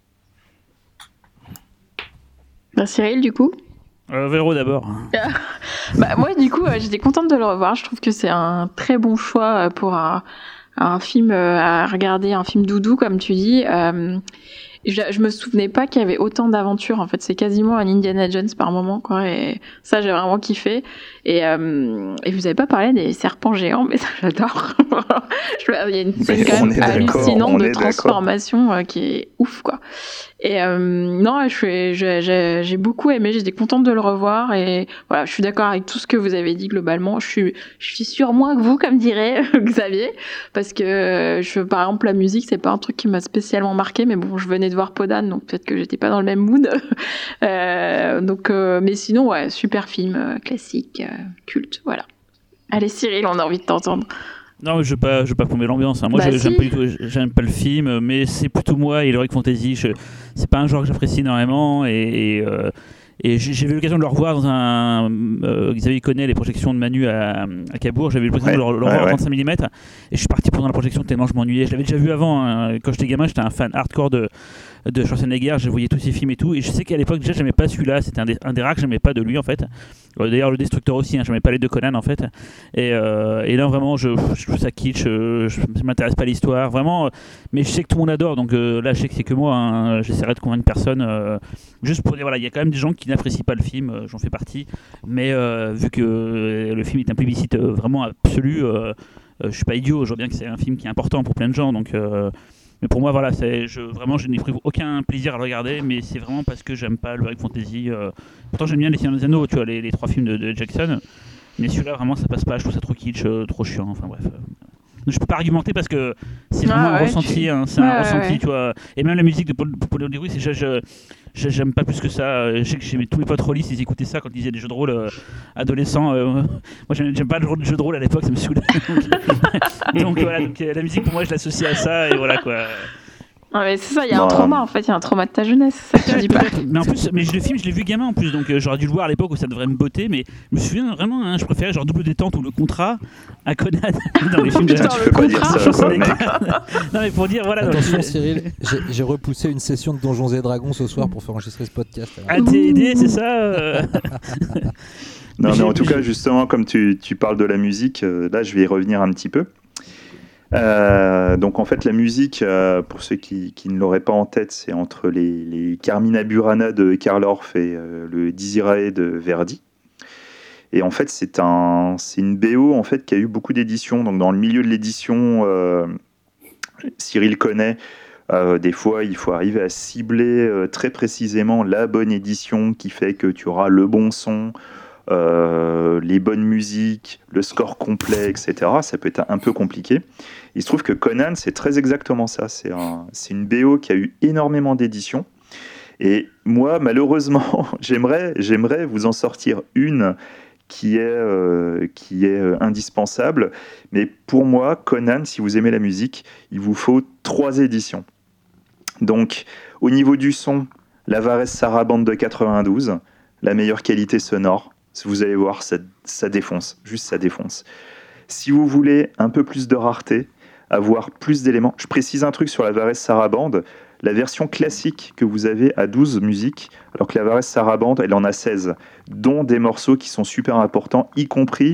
Bah, Cyril, du coup euh, Véro d'abord. Bah, moi, du coup, euh, j'étais contente de le revoir. Je trouve que c'est un très bon choix pour un, un film euh, à regarder, un film doudou, comme tu dis. Euh, je, je me souvenais pas qu'il y avait autant d'aventures. En fait, c'est quasiment un Indiana Jones par moment, quoi. Et ça, j'ai vraiment kiffé. Et, euh, et vous avez pas parlé des serpents géants, mais ça, j'adore. Il y a une scène quand même hallucinante de transformation euh, qui est ouf, quoi. Et euh, non, je suis, je, je, j'ai beaucoup aimé, j'étais contente de le revoir et voilà, je suis d'accord avec tout ce que vous avez dit globalement. Je suis, je suis sûre moins que vous, comme dirait Xavier, parce que je, par exemple, la musique, c'est pas un truc qui m'a spécialement marqué, mais bon, je venais de voir Podane, donc peut-être que j'étais pas dans le même mood. euh, donc, euh, mais sinon, ouais, super film, euh, classique, euh, culte, voilà. Allez, Cyril, on a envie de t'entendre. Non, je ne veux pas, je veux pas plomber l'ambiance. Hein. Moi, bah je, si. j'aime, pas du tout, j'aime pas le film, mais c'est plutôt moi et l'heroic fantasy. Je, c'est pas un genre que j'apprécie énormément. Et, et, euh, et j'ai, j'ai eu l'occasion de le revoir dans un. Euh, Xavier connaît les projections de Manu à, à Cabourg. J'avais eu l'occasion ouais, de le, le revoir ouais, à trente-cinq millimètres. Et je suis parti pendant la projection tellement je m'ennuyais. Je l'avais déjà vu avant. Hein. Quand j'étais gamin, j'étais un fan hardcore de. de Schwarzenegger, je voyais tous ses films et tout, et je sais qu'à l'époque déjà j'aimais pas celui-là, c'était un des, un des rares que j'aimais pas de lui en fait. D'ailleurs le Destructeur aussi, hein, j'aimais pas les deux Conan en fait. Et, euh, et là vraiment je, je trouve ça kitsch, je, je, ça m'intéresse pas l'histoire, vraiment. Mais je sais que tout le monde adore, donc euh, là je sais que c'est que moi, hein, j'essaierai de convaincre personne. Euh, juste pour dire voilà, il y a quand même des gens qui n'apprécient pas le film, euh, j'en fais partie. Mais euh, vu que euh, le film est un plébiscite euh, vraiment absolu, euh, euh, je suis pas idiot, je vois bien que c'est un film qui est important pour plein de gens, donc. Euh, Mais pour moi, voilà, c'est, je, vraiment, je n'éprouve aucun plaisir à le regarder, mais c'est vraiment parce que j'aime pas le Heroic Fantasy. Euh, pourtant, j'aime bien les Seigneurs des Anneaux, tu vois, les, les trois films de, de Jackson, mais celui-là, vraiment, ça passe pas. Je trouve ça trop kitsch, euh, trop chiant. Enfin bref. Euh, je peux pas argumenter parce que c'est vraiment ah, ouais, un ressenti, tu... hein, c'est ouais, un ouais, ressenti, ouais. tu vois. Et même la musique de Paul, Paul Léry, c'est je, je, je, j'aime pas plus que ça. Je sais que j'ai tous mes potes rôlistes, ils écoutaient ça quand ils faisaient des jeux de rôle euh, adolescents. Euh, moi, j'aime, j'aime pas le jeu de rôle à l'époque, ça me saoule. donc, donc voilà, donc, la musique pour moi, je l'associe à ça et voilà quoi. Ah mais c'est ça, il y a non. un trauma en fait, il y a un trauma de ta jeunesse, ça que tu dis pas. Mais en plus, mais je, le film, je l'ai vu gamin en plus, donc euh, j'aurais dû le voir à l'époque où ça devrait me botter, mais je me souviens vraiment, hein, je préférais genre Double Détente ou Le Contrat à Conan dans les films de. Putain, tu peux pas dire ça, mec. Non mais pour dire voilà. Attention donc, Cyril, j'ai, j'ai repoussé une session de Donjons et Dragons ce soir pour faire enregistrer ce podcast. Ah t'es aidé, c'est ça euh... Non mais, mais en tout cas justement comme tu, tu parles de la musique, euh, là je vais y revenir un petit peu. Euh, donc en fait la musique, euh, pour ceux qui, qui ne l'auraient pas en tête, c'est entre les, les Carmina Burana de Karl Orff et euh, le Desirae de Verdi. Et en fait c'est, un, c'est une B O en fait, qui a eu beaucoup d'éditions. Donc dans le milieu de l'édition, euh, Cyril connaît, euh, des fois il faut arriver à cibler euh, très précisément la bonne édition qui fait que tu auras le bon son, Euh, les bonnes musiques, le score complet, et cetera. Ça peut être un peu compliqué. Il se trouve que Conan, c'est très exactement ça. C'est, un, c'est une B O qui a eu énormément d'éditions. Et moi, malheureusement, j'aimerais, j'aimerais vous en sortir une qui est, euh, qui est indispensable. Mais pour moi, Conan, si vous aimez la musique, il vous faut trois éditions. Donc, au niveau du son, la Varese Sarabande de quatre-vingt-douze, la meilleure qualité sonore. Vous allez voir, ça, ça défonce, juste ça défonce. Si vous voulez un peu plus de rareté, avoir plus d'éléments, je précise un truc sur la Varese Sarabande, la version classique que vous avez a douze musiques, alors que la Varese Sarabande, elle en a seize, dont des morceaux qui sont super importants, y compris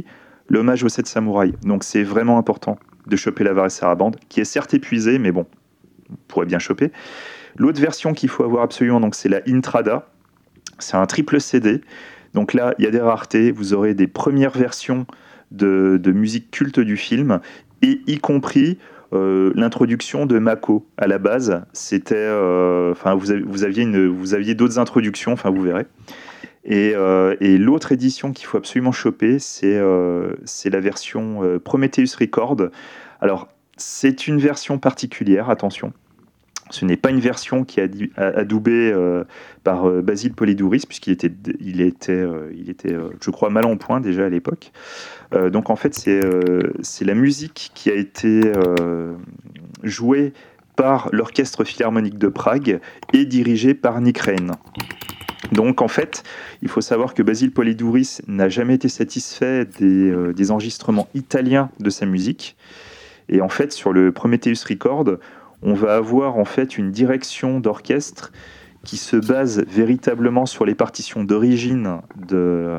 l'hommage aux sept samouraïs. Donc c'est vraiment important de choper la Varese Sarabande, qui est certes épuisée, mais bon, on pourrait bien choper. L'autre version qu'il faut avoir absolument, donc, c'est la Intrada. C'est un triple C D. Donc là, il y a des raretés. Vous aurez des premières versions de, de musique culte du film, et y compris euh, l'introduction de Mako. À la base, c'était, euh, enfin, vous, avez, vous aviez une, vous aviez d'autres introductions. Enfin, vous verrez. Et, euh, et l'autre édition qu'il faut absolument choper, c'est, euh, c'est la version euh, Prometheus Record. Alors, c'est une version particulière, attention. Ce n'est pas une version qui est adoubée euh, par euh, Basile Polidouris, puisqu'il était, il était, euh, il était euh, je crois, mal en point déjà à l'époque. Euh, donc en fait, c'est, euh, c'est la musique qui a été euh, jouée par l'Orchestre Philharmonique de Prague et dirigée par Nick Rehn. Donc en fait, il faut savoir que Basile Polidouris n'a jamais été satisfait des, euh, des enregistrements italiens de sa musique. Et en fait, sur le Prometheus Record, on va avoir en fait une direction d'orchestre qui se base véritablement sur les partitions d'origine de,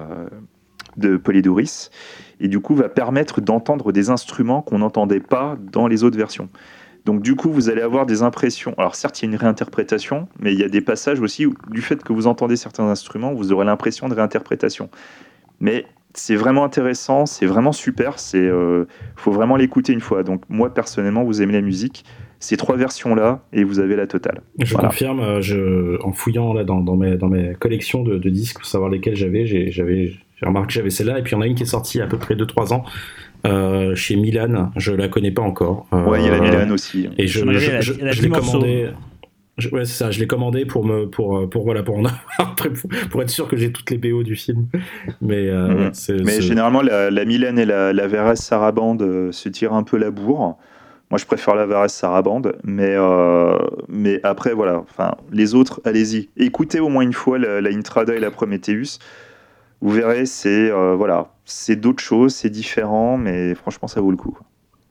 de Polidouris, et du coup va permettre d'entendre des instruments qu'on n'entendait pas dans les autres versions. Donc du coup, vous allez avoir des impressions. Alors certes, il y a une réinterprétation, mais il y a des passages aussi où, du fait que vous entendez certains instruments, vous aurez l'impression de réinterprétation. Mais c'est vraiment intéressant, c'est vraiment super, c'est euh, faut vraiment l'écouter une fois. Donc moi, personnellement, vous aimez la musique, ces trois versions-là, et vous avez la totale. Je voilà. confirme, je, en fouillant là, dans, dans, mes, dans mes collections de, de disques, pour savoir lesquels j'avais, j'ai, j'avais, j'ai remarqué que j'avais celle-là, et puis il y en a une qui est sortie il y a à peu près deux trois ans, euh, chez Milan, je la connais pas encore. Euh, ouais, il y a la Milan aussi. Et je, je, je, je, je l'ai commandé... Je, ouais, c'est ça, je l'ai commandé pour, me, pour, pour, voilà, pour, en avoir, pour, pour être sûr que j'ai toutes les B O du film. Mais, euh, mmh. ouais, c'est, Mais c'est... généralement, la, la Milan et la, la Varese Sarabande euh, se tirent un peu la bourre. Moi, je préfère la Varese Sarabande, mais, euh, mais après, voilà. Enfin, les autres, allez-y. Écoutez au moins une fois la, la Intrada et la Prometheus. Vous verrez, c'est, euh, voilà, c'est d'autres choses, c'est différent, mais franchement, ça vaut le coup.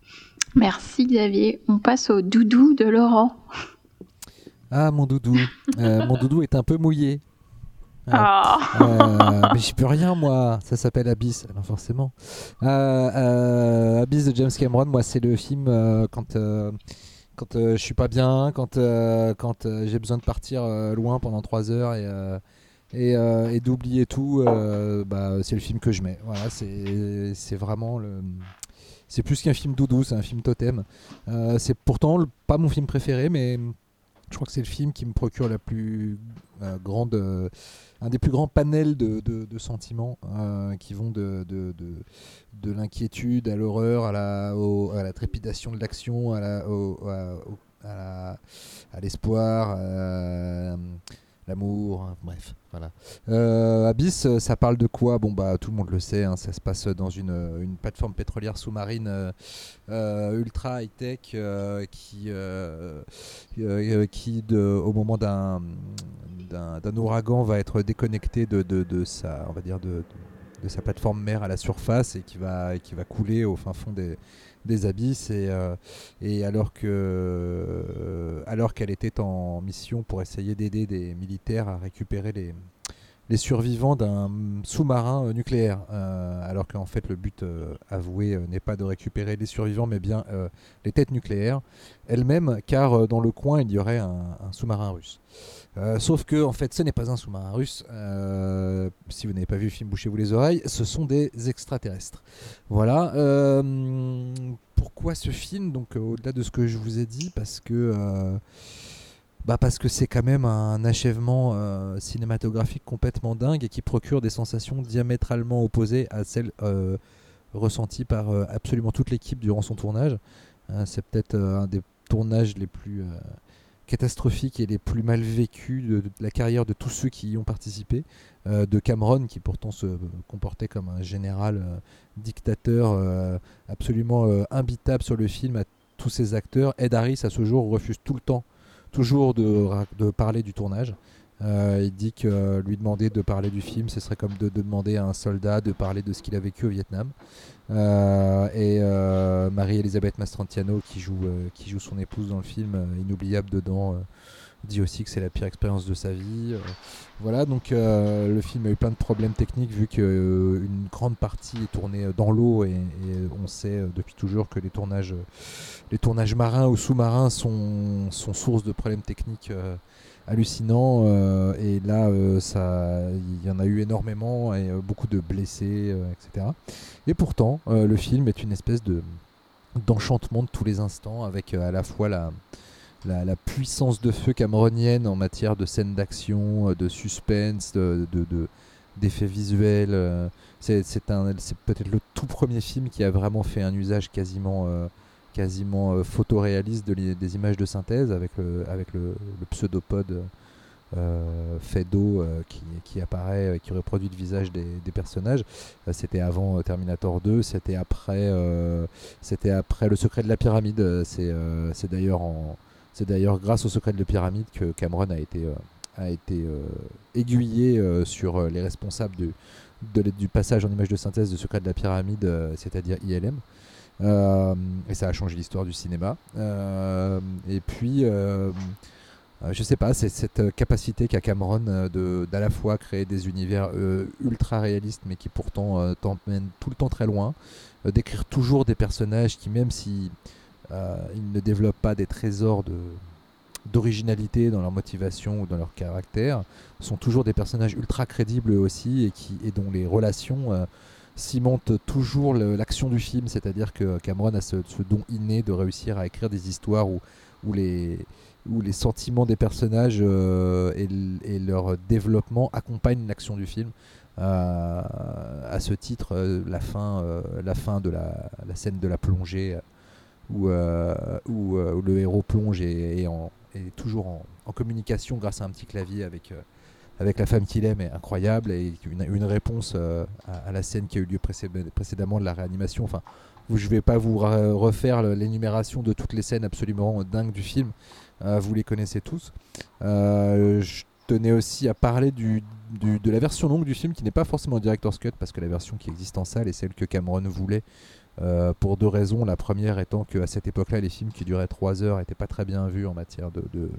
Merci Xavier. On passe au doudou de Laurent. Ah, mon doudou. Euh, mon doudou est un peu mouillé. Ah. Euh, mais j'y peux rien, moi. Ça s'appelle Abyss, alors forcément. Euh, euh, Abyss de James Cameron, moi, c'est le film euh, quand, euh, quand euh, je suis pas bien, quand, euh, quand euh, j'ai besoin de partir euh, loin pendant trois heures et, euh, et, euh, et d'oublier tout. Euh, bah, c'est le film que je mets. Voilà, c'est, c'est vraiment le. C'est plus qu'un film doudou, c'est un film totem. Euh, c'est pourtant le, pas mon film préféré, mais je crois que c'est le film qui me procure la plus euh, grande, euh, un des plus grands panels de, de, de sentiments euh, qui vont de, de, de, de l'inquiétude à l'horreur, à la, au, à la trépidation de l'action, à, la, au, à, au, à, la, à l'espoir, à l'amour, hein, bref, voilà. Euh, Abyss, ça parle de quoi ? Bon bah tout le monde le sait, hein, ça se passe dans une, une plateforme pétrolière sous-marine euh, euh, ultra high-tech euh, qui, euh, euh, qui de, au moment d'un, d'un, d'un ouragan va être déconnecté de, de, de sa, on va dire de, de, de sa plateforme mère à la surface et qui va, qui va couler au fin fond des des abysses et, euh, et alors que euh, alors qu'elle était en mission pour essayer d'aider des militaires à récupérer les, les survivants d'un sous-marin nucléaire euh, alors qu'en fait le but euh, avoué euh, n'est pas de récupérer les survivants mais bien euh, les têtes nucléaires elles-mêmes car euh, dans le coin il y aurait un, un sous-marin russe. Euh, sauf que en fait ce n'est pas un sous-marin russe, euh, si vous n'avez pas vu le film, bouchez-vous les oreilles, ce sont des extraterrestres. Voilà. Euh, pourquoi ce film ? Donc euh, au-delà de ce que je vous ai dit, parce que euh, bah parce que c'est quand même un achèvement euh, cinématographique complètement dingue et qui procure des sensations diamétralement opposées à celles euh, ressenties par euh, absolument toute l'équipe durant son tournage. Euh, c'est peut-être euh, un des tournages les plus euh, catastrophiques et les plus mal vécus de, de la carrière de tous ceux qui y ont participé, euh, de Cameron qui pourtant se comportait comme un général euh, dictateur euh, absolument euh, imbitable sur le film à tous ses acteurs. Ed Harris à ce jour refuse tout le temps toujours de, de parler du tournage. Euh, il dit que euh, lui demander de parler du film, ce serait comme de, de demander à un soldat de parler de ce qu'il a vécu au Vietnam. Euh, et euh, Marie-Elisabeth Mastrantiano qui joue, euh, qui joue son épouse dans le film, euh, inoubliable dedans, euh, dit aussi que c'est la pire expérience de sa vie. Euh, voilà, donc euh, le film a eu plein de problèmes techniques vu qu'une euh, grande partie est tournée dans l'eau et, et on sait euh, depuis toujours que les tournages, les tournages marins ou sous-marins sont, sont source de problèmes techniques euh, hallucinants. Euh, et là, euh, ça, il y en a eu énormément et euh, beaucoup de blessés, euh, et cetera. Et pourtant, euh, le film est une espèce de d'enchantement de tous les instants avec euh, à la fois la La, la puissance de feu cameronienne en matière de scènes d'action, de suspense, de, de, de, d'effets visuels. C'est, c'est, un, c'est peut-être le tout premier film qui a vraiment fait un usage quasiment, euh, quasiment euh, photoréaliste de, des images de synthèse avec le, avec le, le pseudopode euh, fait d'eau euh, qui, qui apparaît, euh, qui reproduit le visage des, des personnages. Euh, c'était avant euh, Terminator deux, c'était après, euh, c'était après Le Secret de la Pyramide. C'est, euh, c'est d'ailleurs en C'est d'ailleurs grâce au Secret de la Pyramide que Cameron a été, euh, a été euh, aiguillé euh, sur euh, les responsables du, de, du passage en image de synthèse de Secret de la Pyramide, euh, c'est-à-dire I L M. Euh, et ça a changé l'histoire du cinéma. Euh, et puis, euh, euh, je sais pas, c'est cette capacité qu'a Cameron euh, de, d'à la fois créer des univers euh, ultra réalistes, mais qui pourtant euh, t'emmènent tout le temps très loin, euh, d'écrire toujours des personnages qui, même si Euh, ils ne développent pas des trésors de, d'originalité dans leur motivation ou dans leur caractère, sont toujours des personnages ultra crédibles aussi et, qui, et dont les relations euh, cimentent toujours le, l'action du film, c'est-à-dire que Cameron a ce, ce don inné de réussir à écrire des histoires où, où, les, où les sentiments des personnages euh, et, et leur développement accompagnent l'action du film. Euh, à ce titre, euh, la, fin, euh, la fin de la, la scène de la plongée euh, Où, euh, où, euh, où le héros plonge et est, en, est toujours en, en communication grâce à un petit clavier avec, euh, avec la femme qu'il aime est incroyable, et une, une réponse euh, à, à la scène qui a eu lieu précé- précédemment de la réanimation. Enfin, je ne vais pas vous ra- refaire l'énumération de toutes les scènes absolument dingues du film, euh, vous les connaissez tous. Euh, je tenais aussi à parler du, du, de la version longue du film qui n'est pas forcément Director's Cut, parce que la version qui existe en salle est celle que Cameron voulait. Euh, pour deux raisons. La première étant qu'à cette époque-là, les films qui duraient trois heures n'étaient pas très bien vus en matière de, de,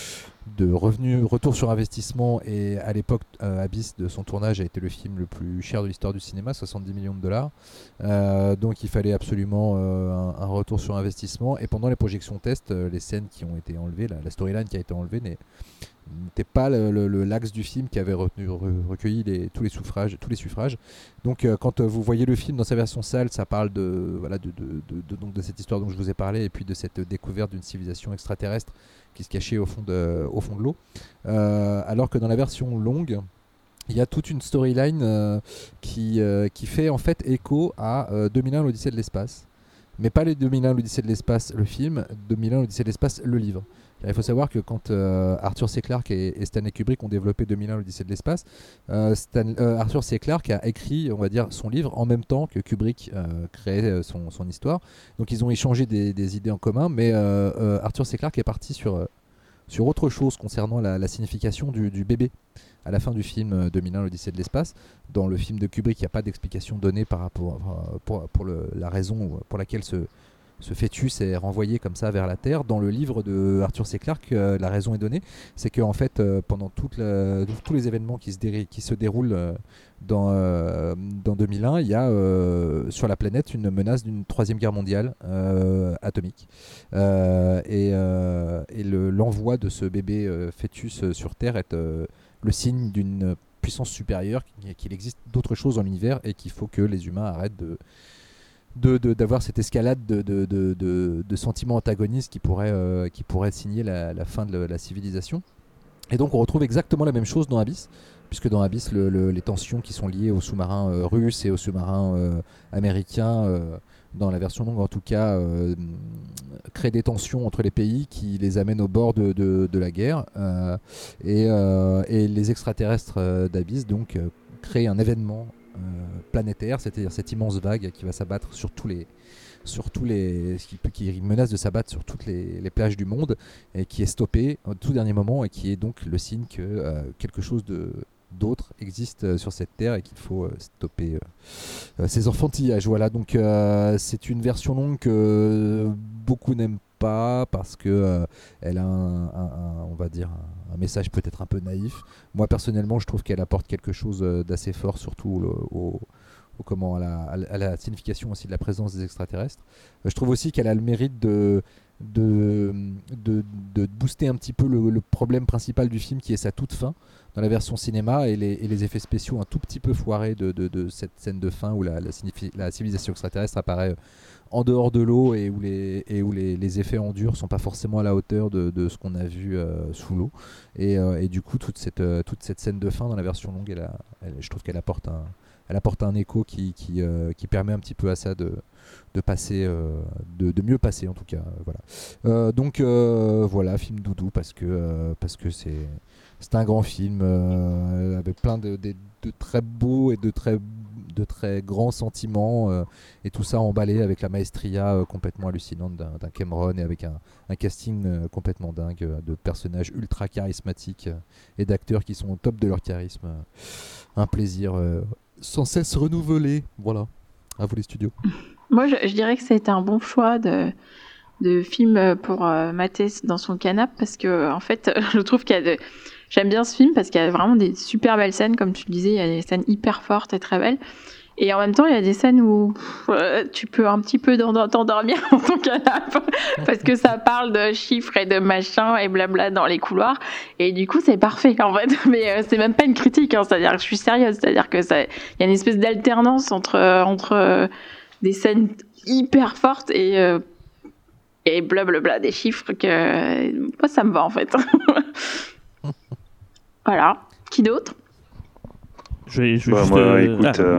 de revenus, retour sur investissement. Et à l'époque, euh, Abyss, de son tournage, a été le film le plus cher de l'histoire du cinéma, soixante-dix millions de dollars. Euh, donc il fallait absolument euh, un, un retour sur investissement. Et pendant les projections test, euh, les scènes qui ont été enlevées, la, la storyline qui a été enlevée n'est n'était pas le, le, le, l'axe du film qui avait retenu, re, recueilli les, tous, les suffrages, tous les suffrages. Donc euh, quand euh, vous voyez le film dans sa version salle, ça parle de, voilà, de, de, de, de, donc de cette histoire dont je vous ai parlé, et puis de cette découverte d'une civilisation extraterrestre qui se cachait au fond de, au fond de l'eau. Euh, alors que dans la version longue, il y a toute une storyline euh, qui, euh, qui fait en fait écho à euh, deux mille un l'Odyssée de l'espace. Mais pas les deux mille un l'Odyssée de l'espace, le film, deux mille un l'Odyssée de l'espace, le livre. Il faut savoir que quand euh, Arthur C. Clarke et, et Stanley Kubrick ont développé deux mille un l'Odyssée de l'espace, euh, Stan, euh, Arthur C. Clarke a écrit, on va dire, son livre en même temps que Kubrick euh, créait son, son histoire. Donc ils ont échangé des, des idées en commun, mais euh, euh, Arthur C. Clarke est parti sur, euh, sur autre chose concernant la, la signification du, du bébé. À la fin du film euh, deux mille un l'Odyssée de l'espace, dans le film de Kubrick, il n'y a pas d'explication donnée par rapport, euh, pour, pour le, la raison pour laquelle ce Ce fœtus est renvoyé comme ça vers la Terre. Dans le livre de Arthur C. Clarke, euh, la raison est donnée. C'est que en fait, euh, pendant toute la, tous les événements qui se, dé, qui se déroulent euh, dans, euh, dans deux mille un, il y a euh, sur la planète une menace d'une troisième guerre mondiale euh, atomique. Euh, et euh, et le, l'envoi de ce bébé euh, fœtus euh, sur Terre est euh, le signe d'une puissance supérieure, qu'il existe d'autres choses dans l'univers et qu'il faut que les humains arrêtent de... De, de, d'avoir cette escalade de, de, de, de, de sentiments antagonistes qui pourraient, euh, qui pourraient signer la, la fin de la, la civilisation. Et donc on retrouve exactement la même chose dans Abyss, puisque dans Abyss, le, le, les tensions qui sont liées aux sous-marins euh, russes et aux sous-marins euh, américains, euh, dans la version longue en tout cas, euh, créent des tensions entre les pays qui les amènent au bord de, de, de la guerre. Euh, et, euh, et les extraterrestres euh, d'Abyss donc, euh, créent un événement Euh, planétaire, c'est-à-dire cette immense vague qui va s'abattre sur tous les, sur tous les, qui, qui menace de s'abattre sur toutes les, les plages du monde et qui est stoppée au tout dernier moment et qui est donc le signe que euh, quelque chose de d'autre existe euh, sur cette terre et qu'il faut euh, stopper euh, euh, ces enfantillages. Voilà, donc euh, c'est une version longue que beaucoup n'aiment pas, parce que euh, elle a un, un, un, on va dire un, un message peut-être un peu naïf. Moi personnellement, je trouve qu'elle apporte quelque chose d'assez fort, surtout le, au, au comment à la, à la signification aussi de la présence des extraterrestres. Euh, je trouve aussi qu'elle a le mérite de De, de, de booster un petit peu le, le problème principal du film, qui est sa toute fin dans la version cinéma, et les, et les effets spéciaux un tout petit peu foirés de, de, de cette scène de fin où la, la, la civilisation extraterrestre apparaît en dehors de l'eau, et où les, et où les, les effets en dur sont pas forcément à la hauteur de, de ce qu'on a vu euh, sous l'eau, et, euh, et du coup toute cette, euh, toute cette scène de fin dans la version longue, elle a, elle, je trouve qu'elle apporte un, elle apporte un écho qui, qui, euh, qui permet un petit peu à ça de de passer, euh, de, de mieux passer en tout cas, euh, voilà. Euh, donc euh, voilà, film doudou parce que euh, parce que c'est c'est un grand film euh, avec plein de, de, de très beaux et de très de très grands sentiments, euh, et tout ça emballé avec la maestria euh, complètement hallucinante d'un, d'un Cameron, et avec un, un casting euh, complètement dingue euh, de personnages ultra charismatiques euh, et d'acteurs qui sont au top de leur charisme. Un plaisir euh, sans cesse renouvelé. Voilà. À vous les studios. Moi, je, je dirais que ça a été un bon choix de, de film pour euh, mater dans son canapé, parce que en fait, je trouve qu'il y a de... J'aime bien ce film parce qu'il y a vraiment des super belles scènes, comme tu le disais, il y a des scènes hyper fortes et très belles. Et en même temps, il y a des scènes où euh, tu peux un petit peu t'endormir dans ton canapé parce que ça parle de chiffres et de machins et blabla dans les couloirs. Et du coup, c'est parfait en fait. Mais euh, c'est même pas une critique, hein. C'est-à-dire que je suis sérieuse. C'est-à-dire que ça, il y a une espèce d'alternance entre entre euh, des scènes hyper fortes et euh, et blablabla des chiffres que euh, moi ça me va en fait. Voilà. Qui d'autre? Je vais, je vais bah, juste, moi, euh... écoute, ah, euh,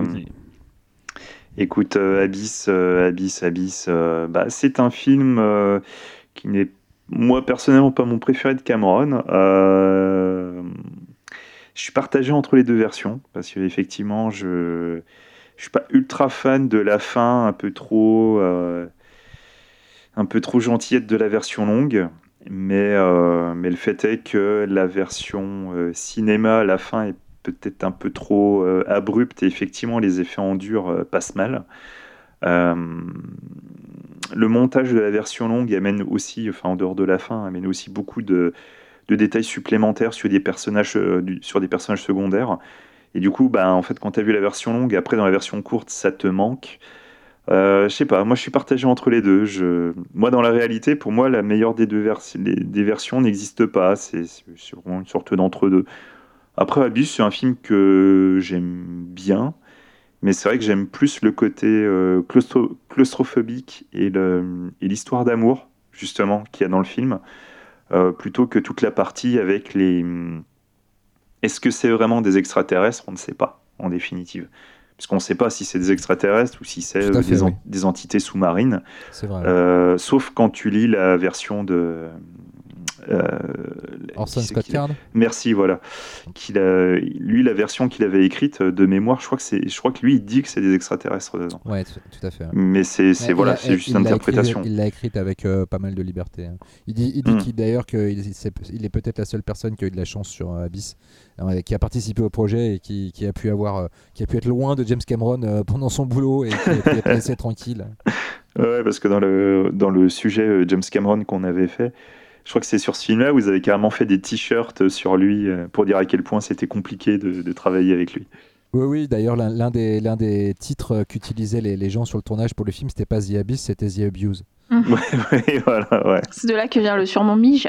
écoute euh, Abyss, euh, Abyss, Abyss, euh, bah, c'est un film euh, qui n'est, moi personnellement, pas mon préféré de Cameron. Euh, je suis partagé entre les deux versions parce que effectivement, je je suis pas ultra fan de la fin, un peu trop, euh, un peu trop gentillette de la version longue. Mais, euh, mais le fait est que la version euh, cinéma, à la fin, est peut-être un peu trop euh, abrupte, et effectivement, les effets en dur euh, passent mal. Euh, le montage de la version longue amène aussi, enfin en dehors de la fin, amène aussi beaucoup de, de détails supplémentaires sur des personnages, euh, du, sur des personnages secondaires. Et du coup, bah, en fait, quand tu as vu la version longue, après dans la version courte, ça te manque. Euh, je sais pas, moi je suis partagé entre les deux. Je... Moi, dans la réalité, pour moi, la meilleure des deux vers... les... des versions n'existe pas. C'est... c'est vraiment une sorte d'entre-deux. Après, Abyss, c'est un film que j'aime bien, mais c'est vrai que j'aime plus le côté euh, claustro... claustrophobique et, le... et l'histoire d'amour, justement, qu'il y a dans le film, euh, plutôt que toute la partie avec les. Est-ce que c'est vraiment des extraterrestres? On ne sait pas, en définitive. Puisqu'on ne sait pas si c'est des extraterrestres ou si c'est fait, des, oui. en- des entités sous-marines. C'est vrai. Euh, sauf quand tu lis la version de... Euh, Orson qui c'est Scott qu'il a- Card. Merci, voilà. Qu'il a, lui, la version qu'il avait écrite de mémoire, je crois que, c'est, je crois que lui, il dit que c'est des extraterrestres dedans. Ouais, tout, tout à fait. Mais c'est, c'est, Ouais, voilà, il a- c'est juste il une l'a interprétation. écrit- il l'a écrite avec euh, pas mal de liberté, hein. Il dit, il dit Mm. qu'il, d'ailleurs qu'il il, c'est- il est peut-être la seule personne qui a eu de la chance sur euh, Abyss, euh, qui a participé au projet et qui, qui a pu avoir, euh, qui a pu être loin de James Cameron euh, pendant son boulot, et qui a pu être laissé tranquille. Ouais, parce que dans le, dans le sujet euh, James Cameron qu'on avait fait, je crois que c'est sur ce film-là où vous avez carrément fait des t-shirts sur lui euh, pour dire à quel point c'était compliqué de, de travailler avec lui. Oui, oui, d'ailleurs, l'un, l'un des, l'un des titres qu'utilisaient les, les gens sur le tournage pour le film, c'était pas The Abyss, c'était The Abuse. Ouais, ouais, voilà, ouais. C'est de là que vient le surnom Mige.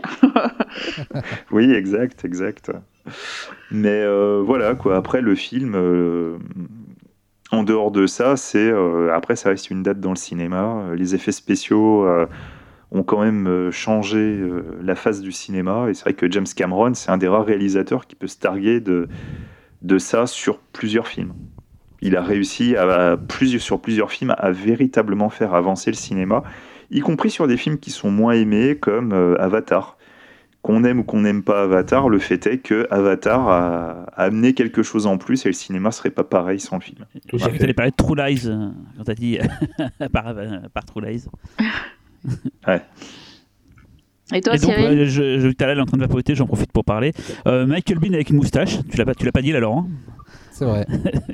Oui, exact, exact. Mais euh, voilà, quoi. Après, le film, euh, en dehors de ça, c'est euh, après, ça reste une date dans le cinéma. Les effets spéciaux euh, ont quand même euh, changé euh, la face du cinéma. Et c'est vrai que James Cameron, c'est un des rares réalisateurs qui peut se targuer de, de ça sur plusieurs films. Il a réussi à, à plusieurs, sur plusieurs films à véritablement faire avancer le cinéma, y compris sur des films qui sont moins aimés, comme euh, Avatar. Qu'on aime ou qu'on n'aime pas Avatar, le fait est que Avatar a, a amené quelque chose en plus, et le cinéma serait pas pareil sans le film. Tout J'ai à cru que fait. tu allais parler de True Lies euh, quand t'as dit par, euh, par True Lies. Ouais. Et toi, Et donc, Cyril? euh, je, je, tout à l'heure, elle est en train de vapoter, j'en profite pour parler. Euh, Michael Bean avec une moustache, tu l'as pas, tu l'as pas dit là, Laurent? C'est vrai.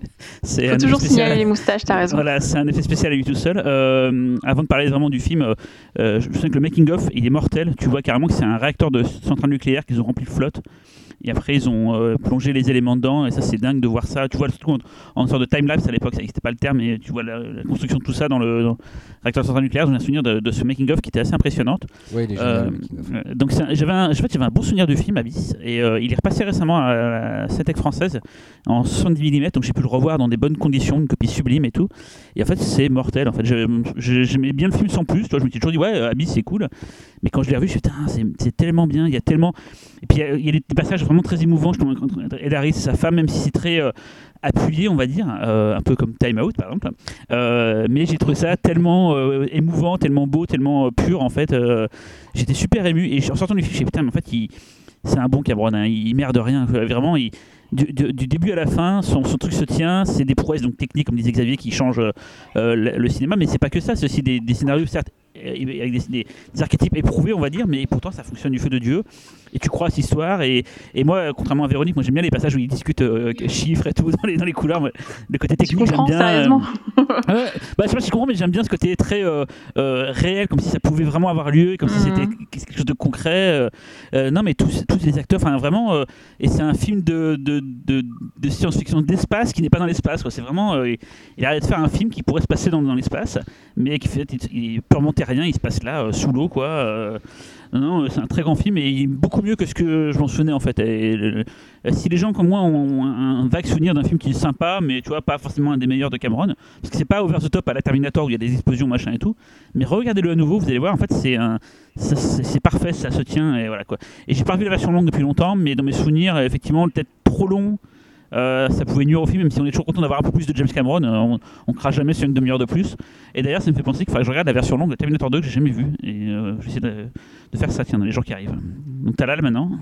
Il faut toujours signaler les moustaches, t'as raison. Voilà, c'est un effet spécial à lui tout seul. Euh, avant de parler vraiment du film, euh, je me souviens que le making-of, il est mortel. Tu vois carrément que c'est un réacteur de centrale nucléaire qu'ils ont rempli de flotte. Et après, ils ont euh, plongé les éléments dedans. Et ça, c'est dingue de voir ça. Tu vois, surtout en, en sorte de time-lapse à l'époque, ça n'existait pas le terme. Mais tu vois la, la construction de tout ça dans le, dans le réacteur central nucléaire. J'ai un souvenir de, de ce making-of qui était assez impressionnante. Oui, il est génial. Euh, donc, c'est un, j'avais, un, en fait, j'avais un bon souvenir du film, Abyss. Et euh, il est repassé récemment à la Cinetec française en soixante-dix millimètres. Donc, j'ai pu le revoir dans des bonnes conditions, une copie sublime et tout. Et en fait, c'est mortel. En fait, je, je, j'aimais bien le film sans plus. Tu vois, je me suis toujours dit, ouais, Abyss, c'est cool. Mais quand je l'ai revu, je me suis dit, putain, c'est, c'est tellement bien. Il y a tellement. Et puis, il y, y a des passages vraiment très émouvants. Je Ed Harris et sa femme, même si c'est très euh, appuyé, on va dire, euh, un peu comme Time Out par exemple. Euh, mais j'ai trouvé ça tellement euh, émouvant, tellement beau, tellement euh, pur en fait. Euh, j'étais super ému et en sortant du film, je me suis dit, putain, mais en fait, il, c'est un bon Cameron, hein, il, il merde rien. Vraiment, il, du, du, du début à la fin, son, son truc se tient. C'est des prouesses donc techniques, comme disait Xavier, qui changent euh, le, le cinéma, mais c'est pas que ça. C'est aussi des, des scénarios, certes, avec des, des, des archétypes éprouvés, on va dire, mais pourtant ça fonctionne du feu de Dieu. Et tu crois à cette histoire. Et, et moi, contrairement à Véronique, moi j'aime bien les passages où ils discutent euh, chiffres et tout dans les, dans les couleurs. Le côté technique, j'aime bien. Sérieusement euh, ouais, bah, je sais pas si je comprends, mais j'aime bien ce côté très euh, euh, réel, comme si ça pouvait vraiment avoir lieu, comme mm-hmm. si c'était quelque chose de concret. Euh, euh, non, mais tous, tous les acteurs, enfin vraiment. Euh, et c'est un film de, de, de, de science-fiction d'espace qui n'est pas dans l'espace. Quoi. C'est vraiment. Euh, il a arrêté de faire un film qui pourrait se passer dans, dans l'espace, mais qui fait, il, il est purement terrien. Il se passe là, euh, sous l'eau, quoi. Euh, Non, c'est un très grand film et il est beaucoup mieux que ce que je m'en souvenais en fait. Et, et, et, si les gens comme moi ont un, un vague souvenir d'un film qui est sympa, mais tu vois, pas forcément un des meilleurs de Cameron, parce que c'est pas over the top à la Terminator où il y a des explosions, machin et tout, mais regardez-le à nouveau, vous allez voir, en fait, c'est, un, ça, c'est, c'est parfait, ça se tient et voilà quoi. Et j'ai pas revu la version longue depuis longtemps, mais dans mes souvenirs, effectivement, peut-être trop long. Euh, ça pouvait nuire au film, même si on est toujours content d'avoir un peu plus de James Cameron, euh, on, on crache jamais sur une demi-heure de plus. Et d'ailleurs, ça me fait penser qu'il faudrait que je regarde la version longue de Terminator deux que j'ai jamais vue. Et euh, je vais essayer de, de faire ça, tiens, dans les jours qui arrivent. Donc Talal maintenant.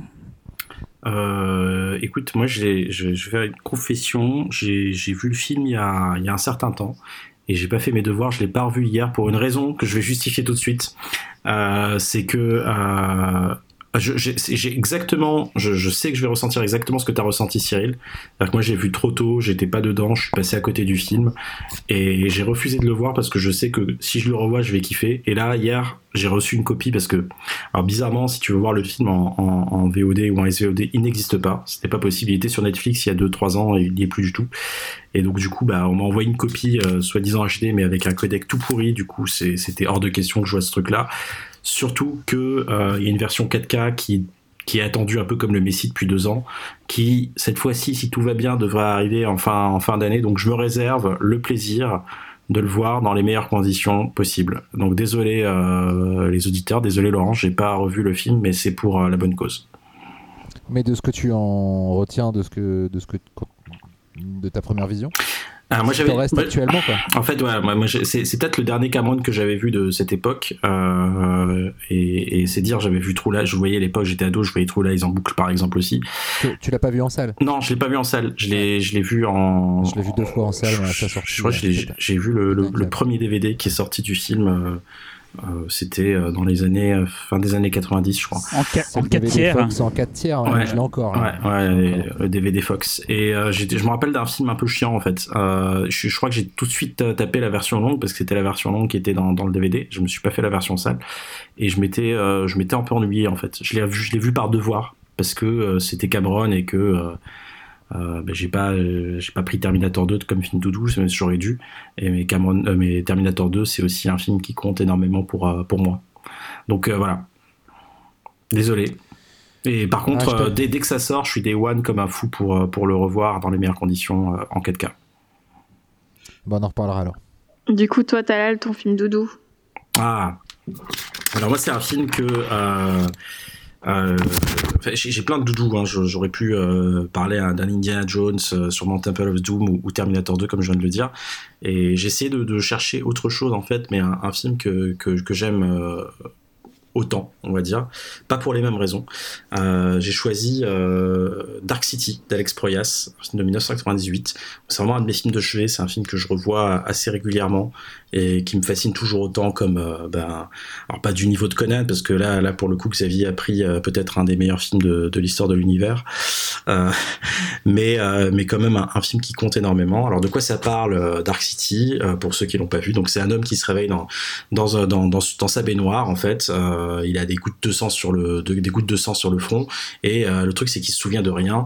Euh, écoute, moi j'ai, je, je vais faire une confession. J'ai, j'ai vu le film il y, a, il y a un certain temps et j'ai pas fait mes devoirs. Je l'ai pas revu hier pour une raison que je vais justifier tout de suite. Euh, c'est que euh, Je, j'ai, j'ai exactement, je, je sais que je vais ressentir exactement ce que tu as ressenti, Cyril. C'est-à-dire que moi, j'ai vu trop tôt, j'étais pas dedans, je suis passé à côté du film et j'ai refusé de le voir parce que je sais que si je le revois, je vais kiffer. Et là, hier, j'ai reçu une copie parce que, alors bizarrement, si tu veux voir le film en, en, en V O D ou en S V O D, il n'existe pas. C'était pas possible. Il était sur Netflix il y a deux trois ans et il n'y est plus du tout. Et donc, du coup, bah, on m'a envoyé une copie, euh, soi-disant H D, mais avec un codec tout pourri. Du coup, c'est, c'était hors de question que je vois ce truc-là. Surtout qu'il euh, y a une version quatre K qui, qui est attendue un peu comme le Messi depuis deux ans, qui, cette fois-ci, si tout va bien, devrait arriver en fin, en fin d'année. Donc je me réserve le plaisir de le voir dans les meilleures conditions possibles. Donc désolé euh, les auditeurs, désolé Laurent, j'ai pas revu le film, mais c'est pour euh, la bonne cause. Mais de ce que tu en retiens, de, ce que, de, ce que, de ta première vision Ah, moi j'avais. Reste moi, actuellement quoi. En fait, ouais, moi, moi c'est, c'est peut-être le dernier Cameron que j'avais vu de cette époque, euh, et, et c'est dire, j'avais vu True Lies, je voyais à l'époque, j'étais ado, je voyais True Lies en boucle par exemple aussi. Tu, tu l'as pas vu en salle ? Non, je l'ai pas vu en salle. Je l'ai, je l'ai vu en. Je l'ai vu deux fois en salle. À sa sortie, je crois que j'ai, j'ai vu le, le, le premier D V D qui est sorti du film. Euh, Euh, c'était euh, dans les années euh, fin des années quatre-vingt-dix, je crois. En, ca- en quatre tiers. Fox, en quatre tiers, ouais, ouais, je l'ai encore. Ouais, ouais, ouais, le D V D Fox. Et euh, je me rappelle d'un film un peu chiant en fait. Euh, je, je crois que j'ai tout de suite tapé la version longue parce que c'était la version longue qui était dans, dans le D V D. Je me suis pas fait la version salle et je m'étais, euh, je m'étais un peu ennuyé en fait. Je l'ai vu, je l'ai vu par devoir parce que euh, c'était Cameron et que euh, Euh, bah, j'ai pas euh, j'ai pas pris Terminator deux comme film tout doux, mais j'aurais dû. Et mais Cameron, euh, mais Terminator deux, c'est aussi un film qui compte énormément pour euh, pour moi. Donc euh, voilà. Désolé. Et par contre, ah, euh, dès, dès que ça sort, je suis day one comme un fou pour pour le revoir dans les meilleures conditions euh, en quatre K. Bon, on en reparlera alors. Du coup, toi, Talal, ton film doudou. Ah. Alors moi, c'est un film que euh, Euh, j'ai, j'ai plein de doudous, hein. J'aurais pu euh, parler d'un Indiana Jones, euh, sûrement Temple of Doom ou, ou Terminator deux comme je viens de le dire, et j'ai essayé de, de chercher autre chose en fait, mais un, un film que, que, que j'aime euh, autant, on va dire, pas pour les mêmes raisons. Euh, j'ai choisi euh, Dark City d'Alex Proyas, un film de dix-neuf cent quatre-vingt-dix-huit. C'est vraiment un de mes films de chevet, c'est un film que je revois assez régulièrement et qui me fascine toujours autant, comme euh, ben, alors pas du niveau de Conan, parce que là, là pour le coup, Xavier a pris euh, peut-être un des meilleurs films de, de l'histoire de l'univers, euh, mais euh, mais quand même un, un film qui compte énormément. Alors de quoi ça parle, euh, Dark City, euh, pour ceux qui l'ont pas vu? Donc c'est un homme qui se réveille dans dans dans dans, dans sa baignoire en fait. Euh, il a des gouttes de sang sur le de, des gouttes de sang sur le front et euh, le truc c'est qu'il se souvient de rien.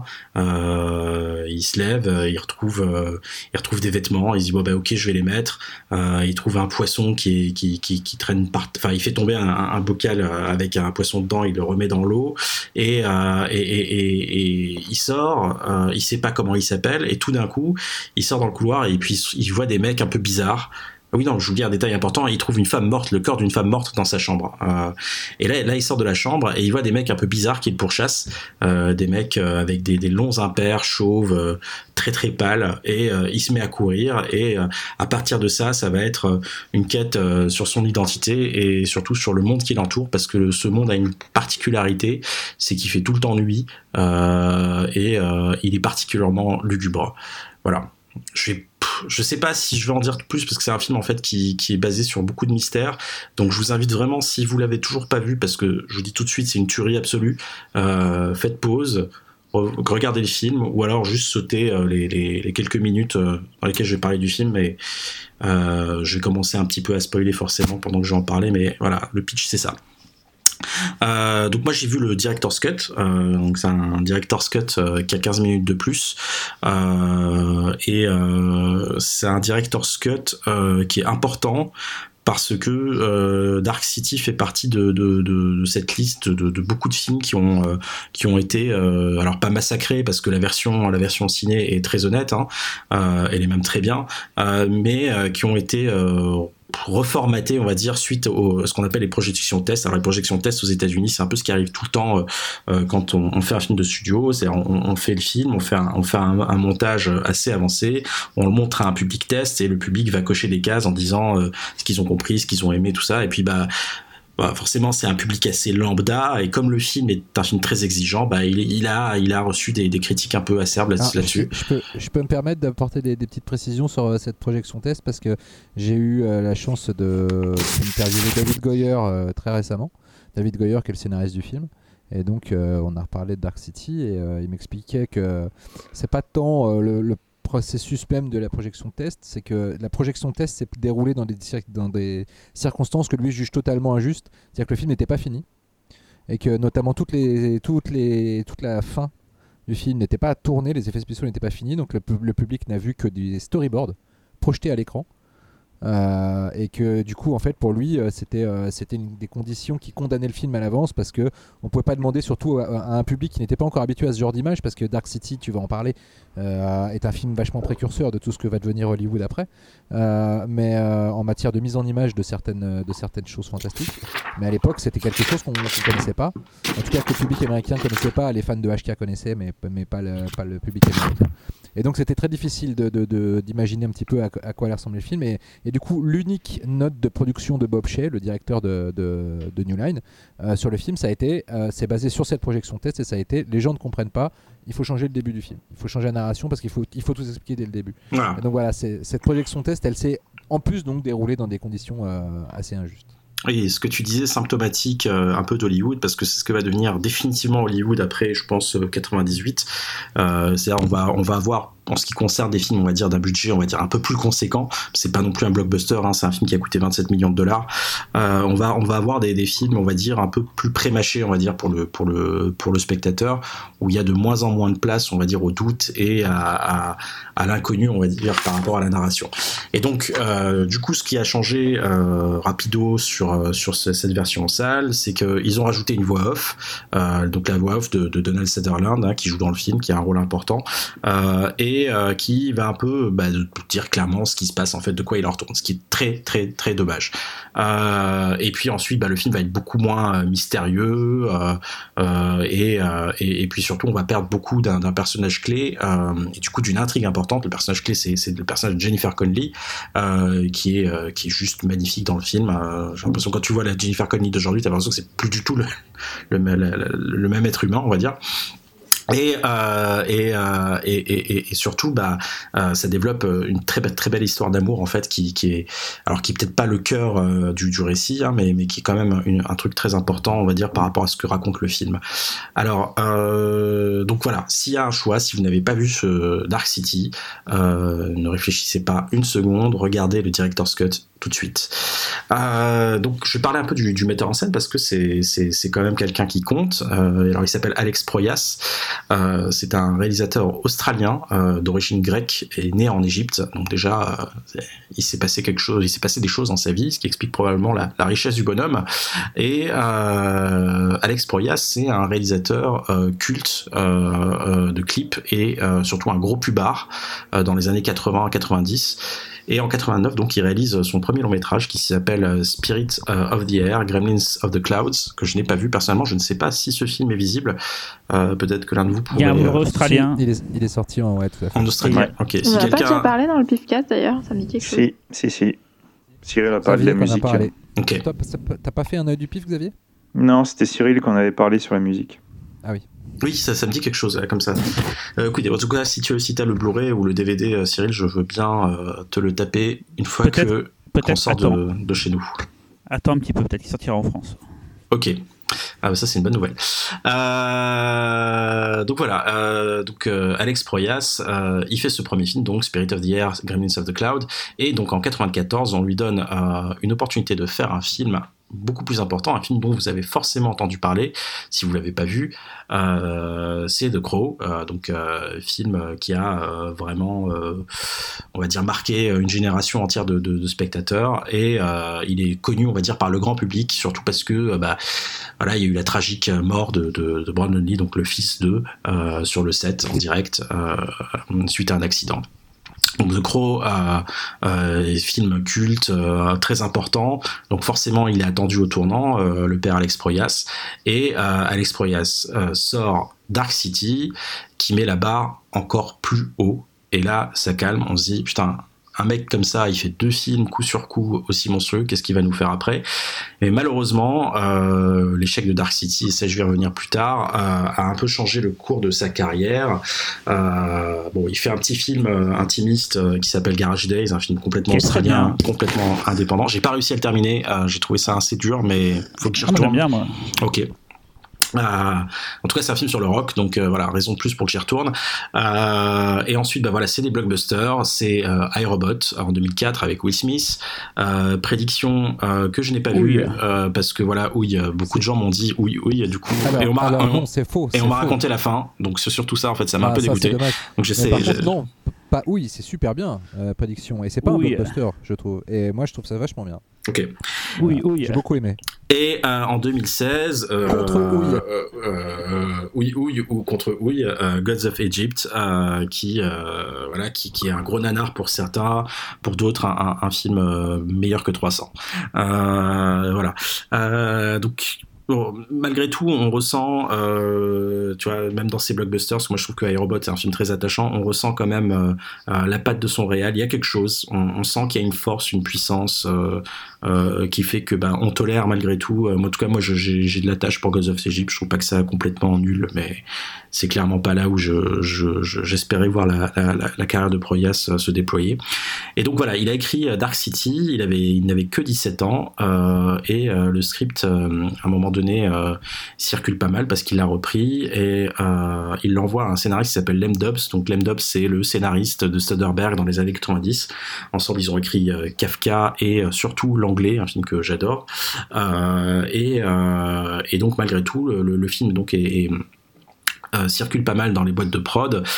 Euh, il se lève, il retrouve euh, il retrouve des vêtements, il se dit bon bah ok je vais les mettre. Euh, il trouve un poisson qui est qui qui qui traîne par, enfin il fait tomber un, un bocal avec un poisson dedans, il le remet dans l'eau et euh, et, et, et, et il sort. Euh, il sait pas comment il s'appelle et tout d'un coup il sort dans le couloir et puis il voit des mecs un peu bizarres. Ah oui, non, je vous dis un détail important, il trouve une femme morte, le corps d'une femme morte dans sa chambre. Euh, et là, là, il sort de la chambre et il voit des mecs un peu bizarres qui le pourchassent, euh, des mecs euh, avec des, des longs impairs, chauves, euh, très très pâles, et euh, il se met à courir, et euh, à partir de ça, ça va être euh, une quête euh, sur son identité et surtout sur le monde qui l'entoure, parce que ce monde a une particularité, c'est qu'il fait tout le temps nuit, euh, et euh, il est particulièrement lugubre. Voilà. Je vais Je sais pas si je vais en dire plus parce que c'est un film en fait qui, qui est basé sur beaucoup de mystères. Donc je vous invite vraiment, si vous l'avez toujours pas vu, parce que je vous dis tout de suite c'est une tuerie absolue, euh, faites pause, regardez le film ou alors juste sautez euh, les, les, les quelques minutes euh, dans lesquelles je vais parler du film. Mais euh, je vais commencer un petit peu à spoiler forcément pendant que je vais en parler. Mais voilà, le pitch c'est ça. Euh, donc moi j'ai vu le Director's Cut, euh, donc c'est un Director's Cut euh, qui a quinze minutes de plus, euh, et euh, c'est un Director's Cut euh, qui est important parce que euh, Dark City fait partie de, de, de, de cette liste de, de beaucoup de films qui ont euh, qui ont été euh, alors pas massacrés parce que la version la version ciné est très honnête, hein, euh, elle est même très bien, euh, mais euh, qui ont été euh, reformaté, on va dire, suite au ce qu'on appelle les projections tests. Alors les projections tests aux États-Unis, c'est un peu ce qui arrive tout le temps euh, quand on, on fait un film de studio. C'est on, on fait le film, on fait un, on fait un, un montage assez avancé, on le montre à un public test et le public va cocher des cases en disant euh, ce qu'ils ont compris, ce qu'ils ont aimé, tout ça. Et puis bah Bah, forcément c'est un public assez lambda et comme le film est un film très exigeant, bah, il, il, a, il a reçu des, des critiques un peu acerbes là, Alors, là-dessus. Je, je, peux, je peux me permettre d'apporter des, des petites précisions sur euh, cette projection test parce que j'ai eu euh, la chance de, d'interviewer David Goyer euh, très récemment. David Goyer qui est le scénariste du film. Et donc euh, on a reparlé de Dark City et euh, il m'expliquait que c'est pas tant euh, le, le processus même de la projection test, c'est que la projection test s'est déroulée dans des, dans des circonstances que lui juge totalement injustes, c'est-à-dire que le film n'était pas fini et que notamment toutes les, toutes les, toute la fin du film n'était pas tournée, les effets spéciaux n'étaient pas finis, donc le, le public n'a vu que des storyboards projetés à l'écran. Euh, et que du coup en fait pour lui euh, c'était, euh, c'était une des conditions qui condamnaient le film à l'avance parce que on pouvait pas demander surtout à, à un public qui n'était pas encore habitué à ce genre d'image, parce que Dark City, tu vas en parler, euh, est un film vachement précurseur de tout ce que va devenir Hollywood après, euh, mais euh, en matière de mise en image de certaines, de certaines choses fantastiques, mais à l'époque c'était quelque chose qu'on ne connaissait pas, en tout cas que le public américain ne connaissait pas, les fans de H K connaissaient mais, mais pas, le, pas le public américain. Et donc c'était très difficile de, de, de, d'imaginer un petit peu à, à quoi allait ressembler le film. Et, et du coup, l'unique note de production de Bob Shaye, le directeur de, de, de New Line, euh, sur le film, ça a été, euh, c'est basé sur cette projection test, et ça a été, les gens ne comprennent pas, il faut changer le début du film. Il faut changer la narration parce qu'il faut, il faut tout expliquer dès le début. Voilà. Et donc voilà, c'est, cette projection test, elle s'est en plus donc déroulée dans des conditions euh, assez injustes. Oui, ce que tu disais, symptomatique euh, un peu d'Hollywood, parce que c'est ce que va devenir définitivement Hollywood après, je pense, euh, quatre-vingt-dix-huit. Euh, c'est-à-dire, on va, on va avoir, en ce qui concerne des films, on va dire, d'un budget, on va dire, un peu plus conséquent. C'est pas non plus un blockbuster, hein, c'est un film qui a coûté vingt-sept millions de dollars. Euh, on va, on va avoir des, des films, on va dire, un peu plus pré-mâchés, on va dire, pour le, pour le, pour le spectateur, où il y a de moins en moins de place, on va dire, au doute et à, à, à l'inconnu, on va dire, par rapport à la narration. Et donc, euh, du coup, ce qui a changé euh, rapido sur sur cette version en salle, c'est qu'ils ont rajouté une voix off, euh, donc la voix off de, de Donald Sutherland, hein, qui joue dans le film, qui a un rôle important, euh, et et euh, qui va un peu bah, dire clairement ce qui se passe en fait, de quoi il en retourne, ce qui est très très très dommage. Euh, et puis ensuite bah, le film va être beaucoup moins euh, mystérieux euh, euh, et, euh, et, et puis surtout on va perdre beaucoup d'un, d'un personnage clé euh, et du coup d'une intrigue importante. Le personnage clé c'est, c'est le personnage de Jennifer Connelly euh, qui est euh, qui est juste magnifique dans le film. Euh, j'ai l'impression que quand tu vois la Jennifer Connelly d'aujourd'hui, t'as l'impression que c'est plus du tout le, le, le, le, le même être humain, on va dire. Et, euh, et, euh, et, et, et surtout, bah, euh, ça développe une très, très belle histoire d'amour en fait, qui, qui est, alors qui est peut-être pas le cœur euh, du, du récit, hein, mais, mais qui est quand même une, un truc très important, on va dire, par rapport à ce que raconte le film. Alors, euh, donc voilà, s'il y a un choix, si vous n'avez pas vu ce Dark City, euh, ne réfléchissez pas une seconde, regardez le Director's Cut tout de suite. Euh, donc, je vais parler un peu du, du metteur en scène parce que c'est, c'est, c'est quand même quelqu'un qui compte. Euh, alors, il s'appelle Alex Proyas. Euh, c'est un réalisateur australien euh, d'origine grecque et né en Égypte. Donc déjà, euh, il s'est passé quelque chose, il s'est passé des choses dans sa vie, ce qui explique probablement la, la richesse du bonhomme. Et euh, Alex Proyas, c'est un réalisateur euh, culte euh, euh, de clips et euh, surtout un gros pubard euh, dans les années quatre-vingts à quatre-vingt-dix. Et en quatre-vingt-neuf, donc, il réalise son premier long métrage qui s'appelle Spirit of the Air, Gremlins of the Clouds, que je n'ai pas vu personnellement. Je ne sais pas si ce film est visible. Euh, peut-être que l'un de vous pourrait... Il y a un livre australien. Il est, il est sorti en, ouais, tout à fait. En Australie, ouais. Ok. On Si n'a quelqu'un... pas déjà parlé dans le Pifcast d'ailleurs, ça me dit quelque chose. Si, si, si. Cyril a parlé de la musique. Ok. Toi, t'as pas fait un œil du pif, Xavier ? Non, c'était Cyril qu'on avait parlé sur la musique. Ah oui. Oui, ça, ça me dit quelque chose, là, comme ça. Euh, écoutez, en tout cas, si tu si as le Blu-ray ou le D V D, euh, Cyril, je veux bien euh, te le taper une fois peut-être, que peut-être, qu'on sort de, de chez nous. Attends un petit peu, peut-être qu'il sortira en France. Ok. Ah bah ça c'est une bonne nouvelle. Euh, donc voilà, euh, donc euh, Alex Proyas, euh, il fait ce premier film, donc Spirit of the Air, Gremlins of the Cloud, et donc en quatre-vingt-quatorze, on lui donne euh, une opportunité de faire un film beaucoup plus important, un film dont vous avez forcément entendu parler, si vous l'avez pas vu, euh, c'est The Crow, euh, donc euh, film qui a euh, vraiment, euh, on va dire, marqué une génération entière de, de, de spectateurs, et euh, il est connu, on va dire, par le grand public, surtout parce que, euh, bah, voilà, il y a eu la tragique mort de, de, de Brandon Lee, donc le fils d'eux, euh, sur le set en direct euh, suite à un accident. Donc The Crow, euh, euh, film culte, euh, très important, donc forcément il est attendu au tournant, euh, le père Alex Proyas, et euh, Alex Proyas euh, sort Dark City, qui met la barre encore plus haut, et là ça calme, on se dit putain, un mec comme ça, il fait deux films coup sur coup aussi monstrueux, qu'est-ce qu'il va nous faire après ? Et malheureusement, euh, l'échec de Dark City, et ça je vais revenir plus tard, euh, a un peu changé le cours de sa carrière. Euh, bon, il fait un petit film euh, intimiste euh, qui s'appelle Garage Days, un film complètement australien, complètement indépendant. J'ai pas réussi à le terminer, euh, j'ai trouvé ça assez dur, mais faut que j'y retourne. Ah, j'aime bien, moi. Ok. Euh, en tout cas c'est un film sur le rock, donc euh, voilà, raison de plus pour que j'y retourne. Euh, et ensuite bah voilà, c'est des blockbusters, c'est euh, iRobot en deux mille quatre avec Will Smith, euh, prédiction euh, que je n'ai pas oui. vue euh, parce que voilà, oui, beaucoup de gens m'ont dit oui oui du coup, alors, et on m'a, alors, on, non, c'est faux, et c'est on m'a faux. raconté la fin, donc c'est surtout ça en fait, ça m'a ah, un peu ça, dégoûté, donc j'essaie. par contre, je... non, pas oui, c'est super bien, euh, prédiction, et c'est pas oui. un blockbuster, je trouve, et moi je trouve ça vachement bien. Ok. Oui, oui. J'ai beaucoup aimé. Et euh, en deux mille seize, euh, contre Ouille, euh, euh, Ouille, Ouille ou contre Ouille, euh, Gods of Egypt, euh, qui euh, voilà, qui, qui est un gros nanar pour certains, pour d'autres un, un, un film euh, meilleur que trois cents. Euh, voilà. Euh, donc. Bon, malgré tout, on ressent, euh, tu vois, même dans ces blockbusters, moi je trouve que iRobot est un film très attachant, on ressent quand même euh, euh, la patte de son réal, il y a quelque chose, on, on sent qu'il y a une force, une puissance euh, euh, qui fait que ben, on tolère malgré tout. Euh, moi, en tout cas, moi je, j'ai, j'ai de l'attache pour Gods of Egypt, je trouve pas que ça complètement nul, mais c'est clairement pas là où je, je, je, j'espérais voir la, la, la, la carrière de Proyas se déployer. Et donc voilà, il a écrit Dark City, il, avait, il n'avait que dix-sept ans, euh, et euh, le script, euh, à un moment donné, euh, circule pas mal parce qu'il l'a repris, et euh, il l'envoie à un scénariste qui s'appelle Lem Dobbs. Donc Lem Dobbs, c'est le scénariste de Soderbergh dans les années quatre-vingt-dix. Ensemble, ils ont écrit euh, Kafka et euh, surtout L'Anglais, un film que j'adore. Euh, et, euh, et donc malgré tout, le, le film donc est, est Euh, circule pas mal dans les boîtes de prod,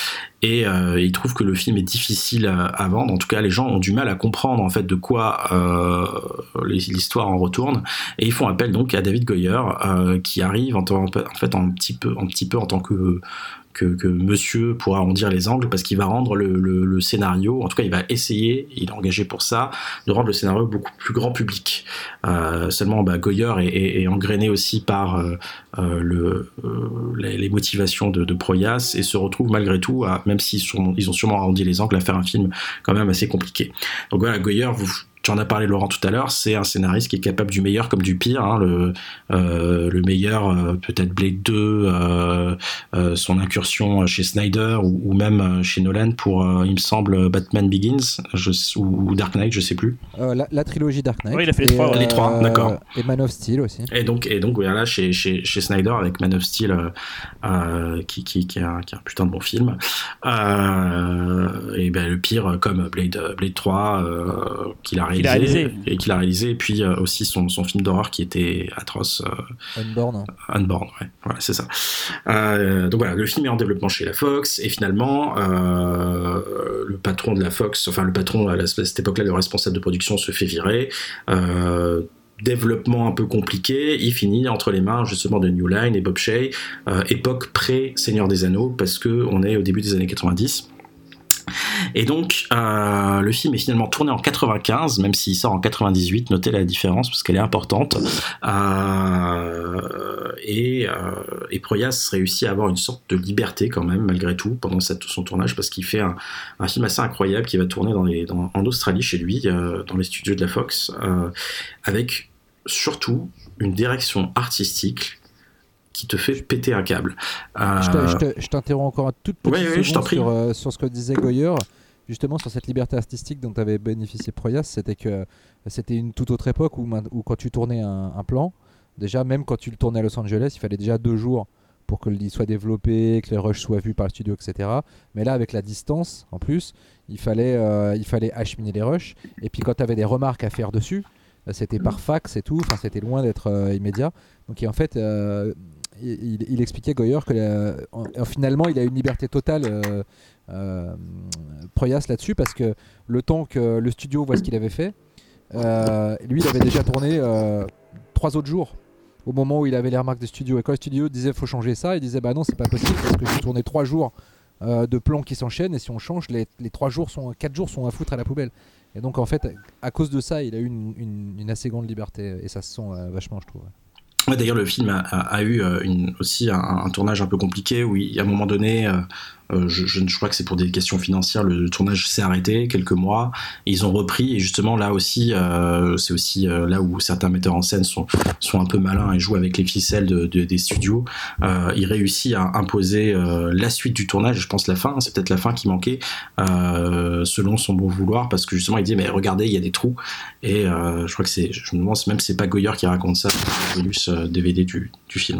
et euh, il trouve que le film est difficile à, à vendre. En tout cas, les gens ont du mal à comprendre en fait de quoi euh, l'histoire en retourne, et ils font appel donc à David Goyer euh, qui arrive en, en fait un petit peu, un petit peu en tant que Que, que monsieur pour arrondir les angles, parce qu'il va rendre le, le, le scénario, en tout cas il va essayer, il est engagé pour ça, de rendre le scénario beaucoup plus grand public. Euh, seulement bah, Goyer est, est, est engrainé aussi par euh, euh, le, euh, les, les motivations de, de Proyas, et se retrouve malgré tout, à, même s'ils sont, ils ont sûrement arrondi les angles, à faire un film quand même assez compliqué. Donc voilà, Goyer, vous tu en as parlé Laurent tout à l'heure, c'est un scénariste qui est capable du meilleur comme du pire, hein, le, euh, le meilleur euh, peut-être Blade deux, euh, euh, son incursion chez Snyder, ou, ou même chez Nolan pour, euh, il me semble, Batman Begins je, ou, ou Dark Knight, je sais plus. Euh, la, la trilogie Dark Knight. Oui, il a fait les trois, euh, les trois, d'accord. Et Man of Steel aussi. Et donc, et donc voilà, chez, chez, chez Snyder avec Man of Steel, euh, euh, qui, qui, qui, est un, qui est un putain de bon film. Euh, et ben le pire comme Blade, Blade trois, euh, qu'il a Qu'il a réalisé. et qu'il a réalisé, et puis euh, aussi son, son film d'horreur qui était atroce, euh, Unborn. Unborn, ouais, voilà, c'est ça. Euh, donc voilà, le film est en développement chez la Fox, et finalement euh, le patron de la Fox, enfin le patron à, la, à cette époque-là, le responsable de production, se fait virer. Euh, développement un peu compliqué, il finit entre les mains justement de New Line et Bob Shaye, euh, époque pré-Seigneur des Anneaux, parce que on est au début des années quatre-vingt-dix. Et donc euh, le film est finalement tourné en quatre-vingt-quinze, même s'il sort en quatre-vingt-dix-huit, notez la différence parce qu'elle est importante. Euh, et, euh, et Proyas réussit à avoir une sorte de liberté quand même malgré tout pendant cette, son tournage, parce qu'il fait un, un film assez incroyable qui va tourner dans les, dans, en Australie chez lui, euh, dans les studios de la Fox, euh, avec surtout une direction artistique qui te fait péter un câble. Euh... Je, te, je t'interromps encore un tout petit ouais, seconde ouais, je t'en prie. Sur, euh, sur ce que disait Goyer, justement sur cette liberté artistique dont avait bénéficié Proyas. C'était que c'était une toute autre époque où, où quand tu tournais un, un plan, déjà même quand tu le tournais à Los Angeles, il fallait déjà deux jours pour que il soit développé, que les rushs soient vus par le studio, et cetera. Mais là, avec la distance, en plus, il fallait, euh, il fallait acheminer les rushs. Et puis quand tu avais des remarques à faire dessus, c'était par fax et tout, enfin c'était loin d'être euh, immédiat. Donc et en fait, euh, il, il expliquait Goyer que la, en, finalement il a une liberté totale, euh, euh, Proyas là-dessus, parce que le temps que le studio voit ce qu'il avait fait, euh, lui il avait déjà tourné euh, trois autres jours au moment où il avait les remarques du studio. Et quand le studio disait faut changer ça, il disait bah non c'est pas possible parce que j'ai tourné trois jours euh, de plans qui s'enchaînent, et si on change, les, les trois jours sont, quatre jours sont à foutre à la poubelle. Et donc en fait, à cause de ça, il a eu une, une, une assez grande liberté, et ça se sent euh, vachement, je trouve. Ouais, d'ailleurs, le film a, a, a eu une, aussi un, un tournage un peu compliqué, où il, à un moment donné, euh, euh, je, je, je crois que c'est pour des questions financières, le, le tournage s'est arrêté quelques mois, et ils ont repris, et justement là aussi, euh, c'est aussi euh, là où certains metteurs en scène sont, sont un peu malins et jouent avec les ficelles de, de, des studios. Euh, il réussit à imposer euh, la suite du tournage, je pense la fin, c'est peut-être la fin qui manquait, euh, selon son bon vouloir, parce que justement il dit mais regardez, il y a des trous, et euh, je crois que c'est, je me demande même si c'est pas Goyer qui raconte ça, le bonus euh, D V D du, du film.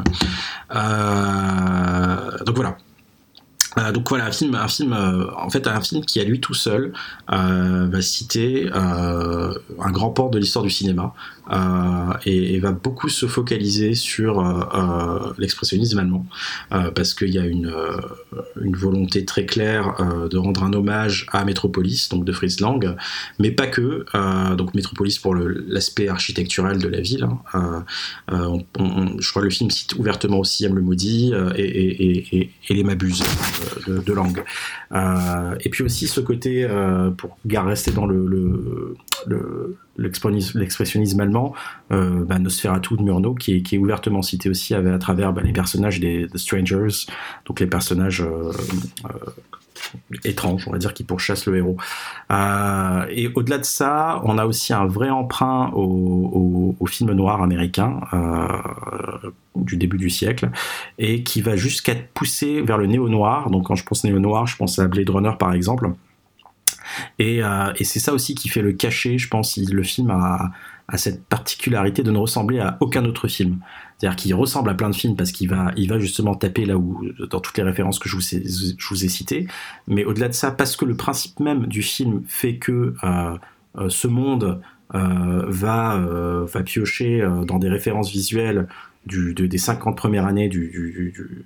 Euh, donc voilà. Euh, donc voilà, un film, un film, euh, en fait, un film qui à lui tout seul euh, va citer euh, un grand port de l'histoire du cinéma, euh, et, et va beaucoup se focaliser sur euh, euh, l'expressionnisme allemand, euh, parce qu'il y a une, euh, une volonté très claire euh, de rendre un hommage à Metropolis, donc de Fritz Lang, mais pas que. Euh, donc Metropolis pour le, l'aspect architectural de la ville. Hein. Euh, on, on, je crois que le film cite ouvertement aussi Yam le Maudit euh, et, et, et, et Les Mabuses. De, de langue. Euh, et puis aussi ce côté, euh, pour rester dans le, le, le, l'expressionnisme allemand, euh, bah, Nosferatu de Murnau, qui est, qui est ouvertement cité aussi à, à travers bah, les personnages des The Strangers, donc les personnages euh, euh, étranges, on va dire, qui pourchassent le héros. Euh, et au-delà de ça, on a aussi un vrai emprunt au, au, au film noir américain euh, du début du siècle, et qui va jusqu'à pousser vers le néo-noir. Donc quand je pense néo-noir, je pense à Blade Runner par exemple. Et, euh, et c'est ça aussi qui fait le cachet, je pense, le film a, a cette particularité de ne ressembler à aucun autre film. C'est-à-dire qu'il ressemble à plein de films parce qu'il va, il va justement taper là où, dans toutes les références que je vous ai, je vous ai citées, mais au-delà de ça, parce que le principe même du film fait que euh, euh, ce monde euh, va, euh, va piocher euh, dans des références visuelles du, de, des cinquante premières années du, du, du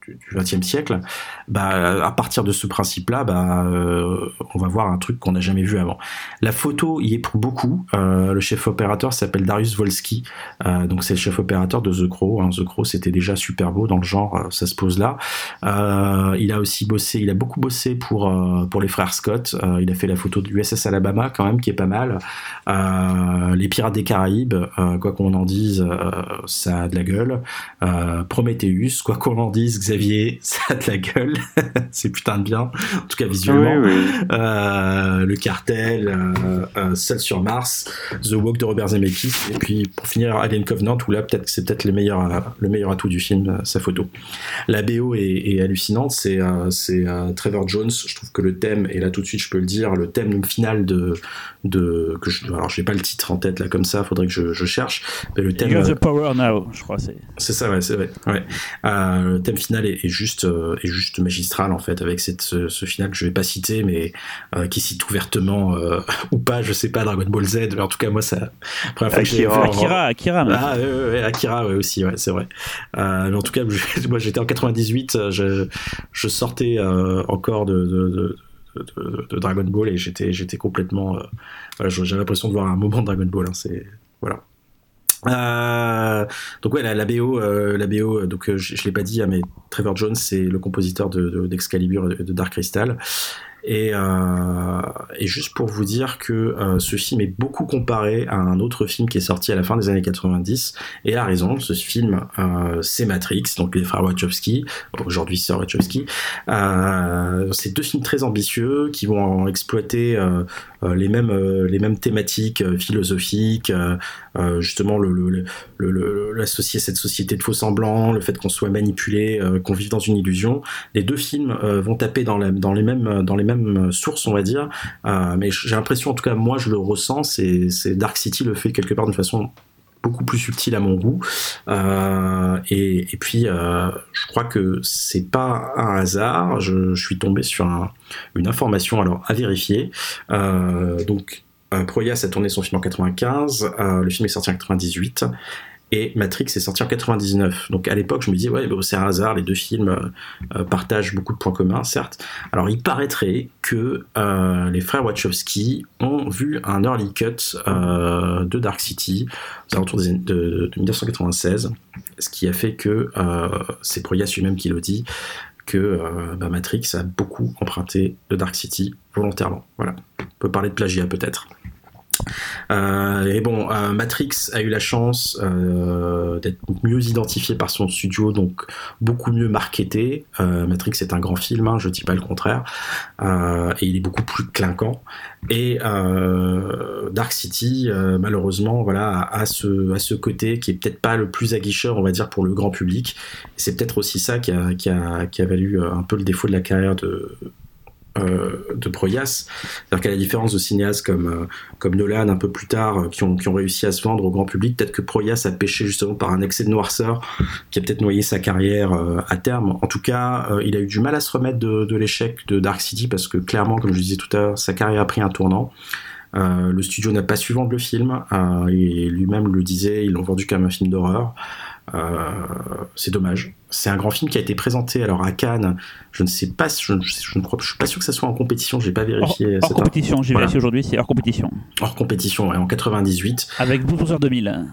du vingtième siècle, bah, à partir de ce principe-là, bah, euh, on va voir un truc qu'on n'a jamais vu avant. La photo y est pour beaucoup. Euh, le chef opérateur s'appelle Dariusz Wolski, euh, donc c'est le chef opérateur de The Crow. Hein. The Crow, c'était déjà super beau dans le genre, euh, ça se pose là. Euh, il a aussi bossé, il a beaucoup bossé pour euh, pour les frères Scott. Euh, il a fait la photo de U S S Alabama quand même, qui est pas mal. Euh, les Pirates des Caraïbes, euh, quoi qu'on en dise, euh, ça a de la gueule. Euh, Prometheus, quoi qu'on en dise, Xavier, ça a de la gueule. C'est putain de bien, en tout cas visuellement. Oui, oui. Euh, le Cartel, euh, euh, Seul sur Mars, The Walk de Robert Zemeckis, et puis pour finir Alien Covenant, où là peut-être c'est peut-être le meilleur, euh, le meilleur atout du film, euh, sa photo. La B O est, est hallucinante, c'est, euh, c'est euh, Trevor Jones. Je trouve que le thème, et là tout de suite je peux le dire, le thème final de, de que je, alors j'ai pas le titre en tête là comme ça, faudrait que je, je cherche. Mais le thème, You have the power now, je crois c'est. C'est ça, ouais, c'est vrai. Ouais. Euh, le thème final est, est juste, euh, est juste magistral en fait, avec cette, ce, ce final que je vais pas citer, mais euh, qui cite ouvertement euh, ou pas, je sais pas, Dragon Ball Z. Mais en tout cas, moi, ça. Première fois que j'ai Akira, Akira, Akira. Ah, ouais, ouais, ouais, Akira, ouais, aussi, ouais, c'est vrai. Euh, mais en tout cas, je, moi, j'étais en quatre-vingt-dix-huit, je, je sortais euh, encore de, de, de De, de, de Dragon Ball et j'étais j'étais complètement euh, voilà, j'avais l'impression de voir un moment de Dragon Ball, hein, c'est voilà. Euh, donc ouais, la, la B O, euh, la B O, donc euh, je, je l'ai pas dit, hein, mais Trevor Jones, c'est le compositeur de, de, d'Excalibur et de Dark Crystal. Et, euh, et juste pour vous dire que euh, ce film est beaucoup comparé à un autre film qui est sorti à la fin des années quatre-vingt-dix, et a raison, ce film euh, c'est Matrix, donc les frères Wachowski, aujourd'hui c'est Wachowski. Euh, c'est deux films très ambitieux qui vont exploiter euh, euh, les mêmes euh, les mêmes thématiques euh, philosophiques, euh, euh, justement le, le, le, le l'associer cette société de faux semblants, le fait qu'on soit manipulé, euh, qu'on vive dans une illusion. Les deux films euh, vont taper dans, la, dans les mêmes dans les mêmes sources, on va dire, euh, mais j'ai l'impression, en tout cas moi je le ressens, c'est, c'est Dark City le fait quelque part d'une façon beaucoup plus subtile à mon goût, euh, et, et puis euh, je crois que c'est pas un hasard, je, je suis tombé sur un, une information alors à vérifier. Euh, donc euh, Proyas a tourné son film en quatre-vingt-quinze, euh, le film est sorti en quatre-vingt-dix-huit, et Matrix est sorti en quatre-vingt-dix-neuf. Donc à l'époque, je me disais, ouais, bah, c'est un hasard, les deux films euh, partagent beaucoup de points communs, certes. Alors il paraîtrait que euh, les frères Wachowski ont vu un early cut euh, de Dark City aux alentours de, de, de dix-neuf cent quatre-vingt-seize, ce qui a fait que, euh, c'est Proyas lui-même qui le dit, que euh, bah, Matrix a beaucoup emprunté de Dark City volontairement. Voilà. On peut parler de plagiat peut-être. Euh, et bon, euh, Matrix a eu la chance euh, d'être mieux identifié par son studio, donc beaucoup mieux marketé. Euh, Matrix est un grand film, hein, je dis pas le contraire, euh, et il est beaucoup plus clinquant. Et euh, Dark City, euh, malheureusement, voilà, a, a ce a ce côté qui est peut-être pas le plus aguicheur, on va dire, pour le grand public. Et c'est peut-être aussi ça qui a qui a qui a valu un peu le défaut de la carrière de Euh, de Proyas, c'est-à-dire qu'à la différence de cinéastes comme, euh, comme Nolan un peu plus tard, euh, qui, ont, qui ont réussi à se vendre au grand public, peut-être que Proyas a péché justement par un excès de noirceur qui a peut-être noyé sa carrière euh, à terme. En tout cas, euh, il a eu du mal à se remettre de, de l'échec de Dark City, parce que clairement, comme je disais tout à l'heure, sa carrière a pris un tournant. Euh, le studio n'a pas su vendre le film, euh, et lui-même le disait, ils l'ont vendu comme un film d'horreur. Euh, c'est dommage. C'est un grand film qui a été présenté alors à Cannes. Je ne sais pas, je, je, je ne crois, je suis pas sûr que ça soit en compétition. J'ai pas vérifié. Hors, hors compétition, un... j'ai voilà. vérifié aujourd'hui, c'est hors compétition. Hors compétition, ouais, en quatre-vingt-dix-huit. Avec Blues Brothers deux mille.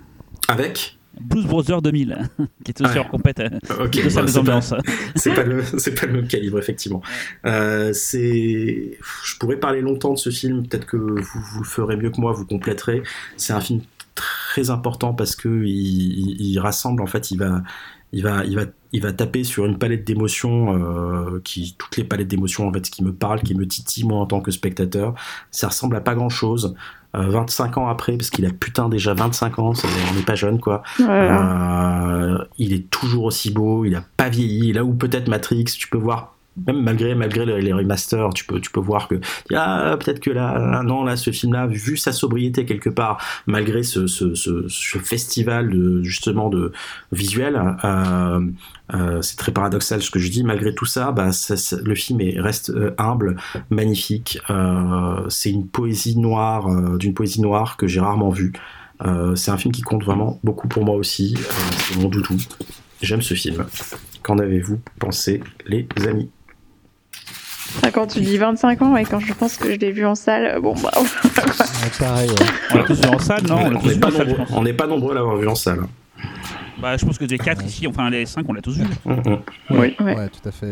Avec Blues Brothers deux mille, qui est aussi ouais. hors compét. Ok, bah, c'est, pas, c'est pas le, c'est pas le même calibre effectivement. Euh, c'est, je pourrais parler longtemps de ce film. Peut-être que vous, vous le ferez mieux que moi, vous compléterez. C'est un film très important parce que il, il, il rassemble, en fait, il va, il va, il va, il va taper sur une palette d'émotions, euh, qui, toutes les palettes d'émotions en fait, qui me parlent, qui me titillent moi en tant que spectateur. Ça ressemble à pas grand-chose. Euh, vingt-cinq ans après, parce qu'il a putain déjà vingt-cinq ans, ça, on n'est pas jeune quoi. Ouais. Euh, il est toujours aussi beau, il a pas vieilli. Là où peut-être Matrix, tu peux voir. Même malgré malgré les remasters, tu peux tu peux voir que ah peut-être que là non là ce film-là, vu sa sobriété quelque part, malgré ce ce ce, ce festival de justement de visuel, euh, euh, c'est très paradoxal ce que je dis. Malgré tout ça, bah ça, ça, le film est, reste euh, humble, magnifique. Euh, c'est une poésie noire, euh, d'une poésie noire que j'ai rarement vue. Euh, c'est un film qui compte vraiment beaucoup pour moi aussi. Euh, c'est mon doudou. j'aime ce film. Qu'en avez-vous pensé, les amis? Ah, quand tu dis vingt-cinq ans et quand je pense que je l'ai vu en salle, bon bah. Ouais, pareil, ouais. On l'a tous vu en salle, non? Ouais, On l'a on tous n'est vu pas, en salle, je nombreux- pense. on n'est pas nombreux à l'avoir vu en salle. Bah, je pense que les quatre ici, enfin les cinq, on l'a tous vu. Hum, hum. Oui. Ouais. Ouais, tout à fait.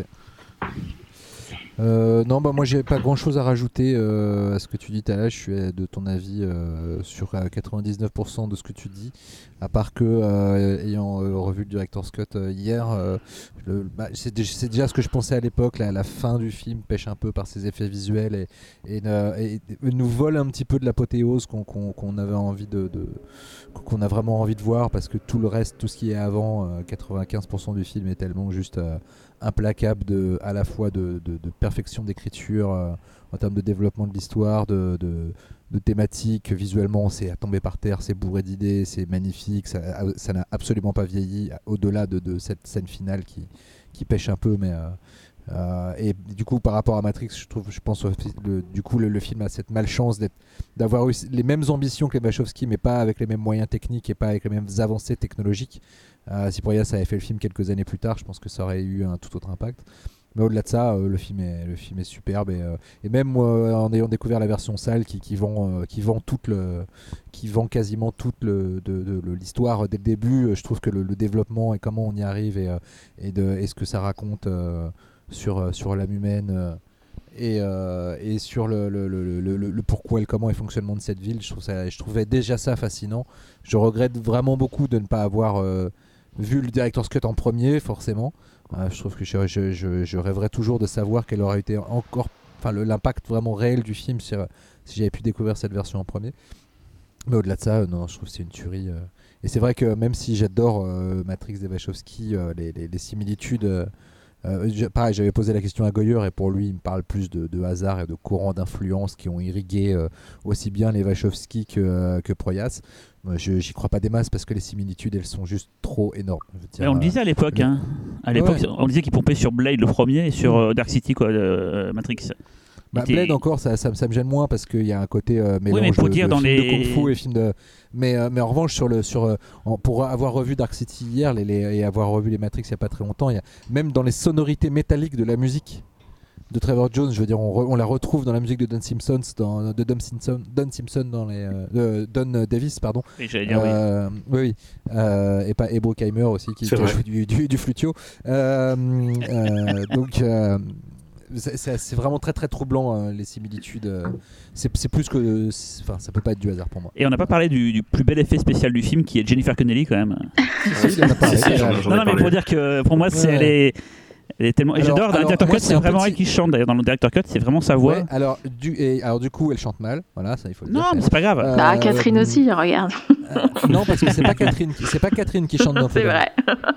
Euh, non, bah moi j'ai pas grand chose à rajouter euh, à ce que tu dis, Tala. Je suis de ton avis euh, sur euh, quatre-vingt-dix-neuf pour cent de ce que tu dis, à part que euh, ayant euh, revu le Director's Cut euh, hier, euh, le, bah, c'est, dé- c'est déjà ce que je pensais à l'époque. La, la fin du film pêche un peu par ses effets visuels et, et, ne- et- et nous vole un petit peu de l'apothéose qu'on, qu'on, qu'on avait envie de, de qu'on a vraiment envie de voir, parce que tout le reste, tout ce qui est avant, euh, quatre-vingt-quinze pour cent du film est tellement juste euh, implacable de, à la fois de, de, de perfection d'écriture, euh, en termes de développement de l'histoire, de, de, de thématiques. Visuellement, c'est à tomber par terre, c'est bourré d'idées, c'est magnifique, ça, ça n'a absolument pas vieilli, au-delà de, de cette scène finale qui, qui pêche un peu, mais euh, euh, et du coup par rapport à Matrix, je trouve, je pense le, du coup le, le film a cette malchance d'être, d'avoir eu les mêmes ambitions que les Wachowski, mais pas avec les mêmes moyens techniques et pas avec les mêmes avancées technologiques. Euh, si Proyas avait fait le film quelques années plus tard, je pense que ça aurait eu un tout autre impact. Mais au-delà de ça, euh, le, film est, le film est superbe, et, euh, et même moi, en ayant découvert la version salle qui, qui, vend, euh, qui, vend, toute le, qui vend quasiment toute le, de, de, de l'histoire dès le début, euh, je trouve que le, le développement et comment on y arrive et, euh, et, de, et ce que ça raconte euh, sur, euh, sur l'âme humaine euh, et, euh, et sur le, le, le, le, le, le pourquoi et le comment et le fonctionnement de cette ville, je, trouve ça, je trouvais déjà ça fascinant. Je regrette vraiment beaucoup de ne pas avoir euh, vu le Director's Cut en premier, forcément. Euh, je trouve que je, je, je, je rêverais toujours de savoir quel aurait été encore, enfin le, l'impact vraiment réel du film si, si j'avais pu découvrir cette version en premier. Mais au-delà de ça, euh, non, je trouve que c'est une tuerie. Euh. Et c'est vrai que même si j'adore euh, Matrix des Wachowski, euh, les, les, les similitudes. Euh, euh, je, pareil, j'avais posé la question à Goyer et pour lui, il me parle plus de, de hasard et de courants d'influence qui ont irrigué euh, aussi bien les Wachowski que, euh, que Proyas. Je, j'y crois pas des masses parce que les similitudes, elles sont juste trop énormes. Je veux dire, Et on le disait à l'époque, le... hein. À l'époque, ouais. on disait qu'il pompait sur Blade le premier et sur euh, Dark City, quoi, euh, Matrix. Bah, était... Blade encore, ça, ça, ça me gêne moins parce qu'il y a un côté euh, mélange oui, mais pour de, dire de dans films les... de kung-fu et films de. Mais, euh, mais en revanche, sur le, sur, euh, en, pour avoir revu Dark City hier les, les, et avoir revu les Matrix il n'y a pas très longtemps, il y a, même dans les sonorités métalliques de la musique de Trevor Jones, je veux dire, on, re, on la retrouve dans la musique de Don Simpson, dans, de Don Simpson, Don Simpson dans les, euh, de Don Davis, pardon. Oui, j'allais dire euh, oui. Oui, oui. Euh, et pas et Bruckheimer aussi qui, qui joue du, du, du flutio. Euh, euh, donc. Euh, C'est, c'est, c'est vraiment très très troublant euh, les similitudes. Euh, c'est, c'est plus que, enfin, ça peut pas être du hasard pour moi. Et on n'a pas parlé du, du plus bel effet spécial du film, qui est Jennifer Connelly quand même. Si, si, il en a parlé. Si, si, j'en, j'en non, non, mais pour dire que pour moi, c'est, ouais. elle est, elle est tellement. Et alors, j'adore dans le Director's Cut, c'est, c'est vraiment petit... elle qui chante. D'ailleurs, dans le Director's Cut, c'est vraiment sa voix. Ouais, alors du, et, alors du coup, elle chante mal. Voilà, ça il faut le non, dire. Non, mais c'est pas grave. Euh, bah, Catherine euh, aussi, regarde. Euh, non, parce que c'est pas Catherine, qui, c'est pas Catherine qui chante dans C'est Podane. vrai.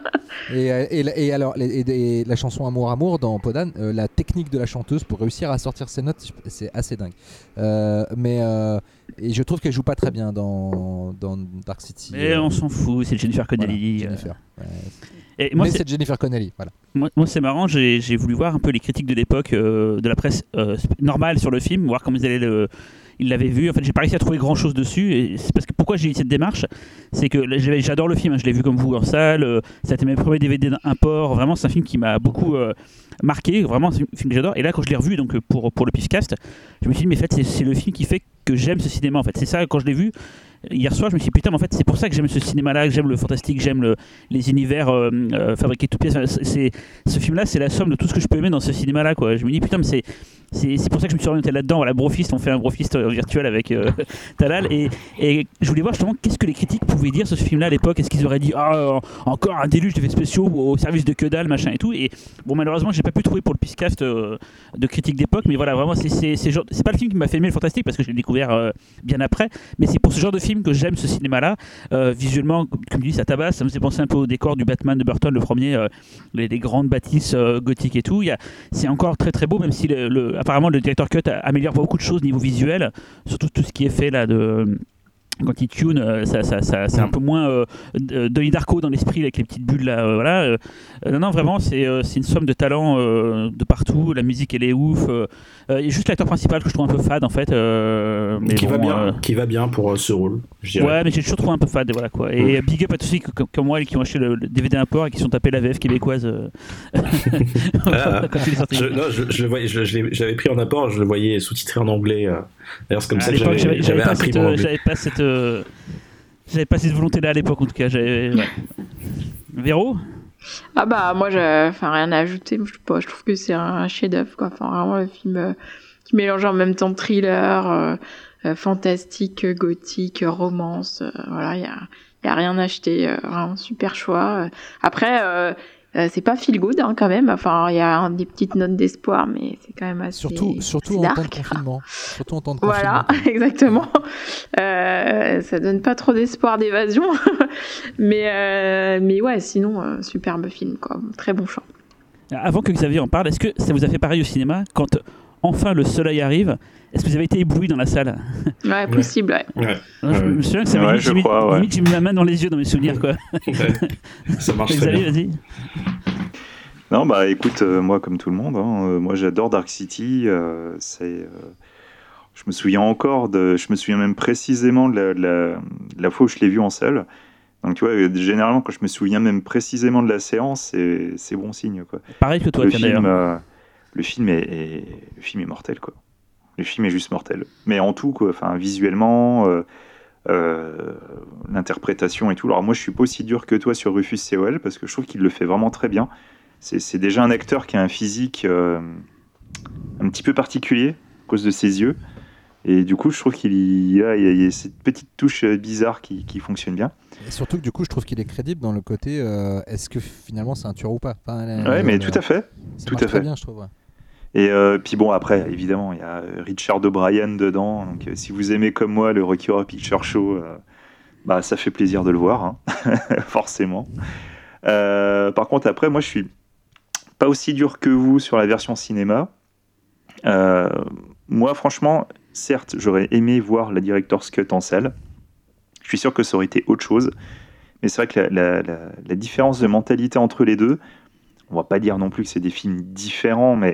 Et, et, et alors, et, et, et la chanson Amour Amour dans Podane, euh, la technique de la chanteuse pour réussir à sortir ses notes, c'est assez dingue. Euh, mais euh, et je trouve qu'elle joue pas très bien dans, dans Dark City. Mais euh, on s'en fout, c'est Jennifer Connelly. Voilà, Jennifer. Euh... Et moi, mais c'est... c'est Jennifer Connelly, voilà. Moi, moi c'est marrant, j'ai, j'ai voulu voir un peu les critiques de l'époque euh, de la presse euh, normale sur le film, voir comment ils allaient le... Ils l'avaient vu, en fait j'ai pas réussi à trouver grand chose dessus, et c'est parce que pourquoi j'ai eu cette démarche, c'est que j'adore le film, hein, je l'ai vu comme vous en salle, euh, ça a été mes premiers D V D d'import, vraiment c'est un film qui m'a beaucoup euh, marqué, vraiment c'est un film que j'adore, et là quand je l'ai revu donc, pour, pour le Pifcast, je me suis dit mais en fait c'est, c'est le film qui fait que j'aime ce cinéma, en fait c'est ça quand je l'ai vu. Hier soir, je me suis dit putain, mais en fait, c'est pour ça que j'aime ce cinéma-là, que j'aime le fantastique, que j'aime le, les univers euh, euh, fabriqués de toutes pièces. C'est, c'est, ce film-là, c'est la somme de tout ce que je peux aimer dans ce cinéma-là, quoi. Je me dis putain, mais c'est, c'est, c'est pour ça que je me suis orienté là-dedans. Voilà, Brofist, on fait un Brofist virtuel avec euh, Talal, et, et je voulais voir justement qu'est-ce que les critiques pouvaient dire sur ce film-là à l'époque. Est-ce qu'ils auraient dit ah encore un déluge d'effets spéciaux au service de que dalle, machin et tout. Et bon, malheureusement, j'ai pas pu trouver pour le Pisscast euh, de critiques d'époque, mais voilà, vraiment, c'est, c'est, c'est, genre, c'est pas le film qui m'a fait aimer le fantastique parce que je l'ai découvert euh, bien après, mais c'est pour ce genre de film que j'aime ce cinéma-là. Euh, visuellement, comme tu dis, ça tabasse. Ça me fait penser un peu au décor du Batman de Burton, le premier, euh, les, les grandes bâtisses euh, gothiques et tout. Il y a, c'est encore très très beau, même si le, le, apparemment le Director's Cut améliore beaucoup de choses au niveau visuel, surtout tout ce qui est fait là de. Quand il tune, euh, ça, ça, ça, c'est un peu moins euh, Donnie Darko dans l'esprit avec les petites bulles là. Euh, voilà. Euh, non, non, vraiment, c'est, euh, c'est une somme de talents euh, de partout. La musique, elle est ouf. Euh, il y a juste l'acteur principal que je trouve un peu fade en fait. Euh, mais qui, bon, va bien, euh... qui va bien pour euh, ce rôle. je dirais. Ouais, mais j'ai toujours trouvé un peu fade, voilà quoi. Et mmh. big up à tous ceux comme, comme moi qui ont acheté le, le D V D import et qui sont tapés la V F québécoise euh... ah, quand il est sorti. Je, non, je, je le voyais, je, je, je l'avais pris en import, je le voyais sous-titré en anglais. Euh. D'ailleurs, c'est comme à ça que j'avais, j'avais, j'avais appris mon anglais. J'avais pas cette, euh, j'avais pas cette volonté-là à l'époque en tout cas. J'avais... Ouais. Véro ? Ah bah moi, enfin rien à ajouter. Je, pas, je trouve que c'est un chef-d'œuvre quoi. Enfin vraiment le film euh, qui mélange en même temps thriller. Euh, Euh, fantastique, gothique, romance, euh, voilà, il y a, y a rien à acheter, euh, vraiment super choix. Après, euh, euh, c'est pas feel good hein, quand même. Enfin, il y a des petites notes d'espoir, mais c'est quand même assez surtout surtout assez en dark. temps de confinement. Surtout en temps de voilà, confinement. Voilà, exactement. Euh, ça donne pas trop d'espoir d'évasion, mais euh, mais ouais, sinon euh, superbe film quoi, très bon choix. Avant que Xavier en parle, est-ce que ça vous a fait pareil au cinéma quand enfin le soleil arrive? Est-ce que vous avez été ébloui dans la salle? Ouais, possible, ouais. ouais. Non, je ouais. me souviens que ça ouais, limite, je j'ai, crois, mis, ouais. limite, j'ai mis ma main dans les yeux dans mes souvenirs, quoi. Ouais. Ça marche très Xavier, bien. vas-y. Non, bah écoute, euh, moi comme tout le monde, hein, euh, moi j'adore Dark City. Euh, c'est, euh, je me souviens encore, de, je me souviens même précisément de la, de la, de la fois où je l'ai vu en salle. Donc tu vois, généralement quand je me souviens même précisément de la séance, c'est, c'est bon signe, quoi. Pareil que toi, le tiens, film, d'ailleurs. euh, le film est, est, le film est mortel, quoi. Le film est juste mortel. Mais en tout, quoi, enfin, visuellement, euh, euh, l'interprétation et tout. Alors moi, je suis pas aussi dur que toi sur Rufus Sewell parce que je trouve qu'il le fait vraiment très bien. C'est, c'est déjà un acteur qui a un physique euh, un petit peu particulier à cause de ses yeux. Et du coup, je trouve qu'il y a, il y a cette petite touche bizarre qui, qui fonctionne bien. Et surtout que du coup, je trouve qu'il est crédible dans le côté euh, est-ce que finalement c'est un tueur ou pas enfin, Ouais, le, mais le, tout à fait. Ça tout marche à très fait. bien, je trouve. Ouais. Et euh, puis bon, après, évidemment, il y a Richard O'Brien dedans. Donc, euh, si vous aimez comme moi le Rocky Horror Picture Show, euh, bah, ça fait plaisir de le voir, hein. Forcément. Euh, par contre, après, moi, je suis pas aussi dur que vous sur la version cinéma. Euh, moi, franchement, certes, j'aurais aimé voir la Director's Cut en salle. Je suis sûr que ça aurait été autre chose. Mais c'est vrai que la, la, la, la différence de mentalité entre les deux, on va pas dire non plus que c'est des films différents, mais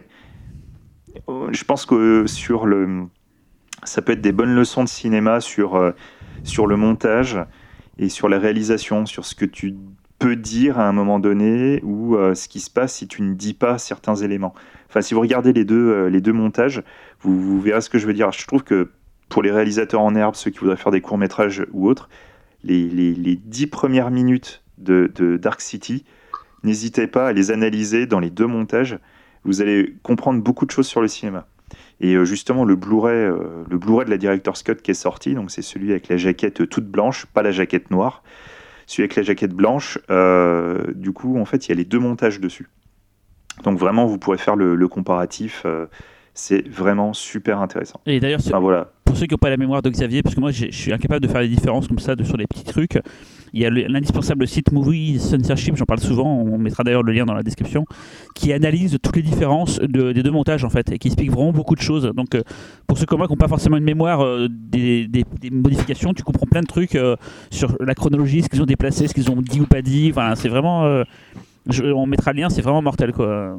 je pense que sur le, ça peut être des bonnes leçons de cinéma sur, euh, sur le montage et sur la réalisation, sur ce que tu peux dire à un moment donné ou euh, ce qui se passe si tu ne dis pas certains éléments. Enfin, si vous regardez les deux, euh, les deux montages, vous, vous verrez ce que je veux dire. Je trouve que pour les réalisateurs en herbe, ceux qui voudraient faire des courts-métrages ou autres, les, les, les dix premières minutes de, de Dark City, n'hésitez pas à les analyser dans les deux montages. Vous allez comprendre beaucoup de choses sur le cinéma. Et euh, justement, le Blu-ray, euh, le Blu-ray de la Director's Cut qui est sorti, donc c'est celui avec la jaquette toute blanche, pas la jaquette noire. Celui avec la jaquette blanche, euh, du coup, en fait, il y a les deux montages dessus. Donc vraiment, vous pourrez faire le, le comparatif. Euh, c'est vraiment super intéressant. Et d'ailleurs, enfin, voilà. Pour ceux qui n'ont pas la mémoire de Xavier, parce que moi, je suis incapable de faire les différences comme ça de, sur les petits trucs. Il y a le, l'indispensable site Movie Censorship, j'en parle souvent, on mettra d'ailleurs le lien dans la description, qui analyse toutes les différences de, des deux montages en fait, et qui explique vraiment beaucoup de choses. Donc euh, pour ceux comme moi qui n'ont pas forcément une mémoire euh, des, des, des modifications, tu comprends plein de trucs euh, sur la chronologie, ce qu'ils ont déplacé, ce qu'ils ont dit ou pas dit. Enfin, c'est vraiment, euh, je, on mettra le lien, c'est vraiment mortel quoi.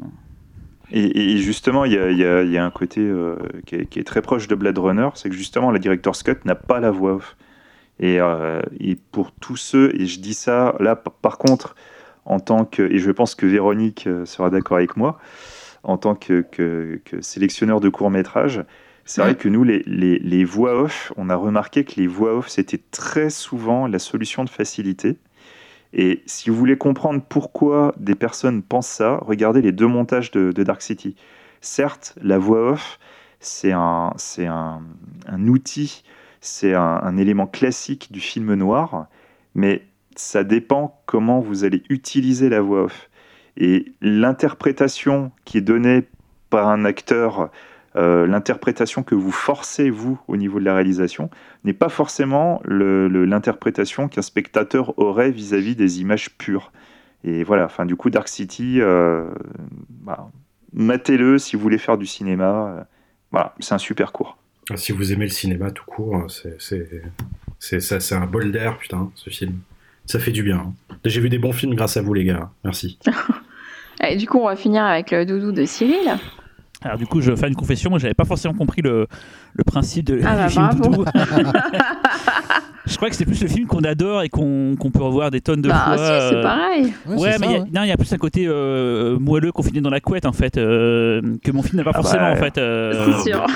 Et, et justement, il y a, y, a, y a un côté euh, qui, est, qui est très proche de Blade Runner, c'est que justement la Director's Cut n'a pas la voix off. Et, euh, et pour tous ceux, et je dis ça là par, par contre, en tant que, et je pense que Véronique sera d'accord avec moi, en tant que, que, que sélectionneur de courts-métrages, c'est vrai que nous, les, les, les voix off, on a remarqué que les voix off, c'était très souvent la solution de facilité. Et si vous voulez comprendre pourquoi des personnes pensent ça, regardez les deux montages de, de Dark City. Certes, la voix off, c'est un, c'est un, un outil, c'est un, un élément classique du film noir, mais ça dépend comment vous allez utiliser la voix off. Et l'interprétation qui est donnée par un acteur, euh, l'interprétation que vous forcez, vous, au niveau de la réalisation, n'est pas forcément le, le, l'interprétation qu'un spectateur aurait vis-à-vis des images pures. Et voilà, enfin, du coup, Dark City, euh, bah, matez-le si vous voulez faire du cinéma. Euh, voilà, c'est un super court. Si vous aimez le cinéma tout court, c'est, c'est, c'est, c'est, c'est un bol d'air, putain, ce film. Ça fait du bien. J'ai vu des bons films grâce à vous, les gars. Merci. Et du coup, on va finir avec le doudou de Cyril. Alors du coup, je vais faire une confession. Moi, j'avais pas forcément compris le, le principe de, ah bah, du film bravo. doudou. je crois que c'est plus le film qu'on adore et qu'on, qu'on peut revoir des tonnes de bah, fois. Ah si, c'est pareil. Ouais, ouais mais il ouais. y, y a plus un côté euh, moelleux confiné dans la couette en fait, euh, que mon film n'a pas ah forcément bah, en fait. Euh... C'est sûr.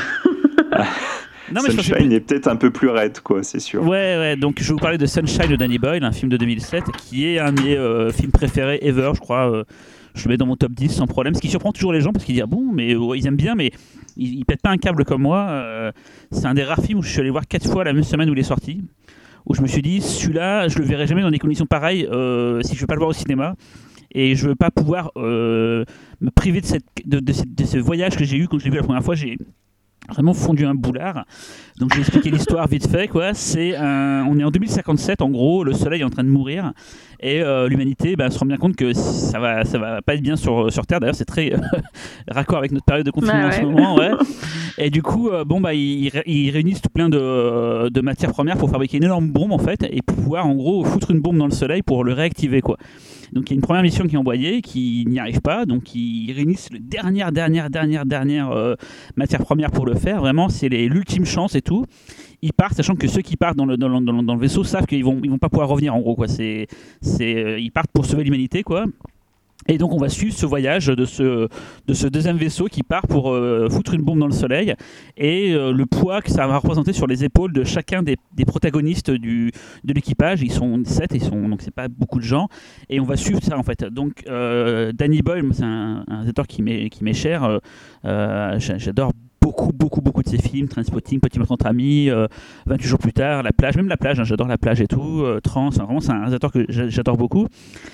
Non, mais Sunshine je est peut-être un peu plus raide, quoi, c'est sûr. Ouais, ouais, donc je vais vous parler de Sunshine de Danny Boyle, un film de deux mille sept, qui est un de mes euh, films préférés ever, je crois. Euh, je le mets dans mon top dix sans problème, ce qui surprend toujours les gens parce qu'ils disent ah bon, mais euh, ils aiment bien, mais ils, ils pètent pas un câble comme moi. Euh, c'est un des rares films où je suis allé voir quatre fois la même semaine où il est sorti, où je me suis dit celui-là, je le verrai jamais dans des conditions pareilles euh, si je veux pas le voir au cinéma. Et je veux pas pouvoir euh, me priver de, cette, de, de, de, de ce voyage que j'ai eu quand je l'ai vu la première fois. J'ai vraiment fondu un boulard. Donc je vais expliquer l'histoire vite fait quoi. C'est un... on est en deux mille cinquante-sept en gros, le soleil est en train de mourir et euh, l'humanité bah, se rend bien compte que ça va ça va pas être bien sur sur Terre. D'ailleurs c'est très euh, raccord avec notre période de confinement bah, ouais. en ce moment ouais. Et du coup euh, bon bah ils, ils réunissent tout plein de de matières premières pour fabriquer une énorme bombe en fait et pour pouvoir en gros foutre une bombe dans le soleil pour le réactiver quoi. Donc il y a une première mission qui est envoyée, qui n'y arrive pas, donc ils réunissent les dernières, dernières, dernières, dernières euh, matières premières pour le faire. Vraiment, c'est les, l'ultime chance et tout. Ils partent, sachant que ceux qui partent dans le, dans le, dans le, dans le vaisseau savent qu'ils vont, ils vont pas pouvoir revenir en gros quoi. C'est, c'est, euh, ils partent pour sauver l'humanité quoi. Et donc on va suivre ce voyage de ce, de ce deuxième vaisseau qui part pour euh, foutre une bombe dans le soleil et euh, le poids que ça va représenter sur les épaules de chacun des, des protagonistes du, de l'équipage. Ils sont sept, ils sont, donc c'est pas beaucoup de gens et on va suivre ça en fait. Donc euh, Danny Boyle, c'est un, un réalisateur qui m'est, qui m'est cher, euh, j'adore beaucoup, beaucoup, beaucoup de ses films, Trainspotting, Petit meurtre entre amis, euh, vingt-huit jours plus tard, La plage, même La plage, hein, j'adore La plage et tout, euh, Trans, enfin, vraiment c'est un réalisateur que j'adore beaucoup.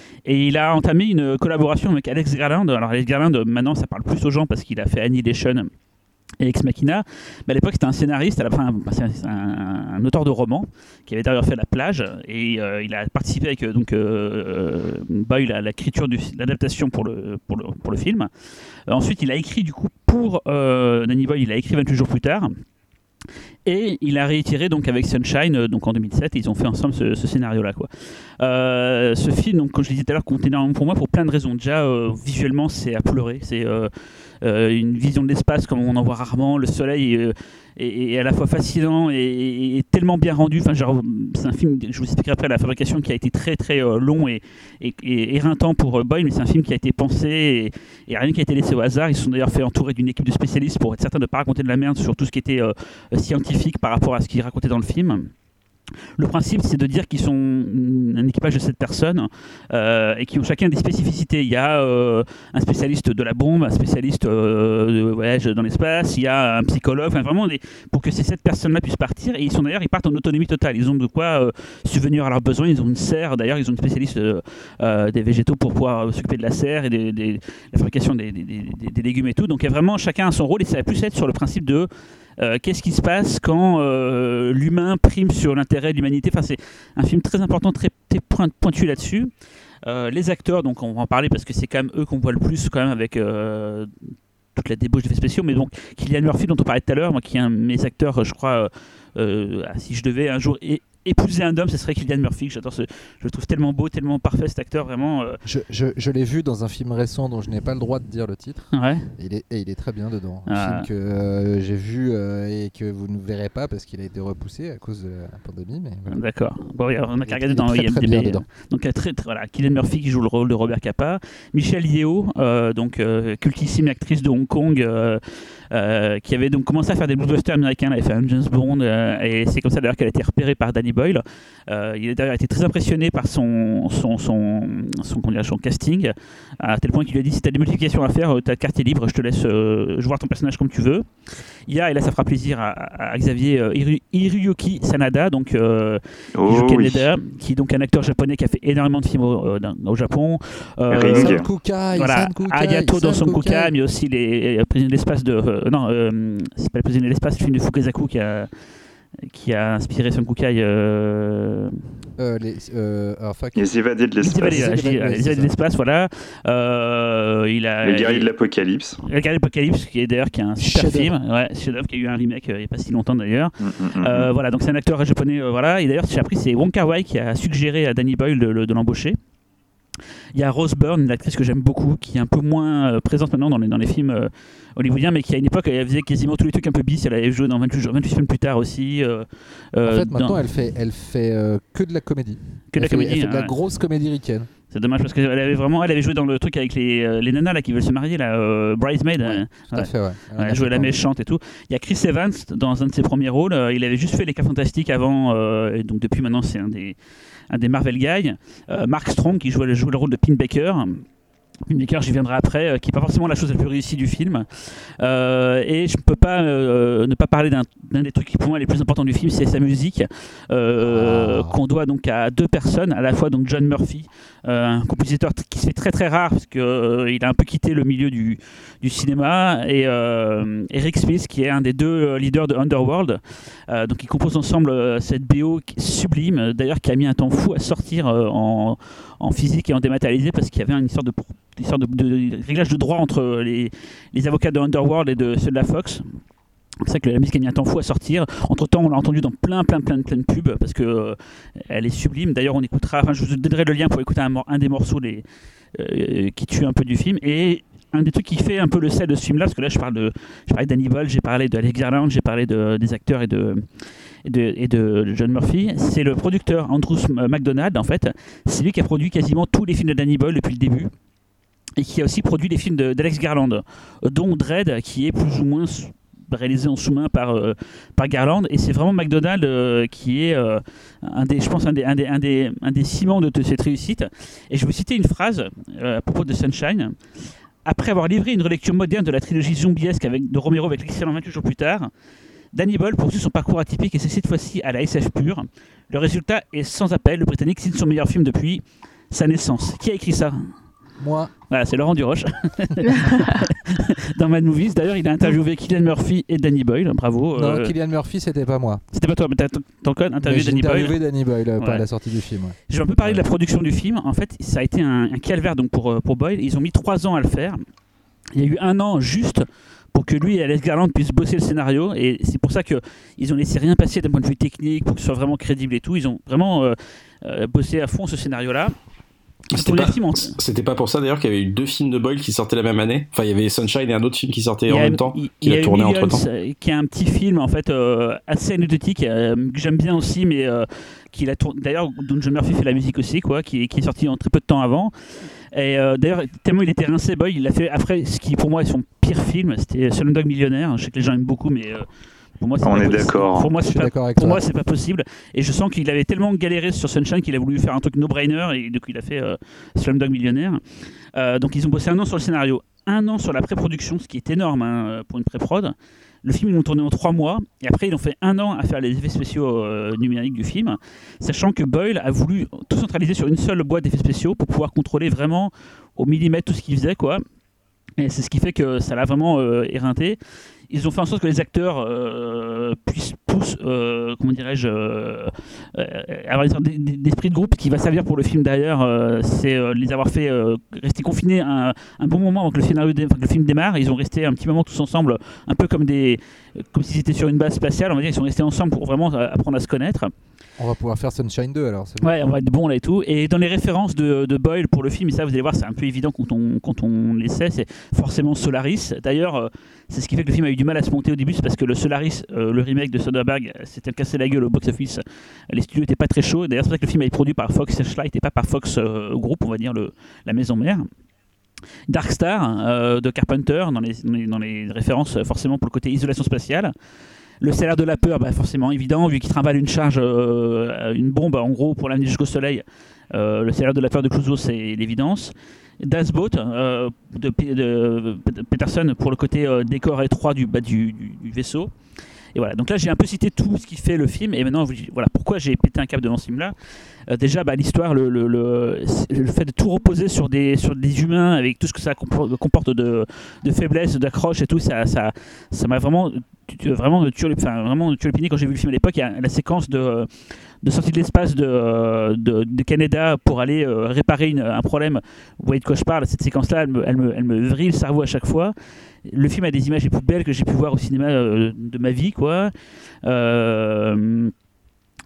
Et il a entamé une collaboration avec Alex Garland. Alors Alex Garland, maintenant ça parle plus aux gens parce qu'il a fait Annihilation et Ex Machina. Mais à l'époque c'était un scénariste, à la fin c'est un, un, un auteur de romans qui avait d'ailleurs fait La plage et euh, il a participé avec donc euh, Boyle à l'écriture de l'adaptation pour le, pour le, pour le film. Euh, ensuite il a écrit du coup pour euh, Danny Boyle, il a écrit vingt-huit jours plus tard. Et il a réitéré donc avec Sunshine donc en deux mille sept, ils ont fait ensemble ce, ce scénario-là quoi. Euh, ce film, donc comme je le disais tout à l'heure, compte énormément pour moi pour plein de raisons. Déjà, euh, visuellement, c'est à pleurer. C'est euh, euh, une vision de l'espace comme on en voit rarement. Le soleil est, est, est à la fois fascinant et, et, et tellement bien rendu. Enfin, genre, c'est un film, je vous expliquerai après la fabrication qui a été très très euh, long et, et, et éreintant pour euh, Boyle, mais c'est un film qui a été pensé et, et rien qui a été laissé au hasard. Ils se sont d'ailleurs fait entourer d'une équipe de spécialistes pour être certains de ne pas raconter de la merde sur tout ce qui était euh, scientifique par rapport à ce qu'ils racontaient dans le film. Le principe, c'est de dire qu'ils sont un équipage de sept personnes euh, et qui ont chacun des spécificités. Il y a euh, un spécialiste de la bombe, un spécialiste euh, de voyage dans l'espace, il y a un psychologue, enfin vraiment des, pour que ces sept personnes-là puissent partir. Et ils sont d'ailleurs, ils partent en autonomie totale. Ils ont de quoi euh, subvenir à leurs besoins. Ils ont une serre. D'ailleurs, ils ont une spécialiste euh, euh, des végétaux pour pouvoir s'occuper de la serre et des, des, la fabrication des, des, des, des légumes et tout. Donc, il y a vraiment chacun a son rôle et ça va plus être sur le principe de Euh, qu'est-ce qui se passe quand euh, l'humain prime sur l'intérêt de l'humanité. Enfin, c'est un film très important, très, très pointu là-dessus. Euh, les acteurs, donc on va en parler parce que c'est quand même eux qu'on voit le plus quand même avec euh, toute la débauche d'effets spéciaux. Mais donc Cillian Murphy dont on parlait tout à l'heure, moi qui est un de mes acteurs, je crois, euh, si je devais un jour é- épouser un homme, ce serait Cillian Murphy. J'adore ce, je le trouve tellement beau, tellement parfait cet acteur, vraiment. Euh... Je, je, je l'ai vu dans un film récent dont je n'ai pas le droit de dire le titre. Ouais. Et il est, et il est très bien dedans. Un ah. film que euh, j'ai vu euh, et que vous ne verrez pas parce qu'il a été repoussé à cause de la pandémie. Mais voilà. D'accord. Bon, on a qu'à regarder dans I M D B. Donc très, très, voilà, Cillian Murphy qui joue le rôle de Robert Capa, Michelle Yeoh, euh, donc euh, cultissime actrice de Hong Kong. Euh, Euh, qui avait donc commencé à faire des blockbusters américains, elle avait fait un James Bond euh, et c'est comme ça d'ailleurs qu'elle a été repérée par Danny Boyle. Euh, il a d'ailleurs été très impressionné par son son son son, son, son casting à tel point qu'il lui a dit si tu as des modifications à faire, ta carte est libre, je te laisse euh, jouer ton personnage comme tu veux. Il y a, et là ça fera plaisir à, à Xavier, euh, Hiru, Hiroyuki Sanada, donc euh, oh, qui joue oui. Kaneda, qui est donc un acteur japonais qui a fait énormément de films au, euh, au Japon. Euh, Son Kukai, voilà, Son Kukai, Ayato dans Son Kukai, Kukai, mais aussi les, les prisonniers de l'espace de euh, non, euh, c'est pas les prisonniers de l'espace, le film de Fukasaku qui a qui a inspiré Son Kukai. Euh... Euh, les, euh, alors, les évadés de l'espace. Les évadés, les évadés, les évadés de l'espace, voilà. Euh, il a, les guerriers de l'apocalypse. Les guerriers de l'apocalypse, qui est d'ailleurs qui est un super Chef film, ouais, chef-d'œuvre, qui a eu un remake euh, il n'y a pas si longtemps d'ailleurs. Mm, mm, euh, mm. Voilà, donc c'est un acteur japonais, euh, voilà. Et d'ailleurs, j'ai appris, c'est Wong Kar-wai qui a suggéré à Danny Boyle de, de, de l'embaucher. Il y a Rose Byrne, une actrice que j'aime beaucoup, qui est un peu moins euh, présente maintenant dans les, dans les films euh, hollywoodiens, mais qui à une époque elle faisait quasiment tous les trucs un peu bis. Elle avait joué dans vingt-huit, vingt-huit films plus tard aussi. Euh, euh, en fait, maintenant dans... elle fait, elle fait euh, que de la comédie. Que de la fait, comédie. Elle fait de la ouais. grosse comédie ricaine. C'est dommage parce qu'elle avait vraiment, elle avait joué dans le truc avec les, euh, les nanas là qui veulent se marier là, euh, Bridesmaid. Ouais, euh, tout à ouais. fait, ouais. Elle a joué la méchante et tout. Il y a Chris Evans dans un de ses premiers rôles. Euh, il avait juste fait Les Cas Fantastiques avant, euh, et donc depuis maintenant c'est un des, un des Marvel guys. Euh, Mark Strong qui joue, joue le rôle de Pin Baker. Pin Baker, j'y viendrai après, euh, qui n'est pas forcément la chose la plus réussie du film. Euh, et je ne peux pas euh, ne pas parler d'un, d'un des trucs qui pour moi les plus importants du film, c'est sa musique, euh, oh. qu'on doit donc à deux personnes, à la fois donc John Murphy, euh, un compositeur t- qui se fait très très rare parce qu'il euh, a un peu quitté le milieu du, du cinéma, et euh, Eric Smith qui est un des deux leaders de Underworld. Euh, donc ils composent ensemble euh, cette B O sublime, d'ailleurs qui a mis un temps fou à sortir euh, en, en physique et en dématérialisé parce qu'il y avait une sorte de une sorte de, de, de réglage de droit entre les, les avocats de Underworld et de ceux de la Fox. C'est pour ça que la musique a mis un temps fou à sortir. Entre temps, on l'a entendu dans plein, plein, plein, plein de pubs parce que euh, elle est sublime. D'ailleurs, on écoutera. Enfin, je vous donnerai le lien pour écouter un, un des morceaux les, euh, qui tue un peu du film. Et un des trucs qui fait un peu le sel de ce film-là, parce que là, je parle de, je parlais d'Annie Ball, j'ai parlé de Alex Garland, j'ai parlé de, des acteurs et de, et de, et de John Murphy. C'est le producteur Andrew McDonald. En fait, c'est lui qui a produit quasiment tous les films de Danny Boyle depuis le début. Et qui a aussi produit les films de, d'Alex Garland, dont Dredd, qui est plus ou moins réalisé en sous-main par, euh, par Garland. Et c'est vraiment McDonald euh, qui est, euh, un des, je pense, un des, un des, un des, un des ciments de, de cette réussite. Et je vais vous citer une phrase euh, à propos de Sunshine. Après avoir livré une relecture moderne de la trilogie zombiesque avec, de Romero avec l'excellent vingt-huit jours plus tard, Danny Boyle poursuit son parcours atypique et c'est cette fois-ci à la S F pure. Le résultat est sans appel. Le Britannique signe son meilleur film depuis sa naissance. Qui a écrit ça ? Moi. Voilà, c'est Laurent Duroche. Dans Mad Movies. D'ailleurs, il a interviewé Cillian Murphy et Danny Boyle. Bravo. Non, euh... Cillian Murphy, c'était pas moi. C'était pas toi, mais t'as, t'as encore interviewé Danny Boyle. J'ai interviewé Danny Boyle, euh, ouais. pas à la sortie du film. Ouais. Je vais un peu parler de la production du film. En fait, ça a été un, un calvaire donc, pour, pour Boyle. Ils ont mis trois ans à le faire. Il y a eu un an juste pour que lui et Alex Garland puissent bosser le scénario. Et c'est pour ça qu'ils ont laissé rien passer d'un point de vue technique pour que ce soit vraiment crédible et tout. Ils ont vraiment euh, euh, bossé à fond ce scénario-là. C'était pas, c'était pas pour ça d'ailleurs qu'il y avait eu deux films de Boyle qui sortaient la même année. Enfin, il y avait Sunshine et un autre film qui sortait en a, même temps, il, qu'il il a tourné Millions, entre temps. Qui est un petit film en fait euh, assez anecdotique euh, que j'aime bien aussi, mais euh, qu'il a tourné. D'ailleurs, dont John Murphy fait la musique aussi, quoi, qui, qui est sorti en très peu de temps avant. Et euh, d'ailleurs, tellement il était rincé, Boyle, il a fait après ce qui pour moi est son pire film, c'était Slumdog Millionnaire. Je sais que les gens aiment beaucoup, mais euh, pour moi, c'est on pas est possible. d'accord. Pour moi, c'est pas, pour toi. moi, c'est pas possible. Et je sens qu'il avait tellement galéré sur Sunshine qu'il a voulu faire un truc no-brainer et donc il a fait euh, Slumdog Millionnaire. Euh, donc ils ont bossé un an sur le scénario, un an sur la pré-production, ce qui est énorme hein, pour une pré-prod. Le film, ils l'ont tourné en trois mois, et après, ils ont fait un an à faire les effets spéciaux euh, numériques du film, sachant que Boyle a voulu tout centraliser sur une seule boîte d'effets spéciaux pour pouvoir contrôler vraiment au millimètre tout ce qu'il faisait, quoi. Et c'est ce qui fait que ça l'a vraiment euh, éreinté. Ils ont fait en sorte que les acteurs euh, puissent tous, euh, comment dirais-je, euh, euh, avoir une sorte d'esprit de groupe qui va servir pour le film d'ailleurs. Euh, c'est euh, les avoir fait euh, rester confinés un, un bon moment avant que le, scénario dé- que le film démarre. Ils ont resté un petit moment tous ensemble, un peu comme des, comme s'ils étaient sur une base spatiale. On va dire, ils sont restés ensemble pour vraiment apprendre à se connaître. On va pouvoir faire Sunshine deux alors. C'est bon. Ouais, on va être bon là et tout. Et dans les références de, de Boyle pour le film, et ça vous allez voir, c'est un peu évident quand on, quand on les sait, c'est forcément Solaris. D'ailleurs, euh, c'est ce qui fait que le film a eu du mal à se monter au début, c'est parce que le Solaris, euh, le remake de Soderbergh, s'était cassé la gueule au box-office. Les studios n'étaient pas très chauds. D'ailleurs, c'est pour ça que le film a été produit par Fox Searchlight et pas par Fox euh, Group, on va dire le, la maison mère. Dark Star euh, de Carpenter, dans les, dans les, dans les références forcément pour le côté isolation spatiale. Le salaire de la peur, bah forcément évident, vu qu'il trimballe une charge, euh, une bombe en gros pour l'amener jusqu'au soleil. Euh, le salaire de la peur de Clouseau, c'est l'évidence. Das Boat euh, de, de, de Peterson pour le côté euh, décor étroit du, bah, du, du, du vaisseau. Et voilà, donc là j'ai un peu cité tout ce qui fait le film, et maintenant voilà pourquoi j'ai pété un câble devant ce film-là. Euh, déjà, bah, l'histoire, le, le, le, le fait de tout reposer sur des, sur des humains avec tout ce que ça comporte de, de faiblesse, d'accroche et tout, ça, ça, ça m'a vraiment, vraiment tué le pinier quand j'ai vu le film à l'époque. Il y a la séquence de, de sortie de l'espace de, de, de Canada pour aller euh, réparer une, un problème. Vous voyez de quoi je parle, cette séquence-là, elle me, elle, me, elle me vrille le cerveau à chaque fois. Le film a des images les plus belles que j'ai pu voir au cinéma euh, de ma vie, quoi. Euh,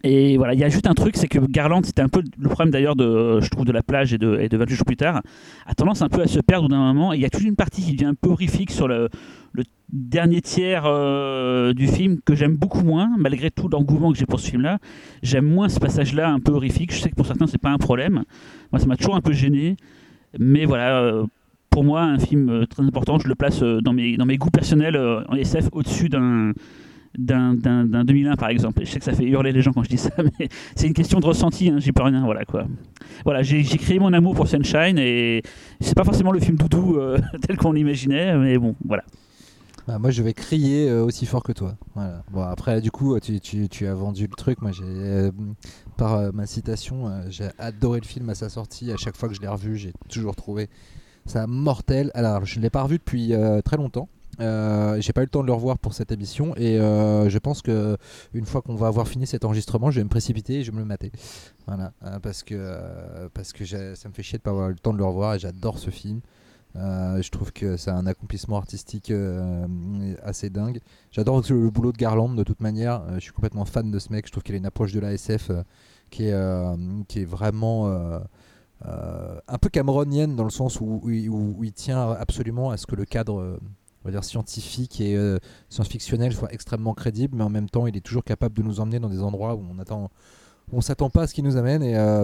Et voilà, il y a juste un truc, c'est que Garland, c'était un peu le problème d'ailleurs de, je trouve, de La Plage et de, et de vingt-huit jours plus tard, a tendance un peu à se perdre d'un moment. Et il y a toute une partie qui devient un peu horrifique sur le, le dernier tiers euh, du film que j'aime beaucoup moins, malgré tout l'engouement que j'ai pour ce film-là. J'aime moins ce passage-là un peu horrifique. Je sais que pour certains, c'est pas un problème. Moi, ça m'a toujours un peu gêné. Mais voilà, euh, pour moi, un film euh, très important, je le place euh, dans, mes, dans mes goûts personnels euh, en S F au-dessus d'un. D'un, d'un, d'un deux mille un par exemple. Je sais que ça fait hurler les gens quand je dis ça, mais c'est une question de ressenti, hein, j'y peux rien, voilà quoi. Voilà, j'ai, j'ai créé mon amour pour Sunshine et c'est pas forcément le film doudou euh, tel qu'on l'imaginait, mais bon, voilà. Ah, moi je vais crier euh, aussi fort que toi. Voilà. Bon, après du coup tu, tu, tu as vendu le truc. Moi j'ai euh, par euh, ma citation, euh, j'ai adoré le film à sa sortie. À chaque fois que je l'ai revu, j'ai toujours trouvé ça mortel. Alors je ne l'ai pas revu depuis euh, très longtemps. Euh, j'ai pas eu le temps de le revoir pour cette émission et euh, je pense que une fois qu'on va avoir fini cet enregistrement, je vais me précipiter et je vais me le mater. Voilà, euh, parce que euh, parce que ça me fait chier de pas avoir eu le temps de le revoir et j'adore ce film. Euh, je trouve que c'est un accomplissement artistique euh, assez dingue. J'adore le, le boulot de Garland de toute manière. Euh, je suis complètement fan de ce mec. Je trouve qu'il a une approche de la S F euh, qui est euh, qui est vraiment euh, euh, un peu cameronienne dans le sens où, où, où, où il tient absolument à ce que le cadre euh, on va dire scientifique et euh, science-fictionnel soit extrêmement crédible, mais en même temps il est toujours capable de nous emmener dans des endroits où on attend, où on s'attend pas à ce qu'il nous amène et, euh,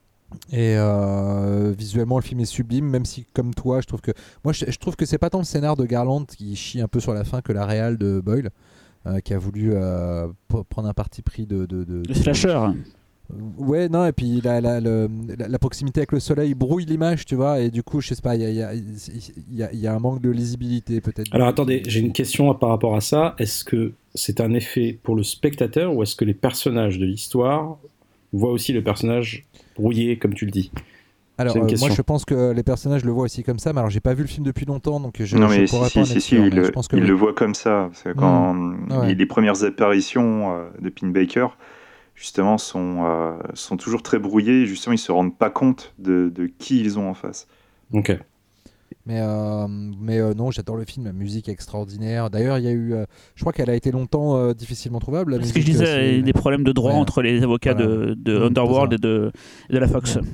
et euh, visuellement le film est sublime, même si comme toi je trouve que moi je, je trouve que c'est pas tant le scénar de Garland qui chie un peu sur la fin que la réal de Boyle euh, qui a voulu euh, p- prendre un parti pris de, de, de, de, Le slasher. Ouais, non, et puis la, la, la, la, la proximité avec le soleil brouille l'image, tu vois, et du coup, je sais pas, il y a, y, y, a, y a un manque de lisibilité peut-être. Alors attendez, j'ai une question par rapport à ça. Est-ce que c'est un effet pour le spectateur ou est-ce que les personnages de l'histoire voient aussi le personnage brouillé, comme tu le dis? Alors, euh, moi je pense que les personnages le voient aussi comme ça, mais alors j'ai pas vu le film depuis longtemps, donc je non mais je pourrais si, pas si, en être si, sûr, il, mais le, je pense que il oui. le voit comme ça. Parce que quand mmh. ouais. les, les premières apparitions euh, de Pin Baker, justement, sont, euh, sont toujours très brouillées. Justement, ils se rendent pas compte de, de qui ils ont en face. Ok. Mais, euh, mais euh, non, j'adore le film, la musique est extraordinaire. D'ailleurs, il y a eu, euh, je crois qu'elle a été longtemps euh, difficilement trouvable. La Ce que je musique, disais, euh, il y a des problèmes de droit ouais. entre les avocats Voilà. de, de Mmh, Underworld et de, et de la Fox. Ouais.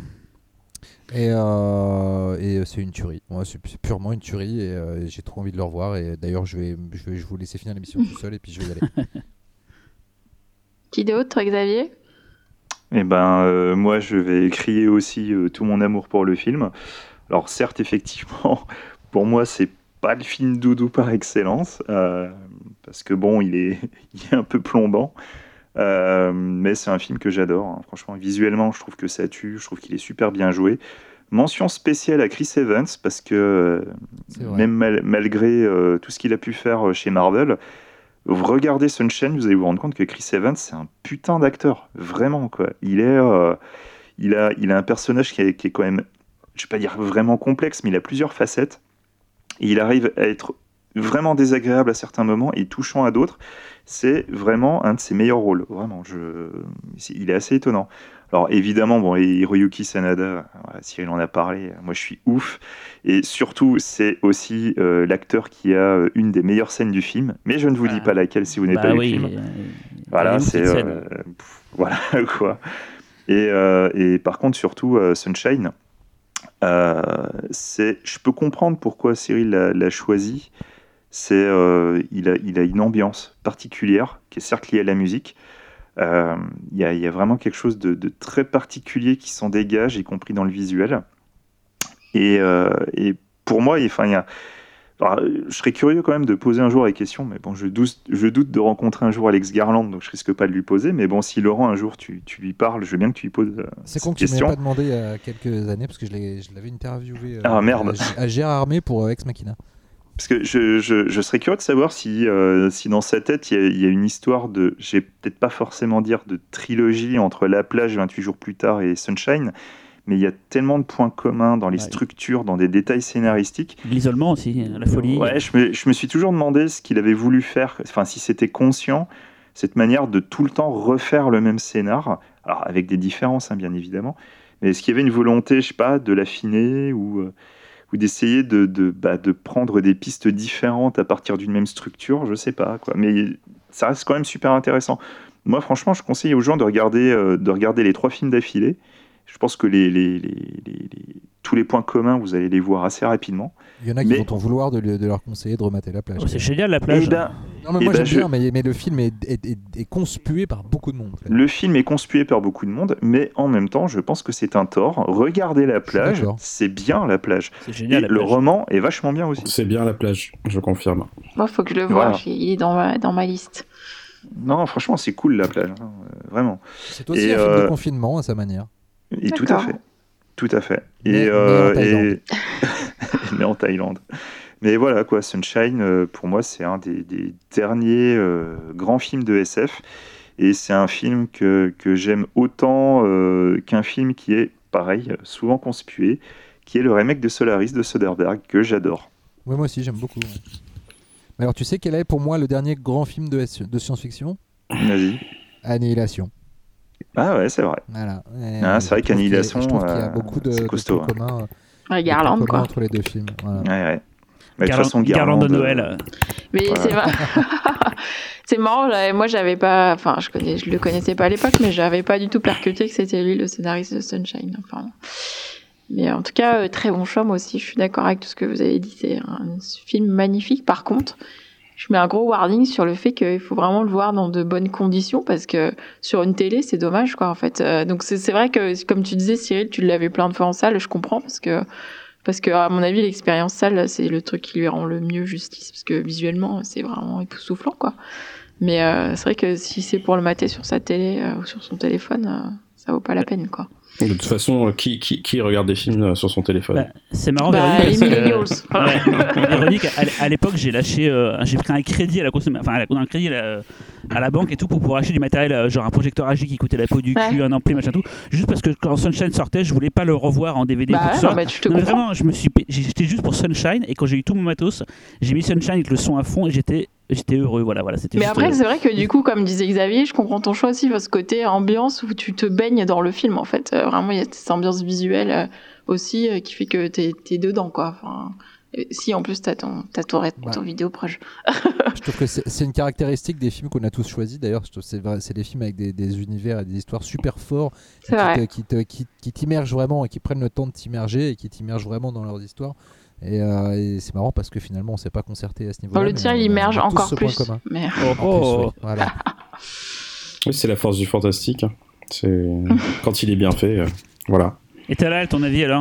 Et, euh, et c'est une tuerie. Moi, c'est, c'est purement une tuerie et, euh, et j'ai trop envie de le revoir. Et d'ailleurs, je vais, je vais, je vais vous laisser finir l'émission tout seul et puis je vais y aller. Qui d'autre, toi, Xavier? Eh ben, euh, moi, je vais crier aussi euh, tout mon amour pour le film. Alors, certes, effectivement, pour moi, c'est pas le film doudou par excellence, euh, parce que bon, il est, il est un peu plombant. Euh, mais c'est un film que j'adore, hein. Franchement, visuellement je trouve que ça tue, je trouve qu'il est super bien joué. Mention spéciale à Chris Evans parce que euh, même mal, malgré euh, tout ce qu'il a pu faire chez Marvel, vous regardez Sunshine, vous allez vous rendre compte que Chris Evans c'est un putain d'acteur, vraiment quoi. Il est, euh, il a, il a un personnage qui est, qui est quand même, je vais pas dire vraiment complexe, mais il a plusieurs facettes et il arrive à être vraiment désagréable à certains moments et touchant à d'autres. C'est vraiment un de ses meilleurs rôles. Vraiment, je... il est assez étonnant. Alors évidemment, bon, Hiroyuki Sanada, voilà, Cyril en a parlé, moi je suis ouf. Et surtout, c'est aussi euh, l'acteur qui a une des meilleures scènes du film. Mais je ne vous dis pas laquelle si vous n'avez bah pas oui, vu le film. euh, Voilà, c'est... Euh, pff, voilà, quoi. Et, euh, et par contre, surtout, euh, Sunshine, euh, c'est... je peux comprendre pourquoi Cyril l'a, l'a choisi. C'est, euh, il, a, il a une ambiance particulière qui est certes liée à la musique. Euh, il y, a, il y a vraiment quelque chose de, de très particulier qui s'en dégage, y compris dans le visuel. Et, euh, et pour moi, il, enfin, il y a, alors, je serais curieux quand même de poser un jour la question, mais bon, je doute, je doute de rencontrer un jour Alex Garland, donc je risque pas de lui poser. Mais bon, si Laurent un jour tu, tu lui parles, je veux bien que tu lui poses euh, C'est cette con que tu question. m'aies pas demandé il y a quelques années parce que je, l'ai, je l'avais interviewé euh, Ah, merde. à, à Gérard Armé pour euh, Ex Machina. Parce que je, je, je serais curieux de savoir si, euh, si dans sa tête, il y, a, il y a une histoire de, je vais peut-être pas forcément dire de trilogie entre La Plage vingt-huit jours plus tard et Sunshine, mais il y a tellement de points communs dans les Ouais. structures, dans des détails scénaristiques. L'isolement aussi, la folie. Ouais, je me, je me suis toujours demandé ce qu'il avait voulu faire, enfin si c'était conscient, cette manière de tout le temps refaire le même scénar, alors avec des différences hein, bien évidemment, mais est-ce qu'il y avait une volonté, je sais pas, de l'affiner ou... Euh, ou d'essayer de, de, bah, de prendre des pistes différentes à partir d'une même structure, je sais pas, quoi. Mais ça reste quand même super intéressant. moi, franchement, je conseille aux gens de regarder, euh, de regarder les trois films d'affilée. Je pense que les, les, les, les, les, tous les points communs, vous allez les voir assez rapidement. Il y en a qui mais... vont t'en vouloir de, de leur conseiller de remater La Plage. Oh, c'est génial, La Plage. Eh ben, non, mais eh moi ben j'aime je... bien, mais, mais le film est, est, est, est conspué par beaucoup de monde. En fait. Le film est conspué par beaucoup de monde, mais en même temps, je pense que c'est un tort. Regardez La Plage, c'est bien La Plage. C'est génial. Et La le plage. roman est vachement bien aussi. C'est bien La Plage, je confirme. Moi, faut que je le voie, voilà. Il est dans ma, dans ma liste. Non, franchement, c'est cool La Plage, hein, vraiment. C'est aussi et un euh... film de confinement à sa manière. Et tout à fait. Tout à fait. Mais, et, euh, mais, en et... mais en Thaïlande. Mais voilà, quoi, Sunshine, euh, pour moi, c'est un des, des derniers euh, grands films de S F. Et c'est un film que, que j'aime autant euh, qu'un film qui est, pareil, souvent conspué, qui est le remake de Solaris de Soderbergh, que j'adore. Oui, moi aussi, j'aime beaucoup. Ouais. Mais alors, tu sais quel est pour moi le dernier grand film de, de science-fiction ? Vas-y. Annihilation. Ah ouais, c'est vrai. Voilà. Ah, c'est vrai qu'Annihilation, je trouve qu'il y a euh, beaucoup de, c'est costaud, de points communs, ouais, Garland, de quoi. entre les deux films. Voilà. Ouais, ouais. Mais de toute Garland, façon, Garland Garland de Noël. Mais voilà. c'est vrai. C'est marrant, j'avais, moi j'avais pas, enfin je connais, je le connaissais pas à l'époque, mais j'avais pas du tout percuté que c'était lui le scénariste de Sunshine. Enfin, mais en tout cas, euh, très bon choix, moi aussi, je suis d'accord avec tout ce que vous avez dit. C'est un film magnifique. Par contre, je mets un gros warning sur le fait qu'il faut vraiment le voir dans de bonnes conditions parce que sur une télé, c'est dommage, quoi, en fait. Euh, donc c'est, c'est vrai que, comme tu disais, Cyril, tu l'as vu plein de fois en salle, je comprends parce que, parce que à mon avis, l'expérience salle, c'est le truc qui lui rend le mieux justice parce que visuellement, c'est vraiment époustouflant, quoi. Mais euh, c'est vrai que si c'est pour le mater sur sa télé euh, ou sur son téléphone, euh, ça vaut pas la peine, quoi. De toute façon, qui, qui, qui regarde des films sur son téléphone ? Bah, c'est marrant, bah, Véronique, les parce que, ouais, Véronique, à, à l'époque, j'ai lâché, euh, j'ai pris un crédit à la consommation, enfin, à la, un crédit à la, à la banque et tout pour pouvoir acheter du matériel, genre un projecteur H D qui coûtait la peau du cul, ouais. un ampli, machin tout, juste parce que quand Sunshine sortait, je voulais pas le revoir en D V D. Bah, tout ouais, ça. non, mais tu te non, mais comprends. vraiment, je me suis, j'étais juste pour Sunshine et quand j'ai eu tout mon matos, j'ai mis Sunshine avec le son à fond et j'étais J'étais heureux, voilà, voilà. C'était mais juste après, heureux. c'est vrai que du coup, comme disait Xavier, je comprends ton choix aussi, parce que côté ambiance où tu te baignes dans le film, en fait. Euh, vraiment, il y a cette ambiance visuelle euh, aussi euh, qui fait que t'es, t'es dedans, quoi. Enfin, euh, si en plus t'as ton, t'as ton, ton, ton ouais. vidéo proche. Je trouve que c'est, c'est une caractéristique des films qu'on a tous choisis. D'ailleurs, je trouve que c'est, vrai, c'est des films avec des, des univers et des histoires super forts c'est qui, vrai. Te, qui, te, qui, qui t'immergent vraiment et qui prennent le temps de t'immerger et qui t'immergent vraiment dans leurs histoires. Et, euh, et c'est marrant parce que finalement on s'est pas concerté à ce niveau-là. Bon, le tien il immerge encore plus. Mais... Oh, oh. Plus, oui. Voilà. Oui, c'est la force du fantastique. C'est quand il est bien fait, euh, voilà. Et Talal, ton avis alors ?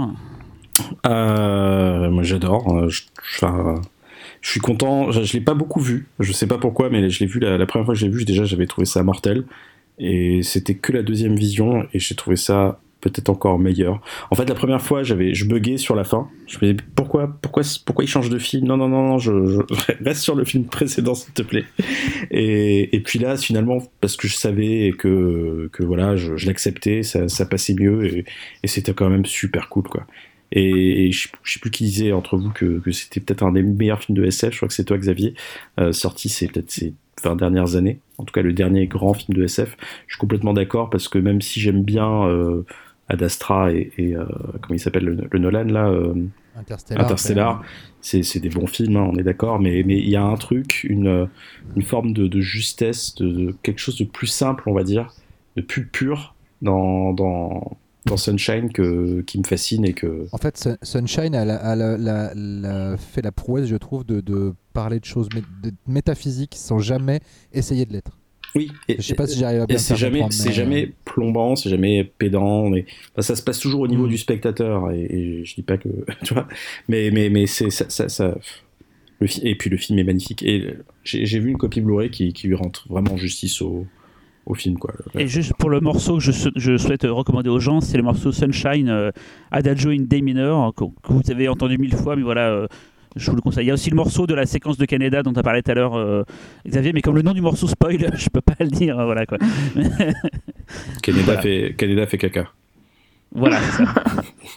euh, Moi j'adore. Je, je, je suis content. Je, je l'ai pas beaucoup vu. Je sais pas pourquoi, mais je l'ai vu la, la première fois que je l'ai vu. Déjà j'avais trouvé ça mortel. Et c'était que la deuxième vision et j'ai trouvé ça peut-être encore meilleur. En fait, la première fois, j'avais, je buguais sur la fin. Je me disais, pourquoi, pourquoi, pourquoi il change de film ? Non, non, non, non, je, je reste sur le film précédent, s'il te plaît. Et, et puis là, finalement, parce que je savais que, que voilà, je, je l'acceptais, ça, ça passait mieux et, et c'était quand même super cool, quoi. Et, et je, je sais plus qui disait entre vous que, que c'était peut-être un des meilleurs films de S F. Je crois que c'est toi, Xavier, euh, sorti c'est peut-être ces vingt dernières années. En tout cas, le dernier grand film de S F. Je suis complètement d'accord parce que même si j'aime bien euh, Ad Astra et, et euh, comment il s'appelle le, le Nolan là euh, Interstellar, Interstellar c'est, c'est des bons films, hein, on est d'accord, mais mais il y a un truc, une une forme de, de justesse, de, de quelque chose de plus simple, on va dire, de plus pur dans dans dans Sunshine que qui me fascine et que. En fait, Sunshine a, la, a la, la, la fait la prouesse, je trouve, de, de parler de choses mé, de métaphysiques sans jamais essayer de l'être. Oui, et, je sais pas si j'arrive à bien et c'est jamais, c'est mais... jamais plombant, c'est jamais pédant, mais enfin, ça se passe toujours au niveau mmh. du spectateur. Et, et je dis pas que, tu vois, mais mais mais c'est ça, ça, ça le fi- et puis le film est magnifique. Et j'ai, j'ai vu une copie Blu-ray qui, qui lui rend vraiment justice au, au film, quoi. Et juste pour le morceau que je, je souhaite recommander aux gens, c'est le morceau Sunshine, euh, Adagio in D mineur, que, que vous avez entendu mille fois, mais voilà. Euh, je vous le conseille. Il y a aussi le morceau de la séquence de Canada dont tu as parlé tout à l'heure, euh, Xavier, mais comme le nom du morceau spoil, je peux pas le dire. Voilà, quoi. Canada, voilà. fait, Canada fait caca. Voilà, c'est ça.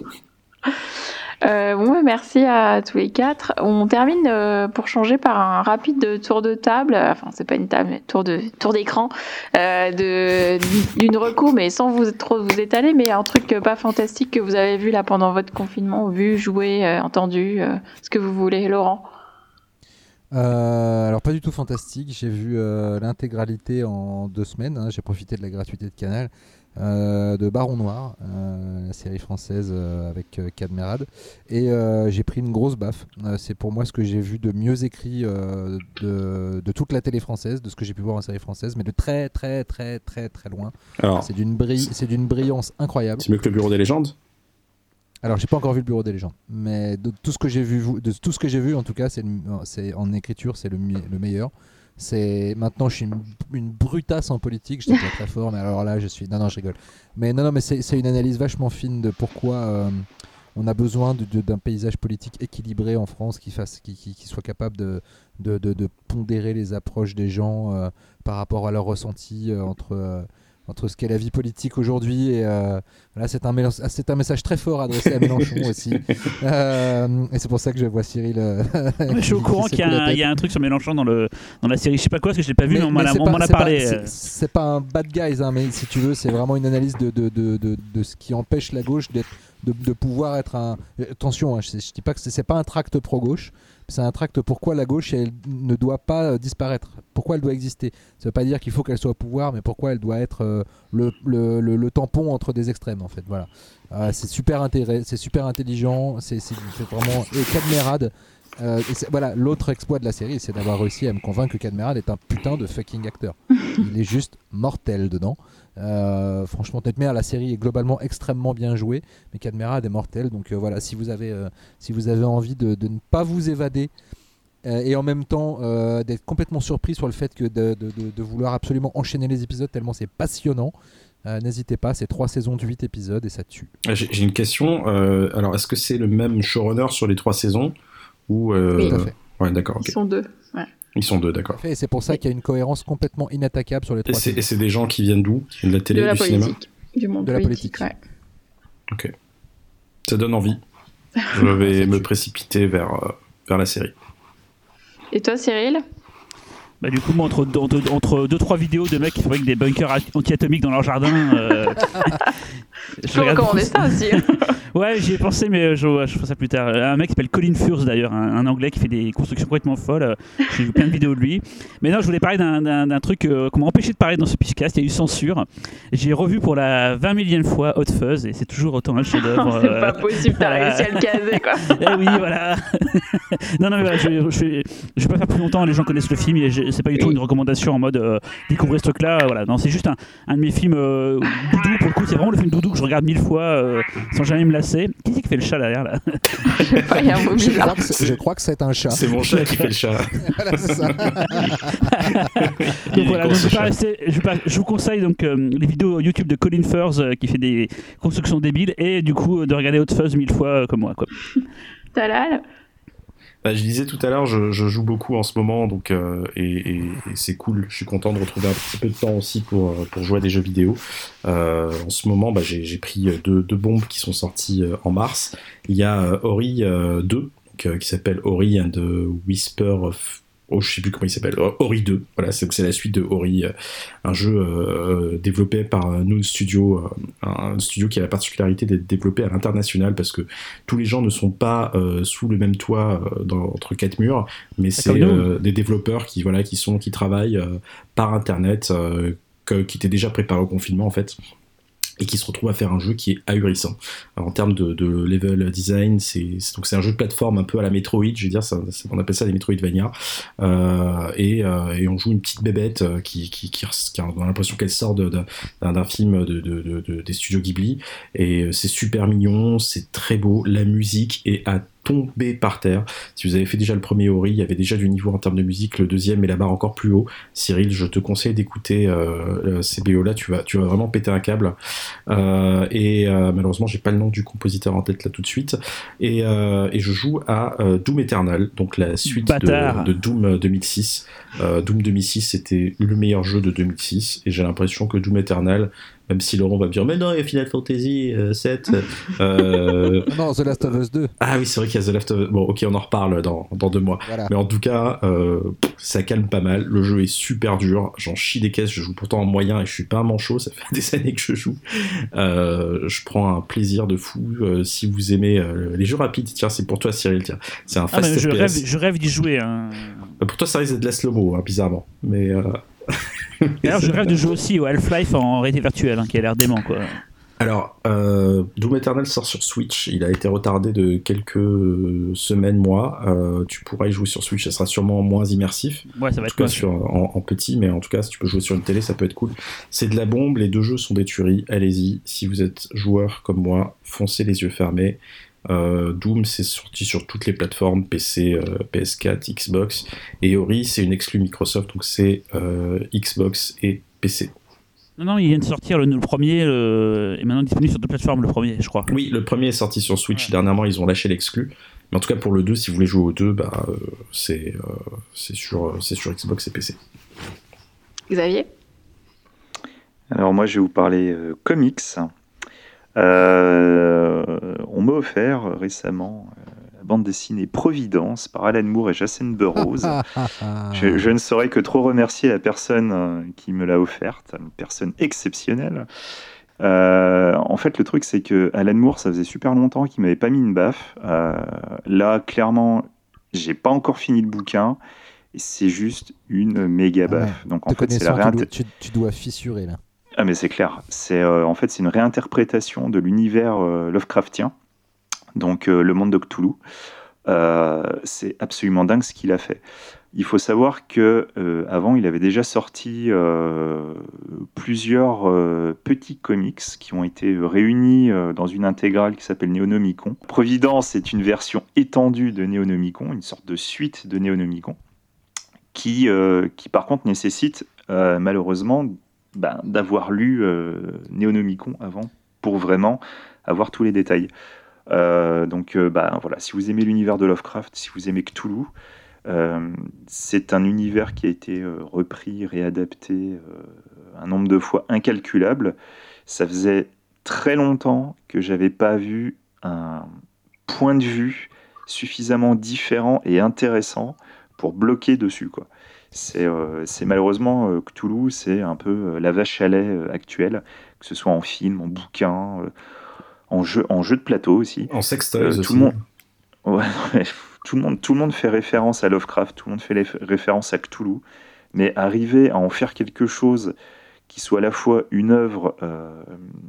Euh, bon, merci à tous les quatre. On termine euh, pour changer par un rapide tour de table. Enfin, c'est pas une table, mais tour de tour d'écran euh, de d'une reco, mais sans vous trop vous étaler. Mais un truc pas fantastique que vous avez vu là pendant votre confinement, vu, joué, euh, entendu. Euh, ce que vous voulez, Laurent. Euh, alors pas du tout fantastique, j'ai vu euh, l'intégralité en deux semaines, hein. J'ai profité de la gratuité de Canal, euh, de Baron Noir, euh, la série française euh, avec euh, Cadmerade, et euh, j'ai pris une grosse baffe. Euh, c'est pour moi ce que j'ai vu de mieux écrit euh, de, de toute la télé française, de ce que j'ai pu voir en série française, mais de très très très très très loin. Alors, c'est d'une bri- c'est d'une brillance incroyable. C'est mieux que le Bureau des légendes. Alors, j'ai pas encore vu le Bureau des légendes, mais de tout ce que j'ai vu, de tout ce que j'ai vu, en tout cas, c'est, le, c'est en écriture, c'est le, le meilleur. C'est maintenant, je suis une, une brutasse en politique, je dis pas très fort, mais alors là, je suis, non, non, je rigole. Mais non, non, mais c'est, c'est une analyse vachement fine de pourquoi euh, on a besoin de, de, d'un paysage politique équilibré en France, qui fasse, qui, qui, qui soit capable de, de, de, de pondérer les approches des gens euh, par rapport à leur ressenti euh, entre. Euh, entre ce qu'est la vie politique aujourd'hui et euh, voilà, c'est un, mélange, c'est un message très fort adressé à Mélenchon aussi euh, et c'est pour ça que je vois Cyril euh, je suis au courant qu'il y a, un, il y a un truc sur Mélenchon dans, le, dans la série, je sais pas quoi parce que je l'ai pas vu mais, mais on, m'en, a, on pas, m'en a parlé pas, c'est, c'est pas un bad guys hein, mais si tu veux c'est vraiment une analyse de, de, de, de, de ce qui empêche la gauche d'être, de, de pouvoir être un... Attention, hein, je, je dis pas que c'est, c'est pas un tract pro-gauche, c'est un tract pourquoi la gauche elle ne doit pas euh, disparaître, pourquoi elle doit exister. Ça veut pas dire qu'il faut qu'elle soit au pouvoir, mais pourquoi elle doit être euh, le, le, le, le tampon entre des extrêmes en fait. Voilà. Euh, c'est super intéressant, c'est super intelligent, c'est, c'est, c'est vraiment et Cadmerade. Euh, et c'est, voilà, l'autre exploit de la série, c'est d'avoir réussi à me convaincre que Cadmerade est un putain de fucking acteur. Il est juste mortel dedans. Euh, franchement, Nightmare, la série est globalement extrêmement bien jouée, mais Cadmerade est mortel. Donc euh, voilà, si vous avez, euh, si vous avez envie de, de ne pas vous évader euh, et en même temps euh, d'être complètement surpris sur le fait que de, de, de, de vouloir absolument enchaîner les épisodes tellement c'est passionnant, euh, n'hésitez pas. C'est trois saisons de huit épisodes et ça tue. J'ai, j'ai une question. Euh, alors, est-ce que c'est le même showrunner sur les trois saisons ou euh... Oui. Tout à fait. Ouais, d'accord. Okay. Ils sont deux. Ouais. Ils sont deux, d'accord. Et c'est pour ça qu'il y a une cohérence complètement inattaquable sur les trois. Et c'est, et c'est des gens qui viennent d'où ? Qui viennent de la télé, de la du politique, cinéma ? Du monde de la politique. politique. Ouais. Ok. Ça donne envie. Je vais me précipiter vers, euh, vers la série. Et toi, Cyril ? Bah du coup, moi, entre, entre, entre deux trois vidéos de mecs qui fabriquent des bunkers anti-atomiques dans leur jardin, euh, je peux recommander ça aussi. Ouais, j'y ai pensé, mais je, je ferai ça plus tard. Un mec qui s'appelle Colin Furze d'ailleurs, un, un anglais qui fait des constructions complètement folles. J'ai vu plein de vidéos de lui. Mais non, je voulais parler d'un, d'un, d'un truc euh, qu'on m'a empêché de parler dans ce podcast. Il y a eu censure. J'ai revu pour la vingt millième fois Hot Fuzz et c'est toujours autant un chef-d'œuvre. C'est euh, pas possible, t'as réussi à le caser quoi. Eh oui, voilà. non, non, mais voilà, je, je, je, je vais pas faire plus longtemps. Les gens connaissent le film. Et je, c'est pas du tout une recommandation en mode euh, découvrez ce truc-là. Voilà, non, c'est juste un, un de mes films euh, doudou. Pour le coup, c'est vraiment le film doudou que je regarde mille fois euh, sans jamais me lasser. Qui c'est qui fait le chat derrière là? Je sais pas, il y a un mot je, bizarre. crois que c'est, je crois que c'est un chat. C'est mon chat qui fait le chat. Voilà, c'est ça. Donc voilà, donc je, vais pas rester, je, vais pas, je vous conseille donc euh, les vidéos YouTube de Colin Furze euh, qui fait des constructions débiles et du coup de regarder Hot Fuzz mille fois euh, comme moi quoi. Talal. Bah, je disais tout à l'heure, je, je joue beaucoup en ce moment, donc euh, et, et, et c'est cool. Je suis content de retrouver un petit peu de temps aussi pour pour jouer à des jeux vidéo. Euh, en ce moment, bah, j'ai, j'ai pris deux, deux bombes qui sont sorties euh, en mars. Il y a euh, Ori euh, deux, donc, euh, qui s'appelle Ori and the Whisper of... Oh, je sais plus comment il s'appelle. Ori deux. Voilà, c'est, c'est la suite de Ori, euh, un jeu euh, développé par Noon Studio, euh, un studio qui a la particularité d'être développé à l'international parce que tous les gens ne sont pas euh, sous le même toit euh, dans, entre quatre murs, mais c'est euh, des développeurs qui voilà qui sont qui travaillent euh, par internet, euh, que, qui étaient déjà préparés au confinement en fait. Et qui se retrouve à faire un jeu qui est ahurissant. Alors, en termes de, de level design, c'est, c'est, donc c'est un jeu de plateforme un peu à la Metroid, je veux dire, ça, ça, on appelle ça des Metroidvania. Euh, et, euh, et on joue une petite bébête qui, qui, qui, qui a l'impression qu'elle sort de, de, d'un, d'un film de, de, de, de, des studios Ghibli. Et c'est super mignon, c'est très beau, la musique est à tomber par terre. Si vous avez fait déjà le premier Ori, il y avait déjà du niveau en termes de musique, le deuxième met la barre encore plus haut. Cyril, je te conseille d'écouter euh, ces B O là, tu vas, tu vas vraiment péter un câble. Euh, et euh, malheureusement, j'ai pas le nom du compositeur en tête là tout de suite. Et, euh, et je joue à euh, Doom Eternal, donc la suite de, de Doom deux mille six. Euh, Doom deux mille six, c'était le meilleur jeu de deux mille six, et j'ai l'impression que Doom Eternal, même si Laurent va me dire mais non il y a Final Fantasy euh, sept euh... non The Last of Us deux. Ah oui c'est vrai qu'il y a The Last of Us, bon ok on en reparle dans, dans deux mois voilà. Mais en tout cas euh, ça calme pas mal, le jeu est super dur, j'en chie des caisses, je joue pourtant en moyen et je suis pas un manchot, ça fait des années que je joue, euh, je prends un plaisir de fou. Euh, si vous aimez euh, les jeux rapides, tiens c'est pour toi Cyril, tiens c'est un fast ah, F P S. Je rêve, je rêve d'y jouer hein. Pour toi, ça risque d'être de la slow-mo, hein, bizarrement. Mais. Euh... D'ailleurs, je rêve de jouer aussi au Half-Life en réalité virtuelle, hein, qui a l'air dément, quoi. Alors, euh, Doom Eternal sort sur Switch. Il a été retardé de quelques semaines, mois. Euh, tu pourras y jouer sur Switch. Ça sera sûrement moins immersif. Ouais, ça va en être tout cas, cool. sur, en, en petit, mais en tout cas, si tu peux jouer sur une télé, ça peut être cool. C'est de la bombe. Les deux jeux sont des tueries. Allez-y. Si vous êtes joueur comme moi, foncez les yeux fermés. Euh, Doom, c'est sorti sur toutes les plateformes, P C, euh, P S quatre, Xbox. Et Ori, c'est une exclue Microsoft, donc c'est euh, Xbox et P C. Non, non, il vient de sortir le, le premier, le, est maintenant disponible sur deux plateformes, le premier, je crois. Oui, le premier est sorti sur Switch. Ouais. Dernièrement, ils ont lâché l'exclu. Mais en tout cas, pour le deux, si vous voulez jouer au deux, bah, euh, c'est, euh, c'est, sur, c'est sur Xbox et P C. Xavier ? Alors moi, je vais vous parler euh, comics. Euh, on m'a offert récemment euh, la bande dessinée Providence par Alan Moore et Jason Burrows. je, je ne saurais que trop remercier la personne euh, qui me l'a offerte, une personne exceptionnelle. Euh, en fait, le truc, c'est que Alan Moore, ça faisait super longtemps qu'il m'avait pas mis une baffe. Euh, là, clairement, j'ai pas encore fini le bouquin. Et c'est juste une méga baffe. Ouais. Donc en Te fait, c'est la connaissant, tu, dois, réinter- tu, tu dois fissurer là. Ah mais c'est clair, c'est euh, en fait c'est une réinterprétation de l'univers euh, Lovecraftien, donc euh, le monde de Cthulhu. Euh, c'est absolument dingue ce qu'il a fait. Il faut savoir que euh, avant il avait déjà sorti euh, plusieurs euh, petits comics qui ont été réunis euh, dans une intégrale qui s'appelle Néonomicon. Providence est une version étendue de Néonomicon, une sorte de suite de Néonomicon, qui, euh, qui par contre nécessite euh, malheureusement Ben, d'avoir lu euh, Néonomicon avant pour vraiment avoir tous les détails. Euh, donc euh, bah, voilà, si vous aimez l'univers de Lovecraft, si vous aimez Cthulhu, euh, c'est un univers qui a été euh, repris, réadapté euh, un nombre de fois incalculable. Ça faisait très longtemps que j'avais pas vu un point de vue suffisamment différent et intéressant pour bloquer dessus, quoi. C'est, euh, c'est malheureusement euh, Cthulhu, c'est un peu euh, la vache à lait euh, actuelle, que ce soit en film, en bouquin, euh, en jeu, en jeu de plateau aussi. En sextoys Euh, aussi. tout le monde, ouais, ouais, tout le monde, tout le monde fait référence à Lovecraft, tout le monde fait les- référence à Cthulhu, mais arriver à en faire quelque chose qui soit à la fois une œuvre euh,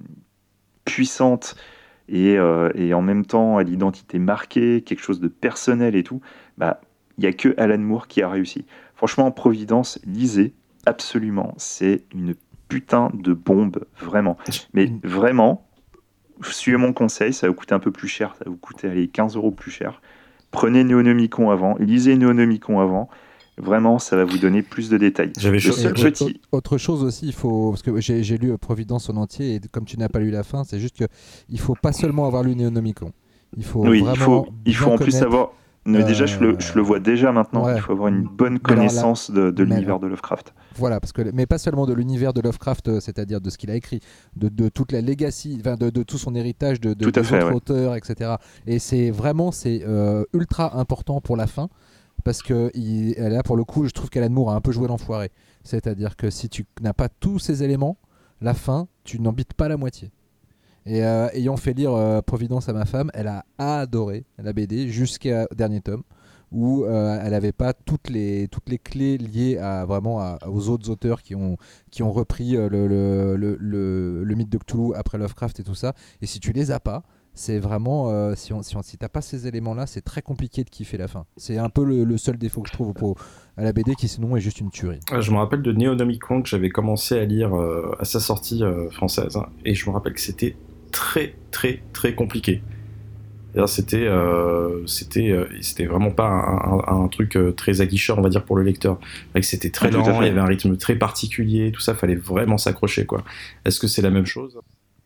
puissante et, euh, et en même temps à l'identité marquée, quelque chose de personnel et tout, bah il y a que Alan Moore qui a réussi. Franchement, Providence, lisez, absolument, c'est une putain de bombe, vraiment. Mais vraiment, suivez mon conseil, ça va vous coûter un peu plus cher, ça va vous coûter allez, quinze euros plus cher. Prenez Néonomicon avant, lisez Néonomicon avant, vraiment, ça va vous donner plus de détails. J'avais Le chaud- seul Et petit... autre, autre chose aussi, il faut parce que j'ai, j'ai lu Providence en entier et comme tu n'as pas lu la fin, c'est juste que il faut pas seulement avoir lu Néonomicon. Il faut Oui, vraiment il faut, il faut bien en plus connaître- savoir... Mais déjà, je le, je le vois déjà maintenant, Ouais. il faut avoir une bonne Mais alors là- connaissance de, de mais l'univers alors- de Lovecraft. Voilà, parce que mais pas seulement de l'univers de Lovecraft, euh, c'est-à-dire de ce qu'il a écrit, de, de toute la legacy, enfin de, de tout son héritage, de, de Tout à des fait, autres ouais. auteurs, et cetera. Et c'est vraiment c'est euh, ultra important pour la fin, parce que il, là pour le coup, je trouve qu'Alan Moore a un peu joué l'enfoiré. C'est-à-dire que si tu n'as pas tous ces éléments, la fin, tu n'en bites pas la moitié. Et euh, ayant fait lire euh, Providence à ma femme, elle a adoré la B D jusqu'au dernier tome, où euh, elle n'avait pas toutes les, toutes les clés liées à, vraiment à, aux autres auteurs qui ont, qui ont repris euh, le, le, le, le, le mythe de Cthulhu après Lovecraft et tout ça. Et si tu les as pas, c'est vraiment, euh, si, on, si, on, si t'as pas ces éléments-là, c'est très compliqué de kiffer la fin. C'est un peu le, le seul défaut que je trouve pour, à la B D qui sinon est juste une tuerie. Je me rappelle de Néonomicon que j'avais commencé à lire euh, à sa sortie euh, française, hein, et je me rappelle que c'était très très très compliqué. C'est-à-dire, C'était, euh, c'était, euh, c'était vraiment pas un, un, un truc euh, très aguicheur, on va dire, pour le lecteur. Donc, c'était très Ah, tout à lent, fait. il y avait un rythme très particulier, tout ça, fallait vraiment s'accrocher, quoi. Est-ce que c'est la même chose ?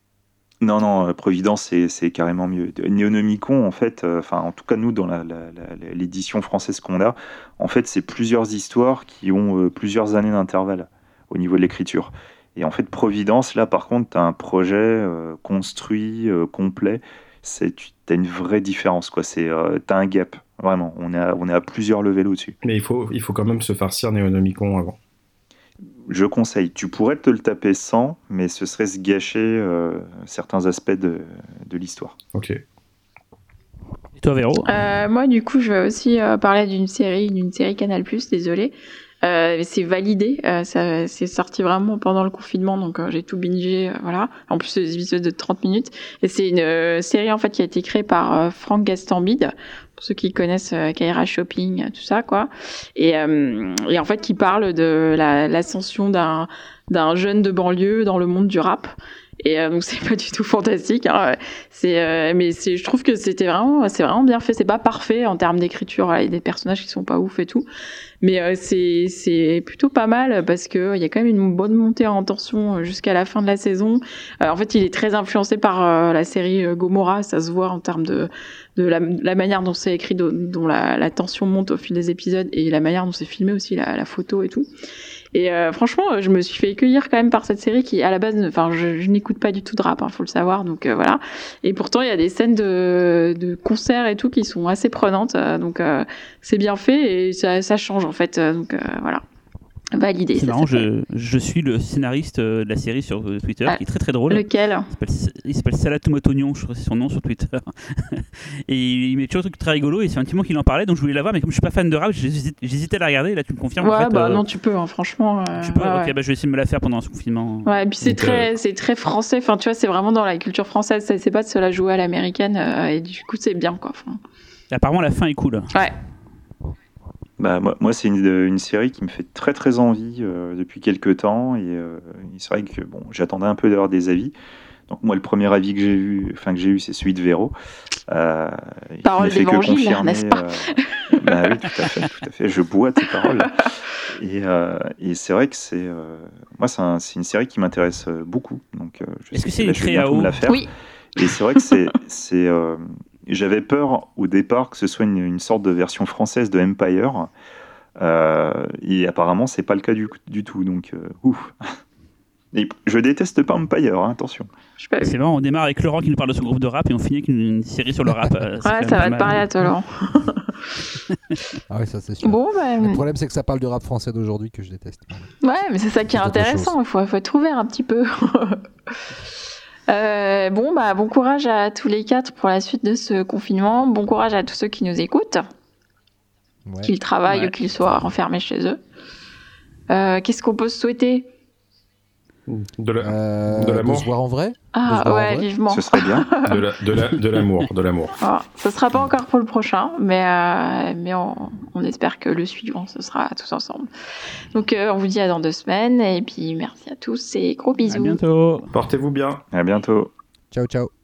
Non, non, euh, Providence, c'est, c'est carrément mieux. Néonomicon, en fait, euh, enfin, en tout cas, nous, dans la, la- la- l'édition française qu'on a, en fait, c'est plusieurs histoires qui ont euh, plusieurs années d'intervalle au niveau de l'écriture. Et en fait, Providence, là, par contre, tu as un projet euh, construit, euh, complet. C'est, tu as une vraie différence, quoi. C'est, euh, t'as un gap, vraiment. On est à, on est à plusieurs levels au-dessus. Mais il faut, il faut quand même se farcir Néonomicon avant. Je conseille. Tu pourrais te le taper sans, mais ce serait se gâcher euh, certains aspects de, de l'histoire. Ok. Et Toi, Véro euh, Moi, du coup, je vais aussi euh, parler d'une série, d'une série Canal+, désolée. Euh, c'est validé, euh, ça, c'est sorti vraiment pendant le confinement, donc euh, j'ai tout bingé, euh, voilà. En plus, c'est des épisodes de trente minutes. Et c'est une euh, série, en fait, qui a été créée par euh, Franck Gastambide, pour ceux qui connaissent euh, Kaira Shopping, tout ça, quoi. Et, euh, et en fait, qui parle de la, l'ascension d'un, d'un jeune de banlieue dans le monde du rap. Et euh, donc c'est pas du tout fantastique, hein. C'est, euh, mais c'est, je trouve que c'était vraiment, c'est vraiment bien fait. C'est pas parfait en termes d'écriture, il y a des personnages qui sont pas ouf et tout, mais euh, c'est, c'est plutôt pas mal parce que il y a quand même une bonne montée en tension jusqu'à la fin de la saison. Euh, en fait, il est très influencé par euh, la série Gomorrah, ça se voit en termes de de la, la manière dont c'est écrit, dont, dont la, la tension monte au fil des épisodes et la manière dont c'est filmé aussi, la, la photo et tout. Et euh, franchement, je me suis fait accueillir quand même par cette série qui, à la base, enfin, je, je n'écoute pas du tout de rap, hein, faut le savoir, donc euh, voilà. Et pourtant, il y a des scènes de, de concerts et tout qui sont assez prenantes, euh, donc euh, c'est bien fait et ça, ça change en fait, euh, donc euh, voilà. Validé. C'est marrant, je, je suis le scénariste de la série sur Twitter, ah, qui est très très drôle. Lequel ? Il s'appelle, il s'appelle Salat Tomate Oignon, je crois que c'est son nom sur Twitter. Et il met toujours des trucs très rigolos, et c'est un petit moment qu'il en parlait, donc je voulais la voir, mais comme je suis pas fan de rap, j'hésitais, j'hésitais à la regarder, et là tu me confirmes. Ouais, en fait, bah euh, non, tu peux, hein, franchement. Euh, tu peux, ouais, ok, ouais. bah je vais essayer de me la faire pendant ce confinement. Ouais, et puis c'est donc, très, euh... c'est très français, enfin tu vois, c'est vraiment dans la culture française, c'est pas de se la jouer à l'américaine, euh, et du coup c'est bien, quoi. Enfin... Apparemment la fin est cool. Ouais. Bah, moi, moi, c'est une, une série qui me fait très très envie euh, depuis quelques temps. Et, euh, et c'est vrai que bon, j'attendais un peu d'avoir des avis. Donc moi, le premier avis que j'ai eu, enfin que j'ai eu, c'est celui de Véro. Euh, Parole d'évangile, n'est-ce pas ? euh, Bah oui, tout à fait, tout à fait. Je bois tes paroles. Et, euh, et c'est vrai que c'est, euh, moi, c'est, un, c'est une série qui m'intéresse beaucoup. Donc, euh, je Est-ce sais que c'est là, une je vais bientôt me la faire. Oui. Et c'est vrai que c'est, c'est euh, j'avais peur au départ que ce soit une, une sorte de version française de Empire. Euh, et apparemment, c'est pas le cas du, du tout. Donc, euh, ouf. Et je déteste pas Empire, hein, attention. Je sais pas. C'est vraiment, on démarre avec Laurent qui nous parle de son groupe de rap et on finit avec une, une série sur le rap. Ouais, ça va te parler à toi, Laurent. Ah ouais, ça c'est sûr. Bon, bah, Le problème, c'est que ça parle du rap français d'aujourd'hui que je déteste. Ouais, mais c'est ça qui est C'est intéressant. Il faut, faut être ouvert un petit peu. euh, bon, bah, bon courage à tous les quatre pour la suite de ce confinement. Bon courage à tous ceux qui nous écoutent, Ouais. qu'ils travaillent Ouais. ou qu'ils soient renfermés chez eux. Euh, qu'est-ce qu'on peut se souhaiter ? De la- Euh, De l'amour. De se voir en vrai. De se Ah voir en ouais, vrai. vivement. Ce serait bien. de, la, de, la, de l'amour, de l'amour. Voilà. Ce sera pas encore pour le prochain, mais, euh, mais on, on espère que le suivant, ce sera tous ensemble. Donc euh, on vous dit à dans deux semaines, et puis merci à tous et gros À bisous. bientôt. Portez-vous bien. À bientôt. Ciao, ciao.